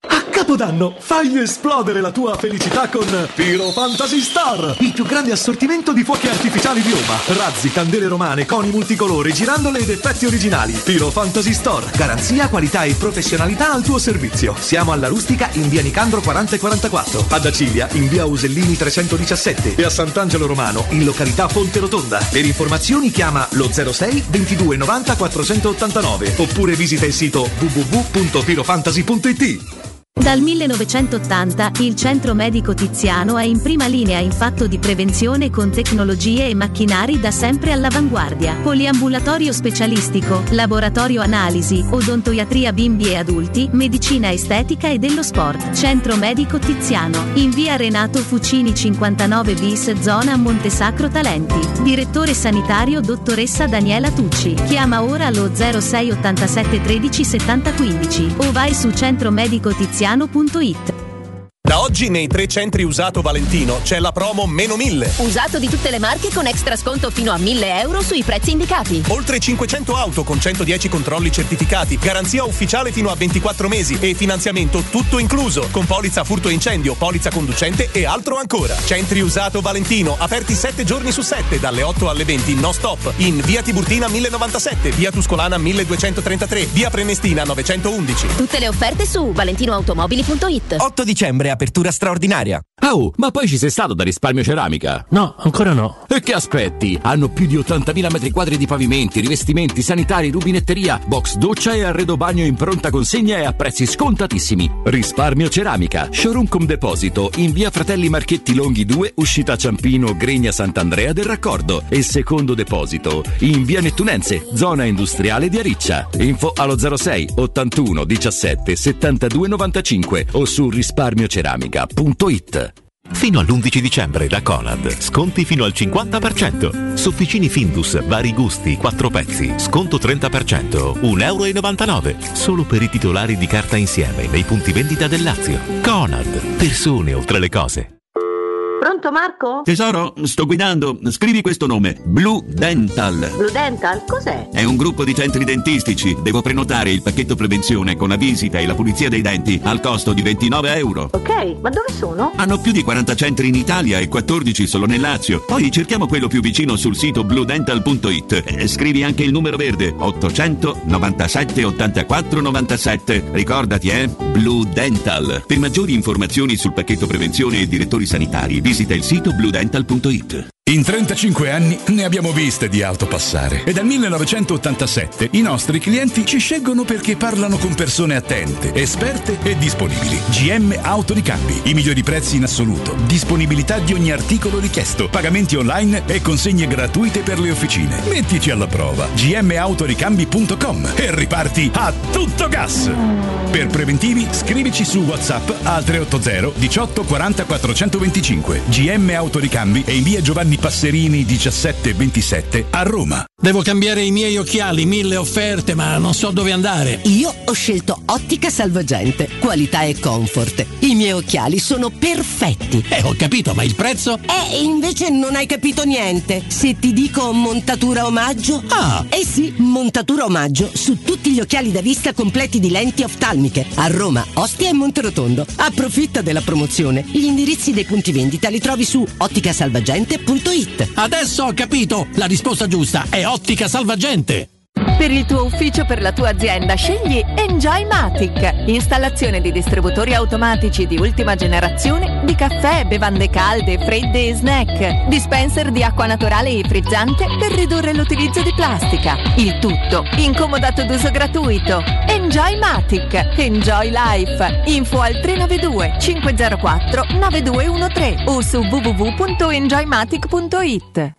Speaker 16: Capodanno, fai esplodere la tua felicità con Piro Fantasy Star, il più grande assortimento di fuochi artificiali di Roma. Razzi, candele romane, coni multicolori, girandole ed effetti originali. Piro Fantasy Store, garanzia, qualità e professionalità al tuo servizio. Siamo alla Rustica in via Nicandro quaranta e quarantaquattro, ad Acilia in via Usellini trecentodiciassette e a Sant'Angelo Romano in località Fonte Rotonda. Per informazioni chiama lo zero sei ventidue novanta quattrocentottantanove oppure visita il sito w w w punto pirofantasy punto i t.
Speaker 18: Dal millenovecentottanta il Centro Medico Tiziano è in prima linea in fatto di prevenzione con tecnologie e macchinari da sempre all'avanguardia. Poliambulatorio specialistico, laboratorio analisi, odontoiatria bimbi e adulti, medicina estetica e dello sport. Centro Medico Tiziano, in via Renato Fucini cinquantanove bis, zona Montesacro Talenti. Direttore sanitario dottoressa Daniela Tucci. Chiama ora allo zero sei ottantasette tredici settanta quindici o vai su centromedicotiziano punto it.
Speaker 21: Da oggi nei tre centri usato Valentino c'è la promo meno mille.
Speaker 24: Usato di tutte le marche con extra sconto fino a mille euro sui prezzi indicati.
Speaker 21: Oltre cinquecento auto con centodieci controlli certificati, garanzia ufficiale fino a ventiquattro mesi e finanziamento tutto incluso, con polizza furto e incendio, polizza conducente e altro ancora. Centri usato Valentino, aperti sette giorni su sette, dalle otto alle venti, no stop, in via Tiburtina mille novantasette, via Tuscolana milleduecentotrentatré, via Prenestina novecentoundici.
Speaker 24: Tutte le offerte su valentinoautomobili punto it.
Speaker 25: otto dicembre, apertura straordinaria.
Speaker 19: Oh, ma poi ci sei stato da Risparmio Ceramica?
Speaker 11: No, ancora no.
Speaker 19: E che aspetti? Hanno più di ottantamila metri quadri di pavimenti, rivestimenti, sanitari, rubinetteria, box doccia e arredo bagno in pronta consegna e a prezzi scontatissimi. Risparmio Ceramica, showroom con deposito in via Fratelli Marchetti Longhi due, uscita Ciampino, Gregna Sant'Andrea del Raccordo, e secondo deposito in via Nettunense, zona industriale di Ariccia. Info allo zero sei ottantuno diciassette settantadue novantacinque o su risparmioceramica punto it.
Speaker 26: Fino all'undici dicembre da Conad, sconti fino al cinquanta per cento. Sofficini Findus, vari gusti, quattro pezzi, sconto trenta per cento, un euro e novantanove. Solo per i titolari di carta insieme nei punti vendita del Lazio. Conad, persone oltre le cose.
Speaker 27: Pronto Marco?
Speaker 2: Tesoro, sto guidando. Scrivi questo nome. Blue Dental.
Speaker 27: Blue Dental? Cos'è?
Speaker 2: È un gruppo di centri dentistici. Devo prenotare il pacchetto prevenzione con la visita e la pulizia dei denti al costo di ventinove euro.
Speaker 27: Ok, ma dove sono?
Speaker 2: Hanno più di quaranta centri in Italia e quattordici solo nel Lazio. Poi cerchiamo quello più vicino sul sito blue dental punto it. E scrivi anche il numero verde ottocento novantasette ottantaquattro novantasette. Ricordati, eh? Blue Dental. Per maggiori informazioni sul pacchetto prevenzione e direttori sanitari, visita il sito blue dental punto it.
Speaker 28: In trentacinque anni ne abbiamo viste di auto passare e dal millenovecentottantasette i nostri clienti ci scelgono perché parlano con persone attente, esperte e disponibili. G M Autoricambi, i migliori prezzi in assoluto, disponibilità di ogni articolo richiesto, pagamenti online e consegne gratuite per le officine. Mettici alla prova. g m autoricambi punto com e riparti a tutto gas. Per preventivi scrivici su WhatsApp al tre otto zero diciotto quaranta quattrocentoventicinque. G M Autoricambi è in via Giovanni Passerini diciassette ventisette a Roma.
Speaker 29: Devo cambiare i miei occhiali, mille offerte, ma non so dove andare.
Speaker 30: Io ho scelto Ottica Salvagente, qualità e comfort. I miei occhiali sono perfetti.
Speaker 29: Eh, ho capito, ma il prezzo?
Speaker 30: Eh, invece non hai capito niente. Se ti dico montatura omaggio?
Speaker 29: Ah!
Speaker 30: Eh sì, montatura omaggio su tutti gli occhiali da vista completi di lenti oftalmiche. A Roma, Ostia e Monterotondo. Approfitta della promozione. Gli indirizzi dei punti vendita li trovi su otticasalvagente punto it.
Speaker 29: Adesso ho capito! La risposta giusta è Ottica Salvagente!
Speaker 31: Per il tuo ufficio, per la tua azienda, scegli Enjoymatic. Installazione di distributori automatici di ultima generazione di caffè, bevande calde, fredde e snack. Dispenser di acqua naturale e frizzante per ridurre l'utilizzo di plastica. Il tutto incomodato d'uso gratuito. Enjoymatic. Enjoy Life. Info al tre nove due cinque zero quattro nove due uno tre o su w w w punto enjoymatic punto it.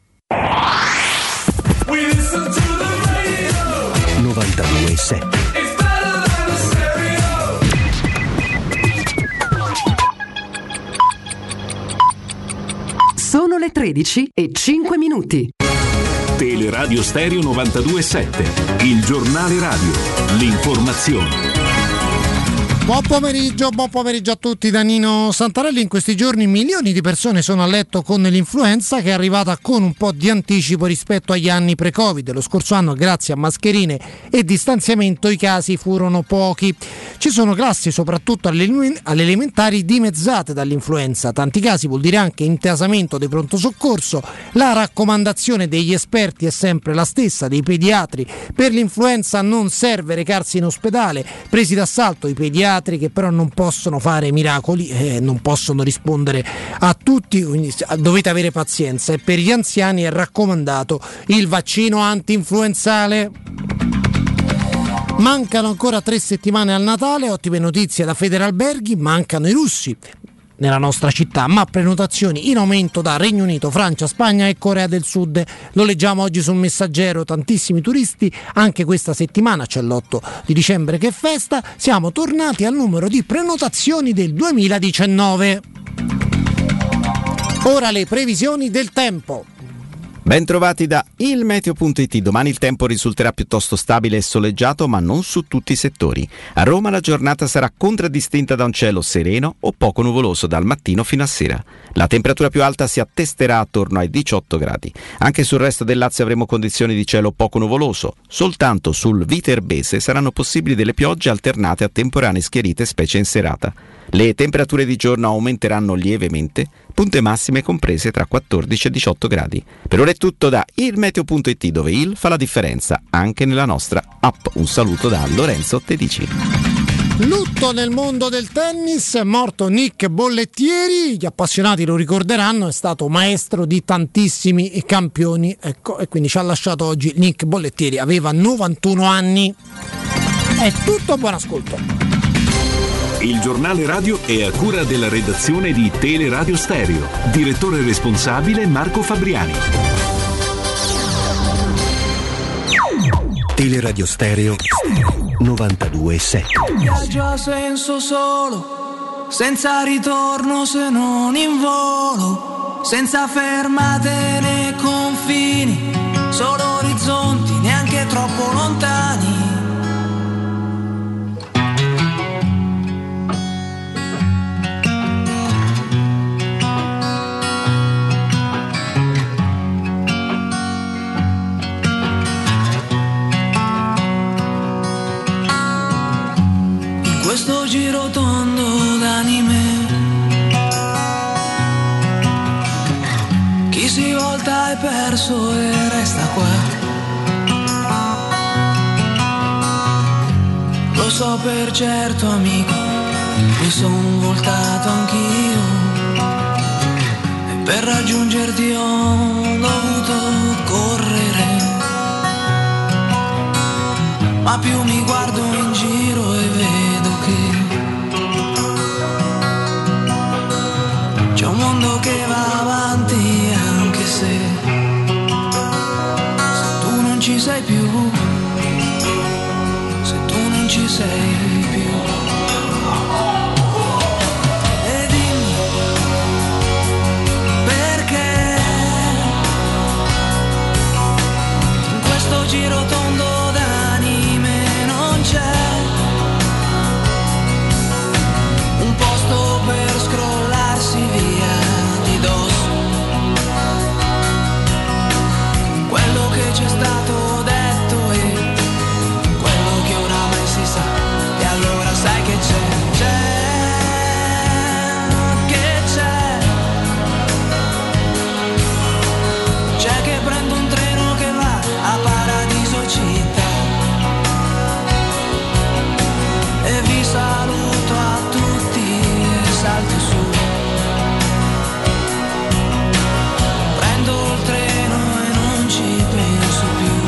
Speaker 9: novantadue sette.
Speaker 32: Sono le tredici e cinque minuti.
Speaker 15: Teleradio Stereo novantadue sette, il giornale radio, l'informazione.
Speaker 1: Buon pomeriggio, buon pomeriggio a tutti da Nino Santarelli. In questi giorni milioni di persone sono a letto con l'influenza, che è arrivata con un po' di anticipo rispetto agli anni pre-Covid. Lo scorso anno, grazie a mascherine e distanziamento, i casi furono pochi. Ci sono classi, soprattutto alle elementari, dimezzate dall'influenza. Tanti casi vuol dire anche intasamento dei pronto soccorso. La raccomandazione degli esperti è sempre la stessa, dei pediatri: per l'influenza non serve recarsi in ospedale. Presi d'assalto i pediatri, che però non possono fare miracoli, eh, non possono rispondere a tutti, quindi dovete avere pazienza. E per gli anziani è raccomandato il vaccino anti-influenzale. Mancano ancora tre settimane al Natale, ottime notizie da Federalberghi, mancano i russi nella nostra città, ma prenotazioni in aumento da Regno Unito, Francia, Spagna e Corea del Sud. Lo leggiamo oggi sul Messaggero, tantissimi turisti anche questa settimana, c'è l'otto di dicembre che è festa. Siamo tornati al numero di prenotazioni del duemiladiciannove. Ora le previsioni del tempo.
Speaker 4: Ben trovati da il meteo punto it. Domani il tempo risulterà piuttosto stabile e soleggiato, ma non su tutti i settori. A Roma la giornata sarà contraddistinta da un cielo sereno o poco nuvoloso dal mattino fino a sera. La temperatura più alta si attesterà attorno ai diciotto gradi. Anche sul resto del Lazio avremo condizioni di cielo poco nuvoloso. Soltanto sul Viterbese saranno possibili delle piogge alternate a temporanee schiarite, specie in serata. Le temperature di giorno aumenteranno lievemente, punte massime comprese tra quattordici e diciotto gradi. Per ora è tutto da il meteo punto it, dove il fa la differenza anche nella nostra app. Un saluto da Lorenzo Tedici.
Speaker 1: Lutto nel mondo del tennis, è morto Nick Bollettieri, gli appassionati lo ricorderanno, è stato maestro di tantissimi campioni, ecco, e quindi ci ha lasciato oggi Nick Bollettieri, aveva novantuno anni. È tutto, buon ascolto.
Speaker 15: Il giornale radio è a cura della redazione di Teleradio Stereo. Direttore responsabile Marco Fabriani.
Speaker 5: Teleradio Stereo novantadue sette.
Speaker 6: Viaggio a senso solo, senza ritorno se non in volo, senza fermate né confini, solo orizzonti neanche troppo lontani. Questo giro tondo d'anime, chi si volta è perso e resta qua. Lo so per certo, amico, mi son voltato anch'io, e per raggiungerti ho dovuto correre. Ma più mi guardo in giro e vedo che c'è un mondo che va avanti, anche se, se tu non ci sei più, se tu non ci sei più. E dimmi perché in questo giro tondo un posto per scrollarsi via di dosso quello che c'è stato detto e quello che oramai si sa. E allora sai che c'è, c'è, che c'è, c'è che prendo un treno che va a Paradiso Città. E vi saluto a tutti e salto su, prendo il treno e non ci penso più.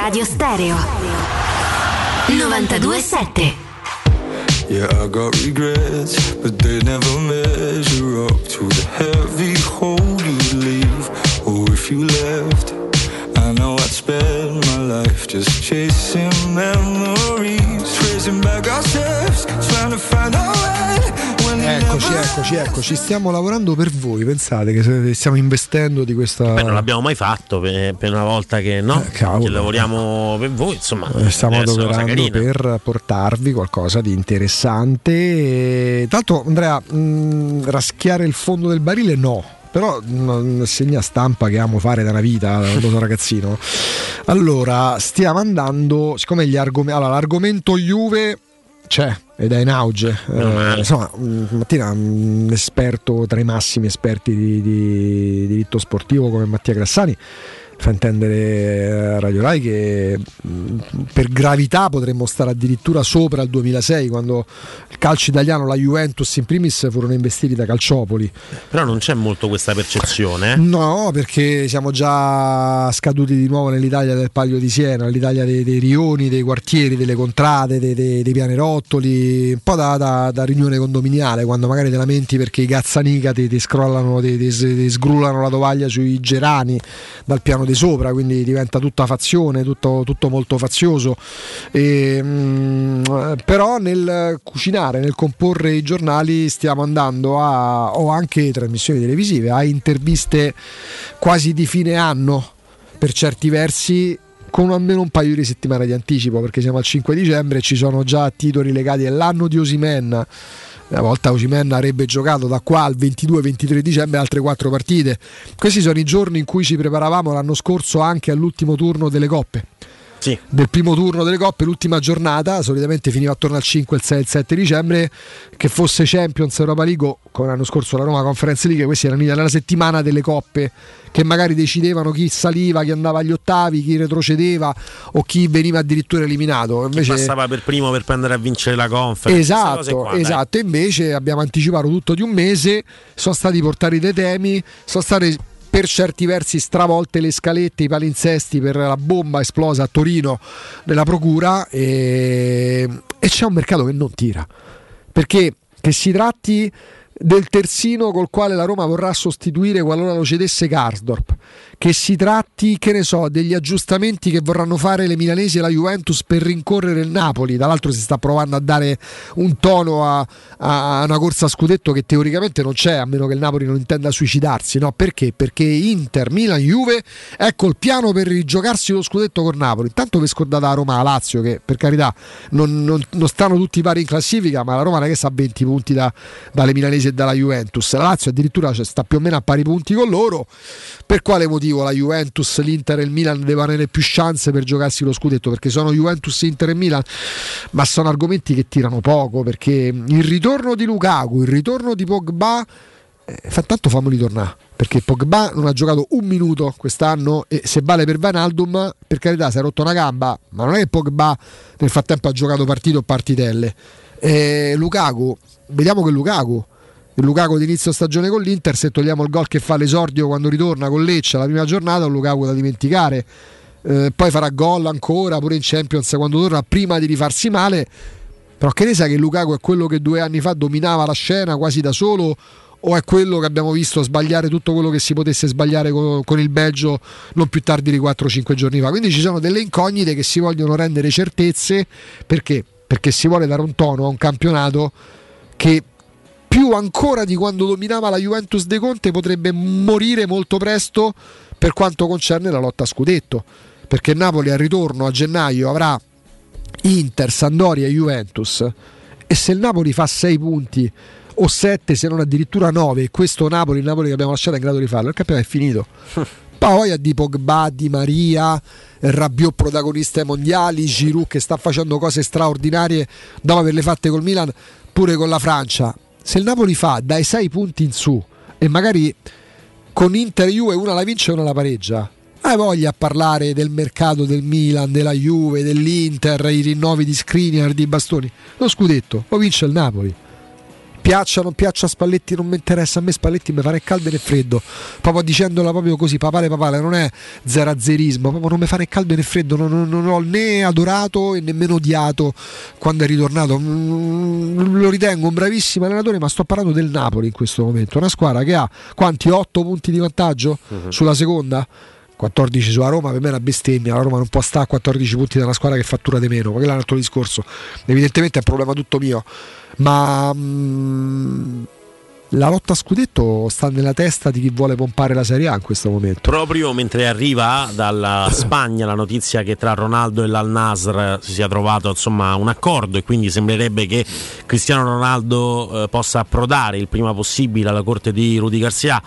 Speaker 3: Teleradio Stereo novantadue sette.
Speaker 7: Yeah, I got regrets, but they never measure up to the heavy hold you'd leave. Oh, if you left, I know I'd spend my life just chasing memories, tracing back our steps, trying to find our way.
Speaker 8: Eccoci, eccoci, eccoci, stiamo lavorando per voi, pensate che stiamo investendo di questa...
Speaker 11: Beh, non l'abbiamo mai fatto per, per una volta che no,
Speaker 8: eh, che
Speaker 11: lavoriamo per voi, insomma.
Speaker 8: Stiamo lavorando per portarvi qualcosa di interessante. E, tanto Andrea, mh, raschiare il fondo del barile no, però una segna stampa che amo fare da una vita quando sono ragazzino. Allora, stiamo andando, siccome gli argomenti, allora, l'argomento Juve c'è ed è in auge, eh, insomma mattina un esperto tra i massimi esperti di, di diritto sportivo come Mattia Grassani fa intendere a Radio Rai che per gravità potremmo stare addirittura sopra il duemilasei, quando il calcio italiano, la Juventus in primis, furono investiti da Calciopoli.
Speaker 11: Però non c'è molto questa percezione, eh?
Speaker 8: No, perché siamo già scaduti di nuovo nell'Italia del Palio di Siena, l'Italia dei, dei rioni, dei quartieri, delle contrade, dei, dei, dei pianerottoli, un po' da, da, da riunione condominiale, quando magari te lamenti perché i cazzanica ti, ti scrollano, ti, ti, ti sgrullano la tovaglia sui gerani dal piano di sopra, quindi diventa tutta fazione, tutto, tutto molto fazioso. E, mh, però nel cucinare, nel comporre i giornali stiamo andando a, o anche trasmissioni televisive, a interviste quasi di fine anno per certi versi, con almeno un paio di settimane di anticipo, perché siamo al cinque dicembre e ci sono già titoli legati all'anno di Osimhen. Una volta Osimhen avrebbe giocato da qua al ventidue ventitré dicembre altre quattro partite. Questi sono i giorni in cui ci preparavamo l'anno scorso anche all'ultimo turno delle coppe.
Speaker 11: Sì.
Speaker 8: Del primo turno delle coppe, l'ultima giornata solitamente finiva attorno al cinque, il sei, il sette dicembre, che fosse Champions, Europa League, come l'anno scorso la Roma Conference League. Questi erano nella settimana delle coppe che magari decidevano chi saliva, chi andava agli ottavi, chi retrocedeva o chi veniva addirittura eliminato. Invece
Speaker 11: chi passava per primo per prendere a vincere la Conference.
Speaker 8: Esatto, qua, esatto. Invece abbiamo anticipato tutto di un mese, sono stati portati dei temi, sono state per certi versi stravolte le scalette, i palinsesti per la bomba esplosa a Torino della procura, e, e c'è un mercato che non tira, perché che si tratti del terzino col quale la Roma vorrà sostituire qualora lo cedesse Karsdorp, che si tratti, che ne so, degli aggiustamenti che vorranno fare le milanesi e la Juventus per rincorrere il Napoli. Dall'altro si sta provando a dare un tono a, a una corsa a scudetto che teoricamente non c'è, a meno che il Napoli non intenda suicidarsi, no? Perché? Perché Inter, Milan, Juve, ecco il piano per rigiocarsi lo scudetto con Napoli. Intanto vi scordate la Roma, la Lazio, che per carità non, non, non stanno tutti pari in classifica, ma la Roma non è che sta a venti punti da, dalle milanesi e dalla Juventus. La Lazio addirittura sta più o meno a pari punti con loro. Per quale motivo la Juventus, l'Inter e il Milan devono avere più chance per giocarsi lo scudetto? Perché sono Juventus, Inter e Milan? Ma sono argomenti che tirano poco, perché il ritorno di Lukaku, il ritorno di Pogba, eh, fa tanto famoli tornare, perché Pogba non ha giocato un minuto quest'anno, e se vale per Wijnaldum, per carità, si è rotto una gamba, ma non è che Pogba nel frattempo ha giocato partite o partitelle. eh, Lukaku, vediamo che Lukaku il Lukaku di inizio stagione con l'Inter, se togliamo il gol che fa l'esordio quando ritorna con Lecce la prima giornata, un Lukaku da dimenticare. Eh, poi farà gol ancora pure in Champions quando torna, prima di rifarsi male. Però che ne sa che Lukaku è quello che due anni fa dominava la scena quasi da solo, o è quello che abbiamo visto sbagliare tutto quello che si potesse sbagliare con, con il Belgio non più tardi di quattro cinque giorni fa? Quindi ci sono delle incognite che si vogliono rendere certezze. Perché? Perché si vuole dare un tono a un campionato che, più ancora di quando dominava la Juventus De Conte, potrebbe morire molto presto per quanto concerne la lotta a scudetto, perché Napoli al ritorno a gennaio avrà Inter, Sampdoria e Juventus, e se il Napoli fa sei punti o sette, se non addirittura nove, e questo Napoli, il Napoli che abbiamo lasciato è in grado di farlo, il campionato è finito. Poi a Di Pogba, Di Maria, Rabiot protagonista ai mondiali, Giroud che sta facendo cose straordinarie dopo averle fatte col Milan, pure con la Francia. Se il Napoli fa dai sei punti in su e magari con Inter e Juve una la vince e una la pareggia, hai voglia a parlare del mercato del Milan, della Juve, dell'Inter, i rinnovi di Skriniar, di Bastoni? Lo scudetto lo vince il Napoli. piaccia non piaccia Spalletti non mi interessa, a me Spalletti mi fa né caldo né freddo, proprio dicendola proprio così, papale papale, non è zerazerismo, proprio non mi fa né caldo né freddo, non, non, non ho né adorato e nemmeno odiato quando è ritornato. Mm, lo ritengo un bravissimo allenatore, ma sto parlando del Napoli in questo momento, una squadra che ha quanti otto punti di vantaggio uh-huh. sulla seconda, quattordici sulla Roma, per me è una bestemmia, la Roma non può stare a quattordici punti da una squadra che fattura di meno, quello è un altro discorso, evidentemente è un problema tutto mio, ma mh, la lotta a scudetto sta nella testa di chi vuole pompare la Serie A in questo momento.
Speaker 11: Proprio mentre arriva dalla Spagna la notizia che tra Ronaldo e l'Al Nassr si sia trovato insomma un accordo, e quindi sembrerebbe che Cristiano Ronaldo eh, possa approdare il prima possibile alla corte di Rudy Garcia,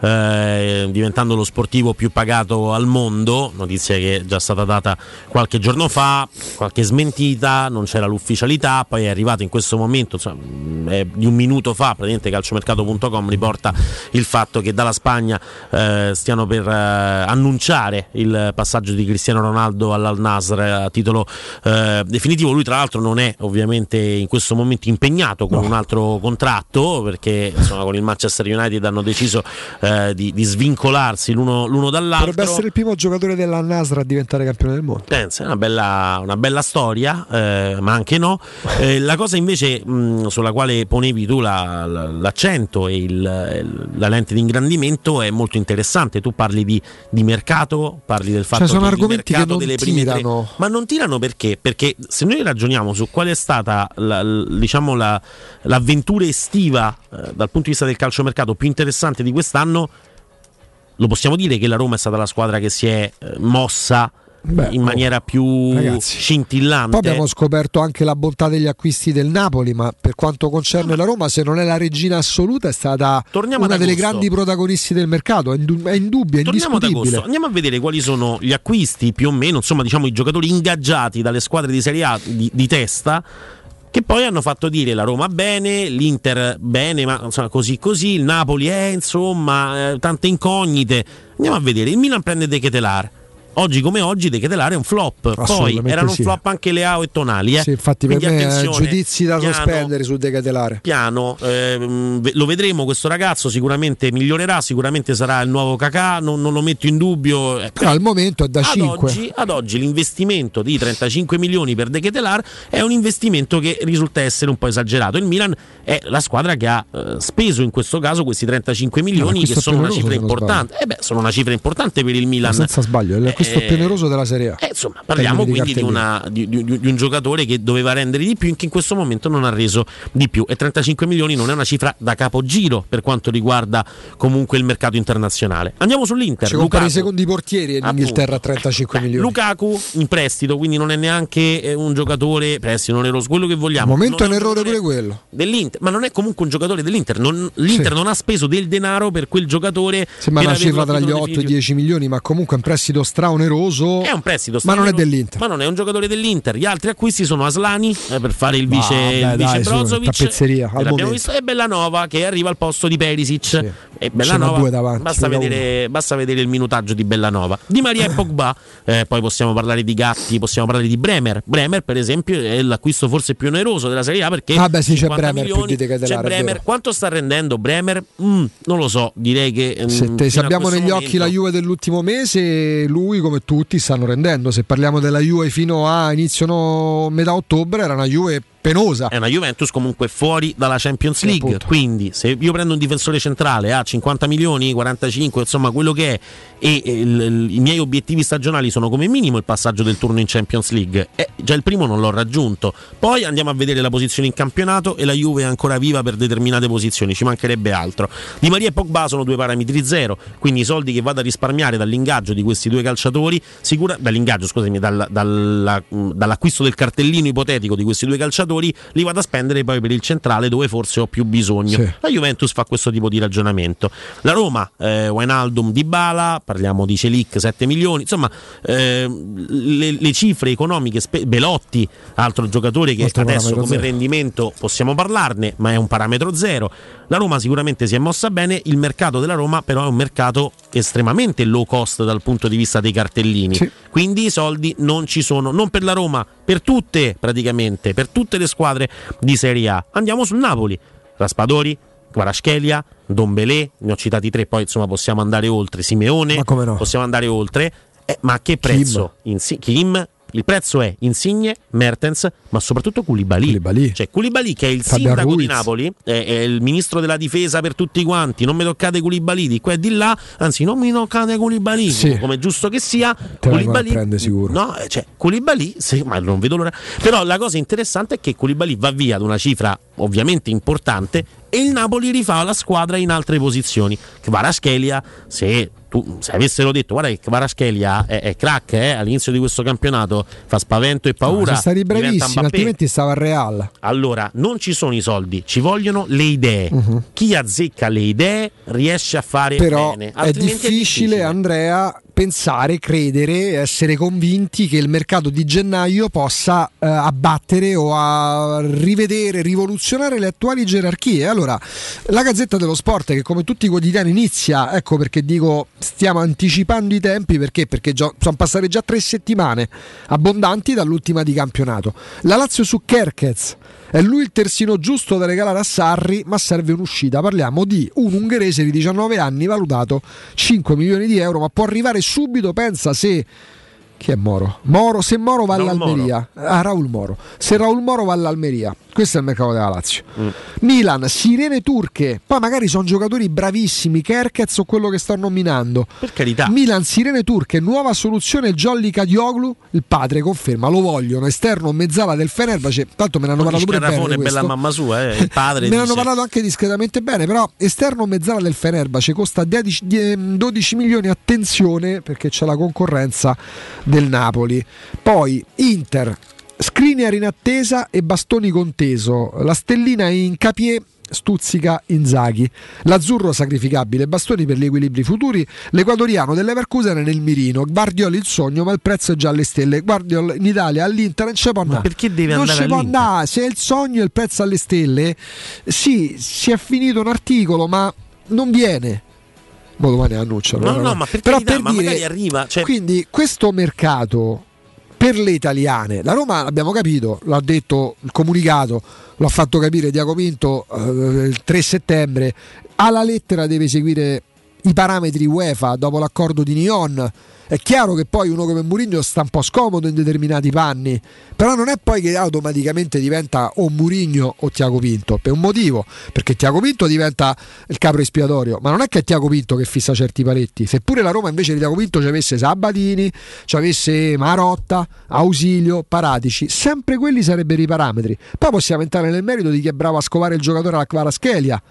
Speaker 11: eh, diventando lo sportivo più pagato al mondo, notizia che è già stata data qualche giorno fa, qualche smentita, non c'era l'ufficialità, poi è arrivato in questo momento, insomma, è di un minuto fa, praticamente calciomercato punto com riporta il fatto che dalla Spagna eh, stiano per eh, annunciare il passaggio di Cristiano Ronaldo all'Al Nassr a titolo eh, definitivo. Lui tra l'altro non è ovviamente in questo momento impegnato con no. un altro contratto, perché insomma con il Manchester United hanno deciso eh, di, di svincolarsi l'uno, l'uno dall'altro.
Speaker 8: Potrebbe essere il primo giocatore dell'Al Nassr a diventare campione del mondo.
Speaker 11: Pensa, è una bella, una bella storia, eh, ma anche no. Eh, la cosa invece mh, sulla quale ponevi tu la, la, l'accento e il, la lente di ingrandimento è molto interessante. Tu parli di, di mercato, parli del fatto
Speaker 8: cioè, sono
Speaker 11: che
Speaker 8: argomenti
Speaker 11: il mercato
Speaker 8: che non
Speaker 11: delle prime
Speaker 8: tirano.
Speaker 11: tre, ma non tirano perché? Perché se noi ragioniamo su qual è stata la, diciamo la, l'avventura estiva eh, dal punto di vista del calciomercato più interessante di quest'anno, lo possiamo dire che la Roma è stata la squadra che si è eh, mossa Beh, in maniera più ragazzi, scintillante.
Speaker 8: Poi abbiamo scoperto anche la bontà degli acquisti del Napoli, ma per quanto concerne la Roma, se non è la regina assoluta, è stata Torniamo una delle grandi protagonisti del mercato, è, indub- è indubbia, è indiscutibile.
Speaker 11: Andiamo a vedere quali sono gli acquisti più o meno, insomma, diciamo i giocatori ingaggiati dalle squadre di Serie A di, di testa, che poi hanno fatto dire la Roma bene, l'Inter bene, ma insomma così così, il Napoli è insomma eh, tante incognite. Andiamo a vedere, il Milan prende De Ketelar. Oggi come oggi De Ketelar è un flop, poi erano
Speaker 8: sì.
Speaker 11: un flop anche Leao e Tonali, eh?
Speaker 8: sì, infatti quindi per me giudizi da piano, sospendere su De Ketelar.
Speaker 11: Piano, ehm, lo vedremo questo ragazzo, sicuramente migliorerà, sicuramente sarà il nuovo Kakà, non, non lo metto in dubbio. Eh,
Speaker 8: però al momento è da
Speaker 11: ad
Speaker 8: cinque.
Speaker 11: Oggi, ad oggi l'investimento di trentacinque milioni per De Ketelar è un investimento che risulta essere un po' esagerato. Il Milan è la squadra che ha eh, speso in questo caso questi trentacinque milioni, no, che sono una cifra importante. Eh beh, sono una cifra importante per il Milan.
Speaker 8: Ma senza sbaglio, è questo eh, più oneroso della Serie A.
Speaker 11: Eh, insomma, parliamo di quindi di, una, di, di, di un giocatore che doveva rendere di più, che in questo momento non ha reso di più, e trentacinque milioni non è una cifra da capogiro per quanto riguarda comunque il mercato internazionale. Andiamo sull'Inter.
Speaker 8: Ci comprano i secondi portieri in
Speaker 11: Appunto.
Speaker 8: Inghilterra a trentacinque
Speaker 11: Beh,
Speaker 8: milioni.
Speaker 11: Lukaku in prestito, quindi non è neanche un giocatore prestito, oneroso, quello che vogliamo.
Speaker 8: Al momento
Speaker 11: non
Speaker 8: è un errore pure quello
Speaker 11: dell'Inter, ma non è comunque un giocatore dell'Inter. Non, L'Inter sì. non ha speso del denaro per quel giocatore.
Speaker 8: Sembra una cifra tra gli otto e i dieci milioni, ma comunque è un prestito straoneroso.
Speaker 11: È un prestito
Speaker 8: ma non è dell'Inter.
Speaker 11: Ma non è un giocatore dell'Inter. Gli altri acquisti sono Aslani eh, per fare il vice, ah, beh, il vice Brozovic,
Speaker 8: tappezzeria,
Speaker 11: l'abbiamo visto, e Bellanova che arriva al posto di Perisic. Sì. E Bellanova,
Speaker 8: due davanti,
Speaker 11: basta, vedere, basta vedere il minutaggio di Bellanova. Di Maria e Pogba, eh, poi possiamo parlare di Gatti, possiamo parlare di Bremer. Bremer, per esempio, è l'acquisto forse più oneroso della Serie A, perché
Speaker 8: ah beh, sì, c'è Bremer
Speaker 11: milioni,
Speaker 8: più di
Speaker 11: c'è Bremer. Quanto sta rendendo Bremer? Mm, non lo so, direi che
Speaker 8: se, te, se abbiamo negli momento... occhi la Juve dell'ultimo mese, lui come tutti stanno rendendo. Se parliamo della Juve fino a inizio no, metà ottobre, era una Juve penosa.
Speaker 11: È una Juventus comunque fuori dalla Champions League, quindi se io prendo un difensore centrale a cinquanta milioni, quarantacinque, insomma quello che è, e, e il, il, i miei obiettivi stagionali sono come minimo il passaggio del turno in Champions League, eh, già il primo non l'ho raggiunto, poi andiamo a vedere la posizione in campionato e la Juve è ancora viva per determinate posizioni, ci mancherebbe altro. Di Maria e Pogba sono due parametri zero, quindi i soldi che vado a risparmiare dall'ingaggio di questi due calciatori, sicura, dall'ingaggio scusami, dal, dalla, dall'acquisto del cartellino ipotetico di questi due calciatori, li vado a spendere poi per il centrale dove forse ho più bisogno. Sì. La Juventus fa questo tipo di ragionamento. La Roma, eh, Wijnaldum, Dybala, parliamo di Celic sette milioni, insomma eh, le, le cifre economiche, spe- Belotti, altro giocatore che altro adesso come zero. Rendimento possiamo parlarne, ma è un parametro zero. La Roma sicuramente si è mossa bene, il mercato della Roma però è un mercato estremamente low cost dal punto di vista dei cartellini, sì. Quindi i soldi non ci sono, non per la Roma, per tutte praticamente, per tutte le squadre di Serie A. Andiamo sul Napoli. Raspadori, Kvaratskhelia, Dombelé, ne ho citati tre, poi insomma possiamo andare oltre, Simeone,
Speaker 8: ma come no?
Speaker 11: possiamo andare oltre, eh, ma a che prezzo? Kim. Insi- Kim, il prezzo è Insigne, Mertens, ma soprattutto Koulibaly.
Speaker 8: Koulibaly.
Speaker 11: Cioè Koulibaly che è il
Speaker 8: Fabian
Speaker 11: sindaco
Speaker 8: Ruiz.
Speaker 11: di Napoli, è, è il ministro della difesa per tutti quanti, non mi toccate Koulibaly di qua e di là, anzi non mi toccate Koulibaly,
Speaker 8: sì.
Speaker 11: come è giusto che sia.
Speaker 8: Te
Speaker 11: Koulibaly
Speaker 8: prende sicuro.
Speaker 11: No, cioè Koulibaly, se, ma non vedo l'ora. Però la cosa interessante è che Koulibaly va via ad una cifra ovviamente importante e il Napoli rifà la squadra in altre posizioni. Kvaratskhelia, se tu se avessero detto guarda che Kvaratskhelia è, è crack eh, all'inizio di questo campionato, fa spavento e paura,
Speaker 8: no, sono stati
Speaker 11: diventa
Speaker 8: bravissimi,
Speaker 11: Mbappé.
Speaker 8: altrimenti stava al Real.
Speaker 11: Allora non ci sono i soldi, ci vogliono le idee. Uh-huh. Chi azzecca le idee riesce a fare
Speaker 8: però
Speaker 11: bene.
Speaker 8: È difficile, è difficile, Andrea, pensare, credere, essere convinti che il mercato di gennaio possa eh, abbattere o a rivedere, rivoluzionare le attuali gerarchie. Allora, la Gazzetta dello Sport, che come tutti i quotidiani inizia, ecco perché dico stiamo anticipando i tempi, perché? Perché già, sono passate già tre settimane abbondanti dall'ultima di campionato. La Lazio su Kerkez, è lui il terzino giusto da regalare a Sarri, ma serve un'uscita. Parliamo di un ungherese di diciannove anni valutato cinque milioni di euro, ma può arrivare subito. Pensa se chi è Moro? Moro se Moro va all'Almeria. Ah, Raul Moro. Se Raul Moro va all'Almeria. Questo è il mercato della Lazio. Mm. Milan, sirene turche. Poi magari sono giocatori bravissimi, Kerkez o quello che sto nominando.
Speaker 11: Per carità.
Speaker 8: Milan, sirene turche, nuova soluzione Jolly Kadioglu. Il padre conferma, lo vogliono. Esterno mezzala del Fenerbahce. Tanto me ne hanno parlato pure bene di questo.
Speaker 11: Bella mamma sua, eh. Il padre
Speaker 8: me ne
Speaker 11: dice...
Speaker 8: hanno parlato anche discretamente bene. Però esterno mezzala del Fenerbahce costa dodici milioni. Attenzione, perché c'è la concorrenza del Napoli. Poi Inter, Skriniar in attesa e Bastoni conteso. La stellina in Capié, stuzzica Inzaghi. L'azzurro sacrificabile, Bastoni per gli equilibri futuri. L'equatoriano dell'Leverkusen nel mirino. Guardiol il sogno, ma il prezzo è già alle stelle. Guardiol in Italia all'Inter non c'è può andare.
Speaker 11: Ma perché deve
Speaker 8: non
Speaker 11: andare
Speaker 8: c'è può andare. Se è il sogno e il prezzo alle stelle, sì, si è finito un articolo, ma non viene. Ma domani annunciano.
Speaker 11: No, no, no, ma per
Speaker 8: però
Speaker 11: carità,
Speaker 8: per
Speaker 11: ma
Speaker 8: dire,
Speaker 11: magari arriva. Cioè...
Speaker 8: Quindi questo mercato per le italiane, la Roma l'abbiamo capito, l'ha detto il comunicato, l'ha fatto capire Diaco Pinto eh, il tre settembre, alla lettera deve seguire i parametri UEFA dopo l'accordo di Nyon. È chiaro che poi uno come Mourinho sta un po' scomodo in determinati panni, però non è poi che automaticamente diventa o Mourinho o Tiago Pinto, per un motivo, perché Tiago Pinto diventa il capro espiatorio, ma non è che è Tiago Pinto che fissa certi paletti. Seppure la Roma invece di Tiago Pinto ci avesse Sabatini, ci avesse Marotta, Ausilio, Paratici, sempre quelli sarebbero i parametri. Poi possiamo entrare nel merito di chi è bravo a scovare il giocatore alla Kvaratskhelia.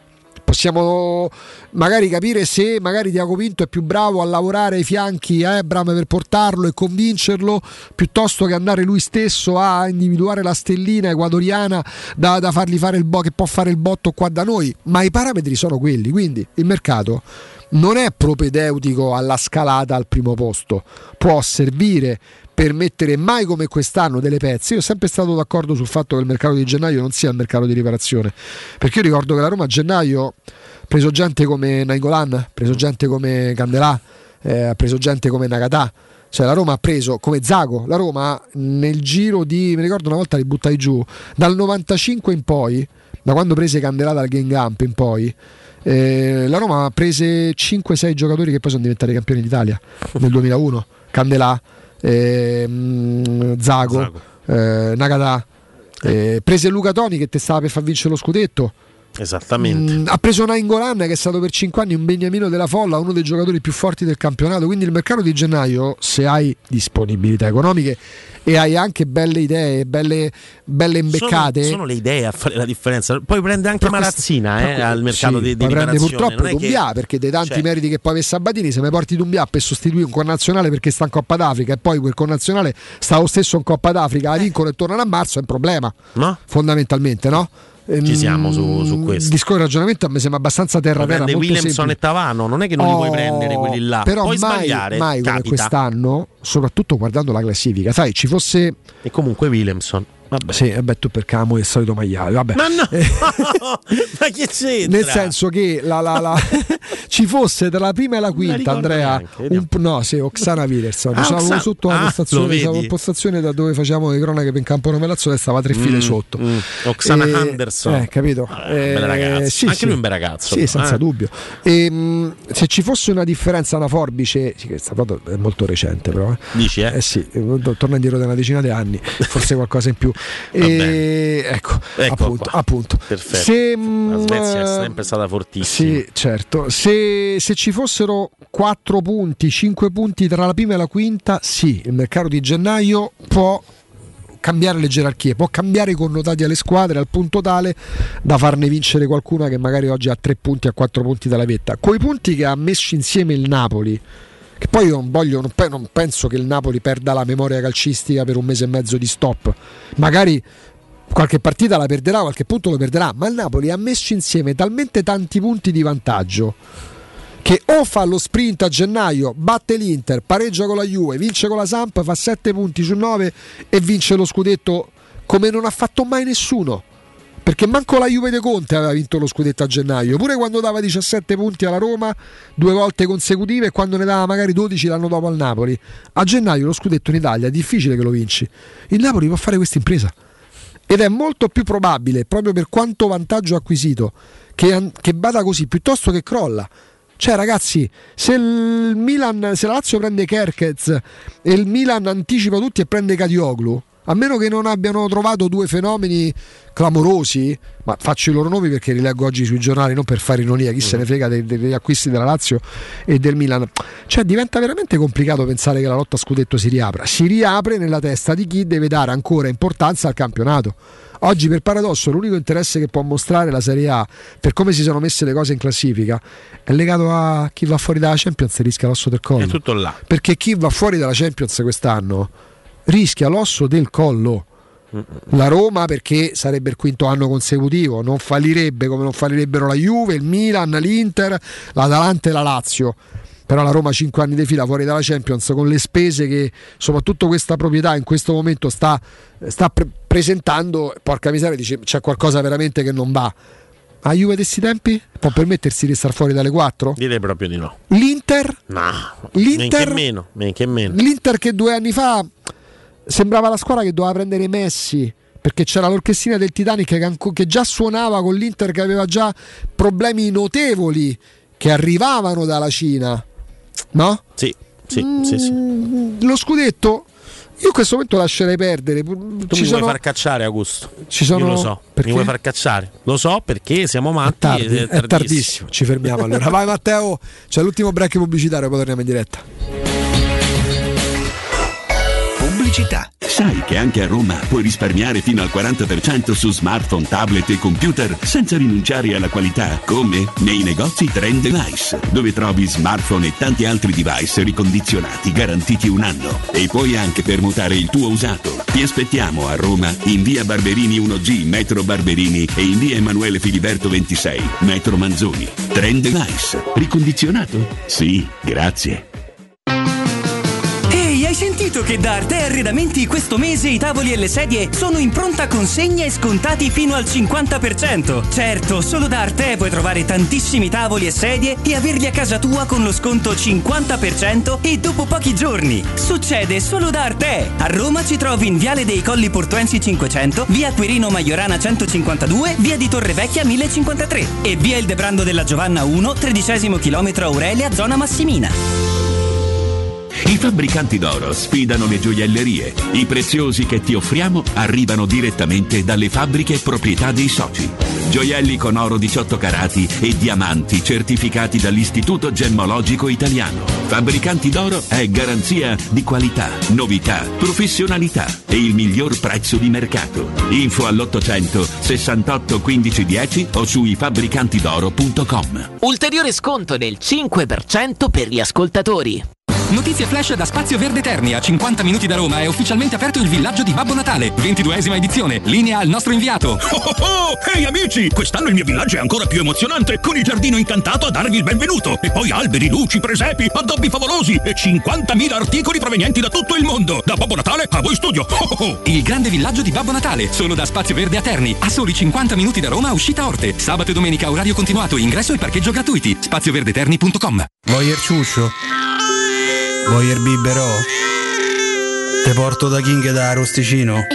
Speaker 8: Possiamo magari capire se magari Tiago Pinto è più bravo a lavorare ai fianchi a Ebram per portarlo e convincerlo, piuttosto che andare lui stesso a individuare la stellina equatoriana da, da fargli fare il bo- che può fare il botto qua da noi. Ma i parametri sono quelli, quindi il mercato non è propedeutico alla scalata al primo posto, può servire per mettere mai come quest'anno delle pezze. Io ho sempre stato d'accordo sul fatto che il mercato di gennaio non sia il mercato di riparazione, perché io ricordo che la Roma a gennaio ha preso gente come Nainggolan, ha preso gente come Candelà, eh, ha preso gente come Nakata. Cioè la Roma ha preso come Zago, la Roma nel giro di, mi ricordo una volta li buttai giù, dal novantacinque in poi, da quando prese Candelà dal Guingamp in poi, eh, la Roma ha preso cinque sei giocatori che poi sono diventati campioni d'Italia nel duemilauno. Candelà, eh, Zago, Zago. Eh, Nakata, eh, prese Luca Toni che te stava per far vincere lo scudetto.
Speaker 11: Esattamente.
Speaker 8: Mm, ha preso Nainggolan che è stato per cinque anni un beniamino della folla, uno dei giocatori più forti del campionato. Quindi il mercato di gennaio, se hai disponibilità economiche e hai anche belle idee, belle, belle imbeccate,
Speaker 11: sono, sono le idee a fare la differenza. Poi prende anche
Speaker 8: però
Speaker 11: Marazzina
Speaker 8: questo,
Speaker 11: eh, al mercato
Speaker 8: sì,
Speaker 11: di, di
Speaker 8: prende
Speaker 11: riparazione.
Speaker 8: purtroppo Dumbia
Speaker 11: che...
Speaker 8: perché dei tanti
Speaker 11: cioè...
Speaker 8: meriti che poi aveva Sabatini, se mi porti Dumbia per sostituire un connazionale perché sta in Coppa d'Africa e poi quel connazionale sta lo stesso in Coppa d'Africa, la vincono e tornano a marzo, è un problema,
Speaker 11: no?
Speaker 8: Fondamentalmente, no?
Speaker 11: Ci siamo su, su questo.
Speaker 8: Il discorso di ragionamento a me sembra abbastanza terra terra.
Speaker 11: Williamson e Tavano, non è che non
Speaker 8: oh,
Speaker 11: li puoi prendere quelli là.
Speaker 8: Però
Speaker 11: puoi
Speaker 8: mai,
Speaker 11: sbagliare,
Speaker 8: mai come
Speaker 11: capita.
Speaker 8: quest'anno, soprattutto guardando la classifica, sai, ci fosse.
Speaker 11: E comunque Williamson. Vabbè.
Speaker 8: Sì, vabbè, tu perché amo il solito maiale, vabbè.
Speaker 11: Ma no, ma che c'entra?
Speaker 8: Nel senso che la, la, la ci fosse tra la prima e la quinta, Andrea, un, no, sì, Oksana Widerson.
Speaker 11: Ah,
Speaker 8: Stavo
Speaker 11: Oksana.
Speaker 8: sotto una
Speaker 11: Ah,
Speaker 8: postazione,
Speaker 11: lo
Speaker 8: stavo
Speaker 11: vedi?
Speaker 8: in postazione da dove facciamo le cronache per Campo Novelazzo e stava tre file
Speaker 11: Mm,
Speaker 8: sotto.
Speaker 11: mm. Oksana
Speaker 8: E-
Speaker 11: Anderson.
Speaker 8: Eh, capito?
Speaker 11: Ah, un bel ragazzo.
Speaker 8: sì,
Speaker 11: Anche
Speaker 8: sì.
Speaker 11: lui è un bel ragazzo.
Speaker 8: Sì, senza
Speaker 11: eh.
Speaker 8: dubbio. E, mh, se ci fosse una differenza, una forbice, sì, che sta foto è molto recente, però. Eh.
Speaker 11: Dici, eh?
Speaker 8: Eh sì, eh, torna indietro di una decina di anni, forse qualcosa in più. E, ecco,
Speaker 11: Ecco
Speaker 8: appunto,
Speaker 11: qua.
Speaker 8: appunto.
Speaker 11: Perfetto.
Speaker 8: Se,
Speaker 11: La Svezia è
Speaker 8: mh,
Speaker 11: sempre stata fortissima.
Speaker 8: sì, certo. Se, se ci fossero quattro punti, cinque punti tra la prima e la quinta, sì, il mercato di gennaio può cambiare le gerarchie, può cambiare i connotati alle squadre al punto tale da farne vincere qualcuna che magari oggi ha tre punti, a quattro punti dalla vetta. Coi punti che ha messo insieme il Napoli, che poi io non voglio, non, pe- non penso che il Napoli perda la memoria calcistica per un mese e mezzo di stop, magari qualche partita la perderà, qualche punto lo perderà, ma il Napoli ha messo insieme talmente tanti punti di vantaggio che o fa lo sprint a gennaio, batte l'Inter, pareggia con la Juve, vince con la Samp, fa sette punti su nove e vince lo scudetto come non ha fatto mai nessuno, perché manco la Juve de Conte aveva vinto lo scudetto a gennaio, pure quando dava diciassette punti alla Roma due volte consecutive e quando ne dava magari dodici l'anno dopo al Napoli. A gennaio lo scudetto in Italia è difficile che lo vinci, il Napoli può fare questa impresa ed è molto più probabile, proprio per quanto vantaggio acquisito, che, che vada così piuttosto che crolla. Cioè ragazzi, se il Milan, se la Lazio prende Kerkez e il Milan anticipa tutti e prende Kadioglu, a meno che non abbiano trovato due fenomeni clamorosi, ma faccio i loro nomi perché li leggo oggi sui giornali, non per fare ironia, chi se ne frega dei- degli acquisti della Lazio e del Milan. Cioè diventa veramente complicato pensare che la lotta a scudetto si riapra. Si riapre nella testa di chi deve dare ancora importanza al campionato. Oggi per paradosso l'unico interesse che può mostrare la Serie A per come si sono messe le cose in classifica è legato a chi va fuori dalla Champions e rischia l'osso del collo.
Speaker 11: È tutto là.
Speaker 8: Perché chi va fuori dalla Champions quest'anno rischia l'osso del collo. La Roma perché sarebbe il quinto anno consecutivo, non fallirebbe come non fallirebbero la Juve, il Milan, l'Inter, l'Atalanta e la Lazio. Però la Roma cinque anni di fila fuori dalla Champions con le spese che soprattutto questa proprietà in questo momento sta, sta pre- presentando, porca miseria, dice c'è qualcosa veramente che non va. A Juve di questi tempi può permettersi di star fuori dalle quattro?
Speaker 11: Direi proprio di no.
Speaker 8: L'Inter?
Speaker 11: No,
Speaker 8: L'Inter?
Speaker 11: men che meno, men che meno.
Speaker 8: L'Inter che due anni fa sembrava la squadra che doveva prendere Messi perché c'era l'orchestrina del Titanic che, anco- che già suonava con l'Inter che aveva già problemi notevoli che arrivavano dalla Cina, no?
Speaker 11: Sì, sì, sì, sì.
Speaker 8: Lo scudetto io in questo momento lascerei perdere.
Speaker 11: Tu
Speaker 8: Ci
Speaker 11: mi
Speaker 8: sono...
Speaker 11: vuoi far cacciare, Augusto?
Speaker 8: Ci sono...
Speaker 11: Io lo so.
Speaker 8: Perché?
Speaker 11: Mi vuoi far cacciare? Lo so perché siamo matti.
Speaker 8: Tardi,
Speaker 11: ed
Speaker 8: è tardissimo. Ci fermiamo allora. Vai Matteo, c'è l'ultimo break pubblicitario, poi torniamo in diretta.
Speaker 2: Pubblicità. Sai che anche a Roma puoi risparmiare fino al quaranta per cento su smartphone, tablet e computer senza rinunciare alla qualità? Come? Nei negozi Trend Device, dove trovi smartphone e tanti altri device ricondizionati garantiti un anno. E puoi anche permutare il tuo usato. Ti aspettiamo a Roma in via Barberini uno G, metro Barberini, e in via Emanuele Filiberto ventisei, metro Manzoni. Trend Device. Ricondizionato? Sì, grazie.
Speaker 25: Ehi, hai sentito che da Arte Arredamenti questo mese i tavoli e le sedie sono in pronta consegna e scontati fino al cinquanta per cento? Certo, solo da Arte puoi trovare tantissimi tavoli e sedie e averli a casa tua con lo sconto cinquanta per cento e dopo pochi giorni. Succede solo da Arte. A Roma ci trovi in Viale dei Colli Portuensi cinquecento, via Quirino Maiorana centocinquantadue, via di Torrevecchia mille cinquantatré e via Il Debrando della Giovanna uno, tredicesimo chilometro Aurelia, zona Massimina.
Speaker 2: I fabbricanti d'oro sfidano le gioiellerie. I preziosi che ti offriamo arrivano direttamente dalle fabbriche proprietà dei soci. Gioielli con oro diciotto carati e diamanti certificati dall'Istituto Gemmologico Italiano. Fabbricanti d'oro è garanzia di qualità, novità, professionalità e il miglior prezzo di mercato. Info all'ottocento sessantotto quindici dieci o su i fabbricantidoro punto com.
Speaker 3: Ulteriore sconto del cinque per cento per gli ascoltatori. Notizie flash da Spazio Verde Terni, a cinquanta minuti da Roma è ufficialmente aperto il villaggio di Babbo Natale, ventiduesima edizione, linea al nostro inviato.
Speaker 10: Oh oh oh! Ehi amici, quest'anno il mio villaggio è ancora più emozionante, con il giardino incantato a darvi il benvenuto, e poi alberi, luci, presepi, addobbi favolosi e cinquantamila articoli provenienti da tutto il mondo. Da Babbo Natale a voi studio. Oh oh oh!
Speaker 3: Il grande villaggio di Babbo Natale, solo da Spazio Verde a Terni, a soli cinquanta minuti da Roma, uscita Orte. Sabato e domenica orario continuato, ingresso e parcheggio gratuiti. spazio verde terni punto com.
Speaker 12: Voyer ciuscio? Voyer biberò? Te porto da King da Arrosticino?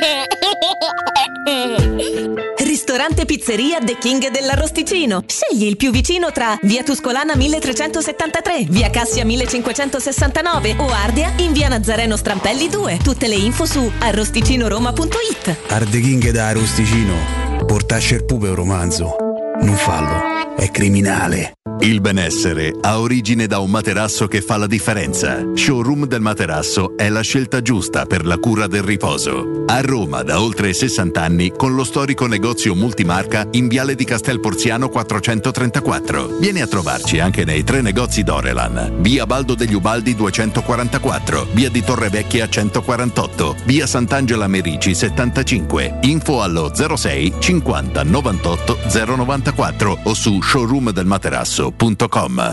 Speaker 24: Ristorante Pizzeria The King dell'Arrosticino. Scegli il più vicino tra via Tuscolana milletrecentosettantatré, via Cassia millecinquecentosessantanove o Ardea in via Nazareno Strampelli due. Tutte le info su arrosticinoroma punto it.
Speaker 12: Arde King da Arrosticino. Portasce il pupe un romanzo. Non fallo, è criminale.
Speaker 13: Il benessere ha origine da un materasso che fa la differenza. Showroom del Materasso è la scelta giusta per la cura del riposo. A Roma da oltre sessanta anni con lo storico negozio multimarca in Viale di Castel Porziano quattrocentotrentaquattro. Vieni a trovarci anche nei tre negozi Dorelan. Via Baldo degli Ubaldi duecentoquarantaquattro, via di Torrevecchia centoquarantotto, via Sant'Angela Merici settantacinque. Info allo zero sei cinquanta novantotto zero novantaquattro o su showroom del materasso punto com.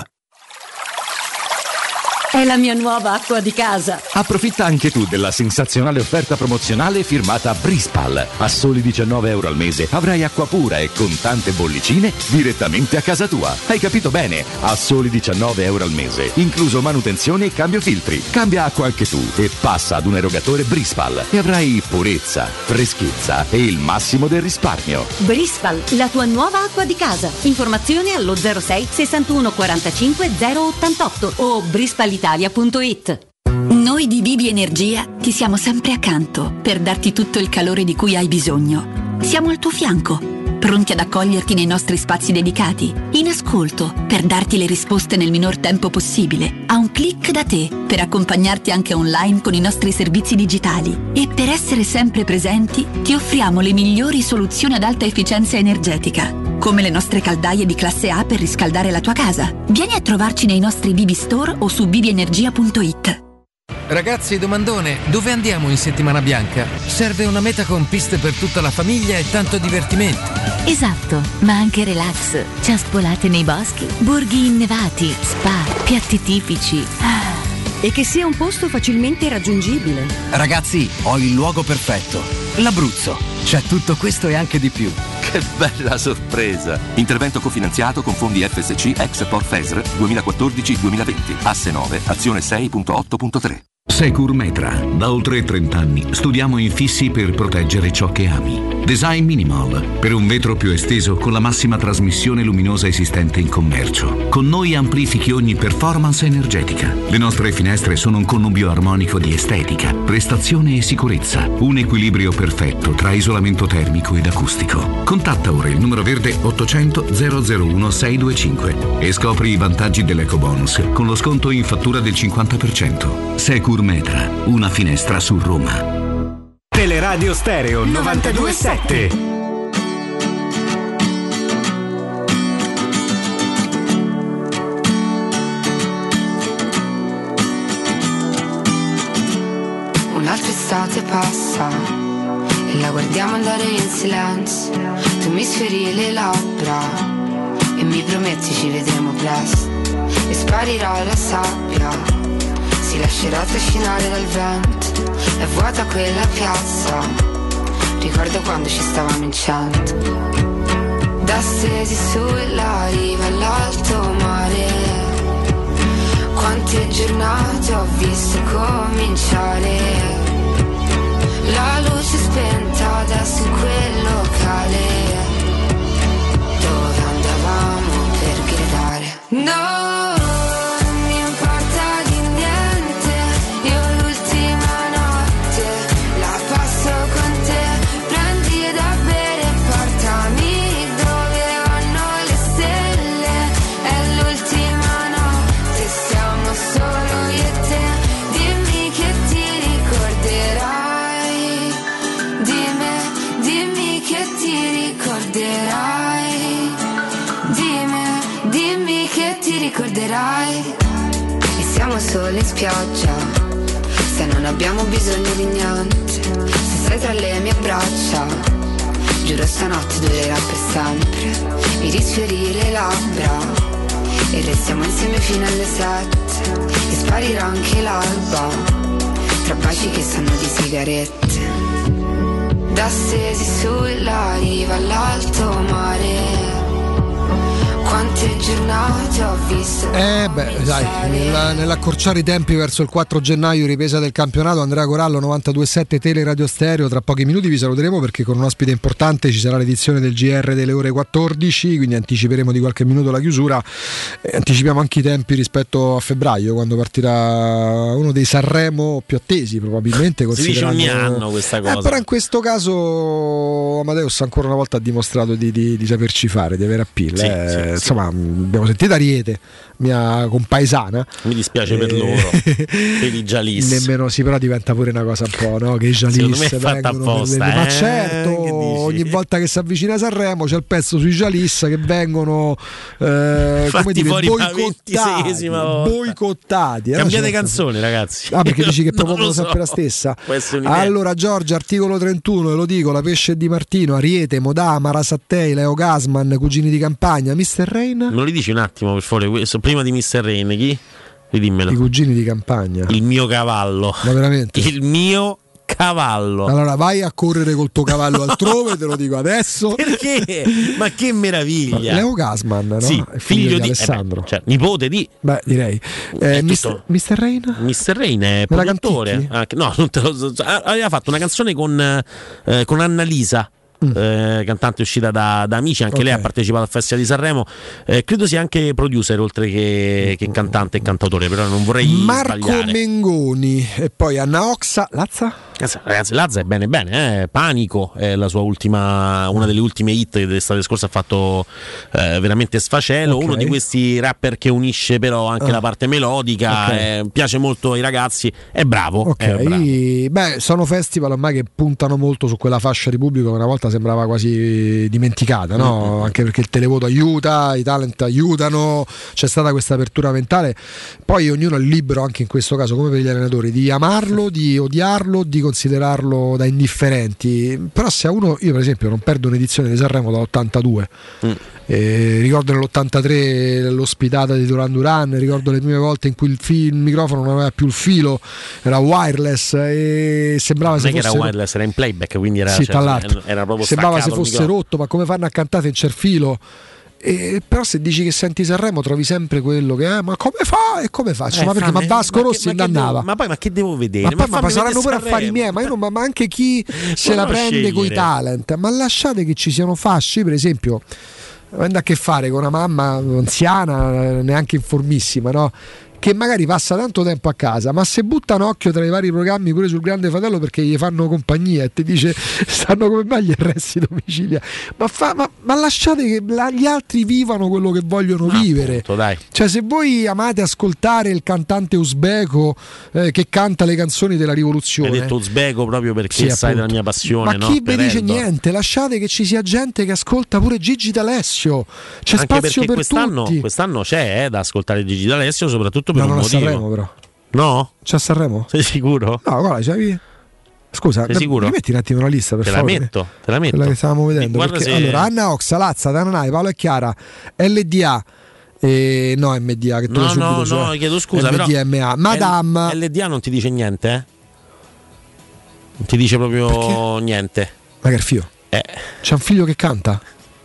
Speaker 30: È la mia nuova acqua di casa.
Speaker 19: Approfitta anche tu della sensazionale offerta promozionale firmata Brispal. A soli diciannove euro al mese avrai acqua pura e con tante bollicine direttamente a casa tua. Hai capito bene? A soli diciannove euro al mese, incluso manutenzione e cambio filtri. Cambia acqua anche tu e passa ad un erogatore Brispal e avrai purezza, freschezza e il massimo del risparmio.
Speaker 30: Brispal, la tua nuova acqua di casa. Informazioni allo zero sei sessantuno quarantacinque zero ottantotto o brispalitalia punto it.
Speaker 14: Noi di Bibi Energia ti siamo sempre accanto per darti tutto il calore di cui hai bisogno. Siamo al tuo fianco, pronti ad accoglierti nei nostri spazi dedicati, in ascolto per darti le risposte nel minor tempo possibile, a un click da te, per accompagnarti anche online con i nostri servizi digitali. E per essere sempre presenti ti offriamo le migliori soluzioni ad alta efficienza energetica, come le nostre caldaie di classe A per riscaldare la tua casa. Vieni a trovarci nei nostri Bibi Store o su bibi energia punto it.
Speaker 16: Ragazzi, domandone, dove andiamo in settimana bianca? Serve una meta con piste per tutta la famiglia e tanto divertimento.
Speaker 17: Esatto, ma anche relax, ciaspolate nei boschi, borghi innevati, spa, piatti tipici.
Speaker 30: E che sia un posto facilmente raggiungibile.
Speaker 16: Ragazzi, ho il luogo perfetto, l'Abruzzo. C'è tutto questo e anche di più.
Speaker 18: Che bella sorpresa! Intervento cofinanziato con fondi F S C Export F E S R duemilaquattordici duemilaventi. Asse nove, azione sei punto otto punto tre.
Speaker 20: Securmetra. Da oltre trenta anni studiamo infissi per proteggere ciò che ami. Design Minimal, per un vetro più esteso con la massima trasmissione luminosa esistente in commercio. Con noi amplifichi ogni performance energetica. Le nostre finestre sono un connubio armonico di estetica, prestazione e sicurezza. Un equilibrio perfetto tra isolamento termico ed acustico. Contatta ora il numero verde ottocento zero zero uno sei due cinque e scopri i vantaggi dell'ecobonus con lo sconto in fattura del cinquanta per cento. Securmetra, una finestra su Roma.
Speaker 21: Teleradio Stereo novantadue sette.
Speaker 22: Un'altra estate passa e la guardiamo andare in silenzio. Tu mi sferi le labbra e mi prometti ci vedremo presto. E sparirà la sabbia, si lascerà trascinare dal vento. È vuota quella piazza, ricordo quando ci stavamo in cento. Da stesi sulla riva all'alto mare, quante giornate ho visto cominciare. La luce spenta adesso in quel locale dove andavamo per gridare no. sole in spiaggia, se non abbiamo bisogno di niente, se sei tra le mie braccia, giuro stanotte durerà per sempre, mi risfiori le labbra e restiamo insieme fino alle sette, e sparirà anche l'alba, tra baci che sanno di sigarette, da stesi sulla riva all'alto mare. Quante giornate ho visto.
Speaker 8: Eh beh, dai, nella, nell'accorciare i tempi verso il quattro gennaio, ripresa del campionato, Andrea Corallo, novantadue sette Tele Radio Stereo. Tra pochi minuti vi saluteremo perché con un ospite importante ci sarà l'edizione del G R delle ore quattordici, quindi anticiperemo di qualche minuto la chiusura e anticipiamo anche i tempi rispetto a febbraio, quando partirà uno dei Sanremo più attesi probabilmente.
Speaker 11: Si dice ogni anno questa cosa.
Speaker 8: Eh, però in questo caso Amadeus ancora una volta ha dimostrato di, di, di saperci fare, di avere appeal.
Speaker 11: Sì,
Speaker 8: eh.
Speaker 11: sì.
Speaker 8: Insomma, abbiamo sentito Ariete, mia compaesana.
Speaker 11: Mi dispiace per loro, per i Jalis.
Speaker 8: Nemmeno sì, però diventa pure una cosa un po', no? Che i Jalis vengono
Speaker 11: apposta,
Speaker 8: per le...
Speaker 11: eh?
Speaker 8: Ma certo, ogni volta che si avvicina a Sanremo c'è il pezzo sui Jalis che vengono eh, come dire, boicottati, boicottati. Eh?
Speaker 11: Cambiate
Speaker 8: Cioè,
Speaker 11: canzone, ragazzi.
Speaker 8: Ah, perché dici che
Speaker 11: Non
Speaker 8: propongono
Speaker 11: lo so.
Speaker 8: sempre la stessa?
Speaker 11: Può essere un'idea.
Speaker 8: Allora Giorgia, articolo trentuno, ve lo dico, La Pesce di Martino, Ariete, Modà, Marasattei, Leo Gasman, Cugini di Campagna, mister Rain.
Speaker 11: Me lo ridici un attimo per favore, questo, prima di mister Rain, chi? Ridimmelo.
Speaker 8: I Cugini di Campagna.
Speaker 11: Il mio cavallo.
Speaker 8: Ma veramente?
Speaker 11: Il mio cavallo.
Speaker 8: Allora vai a correre col tuo cavallo altrove, te lo dico adesso.
Speaker 11: Perché? Ma che meraviglia.
Speaker 8: Leo Gasman, no?
Speaker 11: Sì,
Speaker 8: È
Speaker 11: figlio,
Speaker 8: figlio
Speaker 11: di,
Speaker 8: di Alessandro.
Speaker 11: eh beh, cioè, nipote di.
Speaker 8: Beh, direi. Eh, mister, mister Rain?
Speaker 11: mister Rain è
Speaker 8: Me la
Speaker 11: produttore. Anche, no, non te lo so. Aveva fatto una canzone con, eh, con Annalisa.
Speaker 8: Mm.
Speaker 11: Eh, cantante uscita da, da Amici, anche
Speaker 8: Okay.
Speaker 11: lei ha partecipato al Festival di Sanremo, eh, credo sia anche producer oltre che, che cantante e cantautore, però non vorrei
Speaker 8: Marco
Speaker 11: sbagliare.
Speaker 8: Mengoni e poi Anna Oxa. Lazza?
Speaker 11: Ragazzi, Lazza è bene bene, eh. Panico è la sua ultima, una delle ultime hit che l'estate scorsa ha fatto eh, veramente sfacelo.
Speaker 8: Okay.
Speaker 11: Uno di questi rapper che unisce però anche
Speaker 8: Ah.
Speaker 11: la parte melodica,
Speaker 8: Okay.
Speaker 11: eh, piace molto ai ragazzi, è bravo.
Speaker 8: Ok,
Speaker 11: è bravo.
Speaker 8: beh, sono festival ormai che puntano molto su quella fascia di pubblico che una volta sembrava quasi dimenticata, no?
Speaker 11: Mm-hmm.
Speaker 8: Anche perché il televoto aiuta, i talent aiutano, c'è stata questa apertura mentale. Poi ognuno è libero, anche in questo caso, come per gli allenatori, di amarlo, di odiarlo, di considerarlo da indifferenti. Però se a uno, io per esempio non perdo un'edizione di Sanremo dall'ottantadue,
Speaker 11: Mm.
Speaker 8: eh, ricordo nell'ottantatré l'ospitata di Duran Duran, ricordo le prime volte in cui il, fi- il microfono non aveva più il filo, era wireless e sembrava
Speaker 11: Non
Speaker 8: se
Speaker 11: è che
Speaker 8: fosse
Speaker 11: era wireless, era in playback, quindi era,
Speaker 8: sì,
Speaker 11: cioè,
Speaker 8: tra l'altro.
Speaker 11: era proprio
Speaker 8: sembrava se
Speaker 11: staccato il
Speaker 8: fosse
Speaker 11: microfono.
Speaker 8: rotto, ma come fanno a cantare in c'è il filo? E, però se dici che senti Sanremo trovi sempre quello che eh, ma come fa e come faccio?
Speaker 11: Eh,
Speaker 8: ma perché
Speaker 11: fammi-
Speaker 8: ma Vasco
Speaker 11: ma che-
Speaker 8: Rossi
Speaker 11: ma che
Speaker 8: indannava
Speaker 11: devo- ma poi ma che devo vedere?
Speaker 8: ma poi ma
Speaker 11: fammi
Speaker 8: saranno
Speaker 11: vedere
Speaker 8: pure affari
Speaker 11: Sanremo.
Speaker 8: miei, ma, io non- ma- ma anche chi se la
Speaker 11: non
Speaker 8: prende coi
Speaker 11: scegliere.
Speaker 8: talent, ma lasciate che ci siano fasce. Io per esempio avendo a che fare con una mamma anziana, neanche informissima, no? Che magari passa tanto tempo a casa, ma se butta un occhio tra i vari programmi pure sul Grande Fratello perché gli fanno compagnia e ti dice stanno come mai gli arresti domiciliari, ma, fa, ma, ma lasciate che la- gli altri vivano quello che vogliono
Speaker 11: Ah,
Speaker 8: vivere.
Speaker 11: appunto, dai.
Speaker 8: Cioè, se voi amate ascoltare il cantante uzbeko eh, che canta le canzoni della rivoluzione,
Speaker 11: Hai detto uzbeko proprio perché
Speaker 8: Sì,
Speaker 11: sai
Speaker 8: appunto.
Speaker 11: della mia passione,
Speaker 8: ma
Speaker 11: no?
Speaker 8: chi
Speaker 11: Per
Speaker 8: vi dice
Speaker 11: Eldor.
Speaker 8: niente? Lasciate che ci sia gente che ascolta pure Gigi D'Alessio, c'è
Speaker 11: Anche
Speaker 8: spazio
Speaker 11: perché
Speaker 8: per
Speaker 11: quest'anno,
Speaker 8: tutti.
Speaker 11: quest'anno c'è eh, da ascoltare Gigi D'Alessio, soprattutto per
Speaker 8: No,
Speaker 11: un
Speaker 8: non a
Speaker 11: motivo.
Speaker 8: Sanremo però.
Speaker 11: No?
Speaker 8: C'è a Sanremo?
Speaker 11: Sei sicuro?
Speaker 8: No, guarda, c'avevi... Scusa,
Speaker 11: Sei sicuro?
Speaker 8: mi metti un attimo la lista per
Speaker 11: Te la
Speaker 8: favore?
Speaker 11: metto, te la metto.
Speaker 8: Quella che stavamo vedendo.
Speaker 11: Guarda
Speaker 8: Perché,
Speaker 11: se-
Speaker 8: allora, Anna Oxa, Lazza, Tananai, Paolo e Chiara, L D A, eh, no M D A che tu
Speaker 11: No,
Speaker 8: hai subito,
Speaker 11: no,
Speaker 8: cioè,
Speaker 11: no, chiedo scusa,
Speaker 8: M D M A,
Speaker 11: però
Speaker 8: Madame.
Speaker 11: L D A non ti dice niente, eh? Non ti dice proprio
Speaker 8: Perché?
Speaker 11: niente.
Speaker 8: Ma che è il figlio?
Speaker 11: Eh.
Speaker 8: C'è un figlio che canta?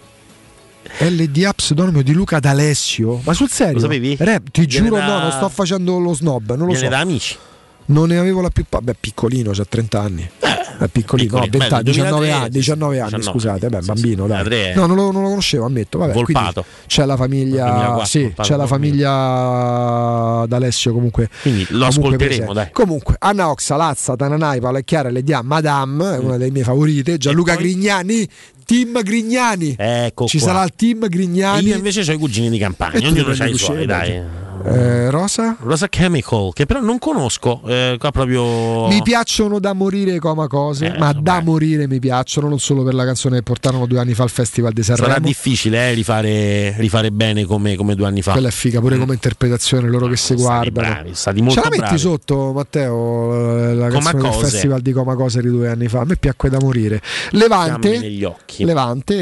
Speaker 8: L D A pseudonimo di Luca D'Alessio, ma sul serio?
Speaker 11: Lo sapevi?
Speaker 8: Rap, ti
Speaker 11: Viene
Speaker 8: giuro,
Speaker 11: da-
Speaker 8: no, non sto facendo lo snob, non lo
Speaker 11: Viene
Speaker 8: so.
Speaker 11: da Amici.
Speaker 8: Non ne avevo la più pa- beh, piccolino, c'ha trenta anni. È piccolino, no,
Speaker 11: piccoli,
Speaker 8: venti anni,
Speaker 11: bello,
Speaker 8: diciannove
Speaker 11: duemilatré,
Speaker 8: anni, diciannove anni,
Speaker 11: diciannove,
Speaker 8: scusate, beh,
Speaker 11: sì,
Speaker 8: bambino,
Speaker 11: sì,
Speaker 8: dai.
Speaker 11: duemilatré.
Speaker 8: No, non lo, non lo conoscevo, ammetto, vabbè, quindi
Speaker 11: Volpato.
Speaker 8: c'è la famiglia,
Speaker 11: duemilaquattro,
Speaker 8: sì,
Speaker 11: Volpato,
Speaker 8: c'è la
Speaker 11: duemila.
Speaker 8: famiglia D'Alessio comunque.
Speaker 11: Quindi lo
Speaker 8: comunque
Speaker 11: ascolteremo,
Speaker 8: presente.
Speaker 11: dai.
Speaker 8: Comunque, Anna Oxa, Lazza, Tananai, Paolo e Chiara, L D A, Madame, è una delle mie favorite, Gianluca Grignani, Team Grignani.
Speaker 11: Ecco
Speaker 8: Ci
Speaker 11: qua.
Speaker 8: sarà il team
Speaker 11: E
Speaker 8: Grignani.
Speaker 11: io invece ho i cugini di campagna,
Speaker 8: E tu
Speaker 11: ognuno
Speaker 8: prendi
Speaker 11: ha i
Speaker 8: i
Speaker 11: suoi,
Speaker 8: cugini,
Speaker 11: dai.
Speaker 8: dai. Eh, Rosa?
Speaker 11: Rosa Chemical, che però non conosco, eh, qua proprio...
Speaker 8: Mi piacciono da morire Coma Cose,
Speaker 11: Eh,
Speaker 8: ma
Speaker 11: vabbè.
Speaker 8: da morire mi piacciono, non solo per la canzone che portarono due anni fa al Festival di Sanremo.
Speaker 11: Sarà difficile eh, rifare, rifare bene come, come due anni fa.
Speaker 8: Quella è figa, pure come interpretazione, loro che si guardano.
Speaker 11: Bravi, stati molto
Speaker 8: Ce la metti
Speaker 11: bravi.
Speaker 8: sotto, Matteo, la
Speaker 11: Coma
Speaker 8: canzone del
Speaker 11: Cose.
Speaker 8: Festival di Coma Cose di due anni fa? A me piacque da morire.
Speaker 11: Fiamme
Speaker 8: Levante,
Speaker 11: negli occhi.
Speaker 8: Levante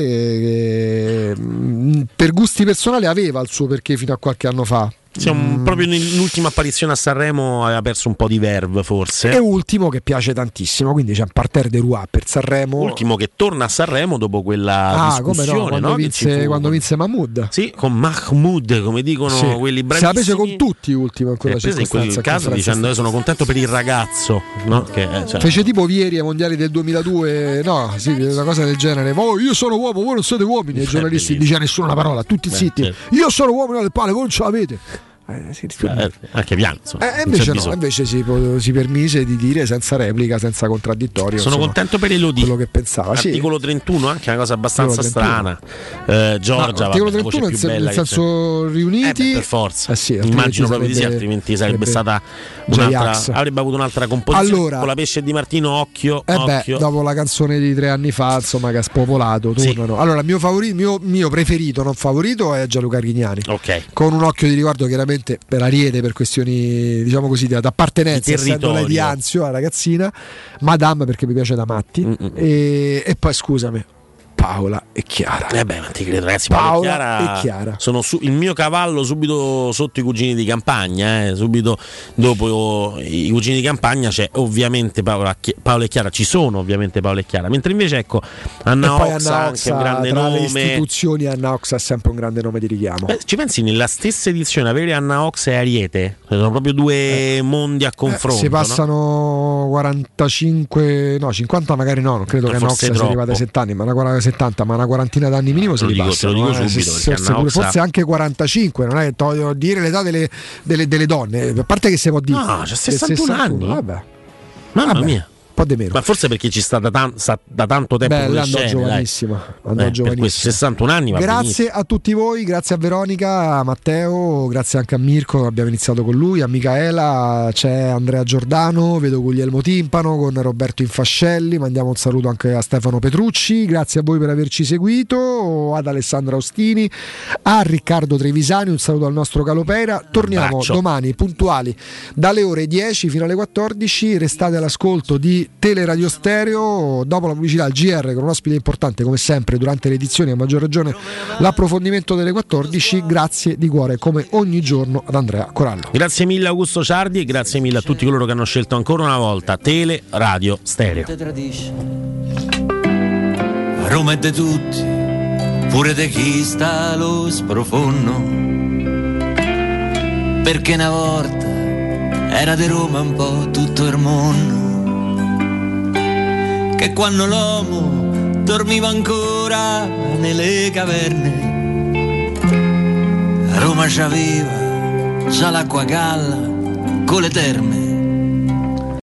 Speaker 8: eh, mh, per gusti personali aveva il suo perché fino a qualche anno fa.
Speaker 11: Sì, un- proprio nell'ultima apparizione a Sanremo aveva perso un po' di verve forse.
Speaker 8: E ultimo che piace tantissimo, quindi c'è un parterre de Roi per Sanremo.
Speaker 11: Ultimo che torna a Sanremo dopo quella
Speaker 8: Ah, come
Speaker 11: discussione,
Speaker 8: no, quando,
Speaker 11: no? Che
Speaker 8: vinse,
Speaker 11: ci fu-
Speaker 8: quando vinse Mahmood.
Speaker 11: Sì, con Mahmood, come dicono
Speaker 8: Sì.
Speaker 11: quelli
Speaker 8: Se
Speaker 11: bravissimi.
Speaker 8: la prese con tutti ultimo in
Speaker 11: Si è
Speaker 8: quella
Speaker 11: presa in quel
Speaker 8: circostanza.
Speaker 11: caso dicendo io sono contento per il ragazzo, no? Che, eh, cioè,
Speaker 8: Fece tipo Vieri ai mondiali del duemiladue, no, sì, una cosa del genere. Oh, io sono uomo, voi non siete uomini. E i giornalisti non diceva nessuno una parola, tutti
Speaker 11: Beh,
Speaker 8: zitti.
Speaker 11: certo.
Speaker 8: Io sono uomo del pane, voi non ce l'avete. Eh, sì,
Speaker 11: eh, anche piano, insomma,
Speaker 8: Eh,
Speaker 11: non c'è
Speaker 8: invece no,
Speaker 11: bisogno.
Speaker 8: invece si, si permise di dire senza replica, senza contraddittorio.
Speaker 11: Sono
Speaker 8: insomma,
Speaker 11: contento per Elodie.
Speaker 8: quello che pensava. Sì.
Speaker 11: Articolo trentuno, anche una cosa abbastanza
Speaker 8: Articolo
Speaker 11: strana. Eh, Giorgia,
Speaker 8: No, articolo
Speaker 11: vabbè, la voce
Speaker 8: trentuno
Speaker 11: più
Speaker 8: nel, sen-
Speaker 11: bella
Speaker 8: nel
Speaker 11: che c'è.
Speaker 8: senso riuniti.
Speaker 11: Eh beh, per forza,
Speaker 8: Eh sì, altrimenti
Speaker 11: immagino proprio di sì,
Speaker 8: sarebbe-
Speaker 11: altrimenti sarebbe,
Speaker 8: sarebbe
Speaker 11: stata un'altra,
Speaker 8: J-Ax.
Speaker 11: avrebbe avuto un'altra composizione.
Speaker 8: Allora-
Speaker 11: con la pesce di Martino, occhio,
Speaker 8: Eh beh,
Speaker 11: occhio.
Speaker 8: dopo la canzone di tre anni fa, insomma, che ha spopolato,
Speaker 11: Sì.
Speaker 8: tornano. Allora, il mio favorito, mio, mio preferito, non favorito, è Gianluca Grignani.
Speaker 11: Ok.
Speaker 8: Con un occhio di riguardo, chiaramente per Ariete, per questioni, diciamo così, di appartenenza,
Speaker 11: Di
Speaker 8: essendo lei di
Speaker 11: territorio.
Speaker 8: Anzio, la ragazzina, Madame perché mi piace da matti, e, e poi scusami, Paola e Chiara.
Speaker 11: Eh beh, ma ti credo, ragazzi. Paola
Speaker 8: Paola
Speaker 11: e Chiara
Speaker 8: e Chiara.
Speaker 11: sono su- il mio cavallo subito sotto i cugini di campagna. Eh, subito dopo i cugini di campagna c'è ovviamente Paola, Chi- Paola e Chiara. Ci sono ovviamente Paola e Chiara. Mentre invece, ecco, Anna
Speaker 8: E poi
Speaker 11: Oxa,
Speaker 8: Anna
Speaker 11: anche
Speaker 8: Oxa,
Speaker 11: un grande
Speaker 8: tra le
Speaker 11: nome.
Speaker 8: istituzioni, Anna Oxa è sempre un grande nome di richiamo.
Speaker 11: Beh, ci pensi nella stessa edizione avere Anna Oxa e Ariete? Sono proprio due mondi a confronto.
Speaker 8: Eh, si
Speaker 11: no?
Speaker 8: passano quarantacinque, no, cinquanta magari no, non credo
Speaker 11: Eh,
Speaker 8: che Anna
Speaker 11: forse
Speaker 8: Oxa sia
Speaker 11: troppo.
Speaker 8: arrivata ai settanta anni, ma una quaranta, settanta, ma una quarantina d'anni minimo se
Speaker 11: Te lo
Speaker 8: li
Speaker 11: dico- te lo
Speaker 8: passano.
Speaker 11: dico
Speaker 8: eh,
Speaker 11: subito,
Speaker 8: se-
Speaker 11: perché
Speaker 8: forse,
Speaker 11: Anna
Speaker 8: pure-
Speaker 11: Oxa-
Speaker 8: forse anche quarantacinque, non è che voglio dire l'età delle, delle, delle donne, a parte che si può dire.
Speaker 11: No, c'ha
Speaker 8: Che
Speaker 11: sessantuno anni.
Speaker 8: Vabbè.
Speaker 11: Mamma
Speaker 8: Vabbè,
Speaker 11: mia.
Speaker 8: Un po' di meno.
Speaker 11: Ma forse perché ci sta da, tan- sta da tanto tempo
Speaker 8: Beh,
Speaker 11: sulle
Speaker 8: andò
Speaker 11: scene, dai.
Speaker 8: giovanissima, andò
Speaker 11: Eh, per
Speaker 8: giovanissima.
Speaker 11: questi sessantuno anni va benissimo.
Speaker 8: Grazie a tutti voi, grazie a Veronica, a Matteo, grazie anche a Mirko, abbiamo iniziato con lui, a Micaela, c'è Andrea Giordano, vedo Guglielmo Timpano, con Roberto Infascelli, mandiamo un saluto anche a Stefano Petrucci, grazie a voi per averci seguito, ad Alessandra Ostini, a Riccardo Trevisani, un saluto al nostro Calopera, torniamo
Speaker 11: Abbraccio.
Speaker 8: domani puntuali dalle ore dieci fino alle quattordici, restate all'ascolto di Teleradio Stereo, dopo la pubblicità al G R con un ospite importante come sempre durante le edizioni, a maggior ragione l'approfondimento delle quattordici. Grazie di cuore come ogni giorno ad Andrea Corallo.
Speaker 11: Grazie mille Augusto Ciardi e grazie mille a tutti coloro che hanno scelto ancora una volta Tele Radio Stereo.
Speaker 6: Te tradisce. Roma è di tutti, pure di chi sta allo sprofondo. Perché una volta era di Roma un po' tutto il mondo. Che quando l'uomo dormiva ancora nelle caverne, a Roma c'aveva già l'acqua galla con le terme.